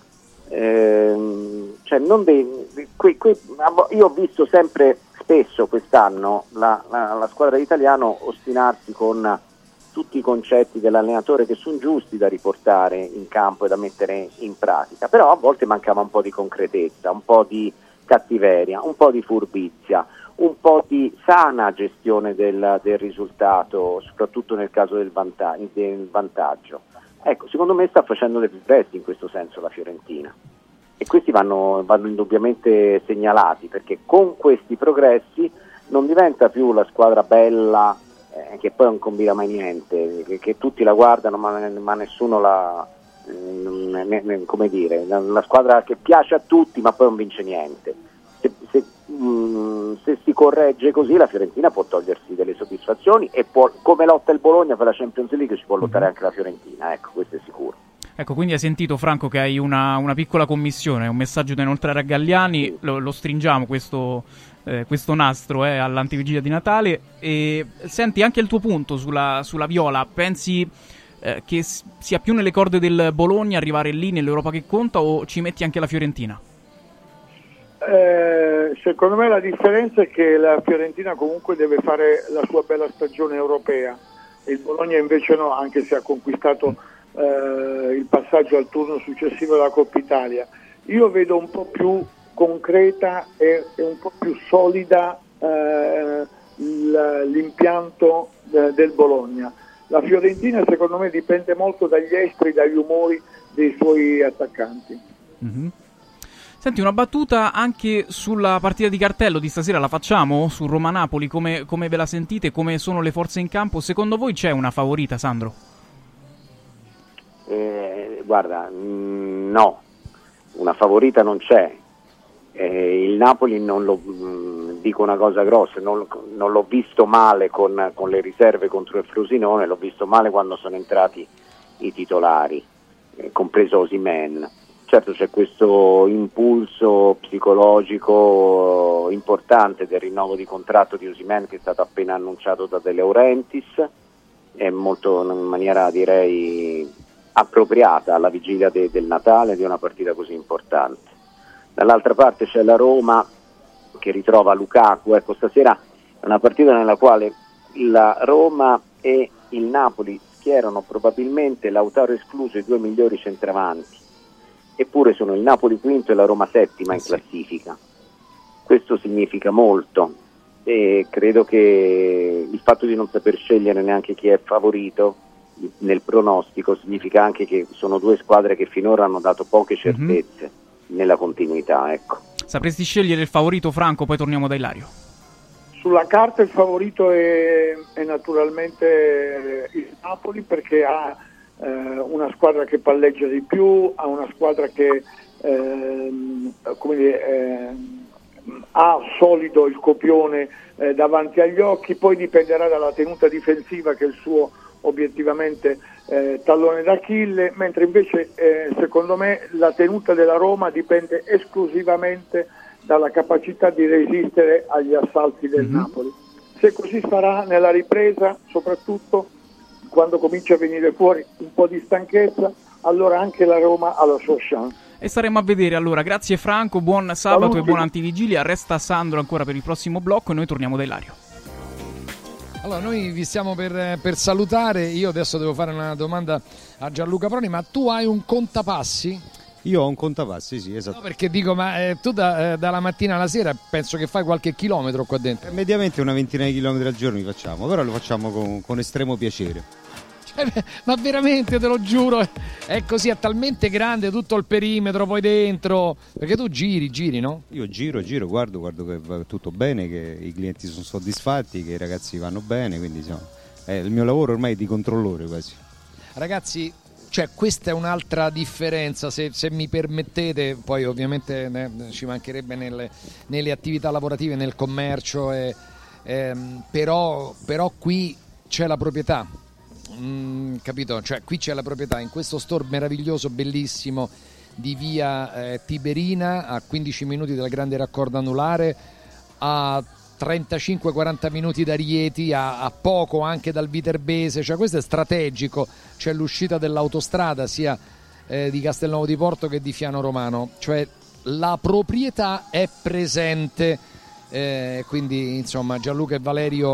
cioè non io ho visto sempre, spesso quest'anno, la squadra italiana ostinarsi con tutti i concetti dell'allenatore che sono giusti da riportare in campo e da mettere in pratica, però a volte mancava un po' di concretezza, un po' di cattiveria, un po' di furbizia, un po' di sana gestione del risultato, soprattutto nel caso del vantaggio. Ecco, secondo me sta facendo dei progressi in questo senso la Fiorentina, e questi vanno indubbiamente segnalati, perché con questi progressi non diventa più la squadra bella, che poi non combina mai niente, che tutti la guardano ma nessuno la squadra che piace a tutti ma poi non vince niente. Se si corregge così, la Fiorentina può togliersi delle soddisfazioni e può, come lotta il Bologna per la Champions League, ci può lottare anche la Fiorentina, ecco, questo è sicuro. Ecco, quindi hai sentito, Franco, che hai una piccola commissione, un messaggio da inoltrare a Galliani, lo stringiamo questo nastro all'antivigilia di Natale, e senti anche il tuo punto sulla Viola. Pensi che sia più nelle corde del Bologna arrivare lì nell'Europa che conta, o ci metti anche la Fiorentina? Secondo me la differenza è che la Fiorentina comunque deve fare la sua bella stagione europea, e il Bologna invece no, anche se ha conquistato il passaggio al turno successivo della Coppa Italia. Io vedo un po' più concreta e un po' più solida l'impianto del Bologna. La Fiorentina secondo me dipende molto dagli esteri, dagli umori dei suoi attaccanti. Mm-hmm. Senti, una battuta anche sulla partita di cartello di stasera, la facciamo? Su Roma-Napoli, come ve la sentite? Come sono le forze in campo? Secondo voi c'è una favorita, Sandro? Guarda, no, una favorita non c'è. Il Napoli dico una cosa grossa, non l'ho visto male con le riserve contro il Frosinone, l'ho visto male quando sono entrati i titolari, compreso Osimhen. Certo, c'è questo impulso psicologico importante del rinnovo di contratto di Osimhen, che è stato appena annunciato da De Laurentiis, è molto, in maniera direi appropriata alla vigilia del Natale di una partita così importante. Dall'altra parte c'è la Roma che ritrova Lukaku. Ecco, stasera è una partita nella quale la Roma e il Napoli schierano probabilmente, Lautaro escluso, i due migliori centravanti, eppure sono il Napoli quinto e la Roma settima in classifica. Questo significa molto, e credo che il fatto di non saper scegliere neanche chi è favorito nel pronostico significa anche che sono due squadre che finora hanno dato poche certezze nella continuità, ecco. Sapresti scegliere il favorito, Franco? Poi torniamo da Ilario. Sulla carta il favorito è naturalmente il Napoli, perché ha una squadra che palleggia di più, ha una squadra che ha solido il copione davanti agli occhi, poi dipenderà dalla tenuta difensiva, che è il suo obiettivamente tallone d'Achille, mentre invece secondo me la tenuta della Roma dipende esclusivamente dalla capacità di resistere agli assalti del Napoli. Se così farà nella ripresa, soprattutto quando comincia a venire fuori un po' di stanchezza, allora anche la Roma ha la sua chance. E staremo a vedere. Allora, grazie Franco, buon sabato. Saluti. E buona antivigilia. Resta Sandro ancora per il prossimo blocco e noi torniamo da Ilario. Allora, noi vi stiamo per salutare. Io adesso devo fare una domanda a Gianluca Proni, ma tu hai un contapassi? Io ho un contapassi, sì, esatto. No, perché dico, ma tu dalla mattina alla sera penso che fai qualche chilometro qua dentro. Mediamente una ventina di chilometri al giorno li facciamo, però lo facciamo con estremo piacere. Ma veramente, te lo giuro, è così, è talmente grande tutto il perimetro poi dentro, perché tu giri, no? Io giro, guardo che va tutto bene, che i clienti sono soddisfatti, che i ragazzi vanno bene, quindi il mio lavoro ormai è di controllore quasi. Ragazzi, cioè questa è un'altra differenza, se mi permettete, poi ovviamente ci mancherebbe nelle attività lavorative, nel commercio, però qui c'è la proprietà. Capito? Cioè qui c'è la proprietà, in questo store meraviglioso, bellissimo di via Tiberina, a 15 minuti dal grande raccordo anulare, a 35-40 minuti da Rieti, a poco anche dal Viterbese, cioè questo è strategico, c'è l'uscita dell'autostrada sia di Castelnuovo di Porto che di Fiano Romano, cioè la proprietà è presente, quindi insomma Gianluca e Valerio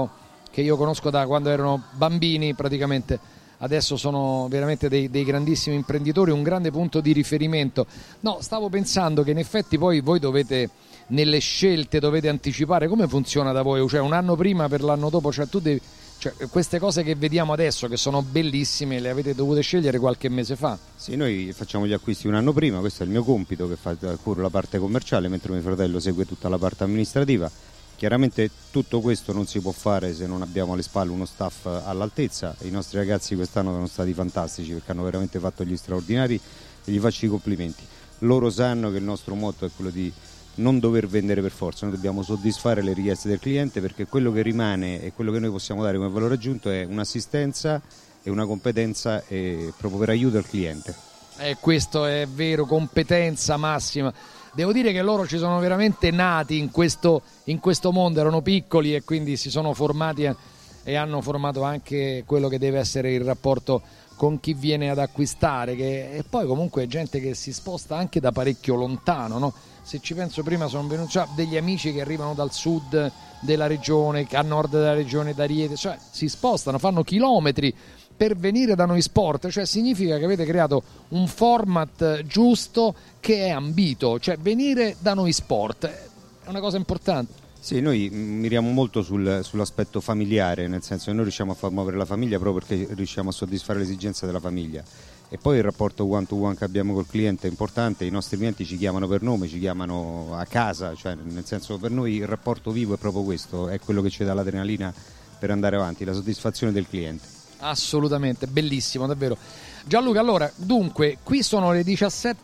che io conosco da quando erano bambini, praticamente adesso sono veramente dei grandissimi imprenditori, un grande punto di riferimento. No, stavo pensando che in effetti poi voi dovete, nelle scelte dovete anticipare. Come funziona da voi? Cioè un anno prima per l'anno dopo, cioè tu devi, cioè, queste cose che vediamo adesso che sono bellissime le avete dovute scegliere qualche mese fa? Sì, noi facciamo gli acquisti un anno prima, questo è il mio compito, che curo la parte commerciale mentre mio fratello segue tutta la parte amministrativa. Chiaramente tutto questo non si può fare se non abbiamo alle spalle uno staff all'altezza. I nostri ragazzi quest'anno sono stati fantastici perché hanno veramente fatto gli straordinari e gli faccio i complimenti. Loro sanno che il nostro motto è quello di non dover vendere per forza, noi dobbiamo soddisfare le richieste del cliente, perché quello che rimane e quello che noi possiamo dare come valore aggiunto è un'assistenza e una competenza proprio per aiuto al cliente. Questo è vero, competenza massima. Devo dire che loro ci sono veramente nati in questo mondo, erano piccoli e quindi si sono formati e hanno formato anche quello che deve essere il rapporto con chi viene ad acquistare, e poi comunque è gente che si sposta anche da parecchio lontano, no? Se ci penso, prima sono venuti degli amici che arrivano dal sud della regione, a nord della regione d'Ariete, cioè si spostano, fanno chilometri per venire da Noi Sport, cioè significa che avete creato un format giusto che è ambito, cioè venire da Noi Sport è una cosa importante. Sì, noi miriamo molto sull'aspetto familiare, nel senso che noi riusciamo a far muovere la famiglia proprio perché riusciamo a soddisfare le esigenze della famiglia, e poi il rapporto one to one che abbiamo col cliente è importante. I nostri clienti ci chiamano per nome, ci chiamano a casa, cioè nel senso, per noi il rapporto vivo è proprio questo, è quello che ci dà l'adrenalina per andare avanti, la soddisfazione del cliente. Assolutamente, bellissimo, davvero. Gianluca, allora, dunque, qui sono le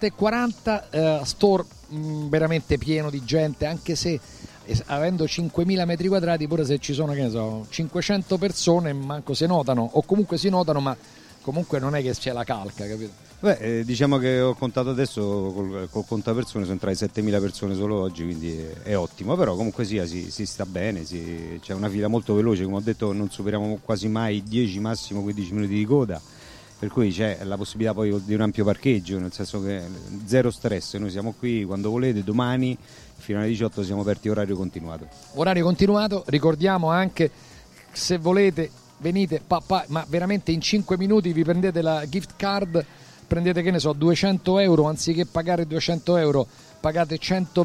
17:40, store veramente pieno di gente, anche se avendo 5.000 metri quadrati, pure se ci sono, che ne so, 500 persone, manco si notano, o comunque si notano, ma comunque non è che c'è la calca, capito? Beh, diciamo che ho contato adesso col contapersone, sono tra i 7.000 persone solo oggi, quindi è ottimo, però comunque sia si sta bene, c'è una fila molto veloce, come ho detto non superiamo quasi mai 10, massimo 15 minuti di coda, per cui c'è la possibilità poi di un ampio parcheggio, nel senso che zero stress, noi siamo qui quando volete, domani fino alle 18 siamo aperti orario continuato. Orario continuato, ricordiamo anche, se volete venite, ma veramente in 5 minuti vi prendete la gift card, prendete, che ne so, 200 euro, anziché pagare 200 euro pagate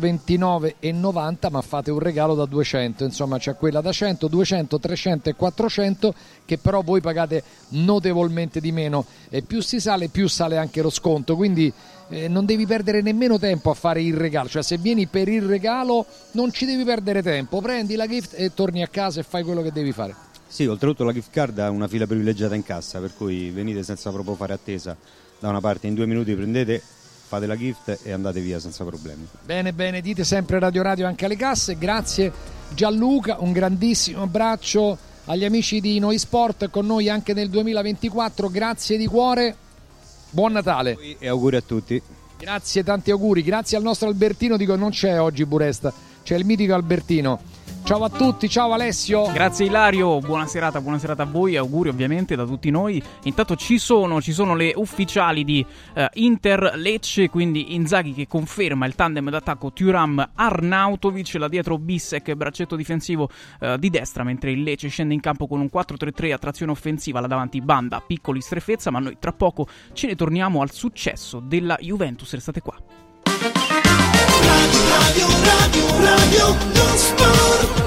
129,90, ma fate un regalo da 200, insomma c'è quella da 100, 200, 300 e 400 che però voi pagate notevolmente di meno, e più si sale più sale anche lo sconto, quindi non devi perdere nemmeno tempo a fare il regalo, cioè se vieni per il regalo non ci devi perdere tempo, prendi la gift e torni a casa e fai quello che devi fare. Sì, oltretutto la gift card ha una fila privilegiata in cassa, per cui venite senza proprio fare attesa da una parte, in 2 minuti prendete, fate la gift e andate via senza problemi. Bene, dite sempre Radio anche alle casse. Grazie Gianluca, un grandissimo abbraccio agli amici di Noi Sport, con noi anche nel 2024, grazie di cuore, buon Natale e auguri a tutti. Grazie, tanti auguri, grazie al nostro Albertino, dico non c'è oggi Buresta, c'è il mitico Albertino. Ciao a tutti, ciao Alessio. Grazie Ilario, buona serata a voi, auguri ovviamente da tutti noi. Intanto ci sono le ufficiali di Inter Lecce, quindi Inzaghi che conferma il tandem d'attacco Thuram-Arnautovic, là dietro Bissek, braccetto difensivo di destra, mentre il Lecce scende in campo con un 4-3-3 a trazione offensiva, là davanti Banda, Piccoli, Strefezza, ma noi tra poco ce ne torniamo al successo della Juventus, restate qua. Radio Non Sport.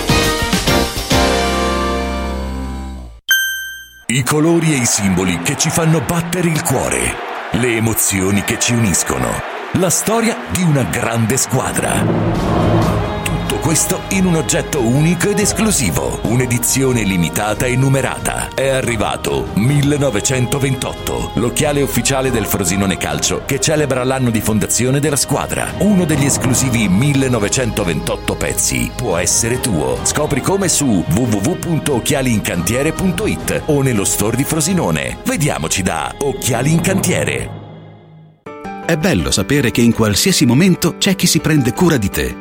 I colori e i simboli che ci fanno battere il cuore, le emozioni che ci uniscono, la storia di una grande squadra. Tutto questo in un oggetto unico ed esclusivo, un'edizione limitata e numerata. È arrivato 1928, l'occhiale ufficiale del Frosinone Calcio che celebra l'anno di fondazione della squadra. Uno degli esclusivi 1928 pezzi può essere tuo. Scopri come su www.occhialiincantiere.it o nello store di Frosinone. Vediamoci da Occhiali in Cantiere. È bello sapere che in qualsiasi momento c'è chi si prende cura di te.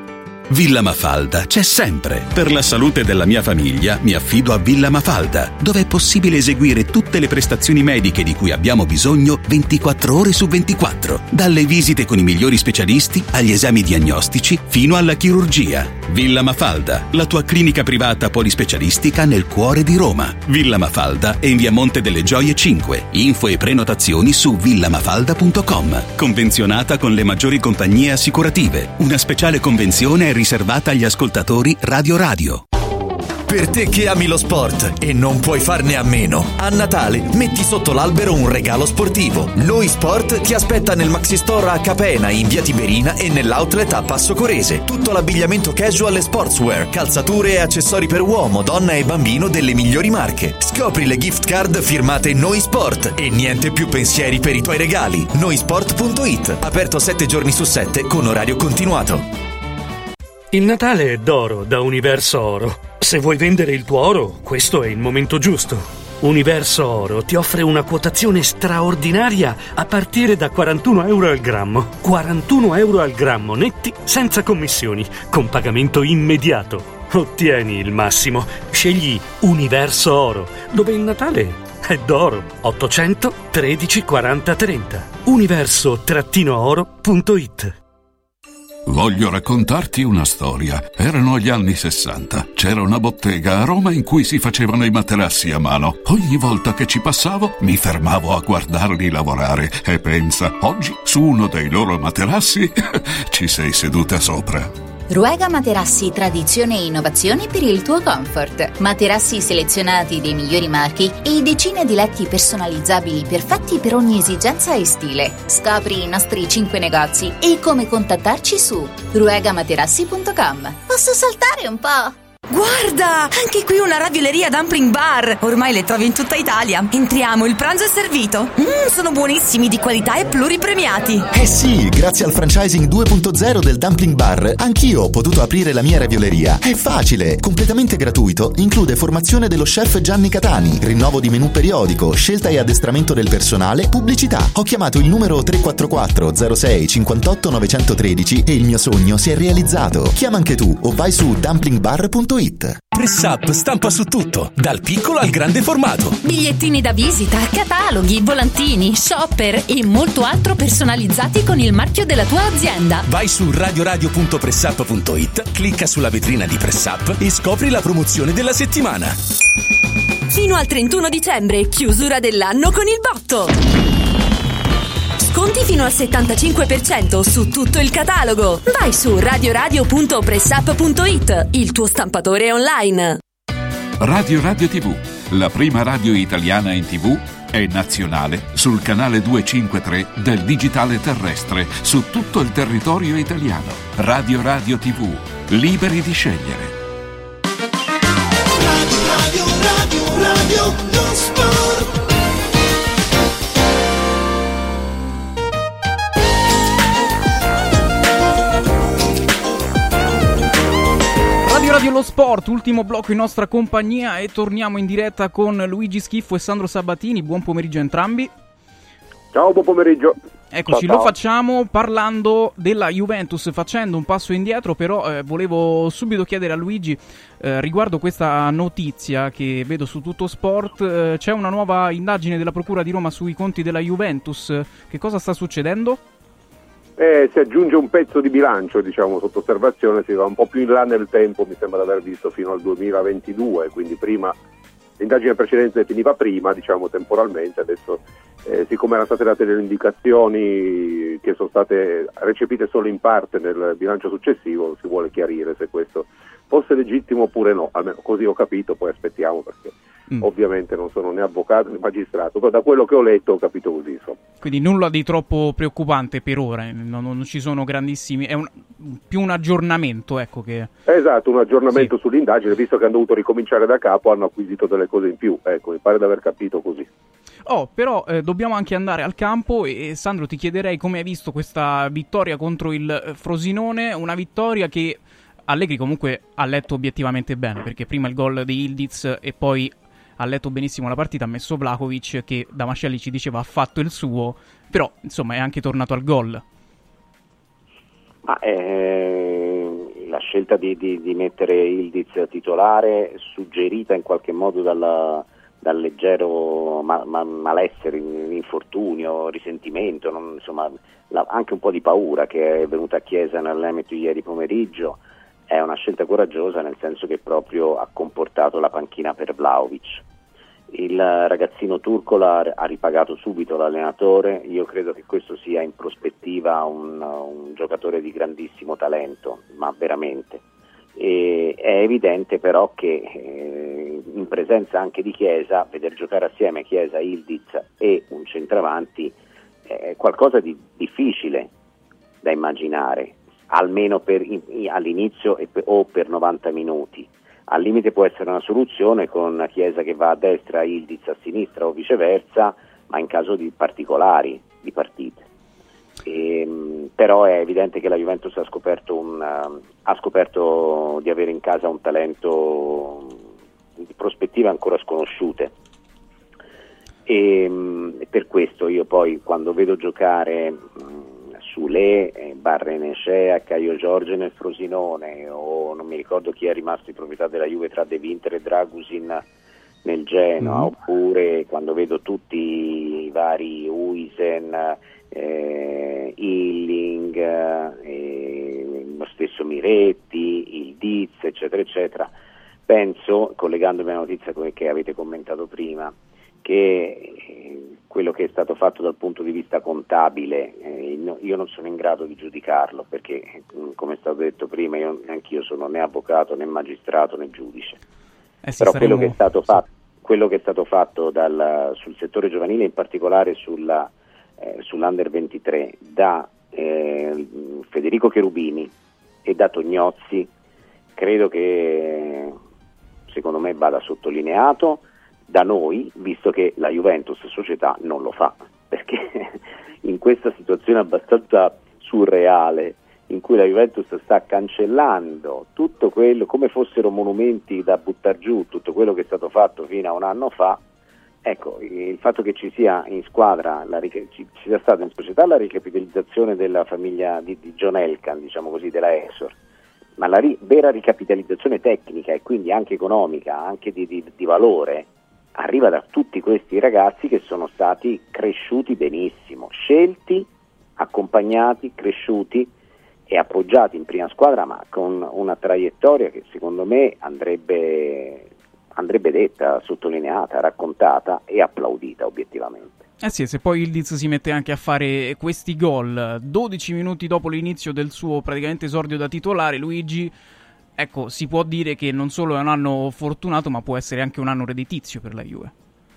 Villa Mafalda c'è sempre. Per la salute della mia famiglia mi affido a Villa Mafalda, dove è possibile eseguire tutte le prestazioni mediche di cui abbiamo bisogno 24 ore su 24. Dalle visite con i migliori specialisti agli esami diagnostici fino alla chirurgia. Villa Mafalda, la tua clinica privata polispecialistica nel cuore di Roma. Villa Mafalda è in via Monte delle Gioie 5. Info e prenotazioni su villamafalda.com. Convenzionata con le maggiori compagnie assicurative. Una speciale convenzione è riservata agli ascoltatori Radio Radio. Per te che ami lo sport e non puoi farne a meno, a Natale metti sotto l'albero un regalo sportivo. Noi Sport ti aspetta nel Maxi Store a Capena, in via Tiberina e nell'outlet a Passo Corese. Tutto l'abbigliamento casual e sportswear, calzature e accessori per uomo, donna e bambino delle migliori marche. Scopri le gift card firmate Noi Sport e niente più pensieri per i tuoi regali. Noisport.it, aperto 7 giorni su 7 con orario continuato. Il Natale è d'oro da Universo Oro. Se vuoi vendere il tuo oro, questo è il momento giusto. Universo Oro ti offre una quotazione straordinaria a partire da 41 euro al grammo. 41 euro al grammo netti, senza commissioni, con pagamento immediato. Ottieni il massimo. Scegli Universo Oro, dove il Natale è d'oro. 800 13 40 30. Universo-oro.it. Voglio raccontarti una storia. Erano gli anni 60. C'era una bottega a Roma in cui si facevano i materassi a mano. Ogni volta che ci passavo mi fermavo a guardarli lavorare e pensa, oggi su uno dei loro materassi ci sei seduta sopra. Ruega Materassi, tradizione e innovazione per il tuo comfort. Materassi selezionati dei migliori marchi e decine di letti personalizzabili perfetti per ogni esigenza e stile. Scopri i nostri 5 negozi e come contattarci su ruegamaterassi.com. Posso saltare un po'? Guarda, anche qui una ravioleria dumpling bar. Ormai le trovi in tutta Italia. Entriamo, il pranzo è servito. Sono buonissimi, di qualità e pluripremiati. Eh sì, grazie al franchising 2.0 del dumpling bar, anch'io ho potuto aprire la mia ravioleria. È facile, completamente gratuito, include formazione dello chef Gianni Catani, rinnovo di menù periodico, scelta e addestramento del personale, pubblicità. Ho chiamato il numero 344 06 58 913 e il mio sogno si è realizzato. Chiama anche tu o vai su dumplingbar.it. Pressup stampa su tutto, dal piccolo al grande formato. Bigliettini da visita, cataloghi, volantini, shopper e molto altro personalizzati con il marchio della tua azienda. Vai su radioradio.pressup.it, clicca sulla vetrina di Pressup e scopri la promozione della settimana. Fino al 31 dicembre, chiusura dell'anno con il botto. Sconti fino al 75% su tutto il catalogo. Vai su radioradio.pressup.it, il tuo stampatore online. Radio Radio TV, la prima radio italiana in TV e nazionale sul canale 253 del digitale terrestre su tutto il territorio italiano. Radio Radio TV, liberi di scegliere. Radio lo sport. Radio lo Sport, ultimo blocco in nostra compagnia e torniamo in diretta con Luigi Schiffo e Sandro Sabatini. Buon pomeriggio a entrambi. Ciao, buon pomeriggio. Eccoci, ciao. Lo facciamo parlando della Juventus, facendo un passo indietro, però volevo subito chiedere a Luigi riguardo questa notizia che vedo su Tutto Sport. C'è una nuova indagine della Procura di Roma sui conti della Juventus. Che cosa sta succedendo? Si aggiunge un pezzo di bilancio, diciamo, sotto osservazione, si va un po' più in là nel tempo, mi sembra di aver visto fino al 2022, quindi prima l'indagine precedente finiva prima, diciamo temporalmente, adesso siccome erano state date delle indicazioni che sono state recepite solo in parte nel bilancio successivo, si vuole chiarire se questo fosse legittimo oppure no, almeno così ho capito, poi aspettiamo perché ovviamente non sono né avvocato né magistrato, però da quello che ho letto ho capito così, insomma. Quindi nulla di troppo preoccupante per ora, non ci sono grandissimi, è più un aggiornamento, ecco che... Esatto, un aggiornamento sull'indagine, visto che hanno dovuto ricominciare da capo, hanno acquisito delle cose in più, ecco, mi pare di aver capito così. Però dobbiamo anche andare al campo e Sandro ti chiederei come hai visto questa vittoria contro il Frosinone, una vittoria che Allegri comunque ha letto obiettivamente bene, perché prima il gol di Ildiz e poi ha letto benissimo la partita, ha messo Vlahovic che da Mascelli ci diceva ha fatto il suo, però insomma è anche tornato al gol. la scelta di mettere Ildiz titolare, suggerita in qualche modo dal leggero malessere, infortunio, risentimento, insomma anche un po' di paura che è venuta a Chiesa nell'allenamento ieri pomeriggio, è una scelta coraggiosa, nel senso che proprio ha comportato la panchina per Vlahovic. Il ragazzino turco ha ripagato subito l'allenatore. Io credo che questo sia in prospettiva un giocatore di grandissimo talento, ma veramente. E è evidente però che in presenza anche di Chiesa, veder giocare assieme Chiesa, Ildiz e un centravanti è qualcosa di difficile da immaginare, almeno all'inizio o per 90 minuti. Al limite può essere una soluzione con Chiesa che va a destra, Ildiz a sinistra o viceversa, ma in caso di particolari di partite. Però è evidente che la Juventus ha scoperto di avere in casa un talento di prospettive ancora sconosciute, e per questo io poi quando vedo giocare Sule, Barrenechea, Caio Giorgio nel Frosinone, o non mi ricordo chi è rimasto in proprietà della Juve tra De Winter e Dragusin nel Genoa, oppure quando vedo tutti i vari Huijsen, Illing, lo stesso Miretti, Ildiz, eccetera eccetera, penso, collegandomi alla notizia che avete commentato prima, che quello che è stato fatto dal punto di vista contabile, io non sono in grado di giudicarlo, perché come è stato detto prima, anch'io sono né avvocato né magistrato né giudice. Però quello che è stato fatto sul settore giovanile, in particolare sull'Under 23, da Federico Cherubini e da Tognozzi, credo che secondo me vada sottolineato da noi, visto che la Juventus società non lo fa, perché in questa situazione abbastanza surreale in cui la Juventus sta cancellando tutto quello, come fossero monumenti da buttar giù, tutto quello che è stato fatto fino a un anno fa, ecco, il fatto che ci sia in squadra, ci sia stata in società la ricapitalizzazione della famiglia di John Elkann, diciamo così, della Exor, ma la vera ricapitalizzazione tecnica e quindi anche economica, anche di valore, arriva da tutti questi ragazzi che sono stati cresciuti benissimo, scelti, accompagnati, cresciuti e appoggiati in prima squadra, ma con una traiettoria che secondo me andrebbe detta, sottolineata, raccontata e applaudita obiettivamente. Sì, se poi Ildiz si mette anche a fare questi gol 12 minuti dopo l'inizio del suo praticamente esordio da titolare, Luigi, ecco, si può dire che non solo è un anno fortunato, ma può essere anche un anno redditizio per la Juve.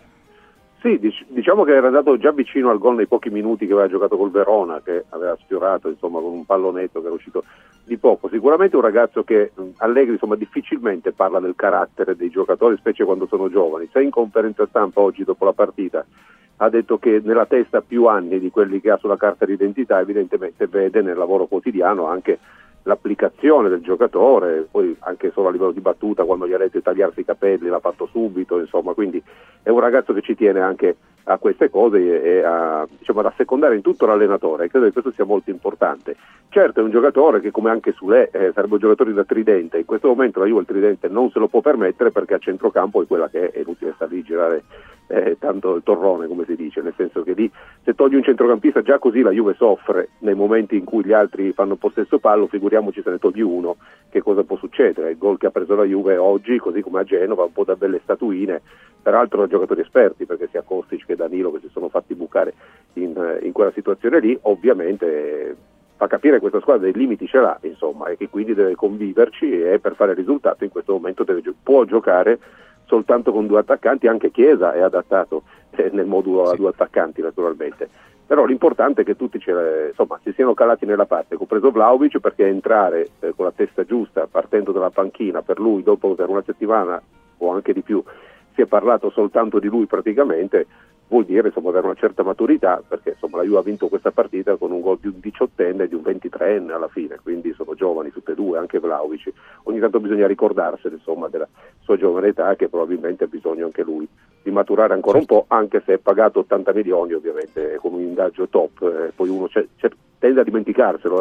Sì, diciamo che era andato già vicino al gol nei pochi minuti che aveva giocato col Verona, che aveva sfiorato, insomma, con un pallonetto che era uscito di poco. Sicuramente un ragazzo che Allegri, insomma, difficilmente parla del carattere dei giocatori, specie quando sono giovani. Se in conferenza stampa oggi dopo la partita ha detto che nella testa più anni di quelli che ha sulla carta d'identità, evidentemente vede nel lavoro quotidiano anche l'applicazione del giocatore, poi anche solo a livello di battuta, quando gli ha detto tagliarsi i capelli l'ha fatto subito, insomma, quindi è un ragazzo che ci tiene anche a queste cose e ad assecondare in tutto l'allenatore, e credo che questo sia molto importante. Certo, è un giocatore che, come anche Sule, sarebbe un giocatore da tridente. In questo momento la Juve il tridente non se lo può permettere, perché a centrocampo è quella che è inutile stare lì a girare tanto il torrone, come si dice, nel senso che lì se togli un centrocampista già così la Juve soffre nei momenti in cui gli altri fanno possesso pallo, figuriamoci se ne togli uno, che cosa può succedere. Il gol che ha preso la Juve oggi, così come a Genova, un po' da belle statuine, peraltro da giocatori esperti, perché sia Kostic che Danilo che si sono fatti bucare in quella situazione lì, ovviamente fa capire che questa squadra dei limiti ce l'ha, insomma, e che quindi deve conviverci, e per fare risultato in questo momento può giocare soltanto con due attaccanti. Anche Chiesa è adattato nel modulo a due attaccanti, naturalmente, però l'importante è che tutti si siano calati nella parte, compreso Vlahovic, perché entrare con la testa giusta partendo dalla panchina per lui, dopo per una settimana o anche di più si è parlato soltanto di lui praticamente, vuol dire avere una certa maturità, perché la Juve ha vinto questa partita con un gol di un 18enne e di un 23enne alla fine, quindi sono giovani tutte e due, anche Vlahovic. Ogni tanto bisogna ricordarsene della sua giovane età, che probabilmente ha bisogno anche lui di maturare ancora un po', anche se è pagato 80 milioni ovviamente con un ingaggio top, poi uno tende a dimenticarselo, ecco.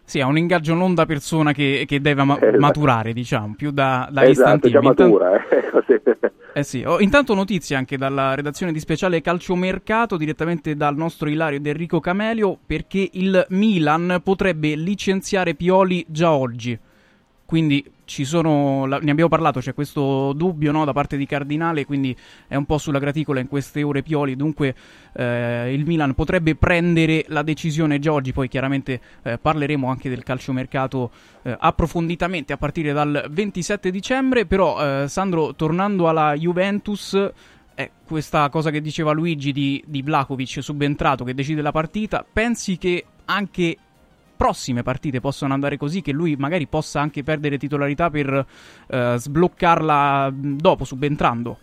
Sì, ha un ingaggio non da persona che deve maturare, diciamo, più da esatto, già matura. Sì. Intanto notizie anche dalla redazione di Speciale Calciomercato, direttamente dal nostro Ilario ed Enrico Camelio, perché il Milan potrebbe licenziare Pioli già oggi. Quindi ne abbiamo parlato, c'è questo dubbio, no, da parte di Cardinale, quindi è un po' sulla graticola in queste ore Pioli, dunque il Milan potrebbe prendere la decisione già oggi, poi chiaramente parleremo anche del calciomercato approfonditamente a partire dal 27 dicembre, però Sandro, tornando alla Juventus, questa cosa che diceva Luigi di Vlahovic subentrato che decide la partita, pensi che anche prossime partite possono andare così, che lui magari possa anche perdere titolarità per sbloccarla dopo, subentrando?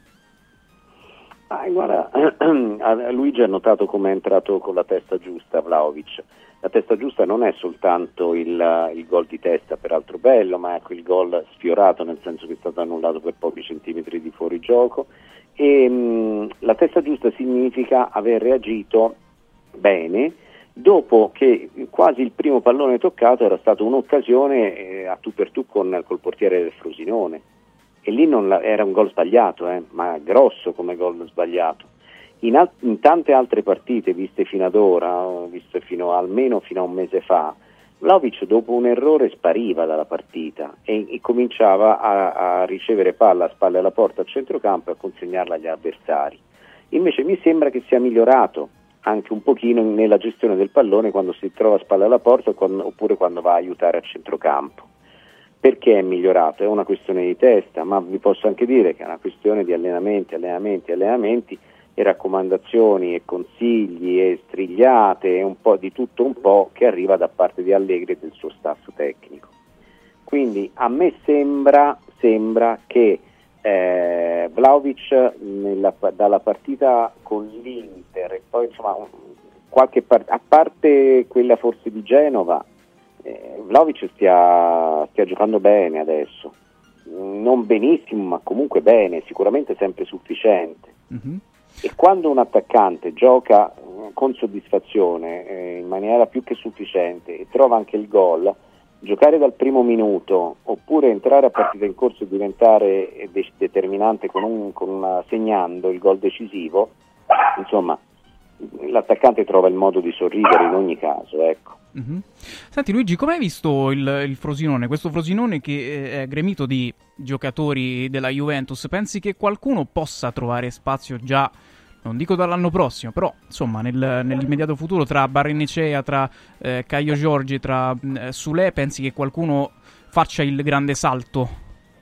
Guarda, Luigi ha notato come è entrato con la testa giusta Vlahovic. La testa giusta non è soltanto il gol di testa, peraltro bello, ma è quel gol sfiorato, nel senso che è stato annullato per pochi centimetri di fuorigioco, e la testa giusta significa aver reagito bene dopo che quasi il primo pallone toccato era stato un'occasione a tu per tu col portiere del Frosinone, e lì era un gol sbagliato, ma grosso come gol sbagliato. In tante altre partite viste fino ad ora, viste almeno fino a un mese fa, Vlahovic dopo un errore spariva dalla partita e cominciava a ricevere palla a spalle alla porta a centrocampo e a consegnarla agli avversari. Invece mi sembra che sia migliorato anche un pochino nella gestione del pallone quando si trova a spalle alla porta oppure quando va a aiutare a centrocampo. Perché è migliorato? È una questione di testa, ma vi posso anche dire che è una questione di allenamenti e raccomandazioni e consigli e strigliate e un po' di tutto un po' che arriva da parte di Allegri e del suo staff tecnico. Quindi a me sembra che Vlahovic dalla partita con l'Inter e poi insomma a parte quella forse di Genova, Vlahovic stia giocando bene adesso, non benissimo ma comunque bene, sicuramente sempre sufficiente. Mm-hmm. E quando un attaccante gioca con soddisfazione, in maniera più che sufficiente, e trova anche il gol, giocare dal primo minuto oppure entrare a partita in corso e diventare determinante segnando il gol decisivo, insomma l'attaccante trova il modo di sorridere in ogni caso, ecco. Mm-hmm. Senti Luigi, come hai visto il Frosinone? Questo Frosinone che è gremito di giocatori della Juventus, pensi che qualcuno possa trovare spazio già, non dico dall'anno prossimo, però insomma nell'immediato futuro, tra Barrenechea, tra Caio Giorgi, tra Sule, pensi che qualcuno faccia il grande salto?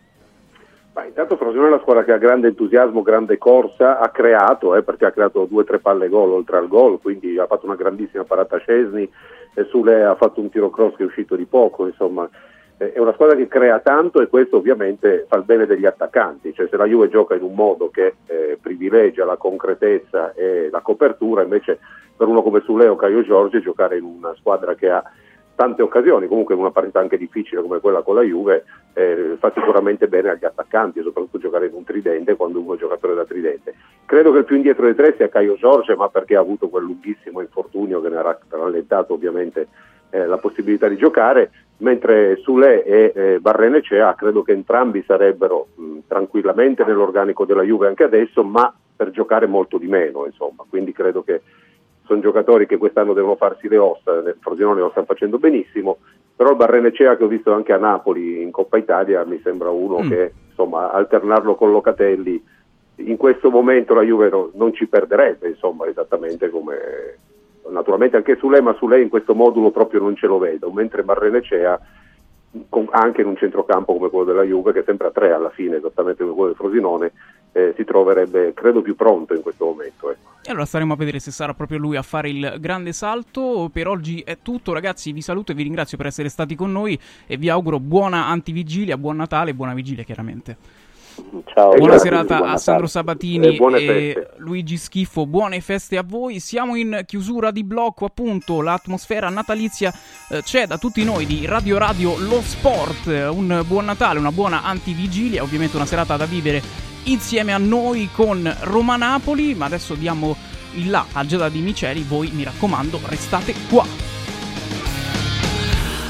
Intanto Frosinone è una squadra che ha grande entusiasmo, grande corsa, ha creato, perché ha creato 2 o 3 palle gol oltre al gol, quindi ha fatto una grandissima parata a Szczesny, e Sule ha fatto un tiro cross che è uscito di poco, insomma è una squadra che crea tanto, e questo ovviamente fa il bene degli attaccanti, cioè se la Juve gioca in un modo che privilegia la concretezza e la copertura, invece per uno come Sule o Caio Giorgi giocare in una squadra che ha tante occasioni, comunque in una partita anche difficile come quella con la Juve, fa sicuramente bene agli attaccanti, e soprattutto giocare in un tridente quando uno è giocatore da tridente. Credo che il più indietro dei 3 sia Caio Giorgi, ma perché ha avuto quel lunghissimo infortunio che ne ha rallentato ovviamente la possibilità di giocare, mentre Sule e Barrenechea credo che entrambi sarebbero tranquillamente nell'organico della Juve anche adesso, ma per giocare molto di meno, insomma, quindi credo che sono giocatori che quest'anno devono farsi le ossa, nel Frosinone lo stanno facendo benissimo, però il Barrenechea, che ho visto anche a Napoli in Coppa Italia, mi sembra uno che insomma alternarlo con Locatelli in questo momento la Juve non ci perderebbe, insomma, esattamente come naturalmente anche Sule, ma Sule in questo modulo proprio non ce lo vedo, mentre Barrenechea anche in un centrocampo come quello della Juve, che è sempre a 3 alla fine, esattamente come quello del Frosinone, si troverebbe credo più pronto in questo momento, ecco. E allora staremo a vedere se sarà proprio lui a fare il grande salto. Per oggi è tutto, ragazzi, vi saluto e vi ringrazio per essere stati con noi e vi auguro buona antivigilia, buon Natale e buona vigilia chiaramente. Ciao, buona serata a Sandro Sabatini e Luigi Schiffo, buone feste a voi. Siamo in chiusura di blocco, appunto, l'atmosfera natalizia c'è da tutti noi di Radio Lo Sport. Un buon Natale, una buona antivigilia, ovviamente una serata da vivere insieme a noi con Roma-Napoli, ma adesso diamo il là al Geda di Miceli, voi mi raccomando restate qua.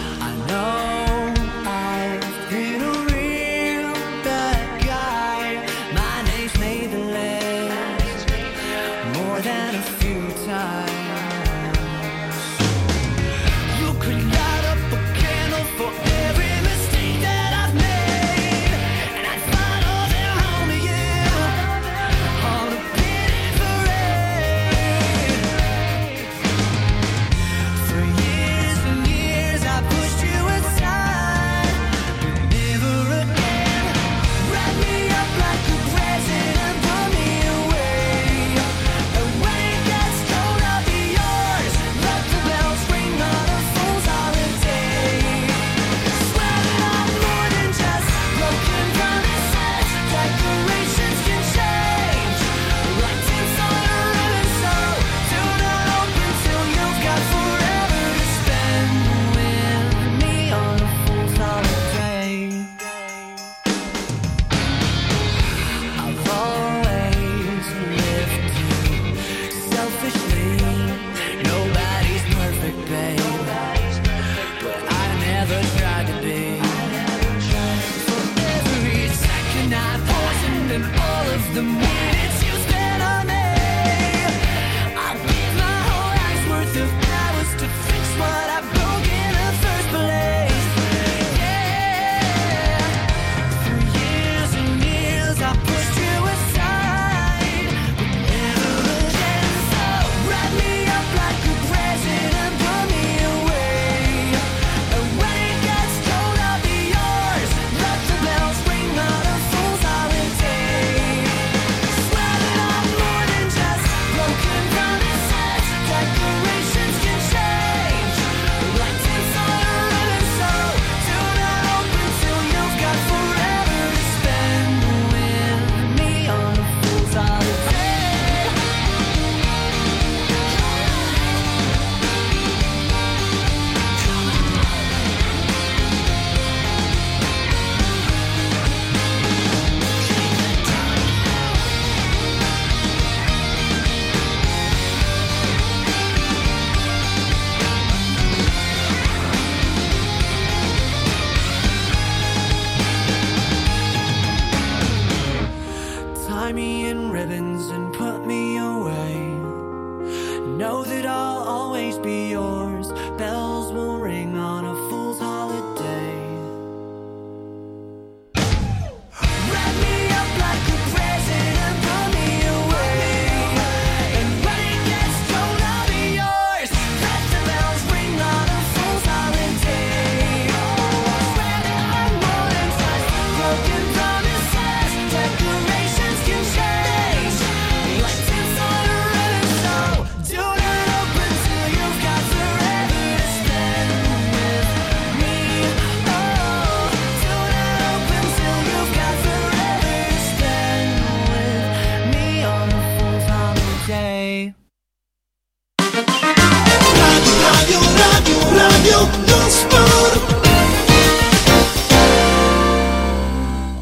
Radio lo sport.